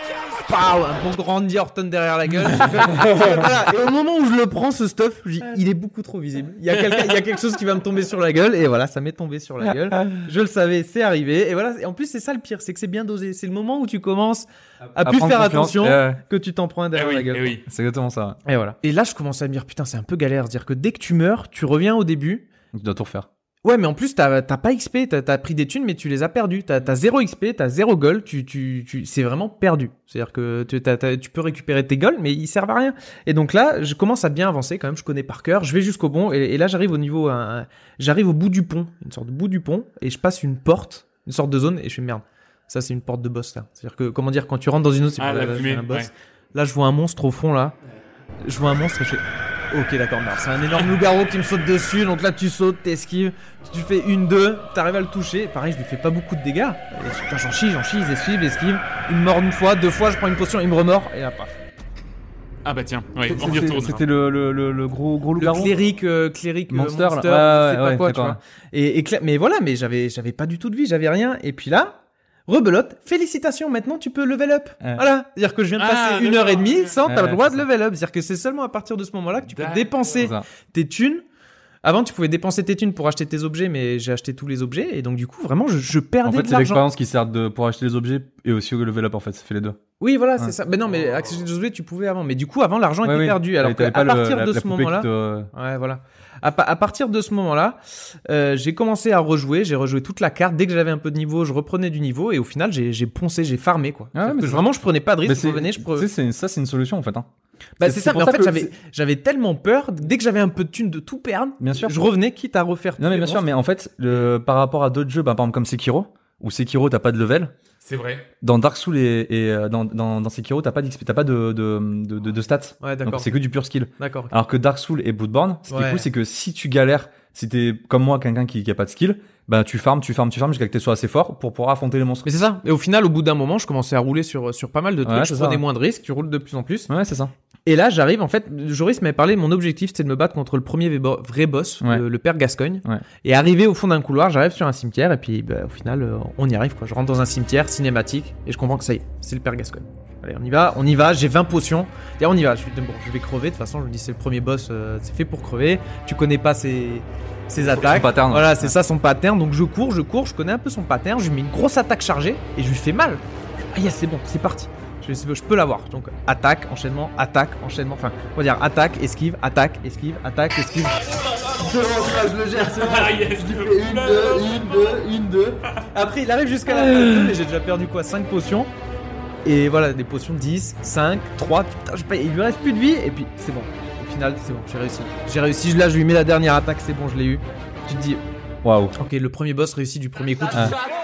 [SPEAKER 3] Un bon Randy Orton derrière la gueule. Voilà. Et au moment où je le prends, ce stuff, il est beaucoup trop visible. Il y a quelque chose qui va me tomber sur la gueule. Et voilà, ça m'est tombé sur la gueule. Je le savais, c'est arrivé. Et voilà. Et en plus, c'est ça le pire, c'est que c'est bien dosé. C'est le moment où tu commences à plus faire attention que tu t'en prends derrière la gueule.
[SPEAKER 1] Oui.
[SPEAKER 2] C'est exactement ça.
[SPEAKER 3] Et voilà. Et là, je commence à me dire, putain, c'est un peu galère. C'est-à-dire que dès que tu meurs, tu reviens au début.
[SPEAKER 2] Tu dois tout refaire.
[SPEAKER 3] Ouais, mais en plus, t'as pas XP, t'as pris des thunes, mais tu les as perdues. T'as 0 XP, t'as 0 gold, c'est vraiment perdu. C'est-à-dire que tu peux récupérer tes golds, mais ils servent à rien. Et donc là, je commence à bien avancer quand même, je connais par cœur, je vais jusqu'au bon, et là, j'arrive au bout du pont, une sorte de bout du pont, et je passe une porte, une sorte de zone, et je fais merde. Ça, c'est une porte de boss, là. C'est-à-dire que, comment dire, quand tu rentres dans une autre, c'est un boss. Ouais. Là, je vois un monstre au fond, là. Je vois un monstre et je fais... Ok, d'accord, merde. C'est un énorme loup-garou qui me saute dessus. Donc là, tu sautes, t'esquives. Tu fais 1, 2, t'arrives à le toucher. Pareil, je lui fais pas beaucoup de dégâts. Et putain, j'en chie, ils esquivent. Il me mord une fois, 2 fois, je prends une potion, il me remord. Et là, paf.
[SPEAKER 1] Ah bah tiens, ouais, on y retourne.
[SPEAKER 2] C'était le gros loup-garou.
[SPEAKER 3] Le cléric
[SPEAKER 2] monster,
[SPEAKER 3] je sais pas quoi, tu vois. Mais voilà, mais j'avais pas du tout de vie, j'avais rien. Et puis là, rebelote, félicitations, maintenant tu peux level up. Voilà, c'est-à-dire que je viens de passer 1h30 sans t'as le droit de level up. C'est-à-dire que c'est seulement à partir de ce moment-là que tu peux dépenser tes thunes. Avant, tu pouvais dépenser tes thunes pour acheter tes objets, mais j'ai acheté tous les objets et donc du coup, vraiment, je perdais de l'argent.
[SPEAKER 2] En fait, c'est l'expérience qui sert pour acheter les objets et aussi au level up. En fait, ça fait les deux.
[SPEAKER 3] Oui, voilà, c'est ça. Mais non, mais acheter des objets, tu pouvais avant. Mais du coup, avant, l'argent était perdu. Alors qu'à partir de ce moment-là, ouais, voilà. À partir de ce moment-là, j'ai commencé à rejouer. J'ai rejoué toute la carte. Dès que j'avais un peu de niveau, je reprenais du niveau et au final, j'ai poncé, j'ai farmé quoi. Vraiment, je prenais pas de risque.
[SPEAKER 2] Ça, c'est une solution en fait. Hein.
[SPEAKER 3] Bah c'est ça, mais en fait j'avais tellement peur, dès que j'avais un peu de thunes de tout perdre,
[SPEAKER 2] bien sûr.
[SPEAKER 3] Je revenais quitte à refaire.
[SPEAKER 2] Non mais bien sûr, mais en fait par rapport à d'autres jeux, par exemple comme Sekiro, où Sekiro t'as pas de level.
[SPEAKER 1] C'est vrai.
[SPEAKER 2] Dans Dark Souls et dans Sekiro t'as pas d'XP, t'as pas de stats.
[SPEAKER 3] Ouais, d'accord.
[SPEAKER 2] Donc c'est que du pur skill.
[SPEAKER 3] D'accord.
[SPEAKER 2] Alors que Dark Souls et Bloodborne, ce qui est cool, c'est que si tu galères, si t'es comme moi quelqu'un qui a pas de skill, bah tu farmes jusqu'à ce que t'es soit assez fort pour pouvoir affronter les monstres.
[SPEAKER 3] Mais c'est ça. Et au final, au bout d'un moment, je commençais à rouler sur pas mal de trucs.
[SPEAKER 2] Ouais,
[SPEAKER 3] Je
[SPEAKER 2] c'est
[SPEAKER 3] prenais
[SPEAKER 2] ça.
[SPEAKER 3] moins de risques. Tu roules de plus en plus.
[SPEAKER 2] Ouais, c'est ça.
[SPEAKER 3] Et là, j'arrive, en fait, Joris m'avait parlé, mon objectif, c'était de me battre contre le premier vrai boss,
[SPEAKER 2] Ouais.
[SPEAKER 3] le père Gascogne.
[SPEAKER 2] Ouais.
[SPEAKER 3] Et arrivé au fond d'un couloir, j'arrive sur un cimetière, et puis, au final, on y arrive, quoi. Je rentre dans un cimetière cinématique, et je comprends que ça y est, c'est le père Gascogne. Allez, on y va, j'ai 20 potions. Et on y va. Je vais crever, de toute façon, je me dis, c'est le premier boss, c'est fait pour crever. Tu connais pas ses attaques.
[SPEAKER 2] Son pattern.
[SPEAKER 3] Voilà, c'est ça son pattern. Donc je cours, je connais un peu son pattern. Je lui mets une grosse attaque chargée, et je lui fais mal. Ah, yes, c'est bon, c'est parti. Je peux l'avoir. Donc attaque, enchaînement. Enfin, on va dire attaque, esquive. C'est bon, je le gère, c'est bon. Une, deux. Après, il arrive jusqu'à la phase 2, mais j'ai déjà perdu 5 potions. Et voilà, des potions 10, 5, 3. Putain, il lui reste plus de vie. Et puis, c'est bon. Au final, c'est bon, j'ai réussi. Là, je lui mets la dernière attaque, c'est bon, je l'ai eu. Tu te dis,
[SPEAKER 2] Waouh.
[SPEAKER 3] ok, le premier boss réussi du premier coup.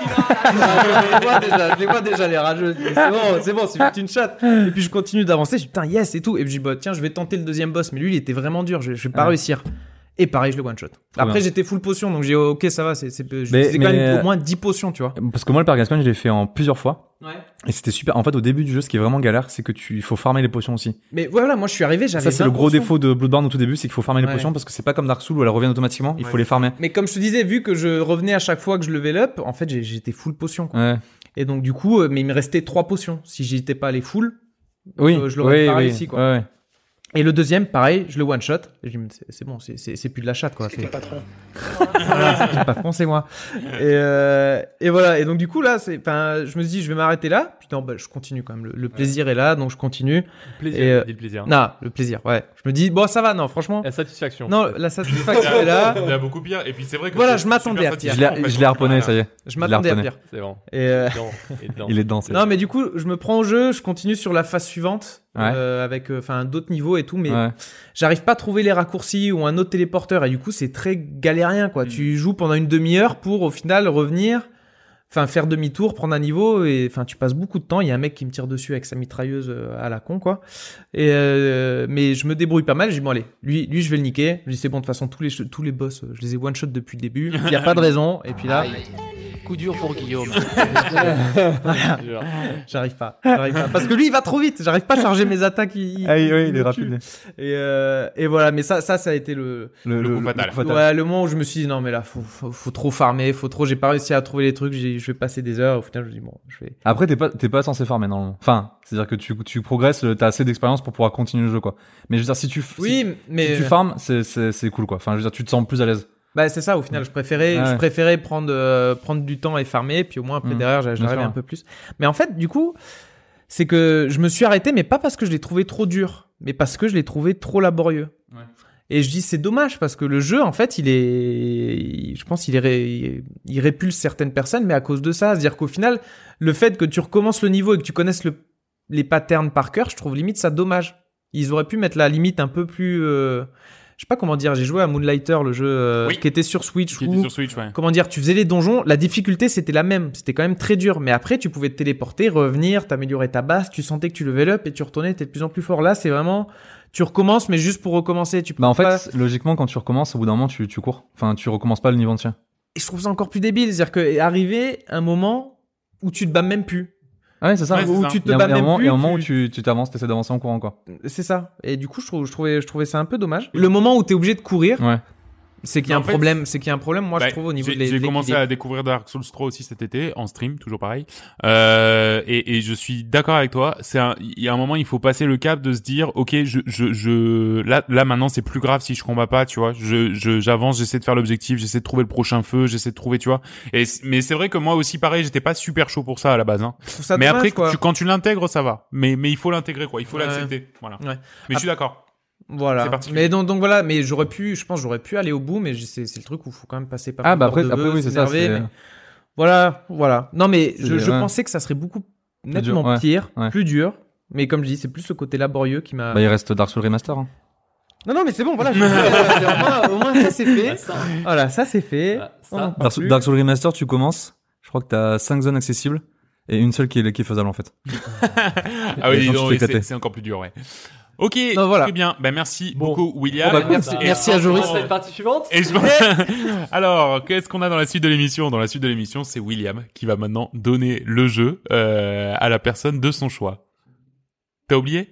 [SPEAKER 3] Je les vois déjà les rageux. C'est bon, c'est juste une chatte. Et puis je continue d'avancer. Je dis putain, yes et tout. Et puis je dis tiens, je vais tenter le deuxième boss. Mais lui, il était vraiment dur. Je vais pas réussir. Et pareil, je le one shot. Après,
[SPEAKER 2] bien.
[SPEAKER 3] j'étais full potion, donc j'ai ok, ça va. Je
[SPEAKER 2] Mais-
[SPEAKER 3] faisais quand
[SPEAKER 2] mais-
[SPEAKER 3] même au moins 10 potions, tu vois.
[SPEAKER 2] Parce que moi, le père Gascogne, je l'ai fait en plusieurs fois.
[SPEAKER 3] Ouais.
[SPEAKER 2] Et c'était super. En fait, au début du jeu, ce qui est vraiment galère, c'est que il faut farmer les potions aussi.
[SPEAKER 3] Mais voilà, moi je suis arrivé, j'avais
[SPEAKER 2] Ça, c'est
[SPEAKER 3] 20
[SPEAKER 2] le gros
[SPEAKER 3] potions.
[SPEAKER 2] défaut de Bloodborne au tout début, c'est qu'il faut farmer les
[SPEAKER 3] Ouais.
[SPEAKER 2] potions parce que c'est pas comme Dark Souls où elles reviennent automatiquement. Il faut
[SPEAKER 3] Ouais.
[SPEAKER 2] les farmer.
[SPEAKER 3] Mais comme je te disais, vu que je revenais à chaque fois que je level up, en fait, j'étais full potion, quoi.
[SPEAKER 2] Ouais.
[SPEAKER 3] Et donc, du coup, mais il me restait 3 potions. Si j'étais pas allé full,
[SPEAKER 2] Oui.
[SPEAKER 3] je l'aurais
[SPEAKER 2] oui,
[SPEAKER 3] pas
[SPEAKER 2] oui.
[SPEAKER 3] réussi, quoi.
[SPEAKER 2] Ouais.
[SPEAKER 3] Et le deuxième, pareil, je le one shot. Et je me dis, c'est bon, c'est plus de la chatte, quoi. C'est patron. Voilà, c'est le patron, c'est moi. Et voilà. Et donc, du coup, là, je me dis, je vais m'arrêter là. Putain, je continue quand même. Le plaisir est là, donc je continue.
[SPEAKER 4] Plaisir,
[SPEAKER 3] Et,
[SPEAKER 4] dis le plaisir.
[SPEAKER 3] Non, le plaisir, ouais. Je me dis, bon, ça va, non, franchement.
[SPEAKER 4] La satisfaction.
[SPEAKER 3] Non, la satisfaction est là.
[SPEAKER 1] Il y a beaucoup pire. Et puis c'est vrai que
[SPEAKER 3] Voilà,
[SPEAKER 1] c'est
[SPEAKER 3] je m'attendais
[SPEAKER 1] super
[SPEAKER 3] à pire.
[SPEAKER 1] satisfaisant, en fait.
[SPEAKER 2] Je l'ai harponné, ça y est.
[SPEAKER 3] Je m'attendais à
[SPEAKER 2] reconnaît.
[SPEAKER 3] pire.
[SPEAKER 4] C'est bon.
[SPEAKER 3] Et
[SPEAKER 2] Il est dedans, c'est
[SPEAKER 3] non, mais du coup, je me prends au jeu, je continue sur la phase suivante,
[SPEAKER 2] Ouais.
[SPEAKER 3] avec d'autres niveaux et tout, mais
[SPEAKER 2] Ouais.
[SPEAKER 3] j'arrive pas à trouver les raccourcis ou un autre téléporteur, et du coup, c'est très galérien, quoi. Tu joues pendant une demi-heure pour, au final, revenir, faire demi-tour, prendre un niveau, et tu passes beaucoup de temps. Il y a un mec qui me tire dessus avec sa mitrailleuse à la con, quoi. Et mais je me débrouille pas mal. Je dis bon allez, lui, je vais le niquer. Je dis c'est bon, de toute façon tous les boss, je les ai one shot depuis le début. Il y a pas de raison. Et puis là,
[SPEAKER 9] Coup dur pour Guillaume.
[SPEAKER 3] voilà. J'arrive pas. Parce que lui, il va trop vite. J'arrive pas à charger mes attaques.
[SPEAKER 2] Oui, il est
[SPEAKER 3] me
[SPEAKER 2] rapide.
[SPEAKER 3] tue. Et voilà. Mais ça a été le
[SPEAKER 1] coup fatal.
[SPEAKER 3] ouais, le moment où je me suis dit non mais là faut trop farmer, j'ai pas réussi à trouver les trucs. Je vais passer des heures. Au final, je me dis bon, je vais.
[SPEAKER 2] Après, t'es pas censé farmer, normalement. Enfin, c'est-à-dire que tu progresses, t'as assez d'expérience pour pouvoir continuer le jeu, quoi. Mais je veux dire, si tu farmes, c'est cool, quoi. Enfin, je veux dire, tu te sens plus à l'aise.
[SPEAKER 3] Bah c'est ça, au final je préférais prendre du temps et farmer, puis au moins après derrière j'arrivais un peu plus. Mais en fait du coup c'est que je me suis arrêté, mais pas parce que je l'ai trouvé trop dur, mais parce que je l'ai trouvé trop laborieux. Ouais. Et je dis c'est dommage parce que le jeu en fait je pense qu'il répulse certaines personnes, mais à cause de ça, c'est-à-dire qu'au final le fait que tu recommences le niveau et que tu connaisses les patterns par cœur, je trouve limite ça dommage. Ils auraient pu mettre la limite un peu plus je sais pas comment dire, j'ai joué à Moonlighter, le jeu qui était sur Switch.
[SPEAKER 1] Ouais.
[SPEAKER 3] Comment dire, tu faisais les donjons, la difficulté c'était la même, c'était quand même très dur, mais après tu pouvais te téléporter, revenir, t'améliorer ta base, tu sentais que tu level up et tu retournais, t'es de plus en plus fort. Là c'est vraiment, tu recommences mais juste pour recommencer. Tu peux
[SPEAKER 2] en
[SPEAKER 3] pas...
[SPEAKER 2] fait, logiquement quand tu recommences, au bout d'un moment tu cours. Enfin, tu recommences pas le niveau entier.
[SPEAKER 3] Et je trouve ça encore plus débile, c'est-à-dire que arrivé un moment où tu te bats même plus.
[SPEAKER 2] Ah ouais, c'est ça.
[SPEAKER 1] Ouais,
[SPEAKER 3] où
[SPEAKER 1] c'est
[SPEAKER 3] tu
[SPEAKER 1] ça.
[SPEAKER 3] te bats même plus.
[SPEAKER 2] Il y a un moment où tu t'avances, t'essaies d'avancer en courant, quoi.
[SPEAKER 3] C'est ça. Et du coup, je trouvais ça un peu dommage. Le moment où t'es obligé de courir,
[SPEAKER 2] Ouais.
[SPEAKER 3] c'est qu'il y a un problème. C'est qu'il y a un problème, moi, je trouve, au niveau de
[SPEAKER 1] J'ai commencé
[SPEAKER 3] l'équilibre.
[SPEAKER 1] à découvrir Dark Souls 3 aussi cet été, en stream, toujours pareil. Et je suis d'accord avec toi. Il y a un moment, il faut passer le cap de se dire, ok, là maintenant, c'est plus grave si je combats pas, tu vois. J'avance, j'essaie de faire l'objectif, j'essaie de trouver le prochain feu, j'essaie de trouver, tu vois. Mais c'est vrai que moi aussi, pareil, j'étais pas super chaud pour ça à la base, hein.
[SPEAKER 3] Je trouve ça
[SPEAKER 1] Mais
[SPEAKER 3] dommage,
[SPEAKER 1] après,
[SPEAKER 3] quoi.
[SPEAKER 1] quand tu l'intègres, ça va. Mais il faut l'intégrer, quoi. Il faut
[SPEAKER 3] Ouais.
[SPEAKER 1] l'accepter. Voilà.
[SPEAKER 3] Ouais.
[SPEAKER 1] Mais je suis d'accord.
[SPEAKER 3] Voilà.
[SPEAKER 1] C'est particulier.
[SPEAKER 3] Mais donc voilà, mais je pense j'aurais pu aller au bout, mais c'est le truc où il faut quand même passer par.
[SPEAKER 2] Ah, bah
[SPEAKER 3] plusieurs
[SPEAKER 2] après,
[SPEAKER 3] de
[SPEAKER 2] oui, c'est ça.
[SPEAKER 3] s'énerver,
[SPEAKER 2] C'est...
[SPEAKER 3] mais voilà. Non, mais je
[SPEAKER 2] ouais.
[SPEAKER 3] pensais que ça serait beaucoup nettement
[SPEAKER 2] dur, ouais.
[SPEAKER 3] pire,
[SPEAKER 2] Ouais.
[SPEAKER 3] plus dur. Mais comme je dis, c'est plus ce côté laborieux qui m'a.
[SPEAKER 2] Bah, il reste Dark Souls Remaster, hein.
[SPEAKER 3] Non, mais c'est bon, voilà. Au moins ça c'est fait. Voilà, ça c'est fait. On en parle plus.
[SPEAKER 2] Dark Souls Remaster, tu commences. Je crois que t'as 5 zones accessibles et une seule qui est faisable, en fait.
[SPEAKER 1] Ah oui,
[SPEAKER 2] sinon,
[SPEAKER 1] non,
[SPEAKER 2] tu te fais
[SPEAKER 1] oui,
[SPEAKER 2] éclater.
[SPEAKER 1] c'est encore plus dur, ouais. Ok,
[SPEAKER 3] Non, voilà.
[SPEAKER 1] très bien. Ben merci beaucoup William.
[SPEAKER 3] Bon, bah, merci à Joris.
[SPEAKER 4] La partie suivante.
[SPEAKER 1] Et alors, qu'est-ce qu'on a dans la suite de l'émission? Dans la suite de l'émission, c'est William qui va maintenant donner le jeu à la personne de son choix. T'as oublié?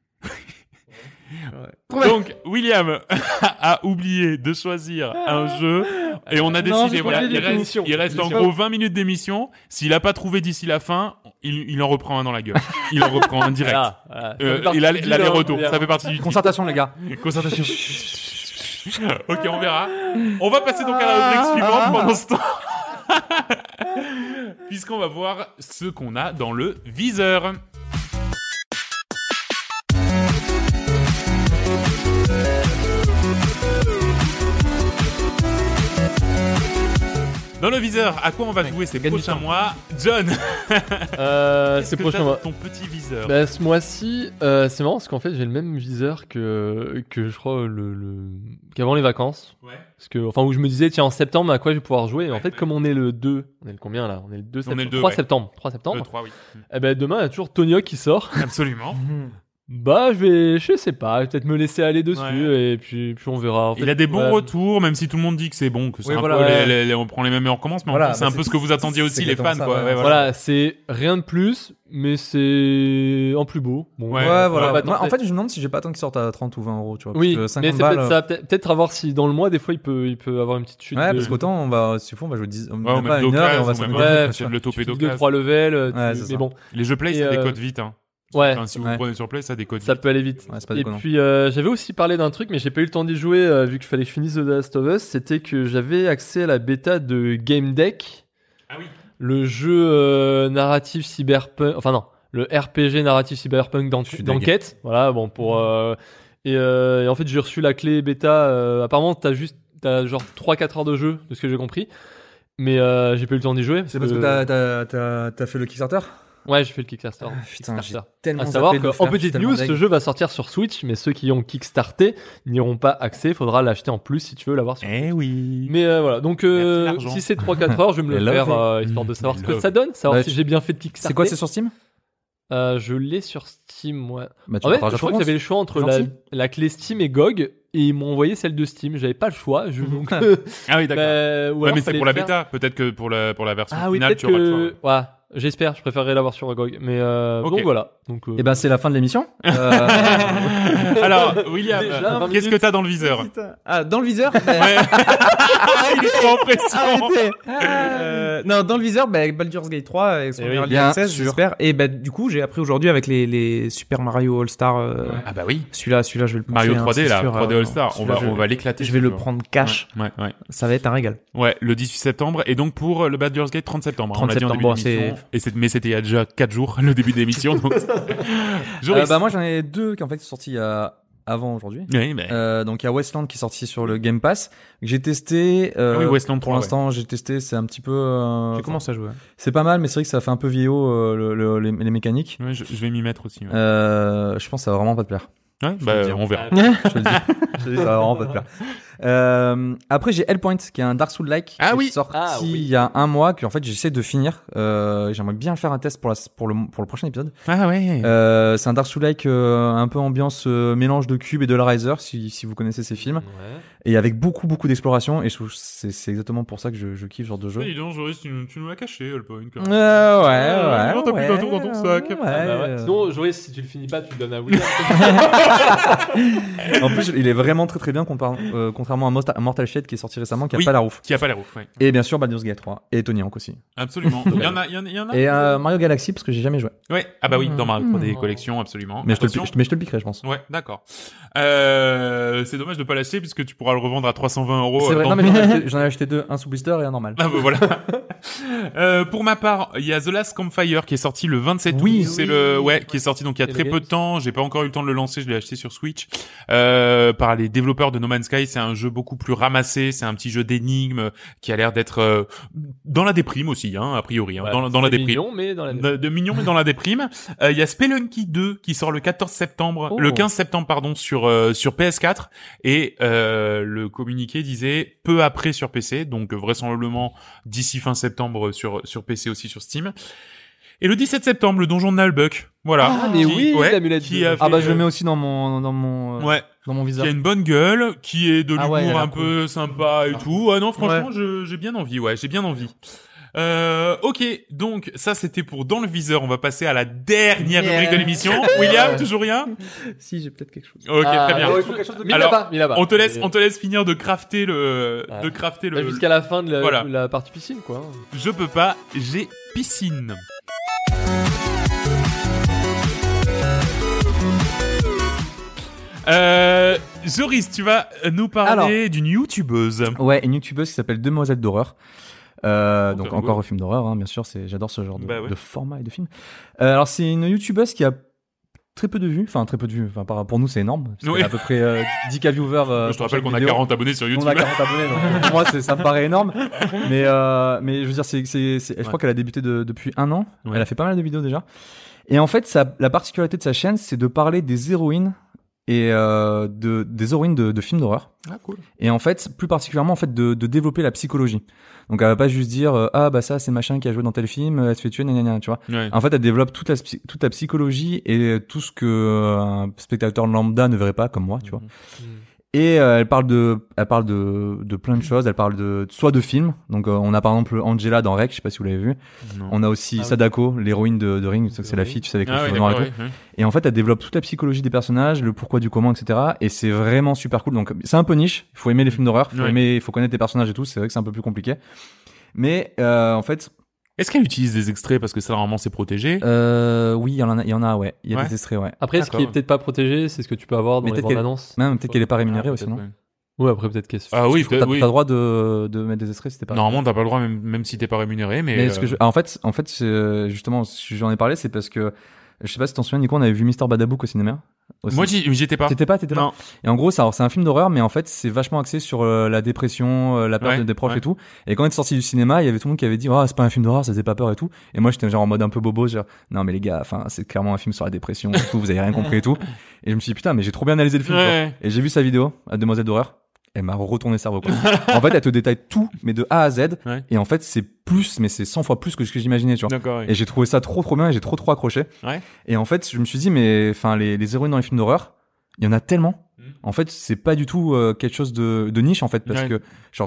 [SPEAKER 1] Donc, William a oublié de choisir un jeu et on a décidé, voilà, il reste en gros 20 minutes d'émission. S'il a pas trouvé d'ici la fin, il en reprend un dans la gueule. Il en reprend un direct. Il a l'aller-retour. Ça fait partie du
[SPEAKER 2] Concertation, les gars.
[SPEAKER 1] Concertation. Ok, on verra. On va passer donc à la rubrique suivante pendant ce temps. Puisqu'on va voir ce qu'on a dans le viseur. Dans le viseur, à quoi on va jouer ces prochains mois? John,
[SPEAKER 4] C'est prochain mois.
[SPEAKER 1] ton petit viseur.
[SPEAKER 4] Bah, ce mois-ci, c'est marrant parce qu'en fait j'ai le même viseur que je crois qu'avant les vacances.
[SPEAKER 1] Ouais.
[SPEAKER 4] Parce que, enfin, où je me disais, tiens, en septembre, à quoi je vais pouvoir jouer? Et en fait, comme on est le 2, on est le combien là? On est le 2 septembre. 3 septembre. 3 septembre.
[SPEAKER 1] Le 3, oui.
[SPEAKER 4] Eh ben, demain, il y a toujours Tony Hawk qui sort.
[SPEAKER 1] Absolument.
[SPEAKER 4] Bah, je sais pas, peut-être me laisser aller dessus et puis on verra. En fait,
[SPEAKER 1] il a des bons retours, même si tout le monde dit que c'est bon, que c'est peu on prend les mêmes et on recommence, mais c'est un peu ce que vous attendiez aussi les fans, quoi.
[SPEAKER 4] Voilà, c'est rien de plus, mais c'est en plus beau. Bon,
[SPEAKER 2] voilà. Moi, en fait, je me demande si j'ai pas attendre qu'il sorte à 30 ou 20 euros, tu vois.
[SPEAKER 4] Oui,
[SPEAKER 2] parce que 50
[SPEAKER 4] mais c'est
[SPEAKER 2] balles,
[SPEAKER 4] peut-être ça. Peut-être à voir si dans le mois, des fois, il peut avoir une petite chute.
[SPEAKER 2] Ouais, parce qu'autant, s'il faut, on va jouer 10,
[SPEAKER 1] même
[SPEAKER 2] pas une heure et on va se
[SPEAKER 1] mettre le topé d'occasion.
[SPEAKER 4] 2-3 levels, mais bon.
[SPEAKER 1] Les jeux Play, ça décode vite, hein.
[SPEAKER 4] Ouais.
[SPEAKER 1] Enfin, si vous prenez sur Play, ça décode vite.
[SPEAKER 4] Ça peut aller vite.
[SPEAKER 2] Ouais, c'est pas
[SPEAKER 4] et
[SPEAKER 2] déconnant.
[SPEAKER 4] puis, j'avais aussi parlé d'un truc, mais j'ai pas eu le temps d'y jouer, vu qu'il fallait que je finisse The Last of Us. C'était que j'avais accès à la bêta de Game Deck. Ah oui. Le jeu narratif cyberpunk. Enfin, non. Le RPG narratif cyberpunk d'enquête. Voilà, bon, pour. Et en fait, j'ai reçu la clé bêta. Apparemment, t'as genre 3-4 heures de jeu, de ce que j'ai compris. Mais j'ai pas eu le temps d'y jouer.
[SPEAKER 2] C'est parce que t'as fait le Kickstarter?
[SPEAKER 4] Ouais, j'ai fait le Kickstarter.
[SPEAKER 2] Putain, j'ai tellement
[SPEAKER 4] à savoir
[SPEAKER 2] zappé de le
[SPEAKER 4] qu'en
[SPEAKER 2] faire,
[SPEAKER 4] petite news, ce jeu va sortir sur Switch, mais ceux qui ont Kickstarté n'iront pas accès. Il faudra l'acheter en plus si tu veux l'avoir sur Switch.
[SPEAKER 1] Oui.
[SPEAKER 4] Mais voilà, donc si c'est 3-4 heures, je vais me le faire histoire de savoir ce que ça donne, savoir si j'ai bien fait de Kickstarter.
[SPEAKER 2] C'est quoi, c'est sur Steam?
[SPEAKER 4] Je l'ai sur Steam, ouais.
[SPEAKER 2] Bah,
[SPEAKER 4] En fait, je crois que j'avais le choix entre la clé Steam et GOG, et ils m'ont envoyé celle de Steam. J'avais pas le choix. Donc,
[SPEAKER 1] ah oui, d'accord.
[SPEAKER 4] Ouais,
[SPEAKER 1] mais c'est pour la bêta. Peut-être que pour la version finale, tu
[SPEAKER 4] auras
[SPEAKER 1] le choix.
[SPEAKER 4] Ouais. J'espère, je préférerais l'avoir sur GOG. Mais donc voilà. Donc,
[SPEAKER 2] et ben c'est la fin de l'émission.
[SPEAKER 1] Alors, William, qu'est-ce que t'as dans le viseur?
[SPEAKER 3] Ah, dans le viseur
[SPEAKER 1] Il est trop en pression.
[SPEAKER 3] Non, dans le viseur, Baldur's Gate 3 et son Early Access, j'espère. Et du coup, j'ai appris aujourd'hui avec les Super Mario All-Star.
[SPEAKER 1] Ah bah oui.
[SPEAKER 3] Celui-là, je vais le prendre.
[SPEAKER 1] Mario 3D là, 3D All-Star. On va l'éclater.
[SPEAKER 3] Je vais le prendre cash.
[SPEAKER 1] Ouais.
[SPEAKER 3] Ça va être un régal.
[SPEAKER 1] Ouais, le 18 septembre. Et donc pour le Baldur's Gate, 30 septembre.
[SPEAKER 3] 30
[SPEAKER 1] on l'a dit en début d'émission. Mais c'était il y a déjà 4 jours, le début de l'émission. Donc...
[SPEAKER 2] moi j'en ai 2 qui en fait sont sortis avant aujourd'hui.
[SPEAKER 1] Oui, mais...
[SPEAKER 2] donc il y a Westland qui est sorti sur le Game Pass. J'ai testé.
[SPEAKER 1] oui, Westland 3,
[SPEAKER 2] pour l'instant, j'ai testé. C'est un petit peu.
[SPEAKER 3] J'ai commencé à jouer.
[SPEAKER 2] C'est pas mal, mais c'est vrai que ça fait un peu vieillot les mécaniques.
[SPEAKER 1] Ouais, je vais m'y mettre aussi. Ouais.
[SPEAKER 2] Je pense que ça va vraiment pas te plaire.
[SPEAKER 1] Ouais, on verra.
[SPEAKER 2] Je te le dis. Ça va vraiment pas te plaire. Après, j'ai Hellpoint, qui est un Dark Souls-like, qui est sorti il y a un mois, que en fait j'essaie de finir. J'aimerais bien faire un test pour le prochain épisode.
[SPEAKER 1] Ah ouais.
[SPEAKER 2] C'est un Dark Souls-like un peu ambiance mélange de Cube et de Riser, si vous connaissez ces films. Ouais. Et avec beaucoup d'exploration. Et je trouve que c'est exactement pour ça que je kiffe ce genre de jeu.
[SPEAKER 1] Dis donc, Joris, tu nous l'as caché, Hellpoint.
[SPEAKER 2] Ouais.
[SPEAKER 1] T'as plus d'un tour dans ton sac.
[SPEAKER 4] Sinon, Joris, si tu le finis pas, tu le donnes à William.
[SPEAKER 2] En plus, il est vraiment très bien contrairement à Mortal Shade qui est sorti récemment, qui a pas la rouf.
[SPEAKER 1] Qui a pas la rouf, ouais.
[SPEAKER 2] Et bien sûr Baldur's Gate 3 et Tony Hawk aussi.
[SPEAKER 1] Absolument. Il y en a.
[SPEAKER 2] Et Mario Galaxy parce que j'ai jamais joué.
[SPEAKER 1] Ouais. Ah bah oui, dans Mario 3D collection, absolument.
[SPEAKER 2] Mais je te le piquerai, je pense.
[SPEAKER 1] Ouais, d'accord. C'est dommage de pas l'acheter puisque tu pourras le revendre à 320 €.
[SPEAKER 2] C'est vrai. Non mais j'en ai acheté 2, un sous blister et un normal.
[SPEAKER 1] Ah bah voilà. Pour ma part, il y a The Last Campfire qui est sorti le 27 août. Qui est sorti donc il y a très peu de temps. J'ai pas encore eu le temps de le lancer. Je l'ai acheté sur Switch. Par les développeurs de No Man's Sky, c'est un jeu beaucoup plus ramassé, c'est un petit jeu d'énigmes qui a l'air d'être dans la déprime aussi, hein, a priori, hein, dans la déprime.
[SPEAKER 4] Mignon, mais dans la déprime.
[SPEAKER 1] Mignon, mais dans la déprime. Il y a Spelunky 2 qui sort le 15 septembre, pardon, sur PS4 et le communiqué disait peu après sur PC, donc vraisemblablement d'ici fin septembre sur PC aussi sur Steam. Et le 17 septembre, le donjon de Nalbuck. Voilà.
[SPEAKER 4] Ah, mais oui, l'amulette
[SPEAKER 1] qui
[SPEAKER 4] de-
[SPEAKER 1] a
[SPEAKER 2] Ah bah
[SPEAKER 1] fait,
[SPEAKER 2] je le mets aussi dans mon
[SPEAKER 1] ouais.
[SPEAKER 2] dans mon
[SPEAKER 1] Qui
[SPEAKER 2] viseur.
[SPEAKER 1] a une bonne gueule, qui est de
[SPEAKER 2] Ah
[SPEAKER 1] l'humour
[SPEAKER 2] ouais, elle a l'air
[SPEAKER 1] un peu sympa et tout. Ah non, franchement, j'ai bien envie, j'ai bien envie. Ok, donc ça c'était pour Dans le viseur. On va passer à la dernière rubrique de l'émission. William, toujours rien?
[SPEAKER 3] Si, j'ai peut-être quelque chose.
[SPEAKER 1] Ok, très bien.
[SPEAKER 4] il faut quelque chose de...
[SPEAKER 1] Alors,
[SPEAKER 4] là-bas.
[SPEAKER 1] On te laisse finir de crafter le,
[SPEAKER 4] Bah, jusqu'à la fin de
[SPEAKER 1] Voilà.
[SPEAKER 4] la partie piscine, quoi.
[SPEAKER 1] Je peux pas, j'ai piscine. Joris, tu vas nous parler d'une youtubeuse.
[SPEAKER 2] Ouais, une youtubeuse qui s'appelle Demoiselle d'horreur. Donc
[SPEAKER 1] rigolo.
[SPEAKER 2] encore un film d'horreur, hein, bien sûr. J'adore ce genre
[SPEAKER 1] Bah ouais.
[SPEAKER 2] de format et de film. Alors c'est une youtubeuse qui a très peu de vues. Enfin très peu de vues. Enfin pour nous c'est énorme. Parce
[SPEAKER 1] Oui.
[SPEAKER 2] qu'elle a à peu près 10K viewers.
[SPEAKER 1] Je te rappelle qu'on a 40 abonnés sur YouTube.
[SPEAKER 2] On a 40 abonnés, donc pour moi ça me paraît énorme. Mais je veux dire, je crois qu'elle a débuté depuis 1 an.
[SPEAKER 1] Ouais.
[SPEAKER 2] Elle a fait pas mal de vidéos déjà. Et en fait, la particularité de sa chaîne, c'est de parler des héroïnes et des héroïnes de films d'horreur.
[SPEAKER 1] Ah cool.
[SPEAKER 2] Et en fait, plus particulièrement, en fait, de développer la psychologie. Donc, elle va pas juste dire ah bah ça c'est machin qui a joué dans tel film, elle se fait tuer, gna, tu vois.
[SPEAKER 1] Ouais.
[SPEAKER 2] En fait, elle développe toute la psychologie et tout ce que un spectateur lambda ne verrait pas, comme moi, tu vois. Et elle parle de plein de choses. Elle parle soit de films. Donc on a par exemple Angela dans Rec, je sais pas si vous l'avez vu.
[SPEAKER 1] Non.
[SPEAKER 2] On a aussi Sadako, l'héroïne de Ring, c'est la fille, tu sais, avec les
[SPEAKER 1] Ah
[SPEAKER 2] cheveux
[SPEAKER 1] ouais,
[SPEAKER 2] noirs et
[SPEAKER 1] d'accord,
[SPEAKER 2] tout.
[SPEAKER 1] ouais.
[SPEAKER 2] Et en fait, elle développe toute la psychologie des personnages, le pourquoi du comment, etc. Et c'est vraiment super cool. Donc c'est un peu niche. Il faut aimer les films d'horreur, il faut connaître les personnages et tout. C'est vrai que c'est un peu plus compliqué. Mais en fait,
[SPEAKER 1] Est-ce qu'elle utilise des extraits parce que ça normalement c'est protégé?
[SPEAKER 2] oui, il y en a, ouais. Il y a
[SPEAKER 1] Ouais.
[SPEAKER 2] des extraits, ouais.
[SPEAKER 4] Après, ce qui est
[SPEAKER 1] D'accord.
[SPEAKER 4] peut-être pas protégé, c'est ce que tu peux avoir dans
[SPEAKER 2] Mais
[SPEAKER 4] les
[SPEAKER 2] peut-être
[SPEAKER 4] bandes
[SPEAKER 2] qu'elle-
[SPEAKER 4] annonces.
[SPEAKER 2] Même peut-être qu'elle est pas rémunérée
[SPEAKER 1] Ah,
[SPEAKER 2] aussi, non?
[SPEAKER 1] peut-être, ouais.
[SPEAKER 4] Ouais, après, peut-être qu'elle se...
[SPEAKER 1] Ah oui,
[SPEAKER 2] T'as
[SPEAKER 1] peut-être, oui.
[SPEAKER 2] le droit de mettre des extraits, c'était pas.
[SPEAKER 1] Normalement, t'as pas le droit même si t'es pas rémunéré, mais.
[SPEAKER 2] Mais en fait, justement, si j'en ai parlé, c'est parce que je sais pas si t'en souviens, Nico, on avait vu Mister Badabouk au cinéma. Aussi.
[SPEAKER 1] Moi, j'y étais pas.
[SPEAKER 2] T'étais pas.
[SPEAKER 1] Non.
[SPEAKER 2] Et en gros, c'est un film d'horreur, mais en fait, c'est vachement axé sur la dépression, la perte
[SPEAKER 1] Ouais,
[SPEAKER 2] des proches
[SPEAKER 1] ouais.
[SPEAKER 2] et tout. Et quand on est sorti du cinéma, il y avait tout le monde qui avait dit, oh, c'est pas un film d'horreur, ça faisait pas peur et tout. Et moi, j'étais genre en mode un peu bobo, genre, non, mais les gars, enfin, c'est clairement un film sur la dépression et tout, vous avez rien compris et tout. Et je me suis dit, putain, mais j'ai trop bien analysé le film, quoi.
[SPEAKER 1] Ouais.
[SPEAKER 2] Et j'ai vu sa vidéo, à Demoiselle d'horreur. Elle m'a retourné le cerveau, quoi. En fait, elle te détaille tout, mais de A à Z.
[SPEAKER 1] Ouais.
[SPEAKER 2] Et en fait, c'est plus, mais c'est 100 fois plus que ce que j'imaginais, tu vois.
[SPEAKER 1] D'accord, oui.
[SPEAKER 2] Et j'ai trouvé ça trop bien et j'ai trop accroché.
[SPEAKER 1] Ouais.
[SPEAKER 2] Et en fait, je me suis dit, mais enfin, les héroïnes dans les films d'horreur, il y en a tellement. En fait, c'est pas du tout quelque chose de niche, en fait, parce
[SPEAKER 1] Ouais.
[SPEAKER 2] que,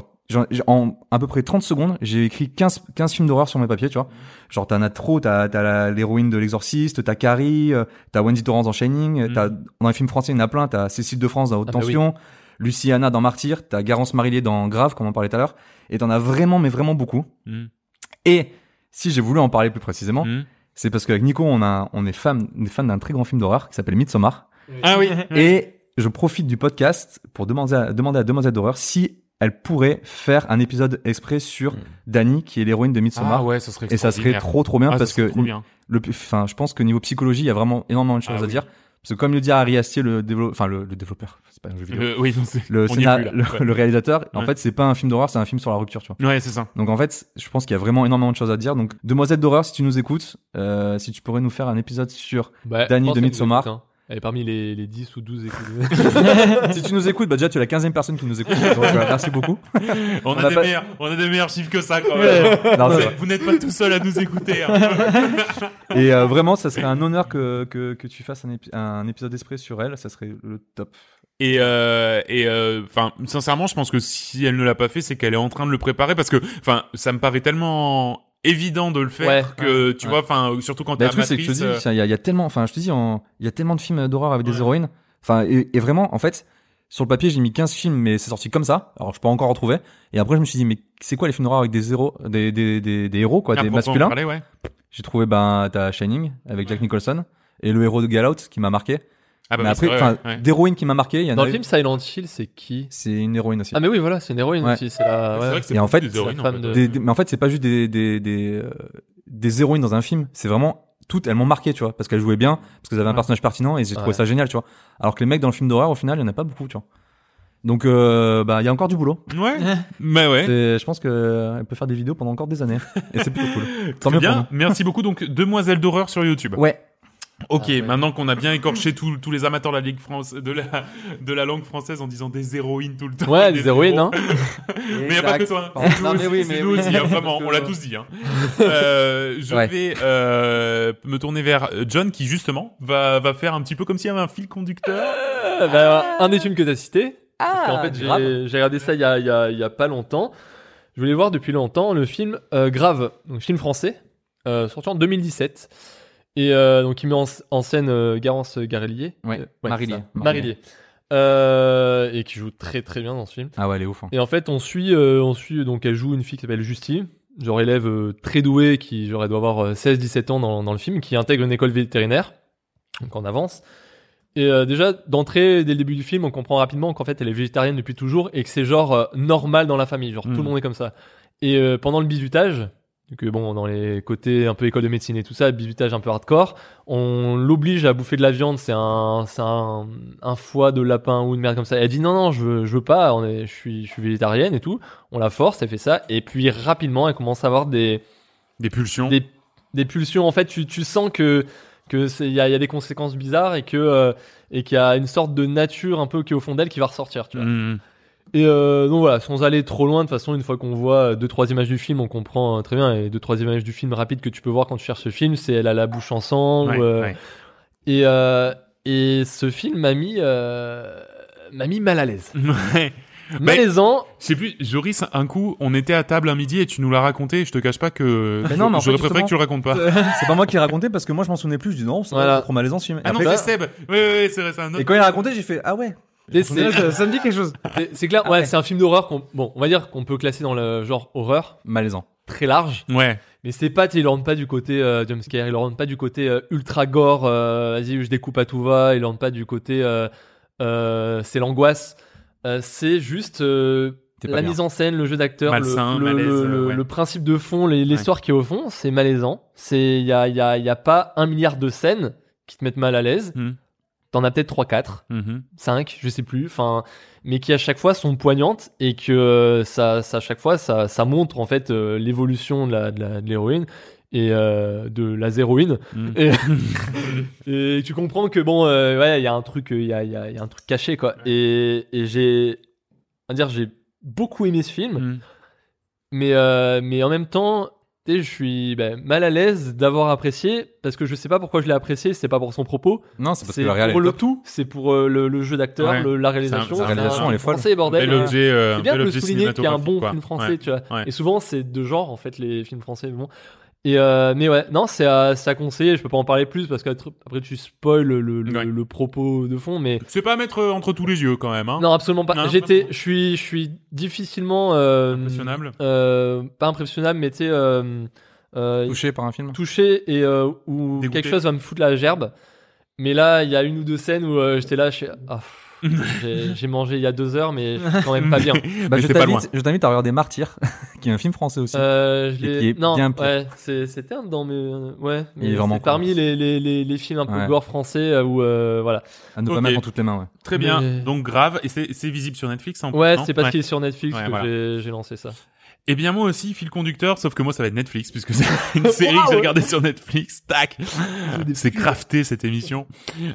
[SPEAKER 2] en à peu près 30 secondes, j'ai écrit 15 films d'horreur sur mes papiers, tu vois. Genre, t'en as trop, t'as l'héroïne de l'Exorciste, t'as Carrie, t'as Wendy Torrance dans Shining, t'as, dans les films français, il y en a plein, t'as Cécile de France dans Haute
[SPEAKER 4] Ah bah
[SPEAKER 2] Tension, Luciana dans Martyr, t'as Garance Marillier dans Grave, comme on parlait tout à l'heure, et t'en as vraiment, mais vraiment beaucoup.
[SPEAKER 1] Mm.
[SPEAKER 2] Et si j'ai voulu en parler plus précisément,
[SPEAKER 1] Mm.
[SPEAKER 2] c'est parce qu'avec Nico, on est fan d'un très grand film d'horreur qui s'appelle Midsommar.
[SPEAKER 1] Ah oui.
[SPEAKER 2] Et je profite du podcast pour demander à Demoiselle d'horreur si elle pourrait faire un épisode exprès sur Dani, qui est l'héroïne de Midsommar.
[SPEAKER 1] Ah ouais, ça serait
[SPEAKER 2] Et ça serait
[SPEAKER 1] extraordinaire.
[SPEAKER 2] trop bien
[SPEAKER 1] Ah,
[SPEAKER 2] parce
[SPEAKER 1] ça serait
[SPEAKER 2] que
[SPEAKER 1] trop bien.
[SPEAKER 2] enfin, je pense que niveau psychologie, il y a vraiment énormément de choses
[SPEAKER 1] Ah
[SPEAKER 2] à
[SPEAKER 1] oui.
[SPEAKER 2] dire. Parce que comme le dit Ari Astier, le développeur, c'est pas un jeu vidéo.
[SPEAKER 1] Oui, non, c'est-
[SPEAKER 2] Le,
[SPEAKER 1] on y est
[SPEAKER 2] scénar-
[SPEAKER 1] plus, là.
[SPEAKER 2] le,
[SPEAKER 1] Ouais.
[SPEAKER 2] le réalisateur, en
[SPEAKER 1] Ouais.
[SPEAKER 2] fait, c'est pas un film d'horreur, c'est un film sur la rupture, tu vois.
[SPEAKER 1] Ouais, c'est ça.
[SPEAKER 2] Donc en fait, je pense qu'il y a vraiment énormément de choses à dire. Donc Demoiselle d'horreur, si tu nous écoutes, si tu pourrais nous faire un épisode sur
[SPEAKER 4] Bah,
[SPEAKER 2] Dani
[SPEAKER 4] je pense
[SPEAKER 2] de
[SPEAKER 4] qu'elle nous
[SPEAKER 2] Midsommar.
[SPEAKER 4] écoute, hein. Elle est parmi les 10 ou 12 écoutes.
[SPEAKER 2] Si tu nous écoutes, bah déjà tu es la 15e personne qui nous écoute. Donc merci beaucoup.
[SPEAKER 1] On
[SPEAKER 2] a
[SPEAKER 1] a
[SPEAKER 2] pas-
[SPEAKER 1] on a des meilleurs chiffres que ça, quand même.
[SPEAKER 2] Non, c'est
[SPEAKER 1] Vous-
[SPEAKER 2] vrai.
[SPEAKER 1] Vous n'êtes pas tout seul à nous écouter. Hein.
[SPEAKER 2] Et vraiment, ça serait un honneur que tu fasses un épisode exprès sur elle. Ça serait le top.
[SPEAKER 1] Et enfin, sincèrement, je pense que si elle ne l'a pas fait, c'est qu'elle est en train de le préparer parce que, enfin, ça me paraît tellement évident de le faire
[SPEAKER 4] Ouais.
[SPEAKER 1] que tu
[SPEAKER 2] Ouais.
[SPEAKER 1] vois, enfin, surtout quand t'es
[SPEAKER 2] Bah, le truc, c'est que je te
[SPEAKER 1] amatrice.
[SPEAKER 2] dis, il y a tellement, enfin, je te dis, il y a tellement de films d'horreur avec des
[SPEAKER 1] Ouais.
[SPEAKER 2] héroïnes. Enfin, et vraiment, en fait, sur le papier, j'ai mis 15 films, mais c'est sorti comme ça. Alors, je peux encore retrouver. Et après, je me suis dit, mais c'est quoi les films d'horreur avec des héros, des héros, quoi,
[SPEAKER 1] à
[SPEAKER 2] des
[SPEAKER 1] proprement
[SPEAKER 2] masculins?
[SPEAKER 1] parler, ouais.
[SPEAKER 2] J'ai trouvé, t'as Shining avec Jack Nicholson et le héros de Get Out qui m'a marqué.
[SPEAKER 1] Ah bah
[SPEAKER 2] mais
[SPEAKER 1] oui,
[SPEAKER 2] après,
[SPEAKER 1] c'est vrai,
[SPEAKER 2] enfin,
[SPEAKER 1] ouais.
[SPEAKER 2] d'héroïnes qui m'a marqué, il y en
[SPEAKER 4] Dans
[SPEAKER 2] a
[SPEAKER 4] le
[SPEAKER 2] eu-
[SPEAKER 4] film Silent Hill, c'est qui?
[SPEAKER 2] C'est une héroïne aussi.
[SPEAKER 4] Ah, mais oui, voilà, c'est une héroïne
[SPEAKER 2] Ouais.
[SPEAKER 4] aussi. C'est la.
[SPEAKER 1] C'est
[SPEAKER 4] ouais.
[SPEAKER 1] vrai que c'est
[SPEAKER 2] Et en
[SPEAKER 1] beaucoup
[SPEAKER 2] fait,
[SPEAKER 1] des
[SPEAKER 2] c'est
[SPEAKER 1] héroïnes,
[SPEAKER 4] la
[SPEAKER 1] en
[SPEAKER 4] femme
[SPEAKER 1] fait.
[SPEAKER 4] de-
[SPEAKER 2] Mais en fait, c'est pas juste des héroïnes dans un film. C'est vraiment toutes, elles m'ont marqué, tu vois, parce qu'elles jouaient bien, parce qu'elles avaient un
[SPEAKER 4] Ouais.
[SPEAKER 2] personnage pertinent et j'ai trouvé
[SPEAKER 4] Ouais.
[SPEAKER 2] ça génial, tu vois. Alors que les mecs dans le film d'horreur, au final, il y en a pas beaucoup, tu vois. Donc, il y a encore du boulot.
[SPEAKER 1] Ouais. Mais ouais.
[SPEAKER 2] Je pense que elle peut faire des vidéos pendant encore des années. Et c'est plutôt cool. Tant
[SPEAKER 1] Très
[SPEAKER 2] mieux
[SPEAKER 1] bien.
[SPEAKER 2] pour
[SPEAKER 1] Merci beaucoup. Donc, Demoiselle d'horreur sur YouTube.
[SPEAKER 2] nous. Ouais.
[SPEAKER 1] Ok, maintenant qu'on a bien écorché tous les amateurs de la de la langue française en disant des héroïnes tout le temps.
[SPEAKER 4] Ouais, des héroïnes, hein.
[SPEAKER 1] Mais y a pas que toi. C'est nous aussi, hein, vraiment, on l'a tous dit. Hein. Je vais me tourner vers John qui justement va faire un petit peu comme s'il y avait un fil conducteur.
[SPEAKER 4] Un des films que t'as cité. Parce qu'en fait, j'ai regardé ça il y a pas longtemps. Je voulais voir depuis longtemps le film Grave, donc film français, sorti en 2017. Et donc il met en scène Garance Garellier. Marillier. Et qui joue très très bien dans ce film.
[SPEAKER 2] Ah ouais, elle est ouf. Hein.
[SPEAKER 4] Et en fait, on suit donc elle joue une fille qui s'appelle Justine, genre élève très douée qui doit avoir 16-17 ans dans le film, qui intègre une école vétérinaire, donc en avance. Et déjà d'entrée dès le début du film, on comprend rapidement qu'en fait elle est végétarienne depuis toujours et que c'est genre normal dans la famille, genre tout le monde est comme ça. Et pendant le bizutage, que bon, dans les côtés un peu école de médecine et tout ça, bizutage un peu hardcore, on l'oblige à bouffer de la viande, c'est un foie de lapin ou une merde comme ça. Elle dit non, je veux pas, je suis végétarienne et tout. On la force, elle fait ça, et puis rapidement, elle commence à avoir des
[SPEAKER 1] pulsions.
[SPEAKER 4] Des pulsions. En fait, tu sens que il y a des conséquences bizarres et qu'il y a une sorte de nature un peu qui est au fond d'elle qui va ressortir, tu vois. Et donc voilà, sans aller trop loin, de toute façon, une fois qu'on voit 2-3 images du film, on comprend très bien. Et 2-3 images du film rapides que tu peux voir quand tu cherches ce film, c'est elle a la bouche en sang. Et ce film m'a mis mal à l'aise. Malaisant.
[SPEAKER 1] Je sais plus, Joris, un coup, on était à table un midi et tu nous l'as raconté. Je te cache pas que j'aurais préféré que tu le racontes pas.
[SPEAKER 2] C'est pas moi qui l'ai raconté parce que moi je m'en souvenais plus. Je dis non, c'est trop malaisant ce film.
[SPEAKER 1] Ah non, c'est Seb. Oui, c'est vrai, c'est un autre.
[SPEAKER 2] Et quand il a raconté, j'ai fait ah ouais.
[SPEAKER 3] Ça me dit quelque chose.
[SPEAKER 4] C'est clair, c'est un film d'horreur on va dire qu'on peut classer dans le genre horreur.
[SPEAKER 2] Malaisant.
[SPEAKER 4] Très large.
[SPEAKER 1] Ouais.
[SPEAKER 4] Mais il rentre pas du côté jumpscare, il rentre pas du côté ultra gore, vas-y, je découpe à tout va, il rentre pas du côté c'est l'angoisse. C'est juste la mise en scène, le jeu d'acteur, le principe de fond, l'histoire qui est au fond, c'est malaisant. Il y a pas 1 milliard de scènes qui te mettent mal à l'aise. T'en as peut-être 3-4, 5, je sais plus, mais qui à chaque fois sont poignantes et que ça à chaque fois ça montre en fait l'évolution de l'héroïne et de la zéroïne. Et tu comprends que bon, il y a un truc, il y a un truc caché quoi. Et j'ai beaucoup aimé ce film, mais en même temps. Je suis mal à l'aise d'avoir apprécié parce que je sais pas pourquoi je l'ai apprécié, c'est pas pour son propos.
[SPEAKER 2] Non, c'est parce que la réal
[SPEAKER 4] pour
[SPEAKER 2] est
[SPEAKER 4] le
[SPEAKER 2] top.
[SPEAKER 4] tout, c'est pour le jeu d'acteur, la réalisation.
[SPEAKER 2] La réalisation, elle est folle.
[SPEAKER 4] Français, bordel.
[SPEAKER 1] C'est
[SPEAKER 4] bien de le souligner qu'il y a un bon film français, tu vois. Et souvent c'est de genre en fait les films français. Bon. Et mais ouais, non, c'est à conseiller. Je peux pas en parler plus parce qu'après tu spoil le propos de fond, mais
[SPEAKER 1] c'est pas à mettre entre tous les yeux quand même. Hein.
[SPEAKER 4] Non, absolument pas. Je suis difficilement
[SPEAKER 1] impressionnable.
[SPEAKER 4] Pas impressionnable, mais tu sais
[SPEAKER 2] touché par un film.
[SPEAKER 4] Touché et où
[SPEAKER 1] dégoûté.
[SPEAKER 4] quelque chose va me foutre la gerbe. Mais là, il y a une ou deux scènes où j'étais là, j'ai mangé il y a 2 heures, mais je suis quand même pas bien.
[SPEAKER 2] Je t'invite à regarder Martyr, qui est un film français aussi.
[SPEAKER 4] C'était un dans mes, mais
[SPEAKER 2] il est vraiment
[SPEAKER 4] parmi les films un peu gore français où voilà.
[SPEAKER 2] À ne pas mettre dans toutes les mains, ouais.
[SPEAKER 1] Très bien. Donc Grave, et c'est visible sur Netflix en plus.
[SPEAKER 4] Ouais, c'est parce qu'il est sur Netflix que j'ai lancé ça.
[SPEAKER 1] Eh bien moi aussi fil conducteur, sauf que moi ça va être Netflix puisque c'est une série que j'ai regardée sur Netflix. Tac, c'est crafté cette émission.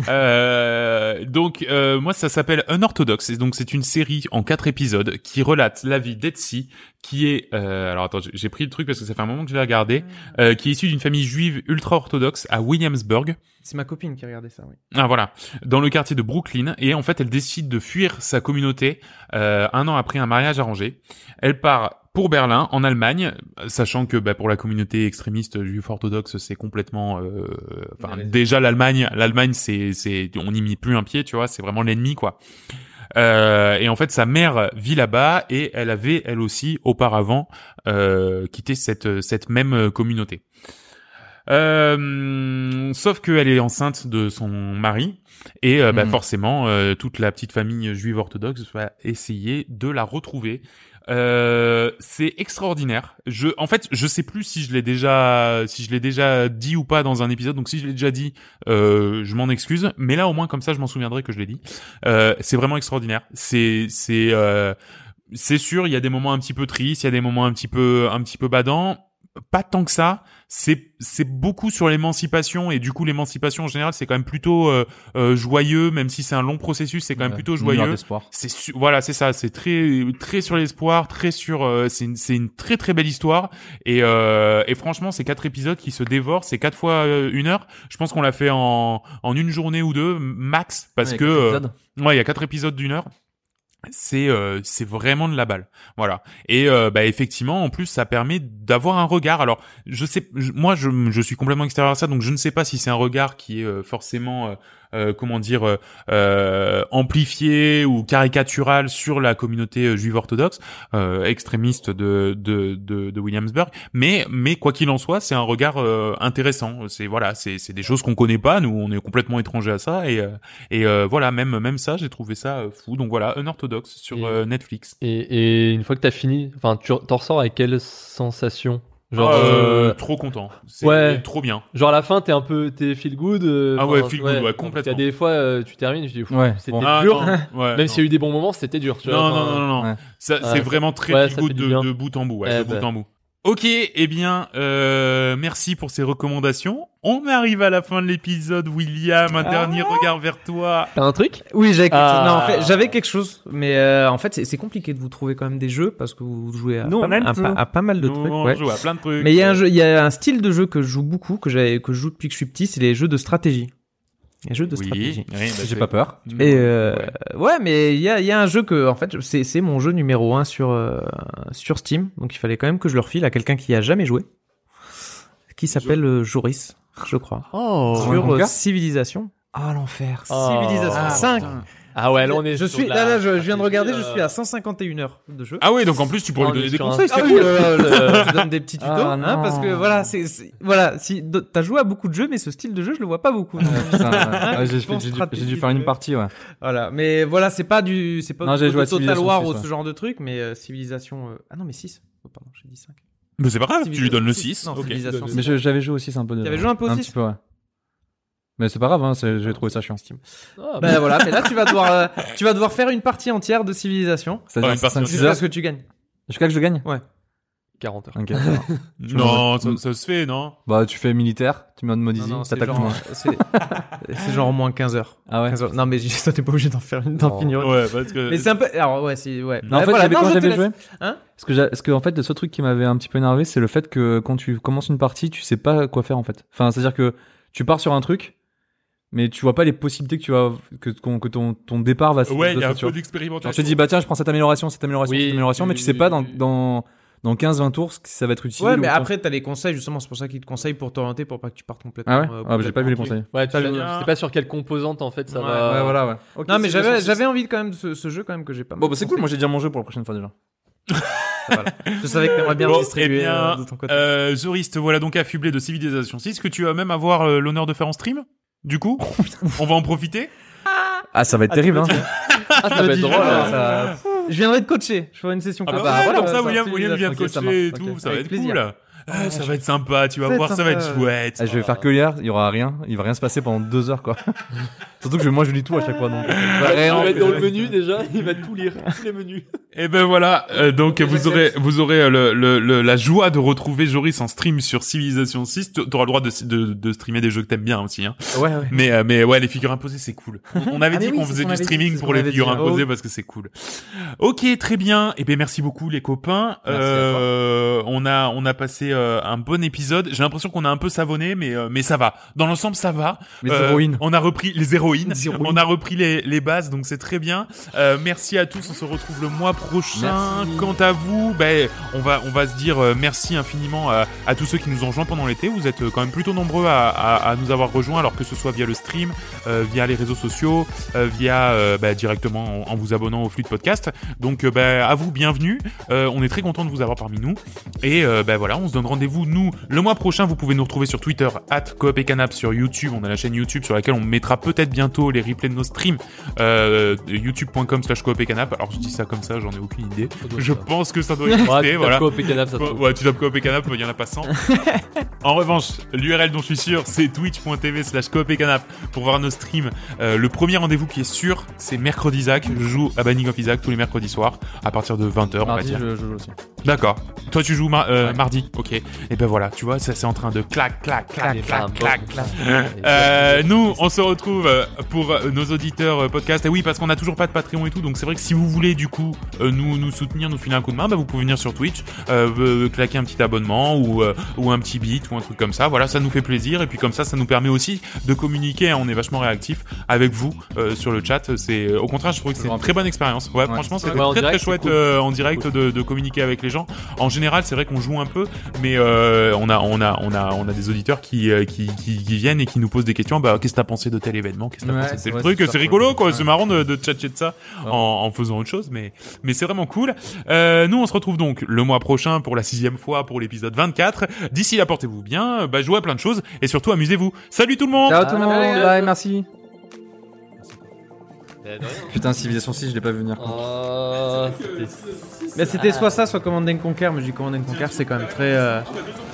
[SPEAKER 1] Donc moi ça s'appelle Unorthodox et donc c'est une série en 4 épisodes qui relate la vie d'Etsy qui est alors attends j'ai pris le truc parce que ça fait un moment que je l'ai regardé qui est issue d'une famille juive ultra orthodoxe à Williamsburg.
[SPEAKER 3] C'est ma copine qui regardait ça, oui.
[SPEAKER 1] Ah voilà, dans le quartier de Brooklyn et en fait elle décide de fuir sa communauté 1 an après un mariage arrangé. Elle part pour Berlin, en Allemagne, sachant que pour la communauté extrémiste juive orthodoxe, c'est complètement déjà l'Allemagne c'est on n'y met plus un pied, tu vois, c'est vraiment l'ennemi quoi. Et en fait sa mère vit là-bas et elle avait elle aussi auparavant quitté cette même communauté. Sauf qu'elle est enceinte de son mari et forcément toute la petite famille juive orthodoxe va essayer de la retrouver. C'est extraordinaire. En fait, je sais plus si je l'ai déjà dit ou pas dans un épisode. Donc si je l'ai déjà dit, je m'en excuse. Mais là, au moins comme ça, je m'en souviendrai que je l'ai dit. C'est vraiment extraordinaire. C'est sûr, il y a des moments un petit peu tristes, il y a des moments un petit peu badants. pas tant que ça. C'est beaucoup sur l'émancipation, et du coup l'émancipation en général c'est quand même plutôt joyeux, même si c'est un long processus, c'est quand même plutôt joyeux. Voilà, c'est ça, c'est très sur l'espoir, très sur c'est une très très belle histoire, et franchement c'est 4 épisodes qui se dévorent, c'est 4 fois 1 heure. Je pense qu'on l'a fait en une journée ou deux max, parce que il y a 4 épisodes d'1 heure. C'est vraiment de la balle, voilà. Et effectivement, en plus, ça permet d'avoir un regard. Alors, moi, je suis complètement extérieur à ça, donc je ne sais pas si c'est un regard qui est forcément amplifié ou caricatural sur la communauté juive orthodoxe, extrémiste de Williamsburg, mais quoi qu'il en soit, c'est un regard intéressant. C'est des choses qu'on connaît pas, nous on est complètement étrangers à ça, et voilà, même ça, j'ai trouvé ça fou. Donc voilà, Unorthodox sur Netflix.
[SPEAKER 4] Et une fois que t'as fini, enfin tu t'en ressors avec quelle sensation? Genre
[SPEAKER 1] trop content, c'est trop bien.
[SPEAKER 4] Genre à la fin t'es feel good.
[SPEAKER 1] Feel good, complètement.
[SPEAKER 4] Il y a des fois tu termines, je dis c'était dur. Même s'il y a eu des bons moments, c'était dur. Tu vois,
[SPEAKER 1] non. Ouais. Ça, c'est vraiment très feel good de bout en bout, de bout en bout. Ok, eh bien, merci pour ces recommandations. On arrive à la fin de l'épisode, William. Un dernier regard vers toi.
[SPEAKER 4] T'as un truc?
[SPEAKER 3] Oui, j'avais quelque chose. Non, en fait, j'avais quelque chose, mais en fait, c'est compliqué de vous trouver quand même des jeux parce que vous jouez à pas mal de trucs.
[SPEAKER 1] On joue à plein de trucs.
[SPEAKER 3] Mais il y a un style de jeu que je joue beaucoup, que je joue depuis que je suis petit, c'est les jeux de stratégie. Les jeux de stratégie.
[SPEAKER 2] J'ai pas peur.
[SPEAKER 3] Et mais il y a un jeu que en fait c'est mon jeu numéro 1 sur Steam, donc il fallait quand même que je le refile à quelqu'un qui a jamais joué, qui s'appelle Joris, je crois. Sur Civilisation. Ah l'enfer. Civilisation 5.
[SPEAKER 4] Ah ouais, là on est.
[SPEAKER 3] Je viens de regarder, je suis à 151 heures de jeu.
[SPEAKER 1] Ah ouais, donc en plus tu pourrais lui donner des conseils, c'est
[SPEAKER 3] cool. Je donne des petits tutos, parce que voilà, voilà, si t'as joué à beaucoup de jeux, mais ce style de jeu, je le vois pas beaucoup.
[SPEAKER 2] J'ai dû faire une partie, ouais.
[SPEAKER 3] Voilà, mais voilà, c'est pas Total War ou ce genre de truc, mais Civilisation. Ah non, mais 6. Oh, pardon, j'ai dit 5.
[SPEAKER 1] Mais c'est pas grave, tu lui donnes le 6.
[SPEAKER 3] Non,
[SPEAKER 1] okay.
[SPEAKER 2] Mais j'avais joué aussi, c'est un peu.
[SPEAKER 3] T'avais joué un peu aussi.
[SPEAKER 2] Un petit peu, ouais. Mais c'est pas grave, hein, j'ai trouvé ça chiant.
[SPEAKER 3] Voilà, mais là tu vas devoir faire une partie entière de Civilisation.
[SPEAKER 2] Ça dure 5-6 heures.
[SPEAKER 3] Jusqu'à ce que tu gagnes.
[SPEAKER 2] Jusqu'à que je gagne?
[SPEAKER 3] Ouais.
[SPEAKER 4] 40 heures.
[SPEAKER 2] Okay,
[SPEAKER 1] non, ça se fait, non?
[SPEAKER 2] Bah, tu fais militaire, tu mets en mode easy, t'attaques tout le monde.
[SPEAKER 3] C'est genre au moins 15 heures.
[SPEAKER 2] Ah ouais?
[SPEAKER 3] 15 heures. Non, mais toi, t'es pas obligé d'en faire d'en finir.
[SPEAKER 1] Ouais, parce que.
[SPEAKER 3] Mais c'est un peu, alors, ouais, c'est, ouais.
[SPEAKER 2] Non, en fait, quand j'avais joué,
[SPEAKER 3] hein?
[SPEAKER 2] Parce que, en fait, le seul truc qui m'avait un petit peu énervé, c'est le fait que quand tu commences une partie, tu sais pas quoi faire, en fait. Enfin, c'est-à-dire que tu pars sur un truc, mais tu vois pas les possibilités que ton départ va se
[SPEAKER 1] ouais, il y a un peu d'expérimentation.
[SPEAKER 2] Tu te dis, bah tiens, je prends cette amélioration, mais tu sais pas dans 15-20 tours ça va être utile.
[SPEAKER 3] Ouais, mais après t'as les conseils, justement, c'est pour ça qu'ils te conseillent pour t'orienter, pour pas que tu partes complètement.
[SPEAKER 2] Ah ouais? J'ai pas vu les conseils.
[SPEAKER 4] Ouais, tu sais pas sur quelle composante en fait ça va.
[SPEAKER 2] Ouais, voilà, ouais. Okay,
[SPEAKER 3] non, mais j'avais envie quand même de ce jeu quand même que j'ai pas.
[SPEAKER 2] Bon, bah c'est cool, moi j'ai déjà mon jeu pour la prochaine fois déjà.
[SPEAKER 3] Voilà. Je savais que t'aimerais bien distribuer de ton côté.
[SPEAKER 1] Zoris, te voilà donc affublé de Civilisation 6, que tu vas même avoir l'honneur de faire en stream. Du coup, on va en profiter.
[SPEAKER 2] Ah, ça va être terrible, hein.
[SPEAKER 4] Ça va être drôle.
[SPEAKER 3] Je viendrai te coacher. Je ferai une session
[SPEAKER 1] comme ça. Voilà, comme ça, William vient te coacher et tout. Ça va être cool. Ça va être sympa, tu vas voir, ça va être chouette.
[SPEAKER 2] Je vais faire que lire, il y aura rien, il va rien se passer pendant 2 heures, quoi. Surtout que moi je lis tout à chaque fois, donc.
[SPEAKER 4] Il va être dans le menu déjà, il va tout lire, tous les menus.
[SPEAKER 1] Et ben voilà, donc vous aurez la joie de retrouver Joris en stream sur Civilisation 6. T'auras le droit de streamer des jeux que t'aimes bien aussi, hein.
[SPEAKER 3] Ouais.
[SPEAKER 1] Mais ouais, les figures imposées, c'est cool. On avait dit qu'on faisait du streaming pour les figures imposées parce que c'est cool. Ok, très bien. Et ben merci beaucoup les copains. On a passé un bon épisode. J'ai l'impression qu'on a un peu savonné, mais ça va. Dans l'ensemble, ça va.
[SPEAKER 2] Les héroïnes.
[SPEAKER 1] On a repris les héroïnes. On a repris les bases, donc c'est très bien. Merci à tous. On se retrouve le mois prochain. Merci. Quant à vous, on va se dire merci infiniment à tous ceux qui nous ont rejoints pendant l'été. Vous êtes quand même plutôt nombreux à nous avoir rejoints, alors que ce soit via le stream, via les réseaux sociaux, via directement en vous abonnant au flux de podcast. Donc à vous, bienvenue. On est très content de vous avoir parmi nous. Et voilà, on se donne rendez-vous nous le mois prochain. Vous pouvez nous retrouver sur Twitter @coop-et-canap, sur YouTube. On a la chaîne YouTube sur laquelle on mettra peut-être bientôt les replays de nos streams, youtube.com/coop-et-canap. Alors je dis ça comme ça, j'en ai aucune idée.
[SPEAKER 4] doit
[SPEAKER 1] Je
[SPEAKER 4] être ça.
[SPEAKER 1] pense que ça doit exister, voilà.
[SPEAKER 4] Coop et Canap, ça se trouve.
[SPEAKER 1] Ouais, tu tapes Coop et Canap, il y en a pas 100. En revanche, l'URL dont je suis sûr, c'est twitch.tv/Coop et Canap pour voir nos streams. Le premier rendez-vous qui est sûr, c'est mercredi Isaac. Je joue à Binding of Isaac tous les mercredis soirs à partir de 20h, on va
[SPEAKER 2] Mardi,
[SPEAKER 1] dire.
[SPEAKER 2] je joue aussi.
[SPEAKER 1] D'accord. Toi, tu joues
[SPEAKER 2] Ouais.
[SPEAKER 1] mardi. Ok. Et ben voilà, tu vois, ça c'est en train de clac, clac, clac,
[SPEAKER 4] Et
[SPEAKER 1] clac,
[SPEAKER 4] bam,
[SPEAKER 1] clac,
[SPEAKER 4] bam,
[SPEAKER 1] clac.
[SPEAKER 4] bam.
[SPEAKER 1] Nous, on se retrouve pour nos auditeurs podcast. Et oui, parce qu'on n'a toujours pas de Patreon et tout, donc c'est vrai que si vous voulez du coup nous soutenir, nous filer un coup de main, bah, vous pouvez venir sur Twitch, claquer un petit abonnement ou un petit bit ou un truc comme ça. Voilà, ça nous fait plaisir et puis comme ça nous permet aussi de communiquer. Hein, on est vachement réactifs avec vous sur le chat. C'est au contraire, je trouve que c'est une très bonne expérience. Ouais, franchement, c'était
[SPEAKER 4] Ouais, en
[SPEAKER 1] très
[SPEAKER 4] direct,
[SPEAKER 1] très chouette
[SPEAKER 4] c'est cool.
[SPEAKER 1] en direct de communiquer avec les gens. En général, c'est vrai qu'on joue un peu, mais on a des auditeurs qui viennent et qui nous posent des questions. Bah, qu'est-ce que t'as pensé de tel événement? Qu'est-ce que t'as
[SPEAKER 2] Ouais,
[SPEAKER 1] pensé de
[SPEAKER 2] c'est
[SPEAKER 1] tel
[SPEAKER 2] vrai,
[SPEAKER 1] truc?
[SPEAKER 2] c'est
[SPEAKER 1] C'est
[SPEAKER 2] super
[SPEAKER 1] rigolo,
[SPEAKER 2] cool.
[SPEAKER 1] quoi.
[SPEAKER 2] Ouais.
[SPEAKER 1] C'est marrant de tchatcher de ça
[SPEAKER 2] Ouais.
[SPEAKER 1] en faisant autre chose, mais c'est vraiment cool. Nous, on se retrouve donc le mois prochain pour la 6e fois pour l'épisode 24. D'ici là, portez-vous bien, bah, jouez à plein de choses et surtout amusez-vous. Salut tout le monde!
[SPEAKER 2] Ciao tout le monde, bye, merci.
[SPEAKER 4] Mais de rien.
[SPEAKER 2] Putain, Civilization 6, je l'ai pas vu venir.
[SPEAKER 4] Oh, c'était
[SPEAKER 3] Mais c'était soit ça, soit Command & Conquer. Mais je dis Command & Conquer, c'est quand même très